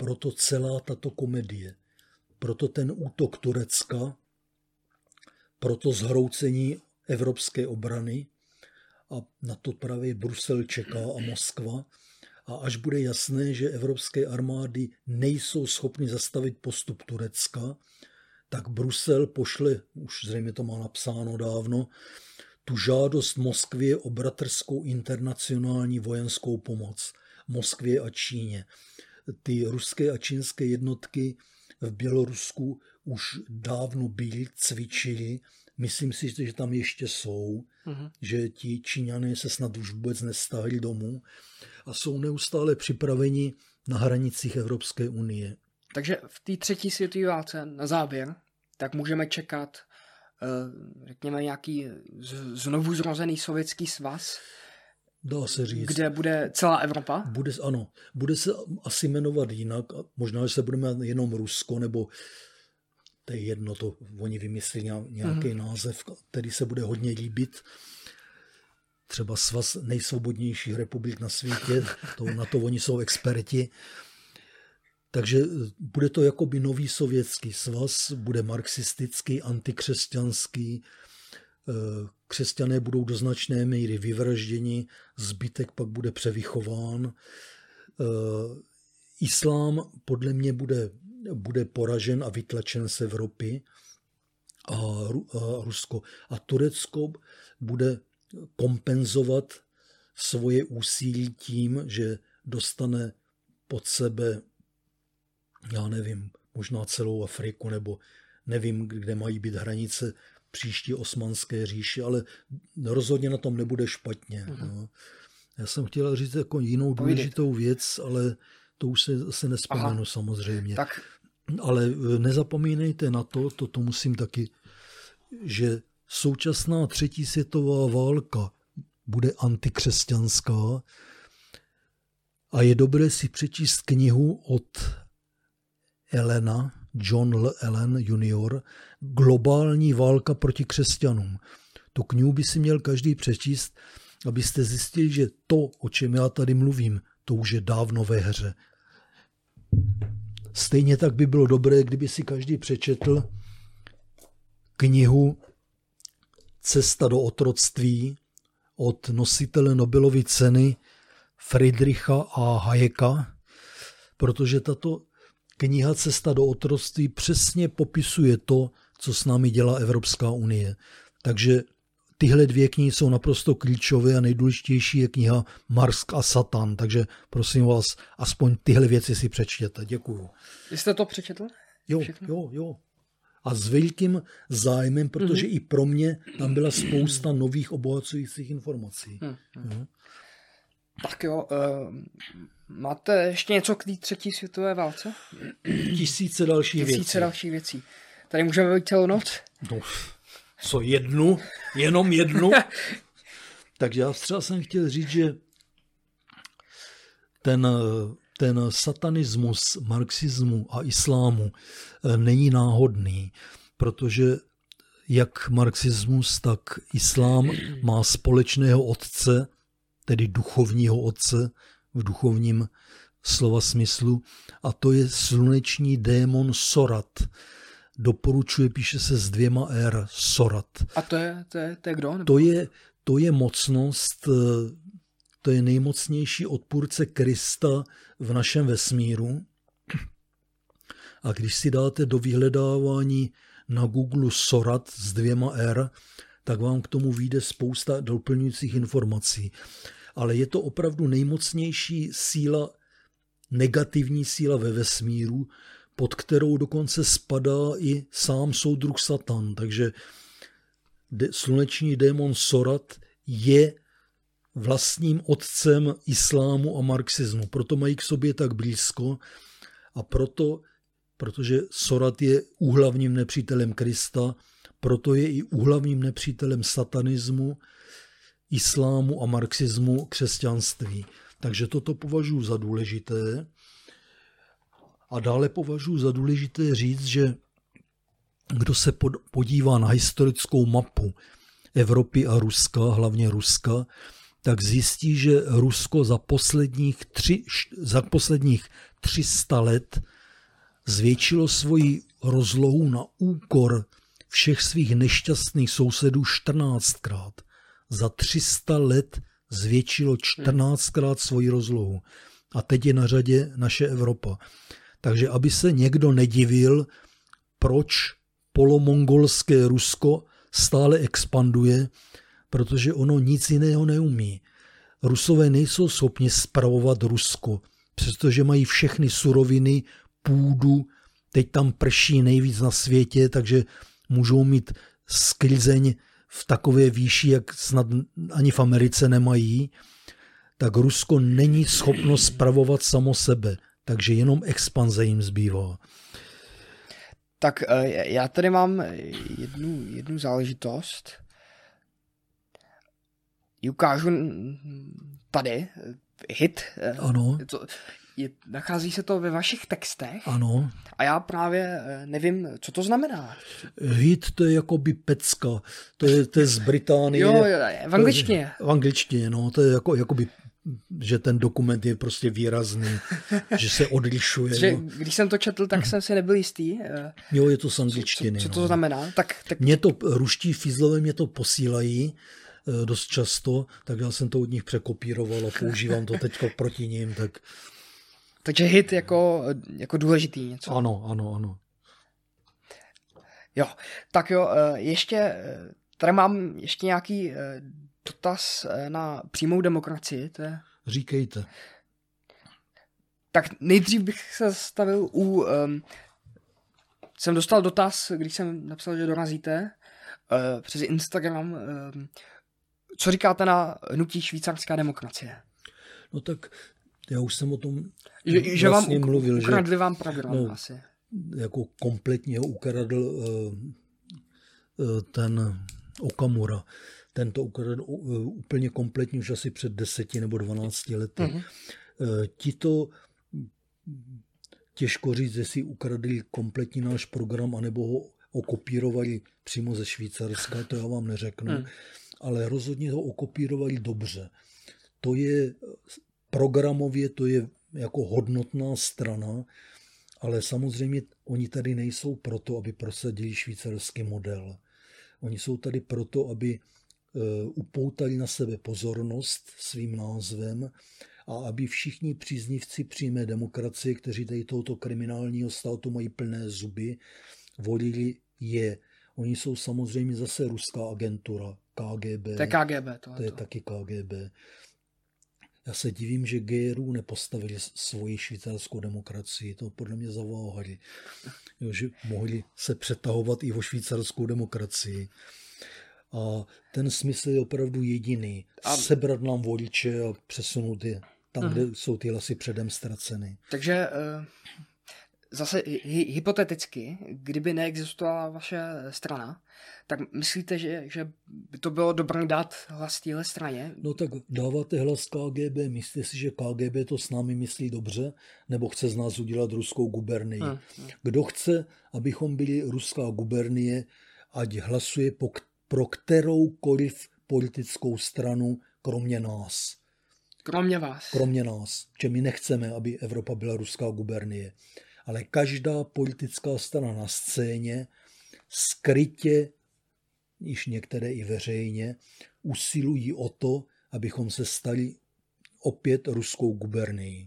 proto celá tato komedie, proto ten útok Turecka, proto zhroucení evropské obrany a na to právě Brusel čeká a Moskva. A až bude jasné, že evropské armády nejsou schopny zastavit postup Turecka, tak Brusel pošle, už zřejmě to má napsáno dávno, tu žádost Moskvě o bratrskou internacionální vojenskou pomoc. Moskvě a Číně. Ty ruské a čínské jednotky v Bělorusku už dávno byly, cvičili. Myslím si, že tam ještě jsou, že ti Číňané se snad už vůbec nestáhli domů a jsou neustále připraveni na hranicích Evropské unie. Takže v té třetí světové válce na závěr, tak můžeme čekat, řekněme, nějaký znovu zrozený sovětský svaz, dá se říct. Kde bude celá Evropa? Bude se asi jmenovat jinak. Možná, že se budeme jenom Rusko, nebo to je jedno, to oni vymyslí nějaký název, který se bude hodně líbit. Třeba svaz nejsvobodnějších republik na světě, na to oni jsou experti. Takže bude to jakoby nový sovětský svaz, bude marxistický, antikřesťanský, křesťané budou do značné míry vyvražděni, zbytek pak bude převychován. Islám podle mě bude poražen a vytlačen z Evropy a Rusko. A Turecko bude kompenzovat svoje úsilí tím, že dostane pod sebe, já nevím, možná celou Afriku, nebo nevím, kde mají být hranice příští Osmanské říši, ale rozhodně na tom nebude špatně. No. Já jsem chtěl říct jako jinou důležitou věc, ale to už se nespomenu samozřejmě. Tak. Ale nezapomínejte na to musím taky, že současná třetí světová válka bude antikřesťanská a je dobré si přečíst knihu od John L. Allen Jr. Globální válka proti křesťanům. Tu knihu by si měl každý přečíst, abyste zjistili, že to, o čem já tady mluvím, to už je dávno ve hře. Stejně tak by bylo dobré, kdyby si každý přečetl knihu Cesta do otroctví od nositele Nobelovy ceny Friedricha A. Hayeka, protože tato kniha Cesta do otroctví přesně popisuje to, co s námi dělá Evropská unie. Takže tyhle dvě knihy jsou naprosto klíčové a nejdůležitější je kniha Marx a Satan. Takže prosím vás, aspoň tyhle věci si přečtěte. Děkuju. Jste to přečetl? Jo. A s velkým zájmem, protože i pro mě tam byla spousta nových obohacujících informací. Tak jo, máte ještě něco k té třetí světové válce? Tisíce dalších věcí. Tady můžeme být celou noc? No, co jednu? Jenom jednu? Tak já třeba jsem chtěl říct, že ten satanismus marxismu a islámu není náhodný, protože jak marxismus, tak islám má společného otce, tedy duchovního otce v duchovním slova smyslu, a to je sluneční démon Sorat. Doporučuje, píše se s 2 R, Sorat. A to je kdo? Nebo? To je mocnost, to je nejmocnější odpůrce Krista v našem vesmíru. A když si dáte do vyhledávání na Google Sorat s 2 R, tak vám k tomu vyjde spousta doplňujících informací. Ale je to opravdu nejmocnější síla, negativní síla ve vesmíru, pod kterou dokonce spadá i sám soudruh Satan. Takže sluneční démon Sorat je vlastním otcem islámu a marxismu. Proto mají k sobě tak blízko a protože Sorat je úhlavním nepřítelem Krista, proto je i úhlavním nepřítelem satanismu, islámu a marxismu, křesťanství. Takže toto považuji za důležité. A dále považuji za důležité říct, že kdo se podívá na historickou mapu Evropy a Ruska, hlavně Ruska, tak zjistí, že Rusko za posledních 300 let zvětšilo svoji rozlohu na úkor všech svých nešťastných sousedů 14krát. Za 300 let zvětšilo 14krát svoji rozlohu. A teď je na řadě naše Evropa. Takže aby se někdo nedivil, proč polomongolské Rusko stále expanduje, protože ono nic jiného neumí. Rusové nejsou schopni spravovat Rusko, přestože mají všechny suroviny, půdu, teď tam prší nejvíc na světě, takže můžou mít sklizeň v takové výši, jak snad ani v Americe nemají, tak Rusko není schopno spravovat samo sebe, takže jenom expanze jim zbývá. Tak já tady mám jednu záležitost. Ukážu tady hit. Ano. Nachází se to ve vašich textech. Ano. A já právě nevím, co to znamená. Hit to je jakoby pecka. To je z Británie. Jo, v angličtině. V angličtině, no. To je jakoby, že ten dokument je prostě výrazný, že se odlišuje. Že, no. Když jsem to četl, tak jsem si nebyl jistý. Jo, je to z angličtiny. Co to znamená? Tak... Mě to, ruští fízlové mě to posílají dost často, tak já jsem to od nich překopíroval a používám to teď proti ním. Takže hit jako důležitý něco. Ano. Jo, tak jo, tady mám ještě nějaký dotaz na přímou demokracii. Říkejte. Tak nejdřív bych se zastavil jsem dostal dotaz, když jsem napsal, že dorazíte, přes Instagram. Co říkáte na hnutí švýcarská demokracie? No tak já už jsem o tom že vlastně vám mluvil. Ukradli vám program asi. Jako kompletně ho ukradl ten Okamura. Ten to ukradl úplně kompletně už asi před 10 nebo 12 lety. Mm-hmm. Ti to těžko říct, jestli ukradli kompletní náš program, anebo ho okopírovali přímo ze Švýcarska, to já vám neřeknu. Ale rozhodně ho okopírovali dobře. To je programově, to je jako hodnotná strana, ale samozřejmě oni tady nejsou proto, aby prosadili švýcarský model. Oni jsou tady proto, aby upoutali na sebe pozornost svým názvem a aby všichni příznivci přímé demokracie, kteří tady tohoto kriminálního státu mají plné zuby, volili je. Oni jsou samozřejmě zase ruská agentura, KGB. To je KGB. To je taky KGB. Já se divím, že GRU nepostavili svoji švýcarskou demokracii. To podle mě zaváhali. Že mohli se přetahovat i o švýcarskou demokracii. A ten smysl je opravdu jediný. Sebrat nám voliče a přesunout je tam, kde jsou ty hlasy předem ztraceny. Takže zase hypoteticky, kdyby neexistovala vaše strana, tak myslíte, že by to bylo dobré dát hlas téhle straně? No tak dáváte hlas KGB, myslíte si, že KGB to s námi myslí dobře, nebo chce z nás udělat ruskou gubernii? Kdo chce, abychom byli ruská gubernie, ať hlasuje pro kteroukoliv politickou stranu, kromě nás. Kromě vás. Kromě nás. Že my nechceme, aby Evropa byla ruská gubernie. Ale každá politická strana na scéně skrytě, již některé i veřejně, usilují o to, abychom se stali opět ruskou gubernií.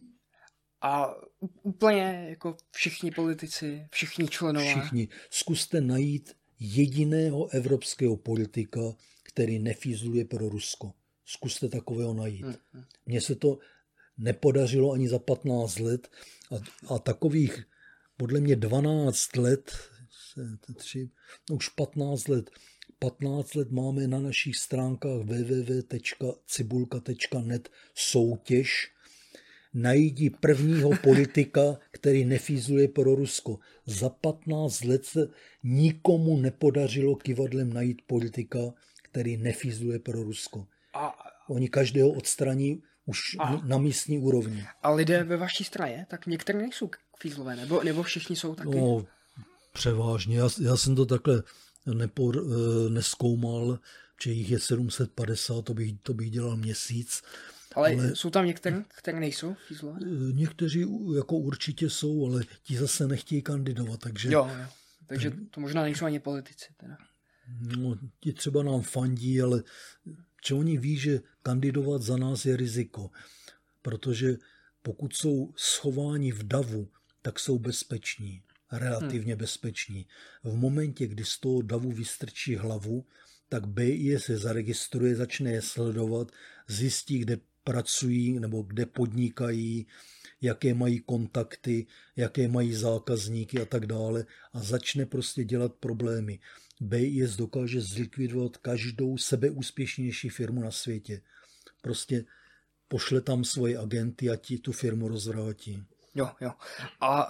A úplně jako všichni politici, všichni členové. Všichni. Zkuste najít jediného evropského politika, který nefízluje pro Rusko. Zkuste takového najít. Mně se to nepodařilo ani za 15 let a takových podle mě 12 let, už 15 let, 15 let máme na našich stránkách www.cibulka.net soutěž. Najdi prvního politika, který nefízluje pro Rusko. Za 15 let se nikomu nepodařilo kivadlem najít politika, který nefízluje pro Rusko. Oni každého odstraní už na místní úrovni. A lidé ve vaší straně, tak některé nejsou fízlové, nebo všichni jsou taky? No, převážně. Já jsem to takhle neskoumal, že jich je 750, to bych dělal měsíc. Ale jsou tam některé, které nejsou fízlové? Někteří jako určitě jsou, ale ti zase nechtějí kandidovat, takže... Jo. Takže to možná nejsou ani politici. Teda. No, ti třeba nám fandí, ale že oni ví, že kandidovat za nás je riziko, protože pokud jsou schováni v davu, tak jsou bezpeční, relativně bezpeční. V momentě, kdy z toho davu vystrčí hlavu, tak BIS se zaregistruje, začne je sledovat, zjistí, kde pracují nebo kde podnikají, jaké mají kontakty, jaké mají zákazníky a tak dále a začne prostě dělat problémy. BIS dokáže zlikvidovat každou sebeúspěšnější firmu na světě. Prostě pošle tam svoje agenty a ti tu firmu rozvrátí. Jo. A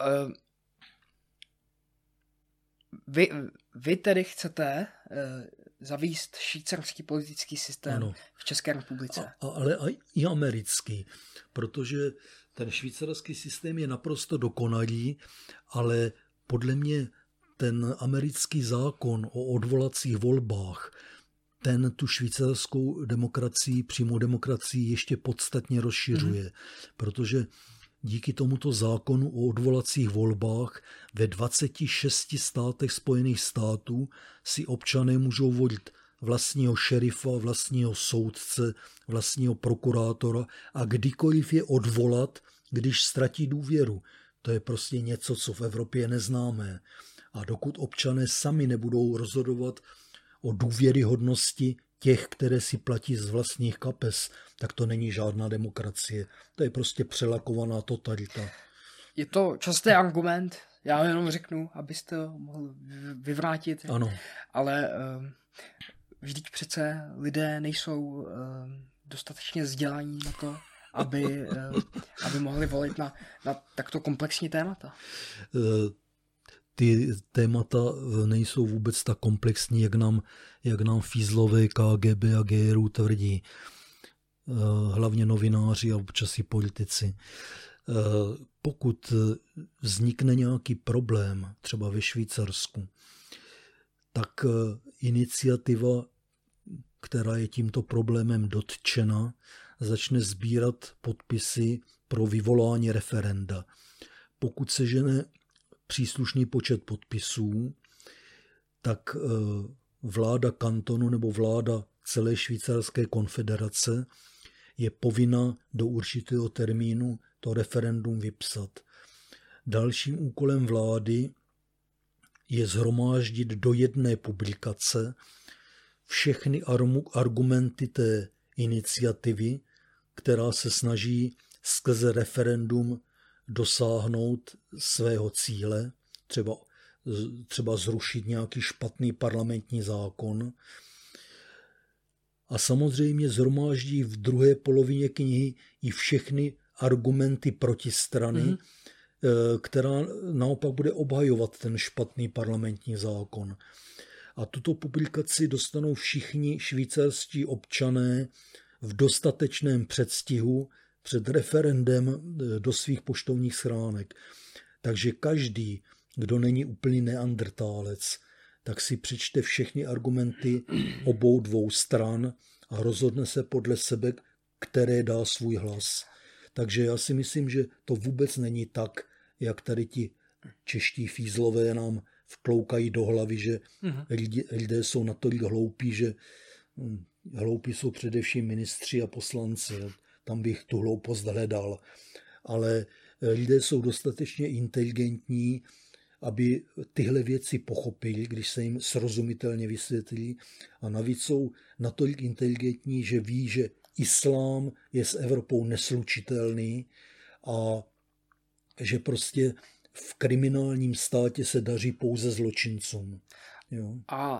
vy tedy chcete zavést švýcarský politický systém ano. v České republice. Ale i americký, protože ten švýcarský systém je naprosto dokonalý, ale podle mě ten americký zákon o odvolacích volbách, ten tu švýcarskou demokracii, přímou demokracii ještě podstatně rozšiřuje, protože díky tomuto zákonu o odvolacích volbách ve 26 státech Spojených států si občané můžou volit vlastního šerifa, vlastního soudce, vlastního prokurátora a kdykoliv je odvolat, když ztratí důvěru. To je prostě něco, co v Evropě neznámé. A dokud občané sami nebudou rozhodovat o důvěryhodnosti těch, které si platí z vlastních kapes, tak to není žádná demokracie. To je prostě přelakovaná totalita. Je to častý argument, já jenom řeknu, abyste ho mohl vyvrátit. Ano. Ale vždyť přece lidé nejsou dostatečně vzdělaní na to, aby mohli volit na takto komplexní témata. Ty témata nejsou vůbec tak komplexní, jak nám fízlové KGB a GRU tvrdí. Hlavně novináři a občas i politici. Pokud vznikne nějaký problém, třeba ve Švýcarsku, tak iniciativa, která je tímto problémem dotčena, začne sbírat podpisy pro vyvolání referenda. Pokud se žene příslušný počet podpisů, tak vláda kantonu nebo vláda celé švýcarské konfederace je povinna do určitého termínu to referendum vypsat. Dalším úkolem vlády je shromáždit do jedné publikace všechny argumenty té iniciativy, která se snaží skrze referendum dosáhnout svého cíle, třeba zrušit nějaký špatný parlamentní zákon. A samozřejmě shromáždí v druhé polovině knihy i všechny argumenty protistrany, která naopak bude obhajovat ten špatný parlamentní zákon. A tuto publikaci dostanou všichni švýcarští občané v dostatečném předstihu před referendem do svých poštovních schránek. Takže každý, kdo není úplný neandrtálec, tak si přečte všechny argumenty obou dvou stran a rozhodne se podle sebe, které dá svůj hlas. Takže já si myslím, že to vůbec není tak, jak tady ti čeští fízlové nám vkloukají do hlavy, že lidé jsou natolik hloupí, že hloupí jsou především ministři a poslanci. Tam bych tu hloupost hledal. Ale lidé jsou dostatečně inteligentní, aby tyhle věci pochopili, když se jim srozumitelně vysvětlí. A navíc jsou natolik inteligentní, že ví, že islám je s Evropou neslučitelný a že prostě v kriminálním státě se daří pouze zločincům. Jo. A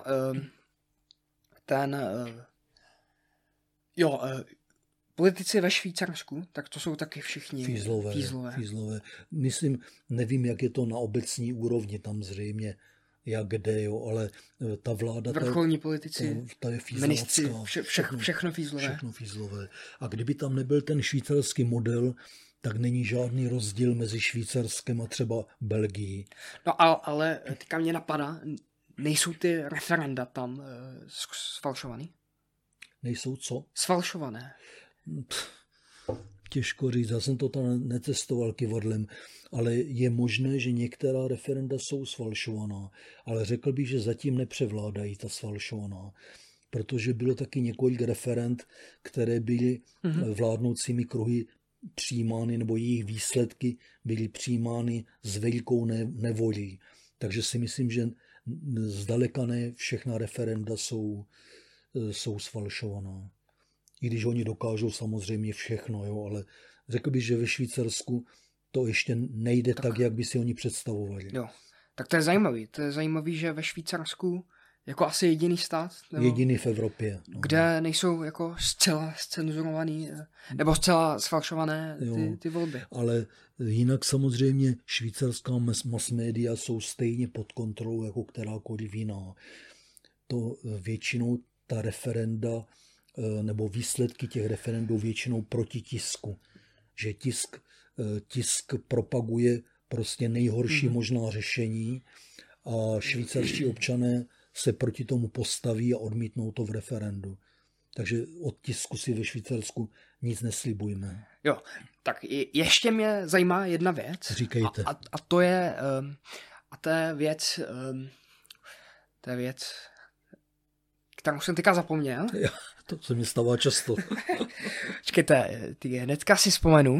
politici ve Švýcarsku, tak to jsou taky všichni fízlové. Myslím, nevím, jak je to na obecní úrovni, tam zřejmě jak kde, jo, ale ta vláda... Vrcholní politici, ta je ministři, všechno fízlové. Všechno fízlové. A kdyby tam nebyl ten švýcarský model, tak není žádný rozdíl mezi Švýcarskem a třeba Belgií. No ale teďka mě napadá, nejsou ty referenda tam sfalšovaný? Nejsou co? Sfalšované. Těžko říct, já jsem to tam netestoval kivadlem, ale je možné, že některá referenda jsou sfalšovaná, ale řekl bych, že zatím nepřevládají ta sfalšovaná, protože bylo taky několik referend, které byly vládnoucími kruhy přijímány, nebo jejich výsledky byly přijímány s velikou nevolí. Takže si myslím, že zdaleka ne všechna referenda jsou sfalšovaná. I když oni dokážou samozřejmě všechno, jo, ale řekl bych, že ve Švýcarsku to ještě nejde tak, jak by si oni představovali. Jo, tak to je zajímavý. To je zajímavý, že ve Švýcarsku jako asi jediný stát, nebo jediný v Evropě. No. Kde nejsou jako zcela zcenzurovaný nebo zcela sfalšované ty volby. Ale jinak samozřejmě švýcarská mass media jsou stejně pod kontrolou jako kterákoliv jiná. To většinou ta referenda nebo výsledky těch referendů většinou proti tisku. Že tisk propaguje prostě nejhorší možná řešení a švýcarští občané se proti tomu postaví a odmítnou to v referendu. Takže od tisku si ve Švýcarsku nic neslibujme. Jo, tak ještě mě zajímá jedna věc. Říkejte. A to je věc, kterou jsem teďka zapomněl. Ja, to se mi stává často. Čekajte, hnedka si vzpomenu.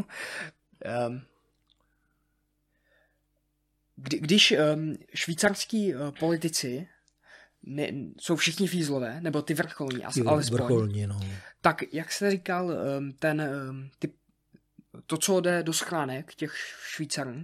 Když švýcarský politici jsou všichni fízlové, nebo ty vrcholní, alespoň. Vrcholní, no. Tak, jak jste říkal, to, co jde do schránek těch Švýcarů,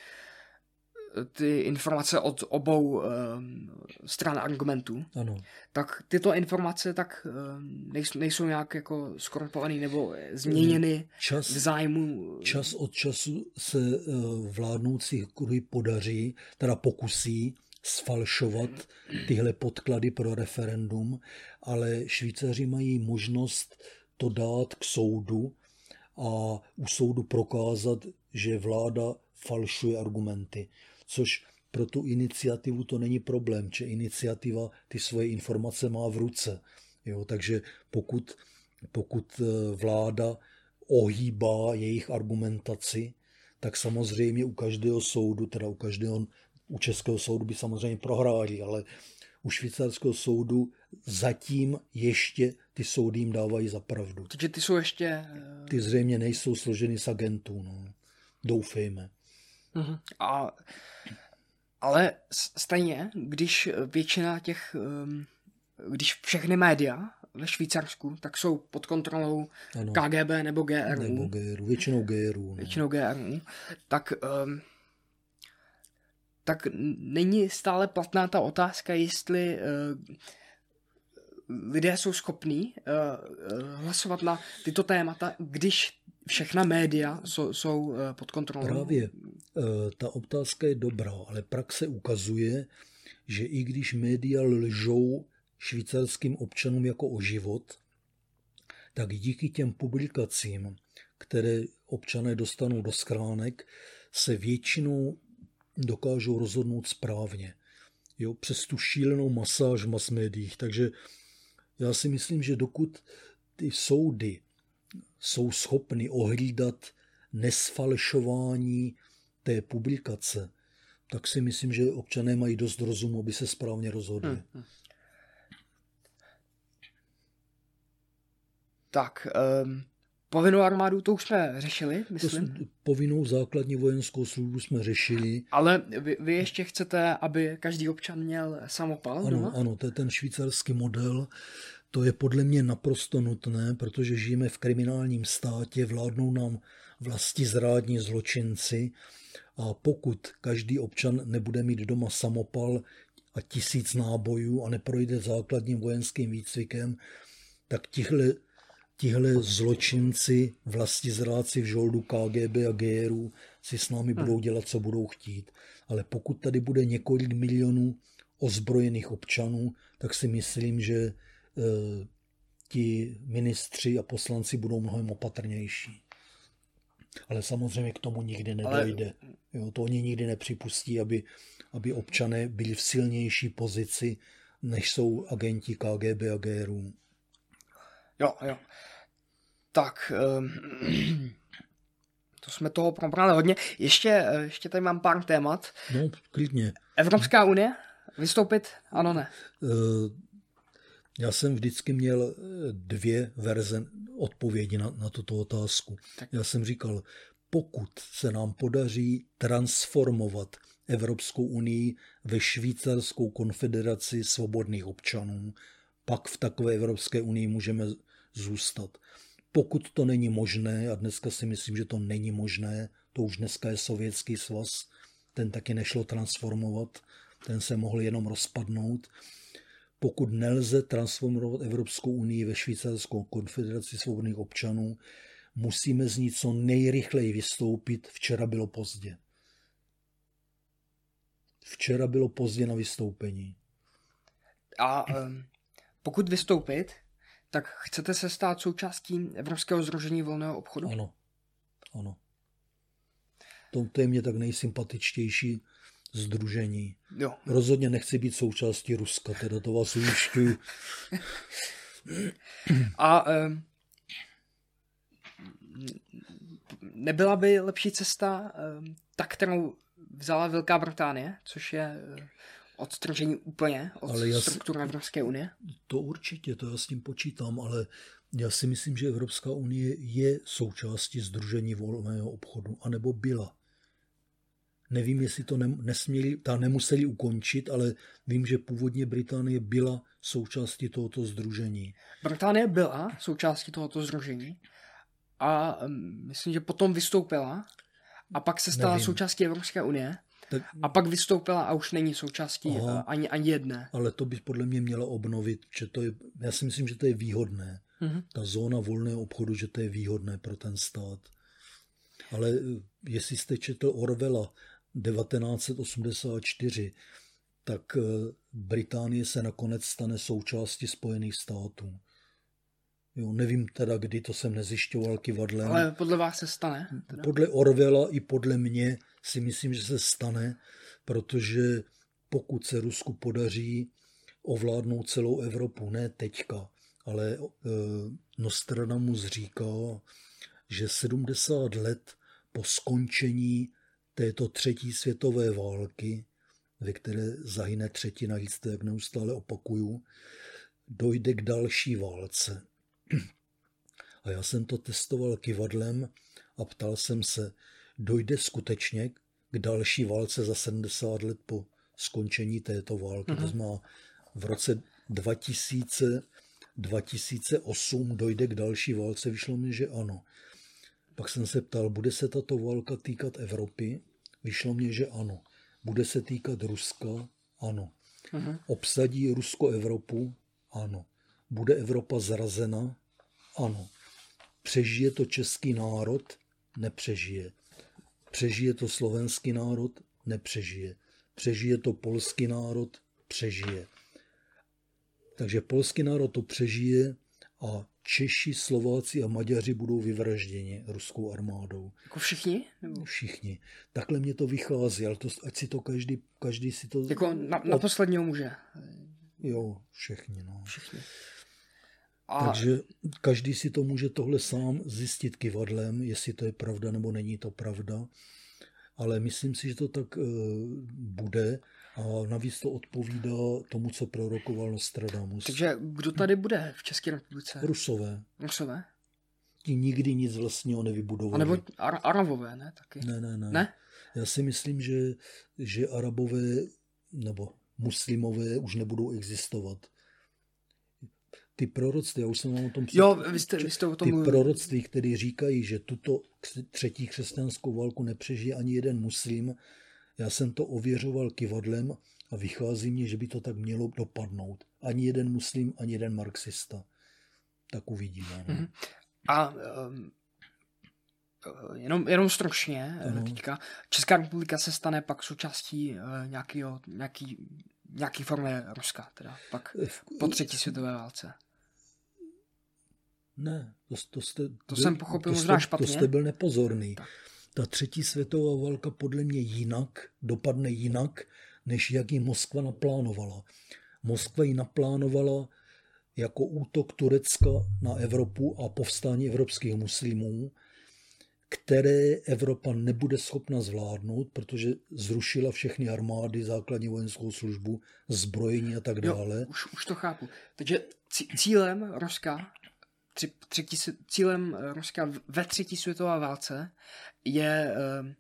ty informace od obou stran argumentů, ano. tak tyto informace tak nejsou nějak jako skorumpovaný nebo změněny v zájmu. Čas od času se vládnoucí kruhy pokusí sfalšovat tyhle podklady pro referendum, ale Švýcaři mají možnost to dát k soudu a u soudu prokázat, že vláda falšuje argumenty, což pro tu iniciativu to není problém, že iniciativa ty svoje informace má v ruce. Jo, takže pokud vláda ohýbá jejich argumentaci, tak samozřejmě u každého soudu, teda u českého soudu by samozřejmě prohráli, ale u švýcarského soudu zatím ještě ty soudy jim dávají za pravdu. Takže ty jsou ještě... Ty zřejmě nejsou složeny z agentů, no. Doufejme. Ale stejně, když většina když všechny média ve Švýcarsku, tak jsou pod kontrolou KGB nebo GRU. Nebo GRU, většinou GRU. No. Většinou GRU. Tak není stále platná ta otázka, jestli lidé jsou schopní hlasovat na tyto témata, když všechna média jsou pod kontrolou. Právě ta otázka je dobrá, ale praxe ukazuje, že i když média lžou švýcarským občanům jako o život, tak díky těm publikacím, které občané dostanou do schránek, se většinou dokážou rozhodnout správně. Jo, přes tu šílenou masáž v mass médiích. Takže já si myslím, že dokud ty soudy jsou schopny ohlídat nesfalšování té publikace, tak si myslím, že občané mají dost rozumu, aby se správně rozhodli. Tak, povinnou armádu to už jsme řešili, myslím. Povinnou základní vojenskou službu jsme řešili. Ale vy ještě chcete, aby každý občan měl samopal doma? Ano, to je ten švýcarský model. To je podle mě naprosto nutné, protože žijeme v kriminálním státě, vládnou nám vlastizrádní zločinci a pokud každý občan nebude mít doma samopal a 1000 nábojů a neprojde základním vojenským výcvikem, tak tihle zločinci, vlastizrádci v žoldu KGB a GRU si s námi budou dělat, co budou chtít. Ale pokud tady bude několik milionů ozbrojených občanů, tak si myslím, že ti ministři a poslanci budou mnohem opatrnější. Ale samozřejmě k tomu nikdy nedojde. Jo, to oni nikdy nepřipustí, aby občané byli v silnější pozici, než jsou agenti KGB a GRU. Jo. Tak, to jsme toho probrali hodně. Ještě tady mám pár témat. No, klidně. Evropská unie? Vystoupit? Ano, ne. Já jsem vždycky měl dvě verze odpovědi na tuto otázku. Tak. Já jsem říkal, pokud se nám podaří transformovat Evropskou unii ve Švýcarskou konfederaci svobodných občanů, pak v takové Evropské unii můžeme zůstat. Pokud to není možné, a dneska si myslím, že to není možné, to už dneska je Sovětský svaz, ten taky nešlo transformovat, ten se mohl jenom rozpadnout. Pokud nelze transformovat Evropskou unii ve Švýcarskou konfederaci svobodných občanů, musíme z ní co nejrychleji vystoupit. Včera bylo pozdě. Včera bylo pozdě na vystoupení. A pokud vystoupit, tak chcete se stát součástí Evropského sdružení volného obchodu? Ano. To je mě tak nejsympatičtější sdružení. Jo. Rozhodně nechci být součástí Ruska, teda to vás ujišťuji. A nebyla by lepší cesta ta, kterou vzala Velká Británie, což je odstržení úplně od struktury Evropské unie? To určitě, to já s tím počítám, ale já si myslím, že Evropská unie je součástí sdružení volného obchodu, anebo byla. Nevím, jestli to nemuseli ukončit, ale vím, že původně Británie byla součástí tohoto sdružení. Británie byla součástí tohoto sdružení a myslím, že potom vystoupila a pak se stala součástí Evropské unie a pak vystoupila a už není součástí ani jedné. Ale to by podle mě měla obnovit, že já si myslím, že to je výhodné. Mm-hmm. Ta zóna volného obchodu, že to je výhodné pro ten stát. Ale jestli jste četl Orwella 1984, tak Británie se nakonec stane součástí Spojených států. Jo, nevím teda, kdy, to jsem nezjišťoval kivadlem. Ale podle vás se stane? Teda? Podle Orwella i podle mě si myslím, že se stane, protože pokud se Rusku podaří ovládnout celou Evropu, ne teďka, ale Nostradamus říká, že 70 let po skončení této třetí světové války, ve které zahyne třetina lidstva, jak neustále opakuju, dojde k další válce. A já jsem to testoval kivadlem a ptal jsem se, dojde skutečně k další válce za 70 let po skončení této války. To znamená, v roce 2008 dojde k další válce, vyšlo mi, že ano. Pak jsem se ptal, bude se tato válka týkat Evropy? Vyšlo mě, že ano. Bude se týkat Ruska? Ano. Obsadí Rusko Evropu? Ano. Bude Evropa zrazena? Ano. Přežije to český národ? Nepřežije. Přežije to slovenský národ? Nepřežije. Přežije to polský národ? Přežije. Takže polský národ to přežije a Češi, Slováci a Maďaři budou vyvražděni ruskou armádou. Jako všichni? Nebo? Všichni. Takhle mě to vychází, ale ať si to každý si to... Jako na posledního muže. Jo, všichni. No. Všichni. Takže každý si to může tohle sám zjistit kivadlem, jestli to je pravda nebo není to pravda. Ale myslím si, že to tak bude a navíc to odpovídá tomu, co prorokoval Nostradamus. Takže kdo tady bude v České republice? Rusové. Rusové? Ti nikdy nic vlastního nevybudovali. A nebo Arabové, ne? Taky? Ne? Já si myslím, že Arabové nebo muslimové už nebudou existovat. Ty proroctví, já už jsem vám o tom vy jste o tom ty proroctví, které říkají, že tuto třetí křesťanskou válku nepřežije ani jeden muslim, já jsem to ověřoval kivadlem a vychází mě, že by to tak mělo dopadnout. Ani jeden muslim, ani jeden marxista. Tak uvidíme. No. A jenom stručně teďka. Česká republika se stane pak součástí nějaký formy Ruska, teda pak po třetí světové válce. Ne, to jsem pochopil možná špatně. To jste byl nepozorný. Tak. Ta třetí světová válka podle mě dopadne jinak, než jak ji Moskva naplánovala. Moskva ji naplánovala jako útok Turecka na Evropu a povstání evropských muslimů, které Evropa nebude schopna zvládnout, protože zrušila všechny armády, základní vojenskou službu, zbrojení a tak dále. Jo, už to chápu. Takže cílem Ruska ve třetí světové válce je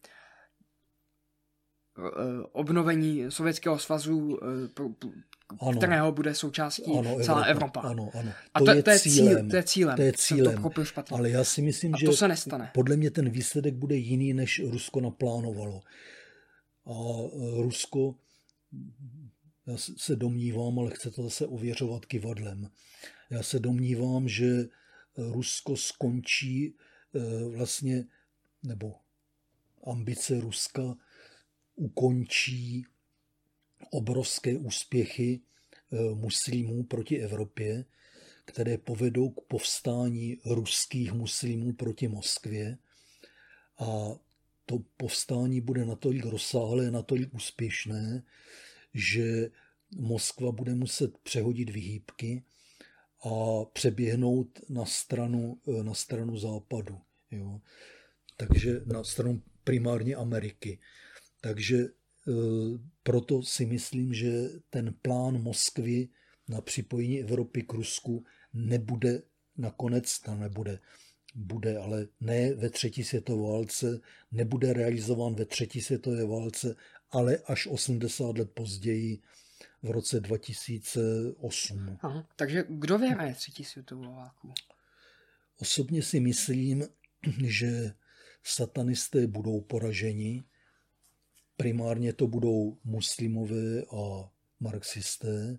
obnovení Sovětského svazu, kterého bude součástí celá Evropa. Ano. A to je cílem. To je cílem. Ale já si myslím, že to se nestane. Podle mě ten výsledek bude jiný, než Rusko naplánovalo. A Rusko, já se domnívám, ale chce to zase ověřovat kyvadlem. Já se domnívám, že Rusko skončí vlastně, nebo ambice Ruska ukončí obrovské úspěchy muslimů proti Evropě, které povedou k povstání ruských muslimů proti Moskvě. A to povstání bude natolik rozsáhlé, natolik úspěšné, že Moskva bude muset přehodit vyhýbky a přeběhnout na stranu západu. Jo. Takže na stranu primárně Ameriky. Takže proto si myslím, že ten plán Moskvy na připojení Evropy k Rusku nebude nakonec, bude, ale ne ve třetí světové válce, nebude realizován ve třetí světové válce, ale až 80 let později, v roce 2008. Aha, takže kdo vyhraje třetí světovou válku? Osobně si myslím, že satanisté budou poraženi. Primárně to budou muslimové a marxisté.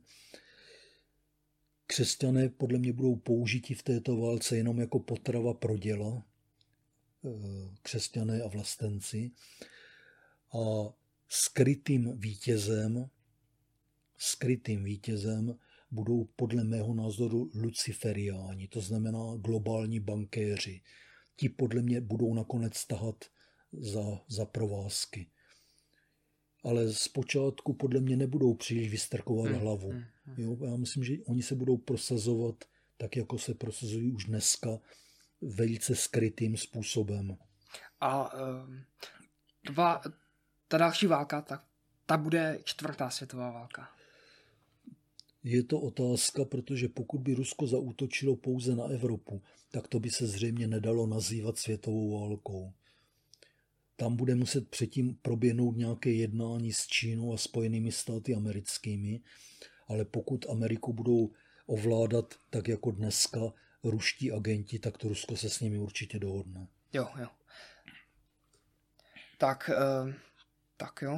Křesťané podle mě budou použiti v této válce jenom jako potrava pro děla. Křesťané a vlastenci. A skrytým vítězem budou podle mého názoru luciferiáni, to znamená globální bankéři. Ti podle mě budou nakonec tahat za provázky. Ale zpočátku podle mě nebudou příliš vystrkovat hlavu. Jo, já myslím, že oni se budou prosazovat tak, jako se prosazují už dneska, velice skrytým způsobem. A ta další válka, ta bude čtvrtá světová válka. Je to otázka, protože pokud by Rusko zaútočilo pouze na Evropu, tak to by se zřejmě nedalo nazývat světovou válkou. Tam bude muset předtím proběhnout nějaké jednání s Čínou a Spojenými státy americkými, ale pokud Ameriku budou ovládat tak jako dneska ruští agenti, tak to Rusko se s nimi určitě dohodne. Jo. Tak jo.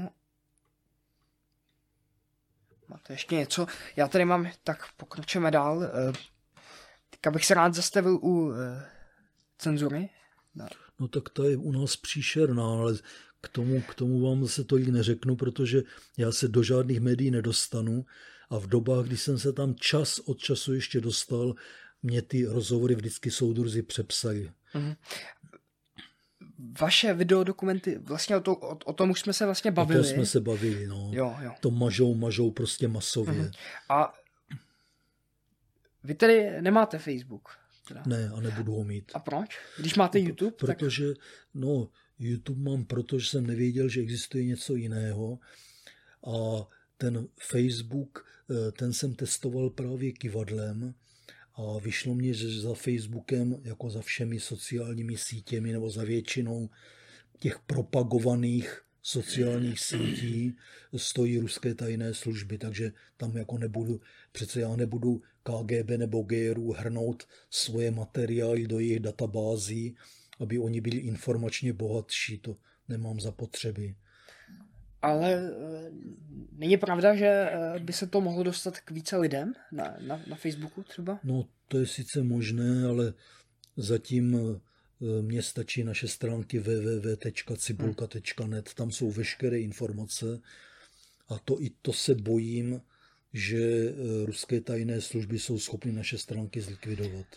Máte ještě něco? Já tady mám, tak pokročíme dál. Teďka bych se rád zastavil u cenzury. No tak to je u nás příšerná, ale k tomu vám zase tolik neřeknu, protože já se do žádných médií nedostanu a v dobách, kdy jsem se tam čas od času ještě dostal, mě ty rozhovory vždycky soudruzi přepsali. Mhm. Vaše videodokumenty, vlastně o tom už jsme se vlastně bavili. O tom jsme se bavili, no. Jo. To mažou prostě masově. Mhm. A vy tedy nemáte Facebook? Teda. Ne, a nebudu ho mít. A proč? Když máte YouTube? Protože, YouTube mám, protože jsem nevěděl, že existuje něco jiného. A ten Facebook, ten jsem testoval právě kyvadlem a vyšlo mě, že za Facebookem, jako za všemi sociálními sítěmi nebo za většinou těch propagovaných sociálních sítí stojí ruské tajné služby, takže tam jako přece já nebudu KGB nebo GRU hrnout svoje materiály do jejich databází, aby oni byli informačně bohatší, to nemám zapotřebí. Ale není pravda, že by se to mohlo dostat k více lidem na Facebooku třeba? No, to je sice možné, ale zatím mně stačí naše stránky www.cibulka.net, tam jsou veškeré informace a to se bojím, že ruské tajné služby jsou schopny naše stránky zlikvidovat.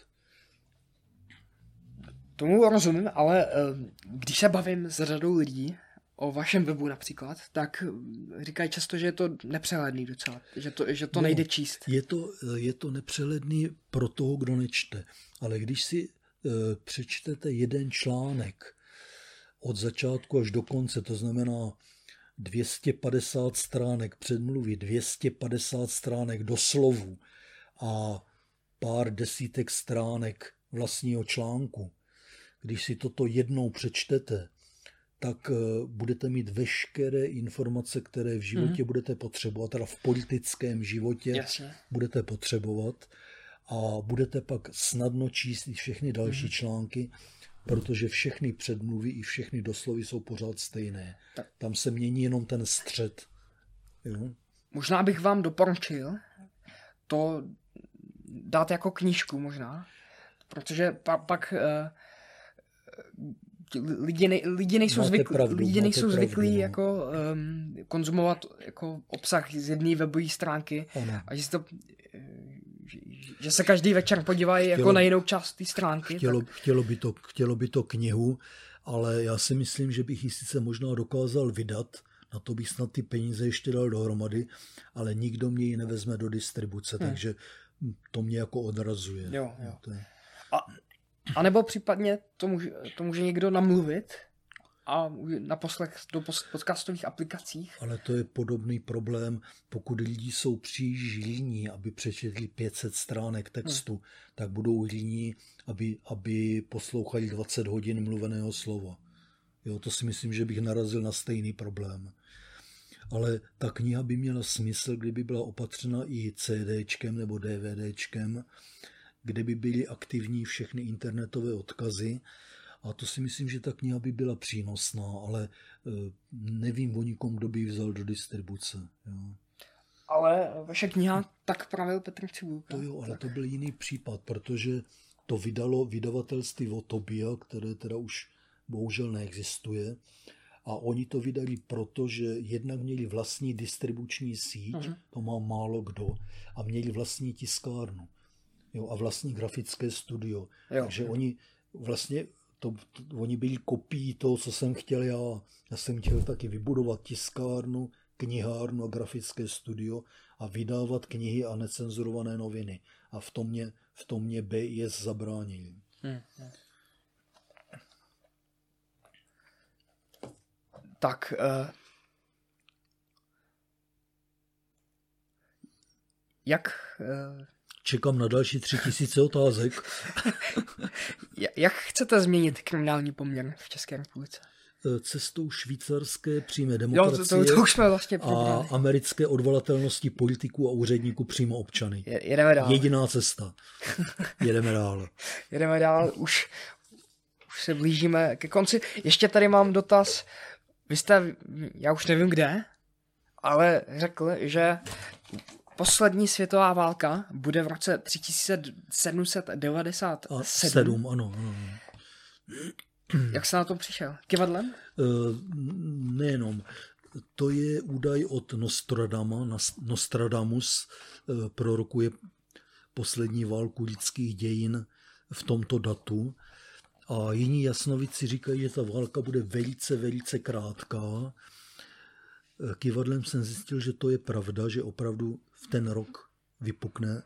Tomu rozumím, ale když se bavím s řadou lidí o vašem webu například, tak říkají často, že je to nepřehledný docela, že to nejde číst. Je to nepřehledný pro toho, kdo nečte. Ale když si přečtete jeden článek od začátku až do konce, to znamená 250 stránek předmluvy, 250 stránek doslovu a pár desítek stránek vlastního článku. Když si toto jednou přečtete, tak budete mít veškeré informace, které v životě budete potřebovat, teda v politickém životě budete potřebovat a budete pak snadno číst i všechny další články, protože všechny předmluvy i všechny doslovy jsou pořád stejné. Tam se mění jenom ten střed. Jo? Možná bych vám doporučil to dát jako knížku možná, protože pak lidi nejsou zvyklí jako konzumovat jako obsah z jedné webové stránky a že se každý večer podívají jako na jinou část té stránky. Chtělo by to knihu, ale já si myslím, že bych ji sice možná dokázal vydat, na to bych snad ty peníze ještě dal dohromady, ale nikdo mě ji nevezme do distribuce, takže to mě jako odrazuje. Jo. A nebo případně to může někdo namluvit a na poslech do podcastových aplikacích. Ale to je podobný problém, pokud lidi jsou příliš líní, aby přečetli 500 stránek textu, tak budou líní, aby poslouchali 20 hodin mluveného slova. Jo, to si myslím, že bych narazil na stejný problém. Ale ta kniha by měla smysl, kdyby byla opatřena i CDčkem nebo DVDčkem, kde by byly aktivní všechny internetové odkazy. A to si myslím, že ta kniha by byla přínosná, ale nevím o nikom, kdo by ji vzal do distribuce. Jo. Ale vaše kniha tak pravil Petr Cibulka. To jo, ale to byl jiný případ, protože to vydalo vydavatelství Votobia, které teda už bohužel neexistuje. A oni to vydali proto, že jednak měli vlastní distribuční síť, to má málo kdo, a měli vlastní tiskárnu. Jo, a vlastní grafické studio. Jo. Takže oni vlastně oni byli kopií toho, co jsem chtěl já. Já jsem chtěl taky vybudovat tiskárnu, knihárnu a grafické studio a vydávat knihy a necenzurované noviny. A v tom mě BIS zabránil. Tak jak... Čekám na další 3000 otázek. Jak chcete změnit kriminální poměr v České republice? Cestou švýcarské přímé demokracie to už jsme vlastně a americké odvolatelnosti politiků a úředníků přímo občany. Jedeme dál. Jediná cesta. Jedeme dál. Jedeme dál. Už se blížíme ke konci. Ještě tady mám dotaz. Vy jste, já už nevím kde, ale řekl, že poslední světová válka bude v roce 3797. Ano. Jak jste na to přišel? Kivadlem? Nejenom. To je údaj od Nostradamus prorokuje poslední válku lidských dějin v tomto datu. A jiní jasnovici říkají, že ta válka bude velice, velice krátká. Kivadlem jsem zjistil, že to je pravda, že opravdu v ten rok vypukne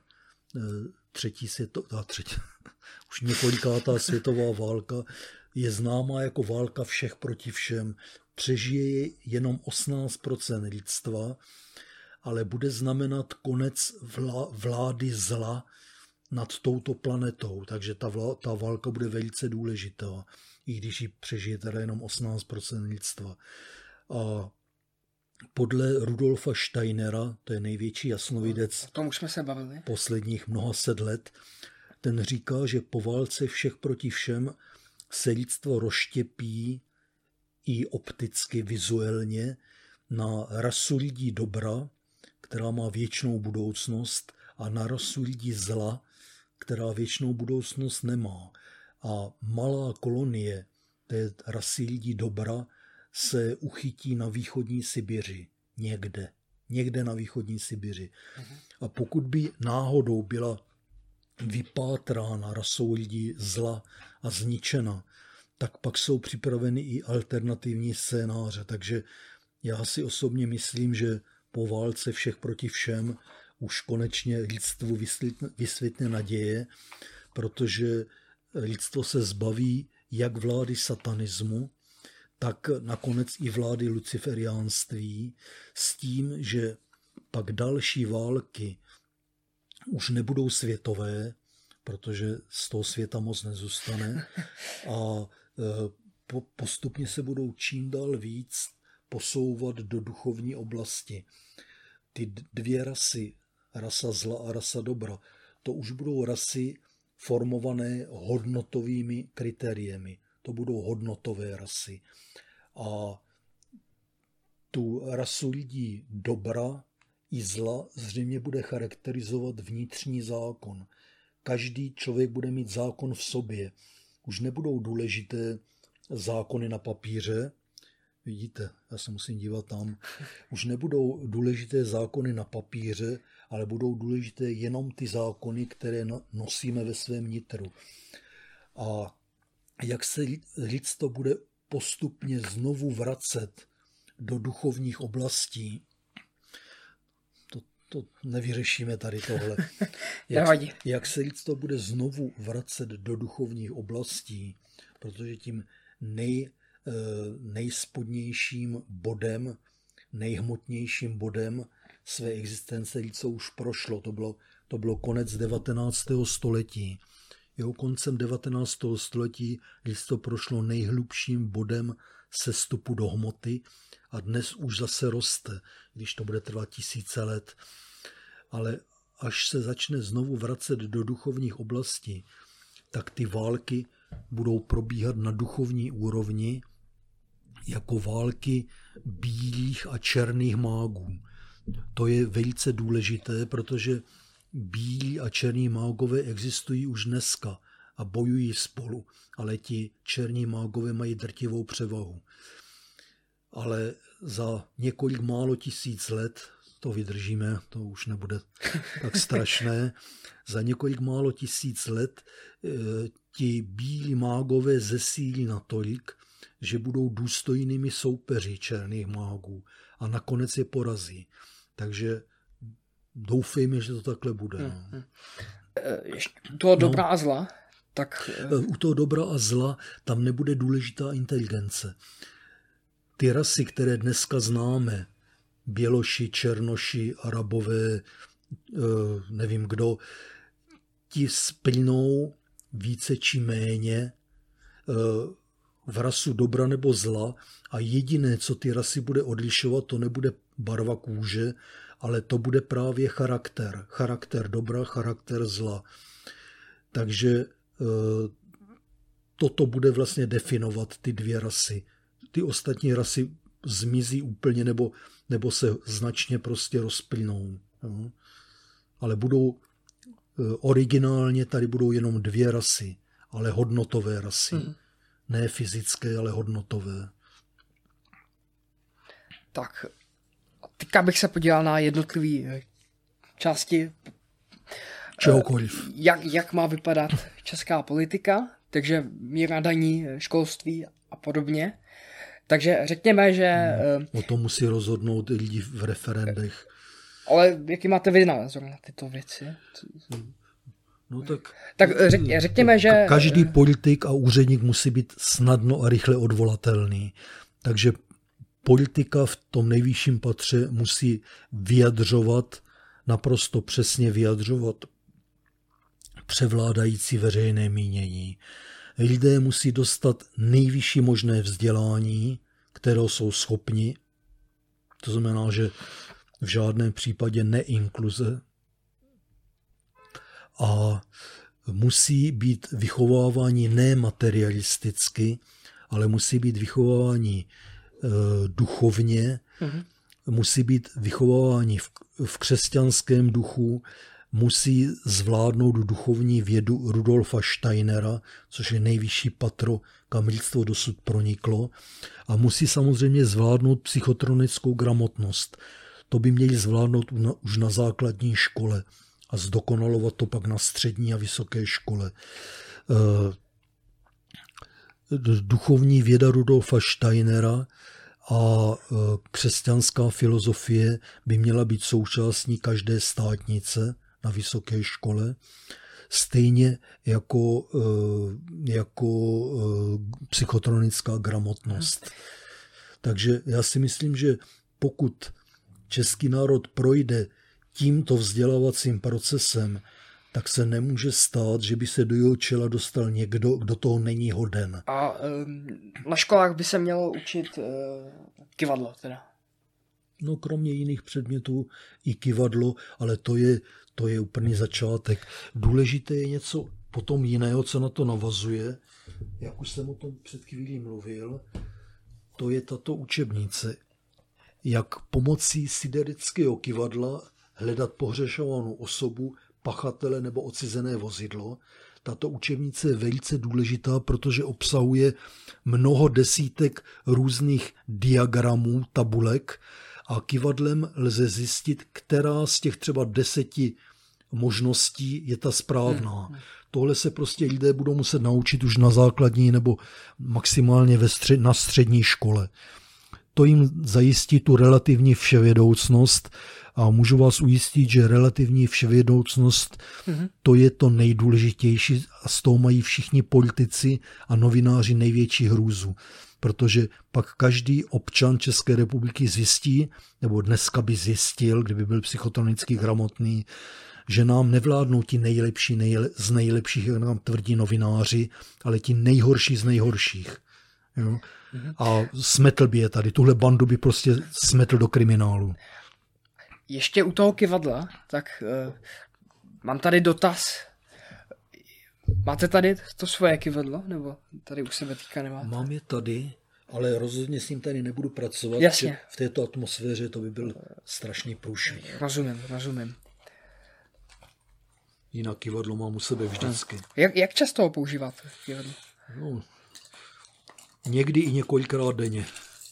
už několikátá světová válka. Je známá jako válka všech proti všem. Přežije jenom 18% lidstva, ale bude znamenat konec vlády zla nad touto planetou. Takže ta válka bude velice důležitá, i když ji přežije teda jenom 18% lidstva. A podle Rudolfa Steinera, to je největší jasnovidec posledních mnoha set let, ten říká, že po válce všech proti všem se lidstvo rozštěpí i opticky, vizuálně na rasu lidí dobra, která má věčnou budoucnost, a na rasu lidí zla, která věčnou budoucnost nemá. A malá kolonie té rasy lidí dobra se uchytí na východní Sibiři. Někde na východní Sibiři. A pokud by náhodou byla vypátrána rasou lidí zla a zničena, tak pak jsou připraveny i alternativní scénáře. Takže já si osobně myslím, že po válce všech proti všem už konečně lidstvu vysvětne naděje, protože lidstvo se zbaví jak vlády satanismu, tak nakonec i vlády luciferiánství, s tím, že pak další války už nebudou světové, protože z toho světa moc nezůstane a postupně se budou čím dál víc posouvat do duchovní oblasti. Ty dvě rasy, rasa zla a rasa dobra, to už budou rasy formované hodnotovými kritériemi. To budou hodnotové rasy. A tu rasu lidí dobra i zla zřejmě bude charakterizovat vnitřní zákon. Každý člověk bude mít zákon v sobě. Už nebudou důležité zákony na papíře. Vidíte, já se musím dívat tam. Už nebudou důležité zákony na papíře, ale budou důležité jenom ty zákony, které nosíme ve svém nitru. A jak se lidstvo bude postupně znovu vracet do duchovních oblastí, to nevyřešíme tady tohle. Jak se lidstvo bude znovu vracet do duchovních oblastí, protože tím nejspodnějším bodem, nejhmotnějším bodem své existence lidstvo už prošlo. To bylo konec 19. století. Jeho koncem 19. století lidstvo prošlo nejhlubším bodem sestupu do hmoty a dnes už zase roste, když to bude trvat tisíce let. Ale až se začne znovu vracet do duchovních oblastí, tak ty války budou probíhat na duchovní úrovni jako války bílých a černých mágů. To je velice důležité, protože bílí a černí mágové existují už dneska a bojují spolu, ale ti černí mágové mají drtivou převahu. Ale za několik málo tisíc let, to vydržíme, to už nebude tak strašné, za několik málo tisíc let ti bílí mágové zesílí natolik, že budou důstojnými soupeři černých mágů a nakonec je porazí. Takže doufejme, že to takhle bude. U toho dobra a zla? Tak... U toho dobra a zla tam nebude důležitá inteligence. Ty rasy, které dneska známe, Běloši, Černoši, Arabové, nevím kdo, ti splynou více či méně v rasu dobra nebo zla a jediné, co ty rasy bude odlišovat, to nebude barva kůže, ale to bude právě charakter. Charakter dobra, charakter zla. Takže toto bude vlastně definovat ty dvě rasy. Ty ostatní rasy zmizí úplně nebo se značně prostě rozplynou. Jo. Ale budou originálně tady budou jenom dvě rasy, ale hodnotové rasy. Ne fyzické, ale hodnotové. Tak, teďka bych se podíval na jednotlivé části. Čehokoliv. Jak má vypadat česká politika, takže míra daní, školství a podobně. Takže řekněme, že... O tom musí rozhodnout lidi v referendech. Ale jaký máte vy názor na tyto věci? No tak řekněme, že... Každý politik a úředník musí být snadno a rychle odvolatelný. Takže politika v tom nejvyšším patře musí vyjadřovat, naprosto přesně vyjadřovat převládající veřejné mínění. Lidé musí dostat nejvyšší možné vzdělání, kterého jsou schopni. To znamená, že v žádném případě neinkluze. A musí být vychovávání nematerialisticky, ale musí být vychovávání duchovně, musí být vychovávání v křesťanském duchu, musí zvládnout duchovní vědu Rudolfa Steinera, což je nejvyšší patro, kam lidstvo dosud proniklo, a musí samozřejmě zvládnout psychotronickou gramotnost. To by měli zvládnout už na základní škole a zdokonalovat to pak na střední a vysoké škole. duchovní věda Rudolfa Steinera a křesťanská filozofie by měla být součástí každé státnice na vysoké škole, stejně jako psychotronická gramotnost. Takže já si myslím, že pokud český národ projde tímto vzdělávacím procesem, tak se nemůže stát, že by se do jeho čela dostal někdo, kdo toho není hoden. A na školách by se mělo učit kyvadlo teda? No kromě jiných předmětů i kyvadlo, ale to je úplný začátek. Důležité je něco potom jiného, co na to navazuje. Jak už jsem o tom před chvílí mluvil, to je tato učebnice. Jak pomocí siderického kyvadla hledat pohřešovanou osobu, pachatele nebo odcizené vozidlo. Tato učebnice je velice důležitá, protože obsahuje mnoho desítek různých diagramů, tabulek a kyvadlem lze zjistit, která z těch třeba 10 možností je ta správná. Tohle se prostě lidé budou muset naučit už na základní nebo maximálně na střední škole. To jim zajistí tu relativní vševědoucnost a můžu vás ujistit, že relativní vševědoucnost to je to nejdůležitější a z toho mají všichni politici a novináři největší hrůzu. Protože pak každý občan České republiky zjistí, nebo dneska by zjistil, kdyby byl psychotronicky gramotný, že nám nevládnou ti nejlepší z nejlepších, jak nám tvrdí novináři, ale ti nejhorší z nejhorších. Jo? A smetl by je tady. Tuhle bandu by prostě smetl do kriminálu. Ještě u toho kyvadla, tak mám tady dotaz. Máte tady to svoje kyvadlo? Nebo tady u sebe teďka nemáte? Mám je tady, ale rozhodně s ním tady nebudu pracovat. Jasně. V této atmosféře to by byl strašný průšvih. Rozumím. Jinak kyvadlo mám u sebe vždycky. Jak často ho používáte, kyvadlo? No, někdy i několikrát denně.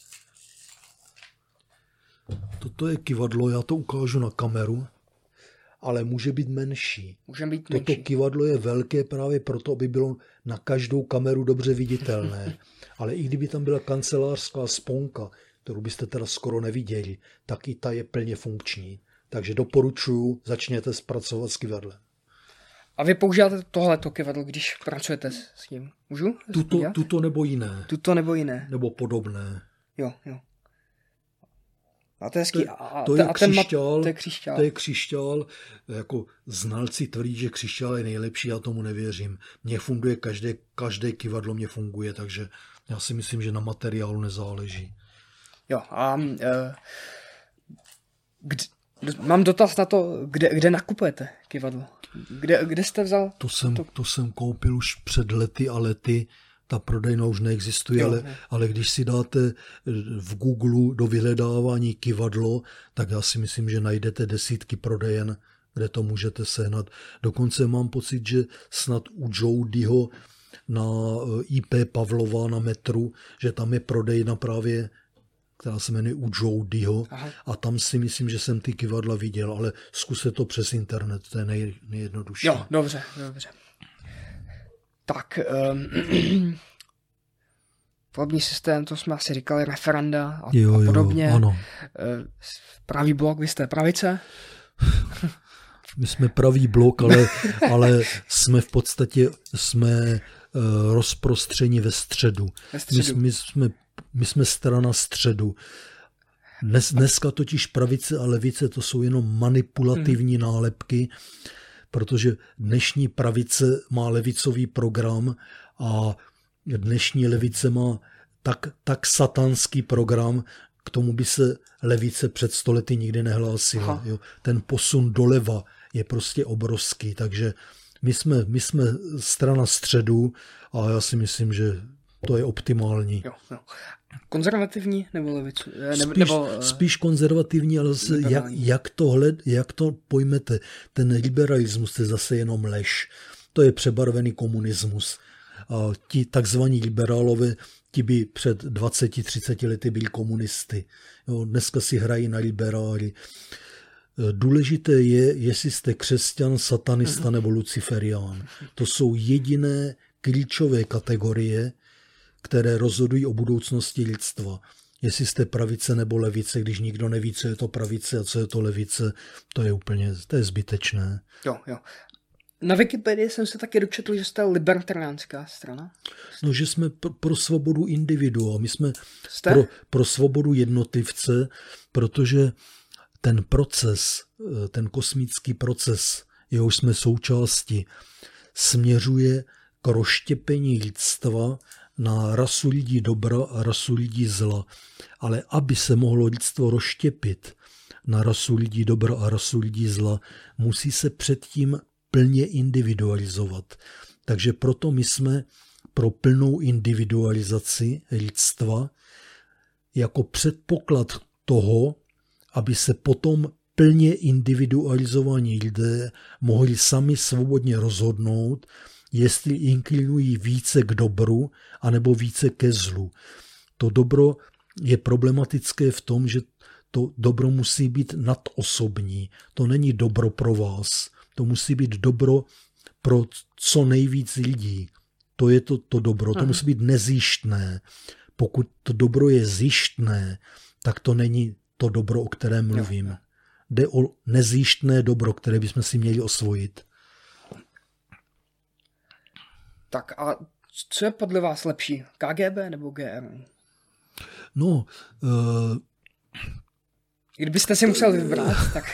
Toto je kyvadlo, já to ukážu na kameru, ale může být menší. Toto kyvadlo je velké právě proto, aby bylo na každou kameru dobře viditelné. Ale i kdyby tam byla kancelářská sponka, kterou byste teda skoro neviděli, tak i ta je plně funkční. Takže doporučuji, začněte pracovat s kyvadlem. A vy používáte tohleto kyvadlo, když pracujete s ním? Můžu? Tuto nebo jiné. Tuto nebo jiné. Nebo podobné. Jo. A to je hezký. To je křišťál. To je křišťál. Jako znalci tvrdí, že křišťál je nejlepší, já tomu nevěřím. Mně funguje každé kyvadlo mě funguje, takže já si myslím, že na materiálu nezáleží. Jo, a mám dotaz na to, kde nakupujete kyvadlo? Kde jste vzal? To jsem koupil už před lety a lety. Ta prodejna už neexistuje, ale když si dáte v Google do vyhledávání kyvadlo, tak já si myslím, že najdete desítky prodejen, kde to můžete sehnat. Dokonce mám pocit, že snad u Jodyho na IP Pavlova na metru, že tam je prodejna právě, která se jmenuje u Jodyho. A tam si myslím, že jsem ty kyvadla viděl, ale zkuste to přes internet, to je nejjednodušší. Jo, dobře. Tak, volební systém, to jsme asi říkali, referenda a podobně. Ano. Pravý blok, vy jste pravice? My jsme pravý blok, ale jsme v podstatě rozprostřeni ve středu. My jsme strana středu. Dneska totiž pravice a levice to jsou jenom manipulativní nálepky, protože dnešní pravice má levicový program a dnešní levice má tak satanský program, k tomu by se levice před 100 lety nikdy nehlásila. Jo. Ten posun doleva je prostě obrovský, takže my jsme strana středu a já si myslím, že to je optimální. Jo. Konzervativní nebo levicu? Spíš konzervativní, ale zase jak to pojmete? Ten liberalismus je zase jenom lež. To je přebarvený komunismus. A ti takzvaní liberálové, ti by před 20-30 lety byli komunisty. Jo, dneska si hrají na liberály. Důležité je, jestli jste křesťan, satanista nebo luciferián. To jsou jediné klíčové kategorie, které rozhodují o budoucnosti lidstva. Jestli jste pravice nebo levice, když nikdo neví, co je to pravice a co je to levice, to je zbytečné. Jo. Na Wikipedii jsem se taky dočetl, že jste libertariánská strana. No, že jsme pro svobodu individua, my jsme pro svobodu jednotlivce, protože ten proces, ten kosmický proces, jehož jsme součástí, směřuje k rozštěpení lidstva na rasu lidí dobra a rasu lidí zla. Ale aby se mohlo lidstvo rozštěpit na rasu lidí dobra a rasu lidí zla, musí se předtím plně individualizovat. Takže proto my jsme pro plnou individualizaci lidstva jako předpoklad toho, aby se potom plně individualizovaní lidé mohli sami svobodně rozhodnout, jestli inklinují více k dobru, anebo více ke zlu. To dobro je problematické v tom, že to dobro musí být nadosobní. To není dobro pro vás. To musí být dobro pro co nejvíc lidí. To je to dobro. To musí být nezištné. Pokud to dobro je zištné, tak to není to dobro, o kterém mluvím. Jde o nezištné dobro, které bychom si měli osvojit. Tak a co je podle vás lepší? KGB nebo GRU? No, kdybyste si musel vybrat, tak...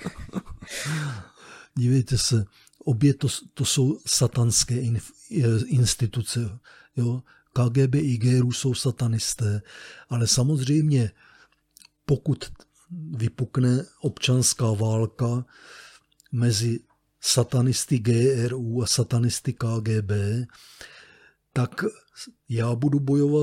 Dívejte se, obě to jsou satanské instituce. Jo? KGB i GRU jsou satanisté, ale samozřejmě pokud vypukne občanská válka mezi satanisty GRU a satanisty KGB, tak já budu bojovat.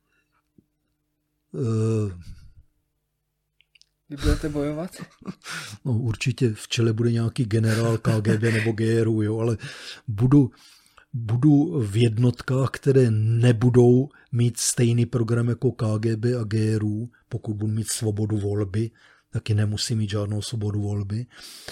Vy budete bojovat? No, určitě v čele bude nějaký generál KGB nebo GRU, jo, ale budu v jednotkách, které nebudou mít stejný program jako KGB a GRU, pokud budu mít svobodu volby, taky nemusím mít žádnou svobodu volby.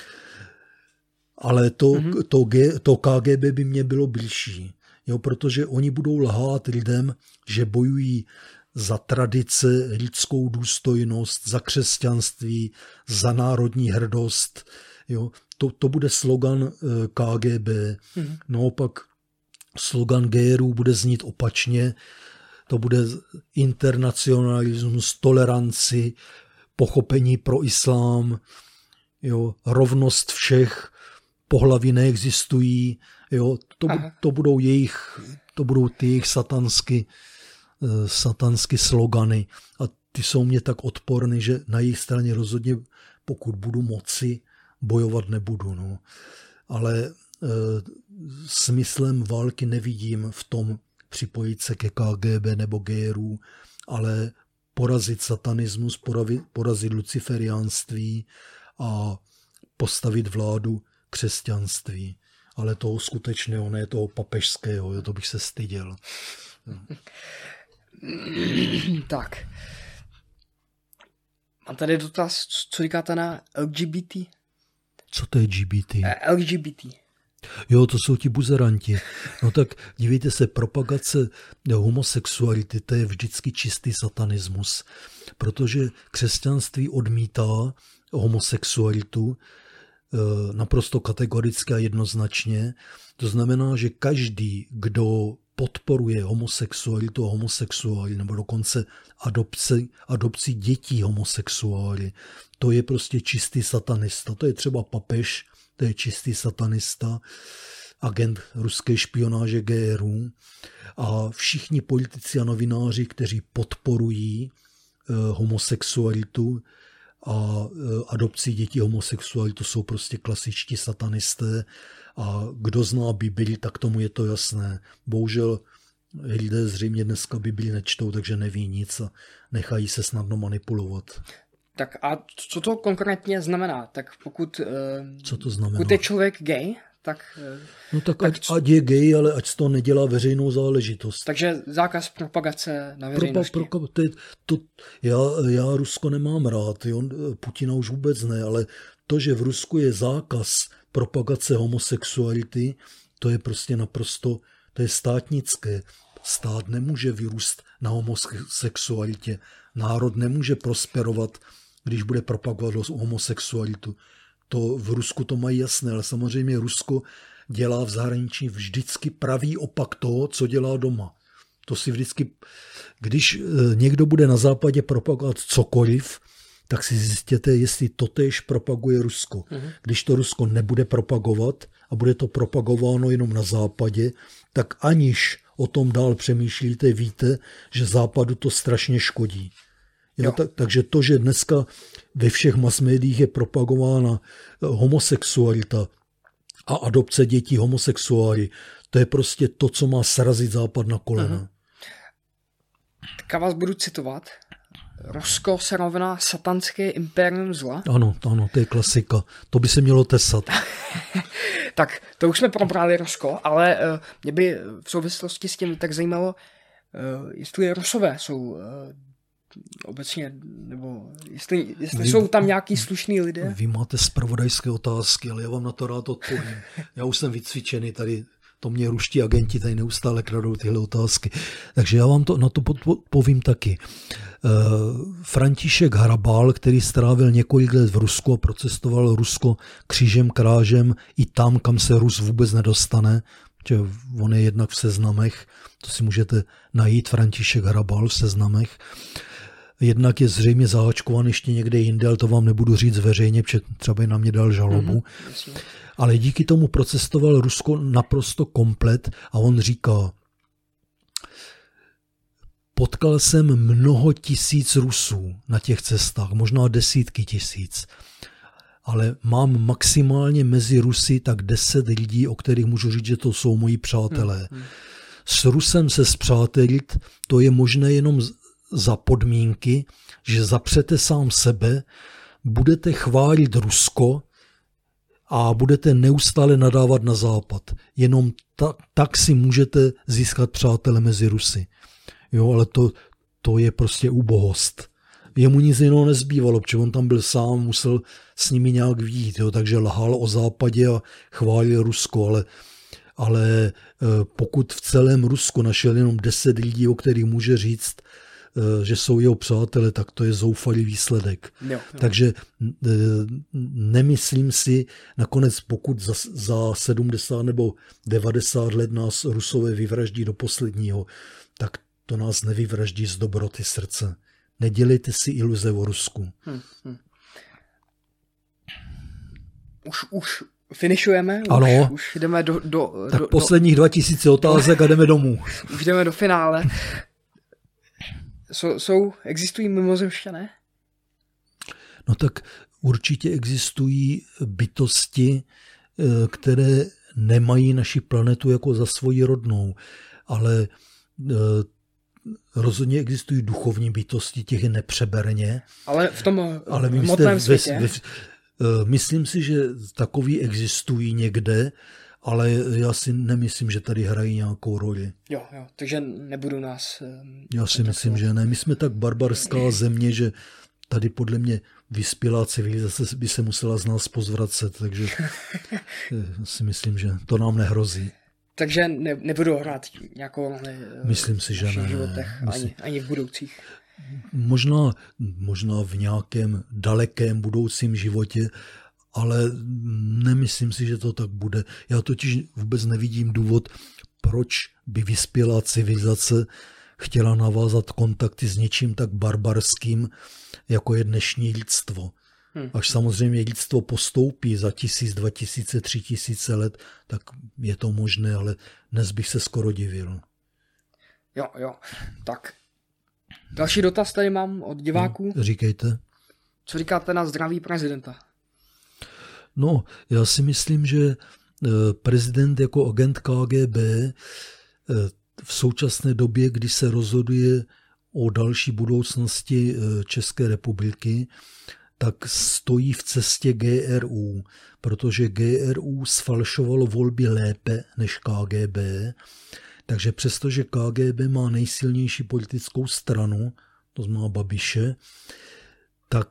Ale to KGB by mě bylo blížší, jo, protože oni budou lhát lidem, že bojují za tradice, lidskou důstojnost, za křesťanství, za národní hrdost. Jo. To bude slogan KGB. Naopak slogan GRU bude znít opačně. To bude internacionalismus, toleranci, pochopení pro islám, jo, rovnost všech, pohlaví neexistují. Jo. To budou ty jejich satanské slogany a ty jsou mě tak odporný, že na jejich straně rozhodně, pokud budu moci, bojovat nebudu. No. Ale smyslem války nevidím v tom připojit se ke KGB nebo GRU, ale porazit satanismus, porazit luciferiánství a postavit vládu křesťanství. Ale toho skutečného, ne toho papežského, to bych se styděl. Tak. Mám tady dotaz, co říkáte na LGBT? Co to je LGBT? LGBT. Jo, to jsou ti buzeranti. No tak dívejte se, propagace homosexuality, to je vždycky čistý satanismus, protože křesťanství odmítá homosexualitu naprosto kategoricky a jednoznačně. To znamená, že každý, kdo podporuje homosexualitu a homosexuály, nebo dokonce adopci dětí homosexuály, to je prostě čistý satanista. To je třeba papež, to je čistý satanista, agent ruské špionáže GRU a všichni politici a novináři, kteří podporují homosexualitu a adopci dětí homosexuálů, to jsou prostě klasičtí satanisté a kdo zná Bibli, tak tomu je to jasné. Bohužel lidé zřejmě dneska Bibli nečtou, takže neví nic a nechají se snadno manipulovat. Tak a co to konkrétně znamená? Tak pokud, co to znamená? Pokud je člověk gay, tak... No tak ať je gay, ale ať z toho nedělá veřejnou záležitost. Takže zákaz propagace na veřejnosti. Já Rusko nemám rád, jo? Putina už vůbec ne, ale to, že v Rusku je zákaz propagace homosexuality, to je prostě naprosto, to je státnické. stát nemůže vyrůst na homosexualitě. Národ nemůže prosperovat, když bude propagovat homosexualitu. To v Rusku to mají jasné, ale samozřejmě Rusko dělá v zahraničí vždycky pravý opak toho, co dělá doma. To si vždycky, když někdo bude na západě propagovat cokoliv, tak si zjistěte, jestli totéž propaguje Rusko. Když to Rusko nebude propagovat a bude to propagováno jenom na západě, tak aniž o tom dál přemýšlíte, víte, že západu to strašně škodí. Takže to, že dneska ve všech masmédiích je propagována homosexualita a adopce dětí homosexuály, to je prostě to, co má srazit západ na kolena. Tak vás budu citovat. Rusko se rovná satanské impérium zla. Ano, to je klasika. To by se mělo tesat. Tak, to už jsme probrali Rusko, ale mě by v souvislosti s tím tak zajímalo, jestli Rusové jsou obecně, nebo jestli jsou tam nějaký slušný lidé. Vy máte zpravodajské otázky, ale já vám na to rád odpovím. Já už jsem vycvičený tady. To mě ruští agenti tady neustále kradou tyhle otázky. Takže já vám na to povím taky. František Hrabal, který strávil několik let v Rusku a procestoval Rusko křížem krážem i tam, kam se Rus vůbec nedostane, že on je jednak v seznamech, to si můžete najít, František Hrabal v seznamech. Jednak je zřejmě zaháčkovaný ještě někde jinde, ale to vám nebudu říct veřejně, protože třeba by na mě dal žalobu. Ale díky tomu procestoval Rusko naprosto komplet a on říká, potkal jsem mnoho tisíc Rusů na těch cestách, možná desítky tisíc, ale mám maximálně mezi Rusy tak 10 lidí, o kterých můžu říct, že to jsou moji přátelé. S Rusem se spřátelit, to je možné jenom za podmínky, že zapřete sám sebe, budete chválit Rusko a budete neustále nadávat na západ. Jenom tak si můžete získat přátele mezi Rusy. Jo, ale to je prostě ubohost. Jemu nic jiného nezbývalo, protože on tam byl sám, musel s nimi nějak vyjít, jo, takže lhal o západě a chválil Rusko, ale pokud v celém Rusku našel jenom 10 lidí, o kterých může říct, že jsou jeho přátelé, tak to je zoufalý výsledek. Jo. Takže nemyslím si, nakonec pokud za 70 nebo 90 let nás Rusové vyvraždí do posledního, tak to nás nevyvraždí z dobroty srdce. Nedělejte si iluze o Rusku. Už finišujeme? Ano. Už jdeme do posledních 2000 otázek a jdeme domů. Už jdeme do finále. Existují mimozemšťané? No tak určitě existují bytosti, které nemají naši planetu jako za svoji rodnou, ale rozhodně existují duchovní bytosti, těch je nepřeberně. Ale v tom hmotném světě? Myslím si, že takový existují někde, ale já si nemyslím, že tady hrají nějakou roli. Jo, takže nebudou nás... Já si myslím, že ne. My jsme tak barbarská země, že tady podle mě vyspělá civilizace by se musela z nás pozvracet, takže si myslím, že to nám nehrozí. Takže nebudou hrát nějakou roli myslím si, že ne. životech, ani v budoucích. Možná v nějakém dalekém budoucím životě, ale nemyslím si, že to tak bude. Já totiž vůbec nevidím důvod, proč by vyspělá civilizace chtěla navázat kontakty s něčím tak barbarským, jako je dnešní lidstvo. Až samozřejmě lidstvo postoupí za 1000, 2000, 3000 let, tak je to možné, ale dnes bych se skoro divil. Jo. Tak. Další dotaz tady mám od diváků. Říkejte. Co říkáte na zdraví prezidenta? No, já si myslím, že prezident jako agent KGB v současné době, kdy se rozhoduje o další budoucnosti České republiky, tak stojí v cestě GRU, protože GRU sfalšovalo volby lépe než KGB, takže přestože KGB má nejsilnější politickou stranu, to znamená Babiše, tak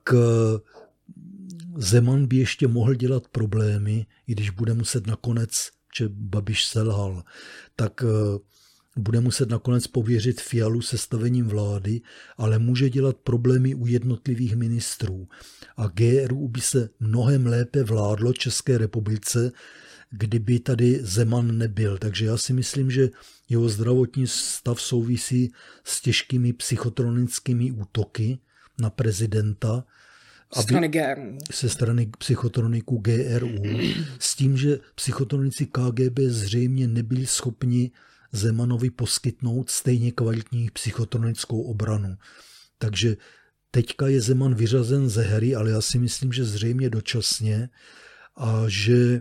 Zeman by ještě mohl dělat problémy, i když bude muset nakonec, že Babiš selhal, tak bude muset nakonec pověřit Fialu sestavením vlády, ale může dělat problémy u jednotlivých ministrů. A GRU by se mnohem lépe vládlo České republice, kdyby tady Zeman nebyl. Takže já si myslím, že jeho zdravotní stav souvisí s těžkými psychotronickými útoky na prezidenta. Se strany psychotroniků GRU. S tím, že psychotronici KGB zřejmě nebyli schopni Zemanovi poskytnout stejně kvalitní psychotronickou obranu. Takže teďka je Zeman vyřazen ze hry, ale já si myslím, že zřejmě dočasně a že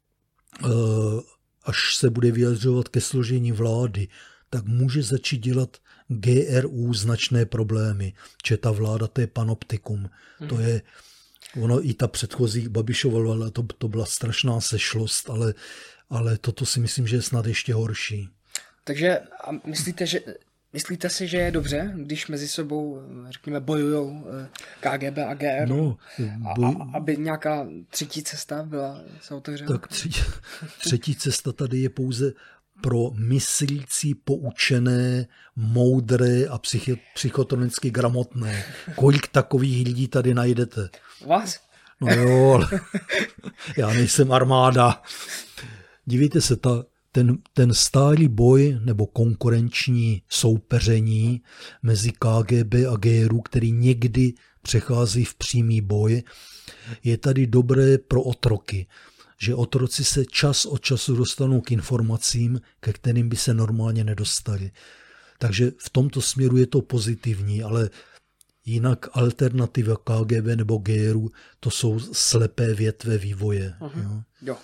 až se bude vyjadřovat ke složení vlády, tak může začít dělat GRU značné problémy. Že ta vláda, to je panoptikum. To je, ono i ta předchozí Babišova vláda, to byla strašná sešlost, ale toto si myslím, že je snad ještě horší. Takže a myslíte si, že je dobře, když mezi sebou, řekněme, bojujou KGB a GRU? No, aby nějaká třetí cesta byla se otevřena? Tak třetí cesta tady je pouze pro myslící, poučené, moudré a psychotronicky gramotné. Kolik takových lidí tady najdete? Vás? No jo, ale já nejsem armáda. Dívejte se, ten stálý boj nebo konkurenční soupeření mezi KGB a GRU, který někdy přechází v přímý boj, je tady dobré pro otroky. Že otroci se čas od času dostanou k informacím, ke kterým by se normálně nedostali. Takže v tomto směru je to pozitivní, ale jinak alternativa KGB nebo GRU, to jsou slepé větve vývoje. Jo.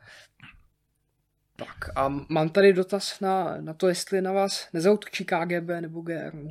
Tak a mám tady dotaz na to, jestli na vás nezaútočí KGB nebo GRU.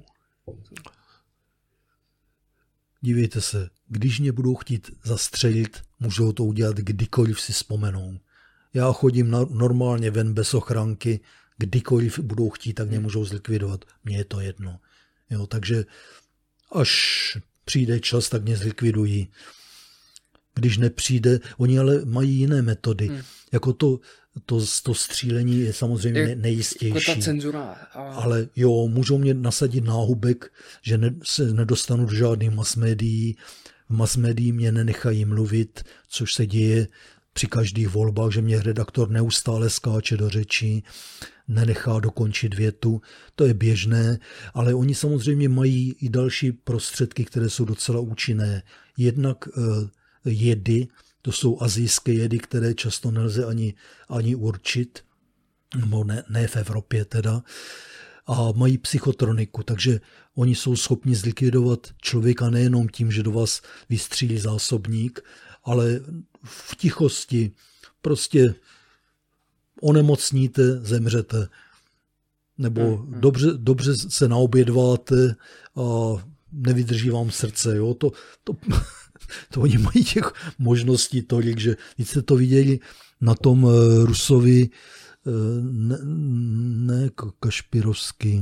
Dívejte se, když mě budou chtít zastřelit, můžou to udělat kdykoliv si vzpomenou. Já chodím normálně ven bez ochranky, kdykoliv budou chtít, tak mě můžou zlikvidovat. Mně je to jedno. Jo, takže až přijde čas, tak mě zlikvidují. Když nepřijde, oni ale mají jiné metody. Jako to střílení je samozřejmě nejistější. Jako ta cenzura. Ale jo, můžou mě nasadit náhubek, že se nedostanu do žádných masmédií. V masmédií mě nenechají mluvit, což se děje při každých volbách, že mě redaktor neustále skáče do řečí, nenechá dokončit větu. To je běžné, ale oni samozřejmě mají i další prostředky, které jsou docela účinné. Jednak jedy, to jsou asijské jedy, které často nelze ani určit, nebo ne v Evropě teda, a mají psychotroniku, takže oni jsou schopni zlikvidovat člověka nejenom tím, že do vás vystřílí zásobník, ale v tichosti prostě onemocníte, zemřete. Nebo dobře se naobědváte a nevydrží vám srdce. Jo? To oni mají těch možností tolik, že když jste to viděli na tom Rusovi, ne Kašpirovský,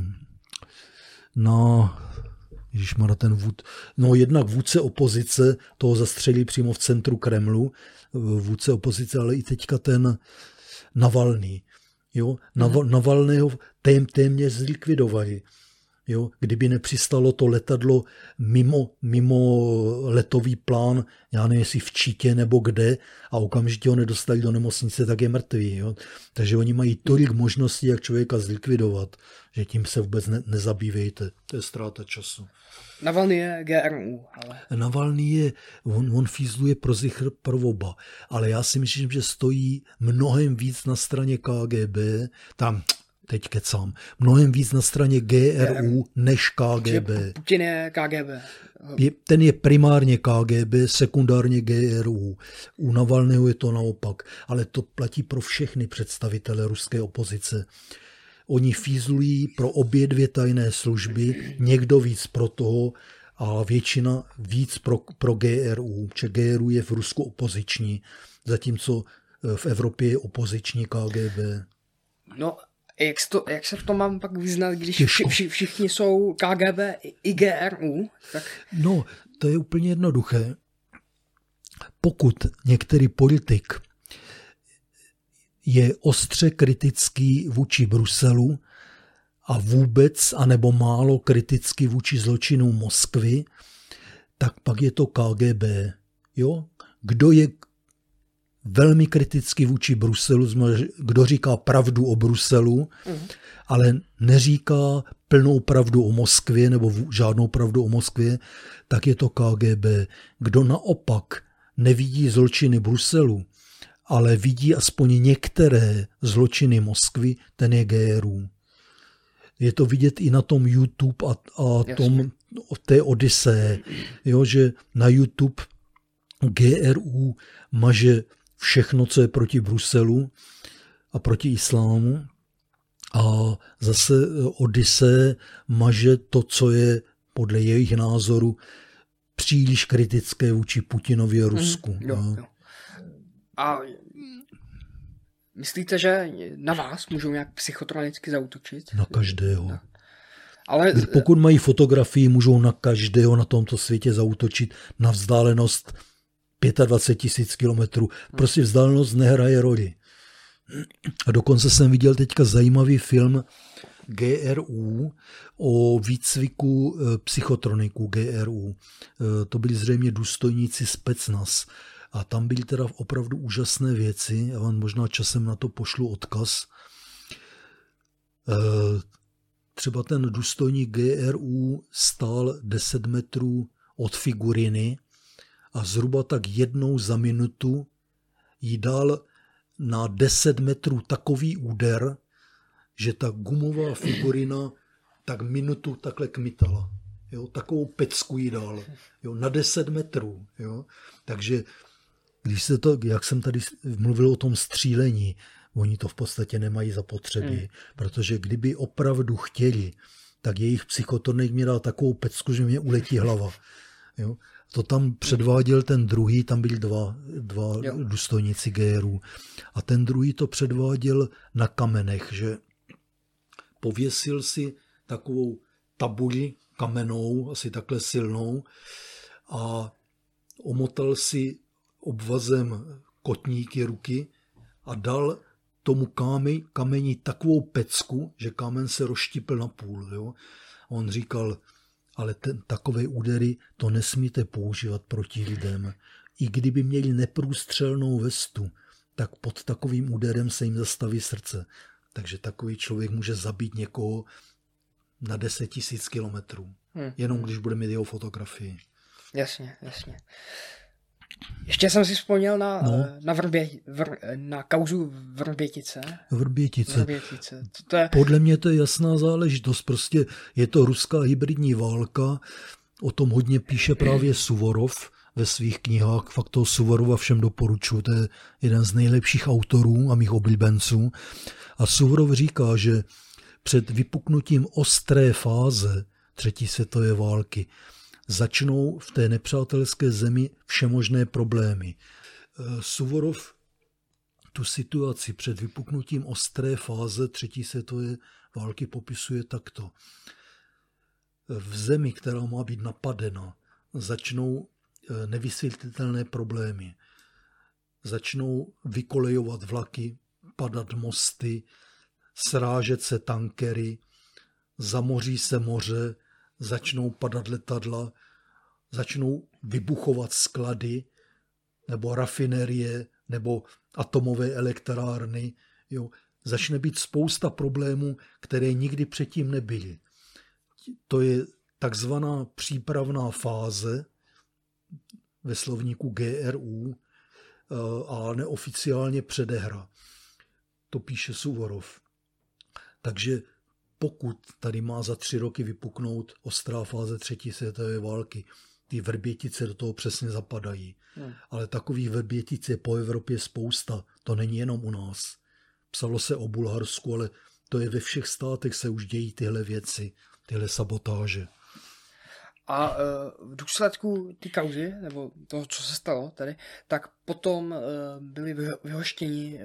jednak vůdce opozice, toho zastřelí přímo v centru Kremlu, vůdce opozice, ale i teďka ten Navalný. Jo? Navalného téměř zlikvidovali. Jo, kdyby nepřistalo to letadlo mimo letový plán, já nevím, jestli v Čítě nebo kde, a okamžitě ho nedostali do nemocnice, tak je mrtvý. Jo. Takže oni mají tolik možností, jak člověka zlikvidovat, že tím se vůbec nezabývejte. To je ztráta času. Navalný je GRU, ale... Navalný je, on fízluje pro Zichr Provoba, ale já si myslím, že stojí mnohem víc na straně KGB, teď kecám, mnohem víc na straně GRU než KGB. Putin je KGB. Ten je primárně KGB, sekundárně GRU. U Navalného je to naopak. Ale to platí pro všechny představitele ruské opozice. Oni fízlují pro obě dvě tajné služby, někdo víc pro toho a většina víc pro GRU. Protože GRU je v Rusku opoziční, zatímco v Evropě je opoziční KGB. No, jak se v tom mám pak vyznat, když všichni jsou KGB i GRU? Tak... No, to je úplně jednoduché. Pokud některý politik je ostře kritický vůči Bruselu, a vůbec, anebo málo kriticky vůči zločinům Moskvy, tak pak je to KGB. Jo? Kdo je velmi kriticky vůči Bruselu, kdo říká pravdu o Bruselu, ale neříká plnou pravdu o Moskvě nebo žádnou pravdu o Moskvě, tak je to KGB. Kdo naopak nevidí zločiny Bruselu, ale vidí aspoň některé zločiny Moskvy, ten je GRU. Je to vidět i na tom YouTube a té Odyseje, jo, že na YouTube GRU maže všechno, co je proti Bruselu a proti islámu, a zase Odyseje maže to, co je podle jejich názoru příliš kritické vůči Putinovi a Rusku. Jo. A myslíte, že na vás můžou nějak psychotronicky zaútočit? Na každého. No. Ale pokud mají fotografii, můžou na každého na tomto světě zaútočit na vzdálenost 25 000 kilometrů. Prostě vzdálenost nehraje roli. A dokonce jsem viděl teďka zajímavý film GRU o výcviku psychotroniků GRU. To byli zřejmě důstojníci Specnaz. A tam byly teda opravdu úžasné věci. Já vám možná časem na to pošlu odkaz. Třeba ten důstojník GRU stál 10 metrů od figuriny a zhruba tak jednou za minutu jí dal na 10 metrů takový úder, že ta gumová figurina tak minutu takhle kmitala. Jo? Takovou pecku jí dal. Jo? Na 10 metrů. Jo? Takže když se to, jak jsem tady mluvil o tom střílení, oni to v podstatě nemají zapotřebí, protože kdyby opravdu chtěli, tak jejich psychotonik mi dal takovou pecku, že mě uletí hlava. Jo? To tam předváděl ten druhý, tam byli dva důstojníci GRU. A ten druhý to předváděl na kamenech, že pověsil si takovou tabuli kamennou, asi takhle silnou, a omotal si obvazem kotníky ruky a dal tomu kameni takovou pecku, že kámen se rozštípl na půl. Jo? A on říkal, ale takové údery to nesmíte používat proti lidem. I kdyby měli neprůstřelnou vestu, tak pod takovým úderem se jim zastaví srdce. Takže takový člověk může zabít někoho na 10 000 kilometrů. Jenom když bude mít jeho fotografii. Jasně. Ještě jsem si vzpomněl na kauzu Vrbětice. Vrbětice. To je... Podle mě to je jasná záležitost. Prostě je to ruská hybridní válka. O tom hodně píše právě Suvorov ve svých knihách. Fakt toho Suvorova všem doporučuji. To je jeden z nejlepších autorů a mých oblíbenců. A Suvorov říká, že před vypuknutím ostré fáze třetí světové války začnou v té nepřátelské zemi všemožné problémy. Suvorov tu situaci před vypuknutím ostré fáze třetí světové války popisuje takto. V zemi, která má být napadena, začnou nevysvětlitelné problémy. Začnou vykolejovat vlaky, padat mosty, srážet se tankery, zamoří se moře, začnou padat letadla, začnou vybuchovat sklady nebo rafinerie nebo atomové elektrárny. Jo. Začne být spousta problémů, které nikdy předtím nebyly. To je takzvaná přípravná fáze ve slovníku GRU a neoficiálně předehra. To píše Suvorov. Takže pokud tady má za 3 roky vypuknout ostrá fáze třetí světové války, ty Vrbětice do toho přesně zapadají. Ale takových Vrbětic je po Evropě spousta. To není jenom u nás. Psalo se o Bulharsku, ale to je ve všech státech se už dějí tyhle věci, tyhle sabotáže. A v důsledku ty kauzy, nebo toho, co se stalo tady, tak potom byli vyhoštěni.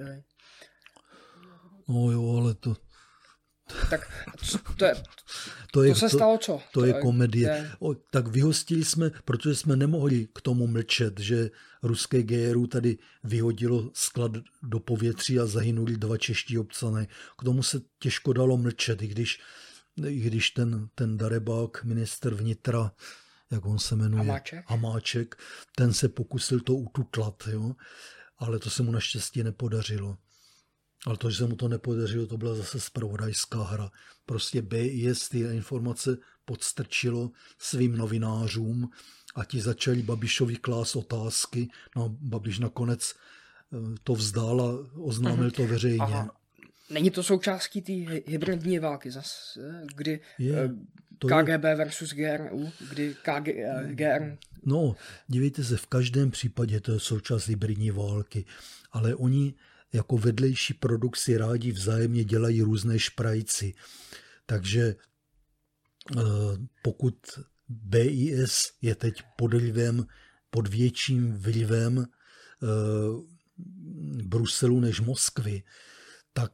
No jo, ale to... Tak to se stalo co? To je komedie. Tak vyhostili jsme, protože jsme nemohli k tomu mlčet, že ruské GRU tady vyhodilo sklad do povětří a zahynuli 2 čeští občané. K tomu se těžko dalo mlčet, i když i když ten darebák, ministr vnitra, jak on se jmenuje? Hamáček, ten se pokusil to ututlat, jo? Ale to se mu naštěstí nepodařilo. Ale to, že se mu to nepodařilo, to byla zase zpravodajská hra. Prostě BIS ty informace podstrčilo svým novinářům a ti začali Babišovi klást otázky. No, Babiš nakonec to vzdal a oznámil to veřejně. Aha. Není to součástí té hybridní války zase, kdy KGB versus GRU, kdy GRU... No, dívejte se, v každém případě to je součást hybridní války, ale oni jako vedlejší produkt si rádi vzájemně dělají různé šprajci. Takže pokud BIS je teď pod větším vlivem Bruselu než Moskvy, tak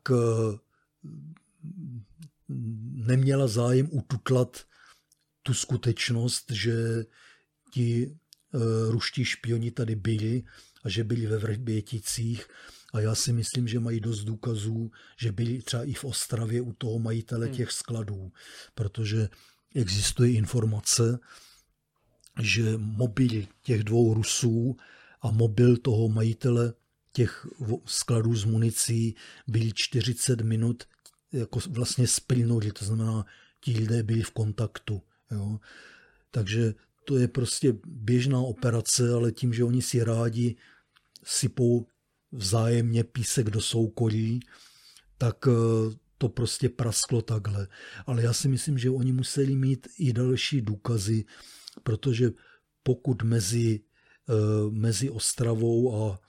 neměla zájem ututlat tu skutečnost, že ti ruští špioni tady byli a že byli ve Vrběticích. A já si myslím, že mají dost důkazů, že byli třeba i v Ostravě u toho majitele těch skladů, protože existuje informace, že mobil těch dvou Rusů a mobil toho majitele těch skladů s municí byli 40 minut jako vlastně splynuli, to znamená, ti lidé byli v kontaktu. Jo. Takže to je prostě běžná operace, ale tím, že oni si rádi sypou vzájemně písek do soukolí, tak to prostě prasklo takhle. Ale já si myslím, že oni museli mít i další důkazy, protože pokud mezi Ostravou a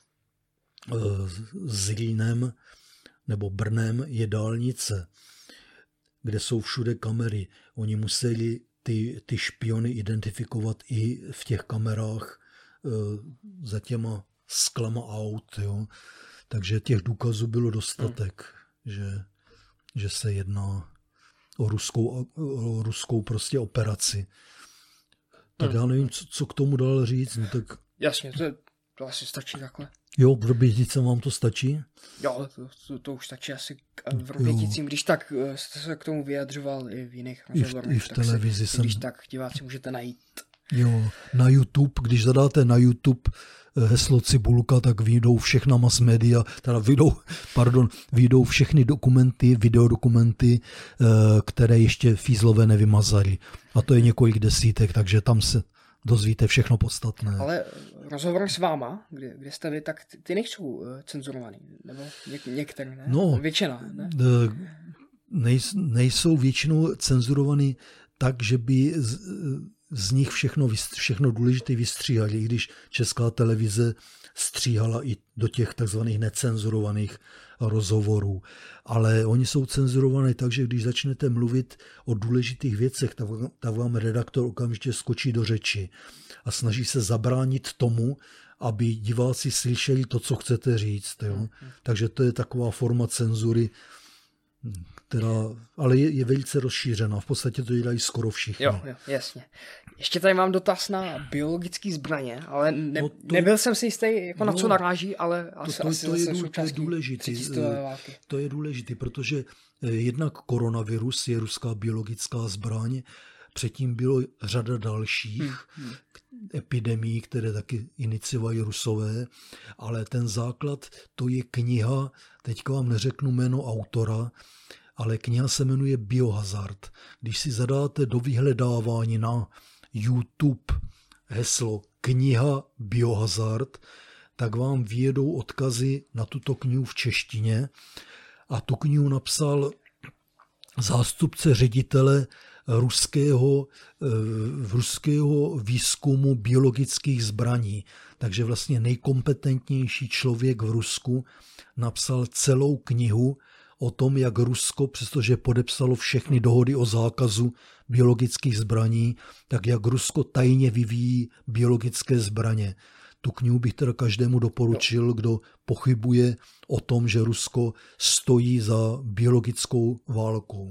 Zlínem nebo Brnem je dálnice, kde jsou všude kamery, oni museli ty špiony identifikovat i v těch kamerách za těma sklama aut. Jo. Takže těch důkazů bylo dostatek, že se jedná o ruskou prostě operaci. Tak já nevím, co k tomu dál říct. No tak... Jasně, to asi stačí takhle. Jo, v Vrběticím vám to stačí? Jo, to už stačí asi k Vrběticím, když tak jste se k tomu vyjadřoval i v jiných rozhovorech. I v televizi když tak diváci můžete najít. Jo, na YouTube, když zadáte na YouTube heslo Cibulka, tak vyjdou všechna mass media, teda vyjdou všechny dokumenty, videodokumenty, které ještě Fízlové nevymazali. A to je několik desítek, takže tam se dozvíte všechno podstatné. Ale rozhovor s váma, kde jste vy, tak ty nejsou cenzurovaný, nebo některé, ne? No, většina, ne? Nejsou většinou cenzurovaný tak, že by z nich všechno důležité vystříhali, i když Česká televize stříhala i do těch takzvaných necenzurovaných rozhovorů. Ale oni jsou cenzurovaní tak, že když začnete mluvit o důležitých věcech, tak vám redaktor okamžitě skočí do řeči a snaží se zabránit tomu, aby diváci slyšeli to, co chcete říct. Jo? Takže to je taková forma cenzury, která ale je velice rozšířená. V podstatě to dělají skoro všichni. Jo, jasně. Ještě tady mám dotaz na biologické zbraně, ale nebyl jsem si jistý, jako na co naráží, ale to je důležité. To je důležité, protože jednak koronavirus je ruská biologická zbraň, předtím bylo řada dalších epidemií, které taky iniciovali Rusové, ale ten základ, to je kniha, teďka vám neřeknu jméno autora, ale kniha se jmenuje Biohazard. Když si zadáte do vyhledávání na YouTube heslo kniha Biohazard, tak vám vyjedou odkazy na tuto knihu v češtině a tu knihu napsal zástupce ředitele ruského výzkumu biologických zbraní. Takže vlastně nejkompetentnější člověk v Rusku napsal celou knihu o tom, jak Rusko, přestože podepsalo všechny dohody o zákazu biologických zbraní, tak jak Rusko tajně vyvíjí biologické zbraně. Tu knihu bych teda každému doporučil, kdo pochybuje o tom, že Rusko stojí za biologickou válkou.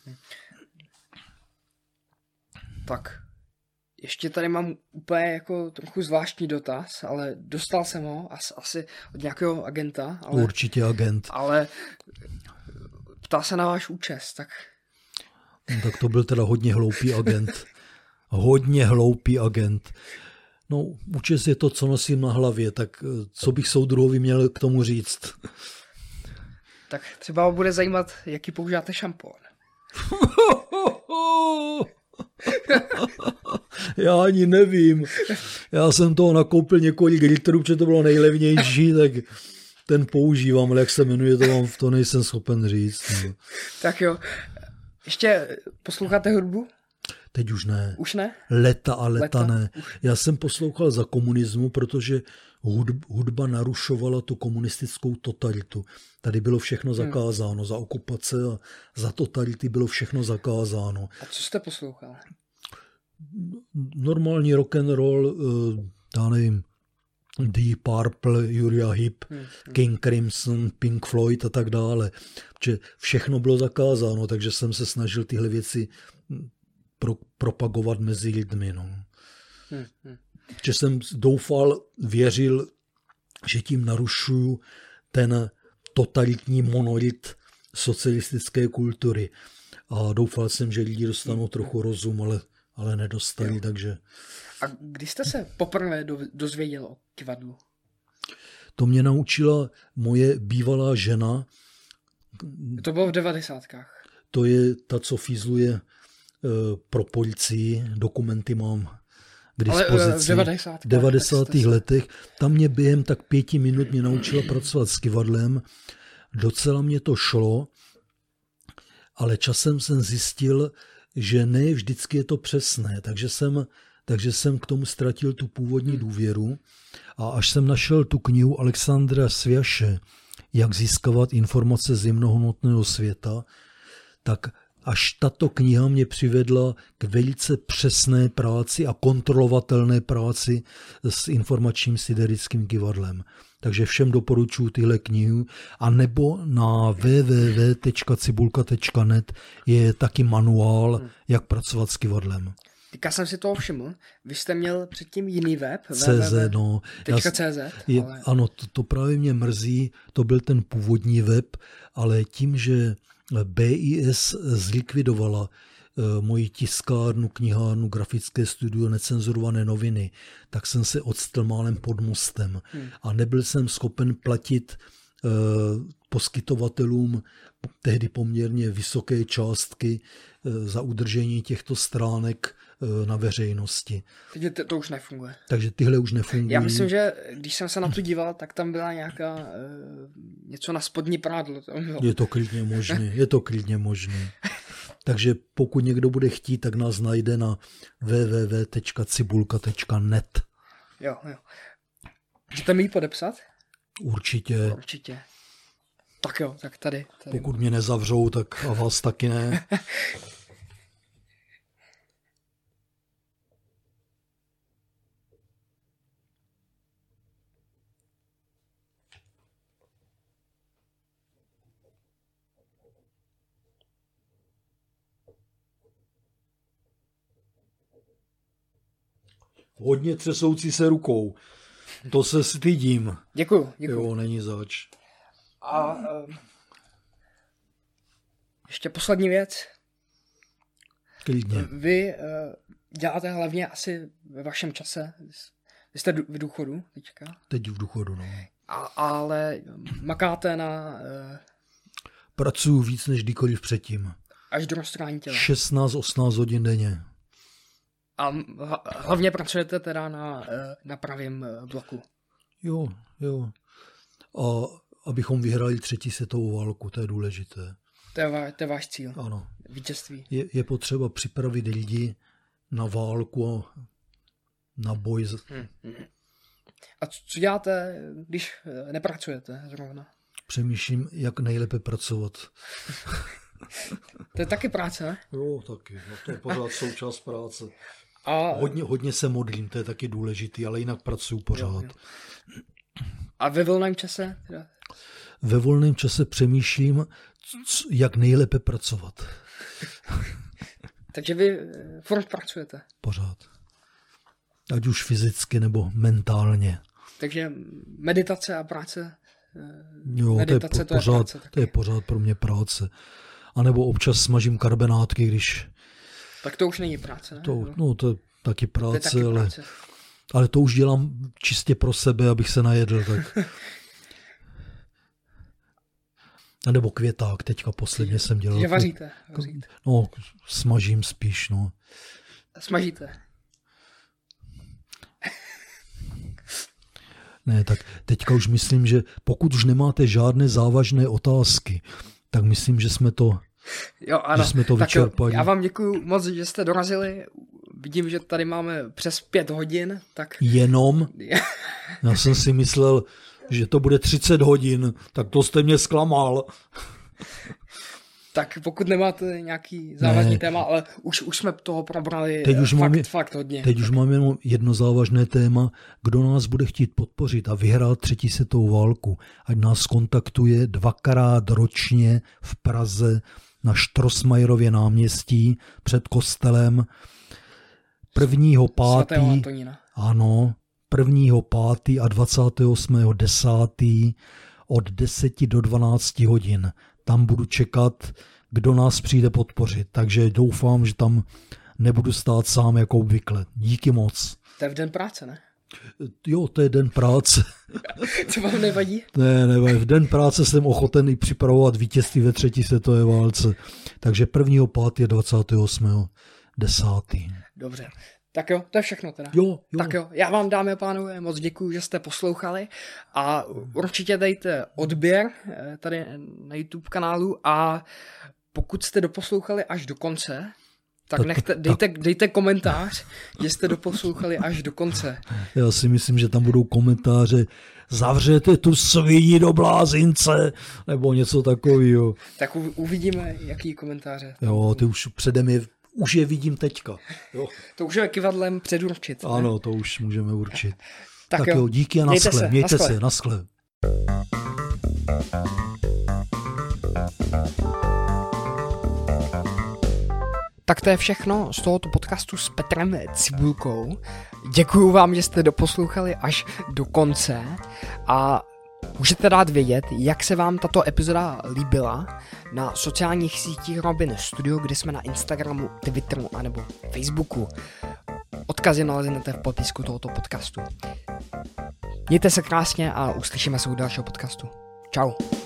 Tak, ještě tady mám úplně jako trochu zvláštní dotaz, ale dostal jsem ho asi od nějakého agenta. Ale, určitě agent. Ale ptá se na váš účes, tak... No, tak to byl teda hodně hloupý agent. Hodně hloupý agent. No, účes je to, co nosím na hlavě, tak co bych soudruhovi měl k tomu říct? Tak třeba ho bude zajímat, jaký používáte šampon. Já ani nevím. Já jsem toho nakoupil několik litrů, protože to bylo nejlevnější, tak ten používám, ale jak se jmenuje, to nejsem schopen říct. No. Tak jo. Ještě posloucháte hudbu? Teď už ne. Už ne? Leta a leta ne. Já jsem poslouchal za komunismu, protože hudba narušovala tu komunistickou totalitu. Tady bylo všechno zakázáno. Za okupace a za totality bylo všechno zakázáno. A co jste poslouchal? Normální rock and roll, já nevím, Deep Purple, Uriah Heep, King Crimson, Pink Floyd a tak dále. Protože všechno bylo zakázáno, takže jsem se snažil tyhle věci propagovat mezi lidmi. No. Že jsem doufal, věřil, že tím narušuju ten totalitní monolit socialistické kultury. A doufal jsem, že lidi dostanou trochu rozum, ale nedostali, takže... A kdy jste se poprvé dozvěděl o kivadlu? To mě naučila moje bývalá žena. To bylo v 90. To je ta, co fízluje pro policii. Dokumenty mám k dispozici. Ale v 90. letech. Tam mě během tak 5 minut mě naučila pracovat s kivadlem. Docela mě to šlo, ale časem jsem zjistil, že ne vždycky je to přesné, takže jsem k tomu ztratil tu původní důvěru a až jsem našel tu knihu Alexandra Sviaše, Jak získávat informace z jemnohmotného světa, tak až tato kniha mě přivedla k velice přesné práci a kontrolovatelné práci s informačním siderickým kivadlem. Takže všem doporučuji tyhle knihu, a nebo na www.cibulka.net je taky manuál, jak pracovat s kivadlem. Teďka jsem si toho všiml. Vy jste měl předtím jiný web? CZ, no. .cz, Ano, to právě mě mrzí, to byl ten původní web, ale tím, že BIS zlikvidovala moji tiskárnu, knihárnu, grafické studio, necenzurované noviny, tak jsem se odstl málem pod mostem. A nebyl jsem schopen platit poskytovatelům tehdy poměrně vysoké částky za udržení těchto stránek na veřejnosti. Takže to už nefunguje. Takže tyhle už nefungují. Já myslím, že když jsem se na to díval, tak tam byla nějaká něco na spodní prádlo. Je to klidně možné. Takže pokud někdo bude chtít, tak nás najde na www.cibulka.net. Jo. Můžete mi ji podepsat? Určitě. Tak jo, tak tady. Pokud mě nezavřou, tak a vás taky ne. Hodně třesoucí se rukou. To se stydím. Děkuju. Jo, není zač. A ještě poslední věc. Klidně. Vy děláte hlavně asi ve vašem čase. Vy jste v důchodu teďka. Teď v důchodu, no. Ale makáte na... Pracuju víc než kdykoliv předtím. Až do roztrhání těla. 16-18 hodin denně. A hlavně pracujete teda na pravém bloku. Jo. A abychom vyhráli 3. světovou válku, to je důležité. To je váš cíl. Ano. Vítězství. Je potřeba připravit lidi na válku a na boj. A co děláte, když nepracujete zrovna? Přemýšlím, jak nejlépe pracovat. To je taky práce, ne? Jo, taky. No to je pořád součást práce. A... Hodně se modlím, to je taky důležitý, ale jinak pracuju pořád. Jo. A ve volném čase? Ve volném čase přemýšlím, jak nejlépe pracovat. Takže vy furt pracujete? Pořád. Ať už fyzicky nebo mentálně. Takže meditace a práce? Jo, to je pořád pro mě práce. A nebo občas smažím karbenátky, když... Tak to už není práce, ne? To je taky práce, to je taky práce. Ale to už dělám čistě pro sebe, abych se najedl. Tak. A nebo květák, teďka posledně jsem dělal. Že vaříte. No, smažím spíš, no. Smažíte. Ne, tak teďka už myslím, že pokud už nemáte žádné závažné otázky, tak myslím, že jsme to, ano. Že jsme to vyčerpali. Já vám děkuju moc, že jste dorazili. Vidím, že tady máme přes 5 hodin. Tak... Jenom? Já jsem si myslel, že to bude 30 hodin, tak to jste mě zklamal. Tak pokud nemáte nějaký závažný téma, ale už jsme toho probrali fakt hodně. Teď už mám jenom jedno závažné téma. Kdo nás bude chtít podpořit a vyhrát 3. světovou válku, ať nás kontaktuje 2krát ročně v Praze na Štrosmajerově náměstí před kostelem 1.5. Ano, 1.5. a 28.10. od 10 do 12 hodin. Tam budu čekat, kdo nás přijde podpořit. Takže doufám, že tam nebudu stát sám jako obvykle. Díky moc. To je v den práce, ne? Jo, to je den práce. To vám nevadí? Ne, v den práce jsem ochoten i připravovat vítězství ve 3. světové válce. Takže 1.5. je 28.10. Dobře. Tak jo, to je všechno teda. Jo. Tak jo, já vám, dámy a pánové, moc děkuju, že jste poslouchali a určitě dejte odběr tady na YouTube kanálu a pokud jste doposlouchali až do konce, tak dejte komentář, že jste doposlouchali až do konce. Já si myslím, že tam budou komentáře zavřete tu sviní do blázince, nebo něco takového. Tak uvidíme, jaký komentáře. Jo, ty už předem už je vidím teďka. Jo. To už je kivadlem předurčit. Ano, to už můžeme určit. Tak jo, díky a naschle. Mějte se, naschle. Tak to je všechno z tohoto podcastu s Petrem Cibulkou. Děkuju vám, že jste doposlouchali až do konce a můžete dát vědět, jak se vám tato epizoda líbila na sociálních sítích Robin Studio, kde jsme na Instagramu, Twitteru anebo Facebooku. Odkazy naleznete v popisku tohoto podcastu. Mějte se krásně a uslyšíme se u dalšího podcastu. Čau.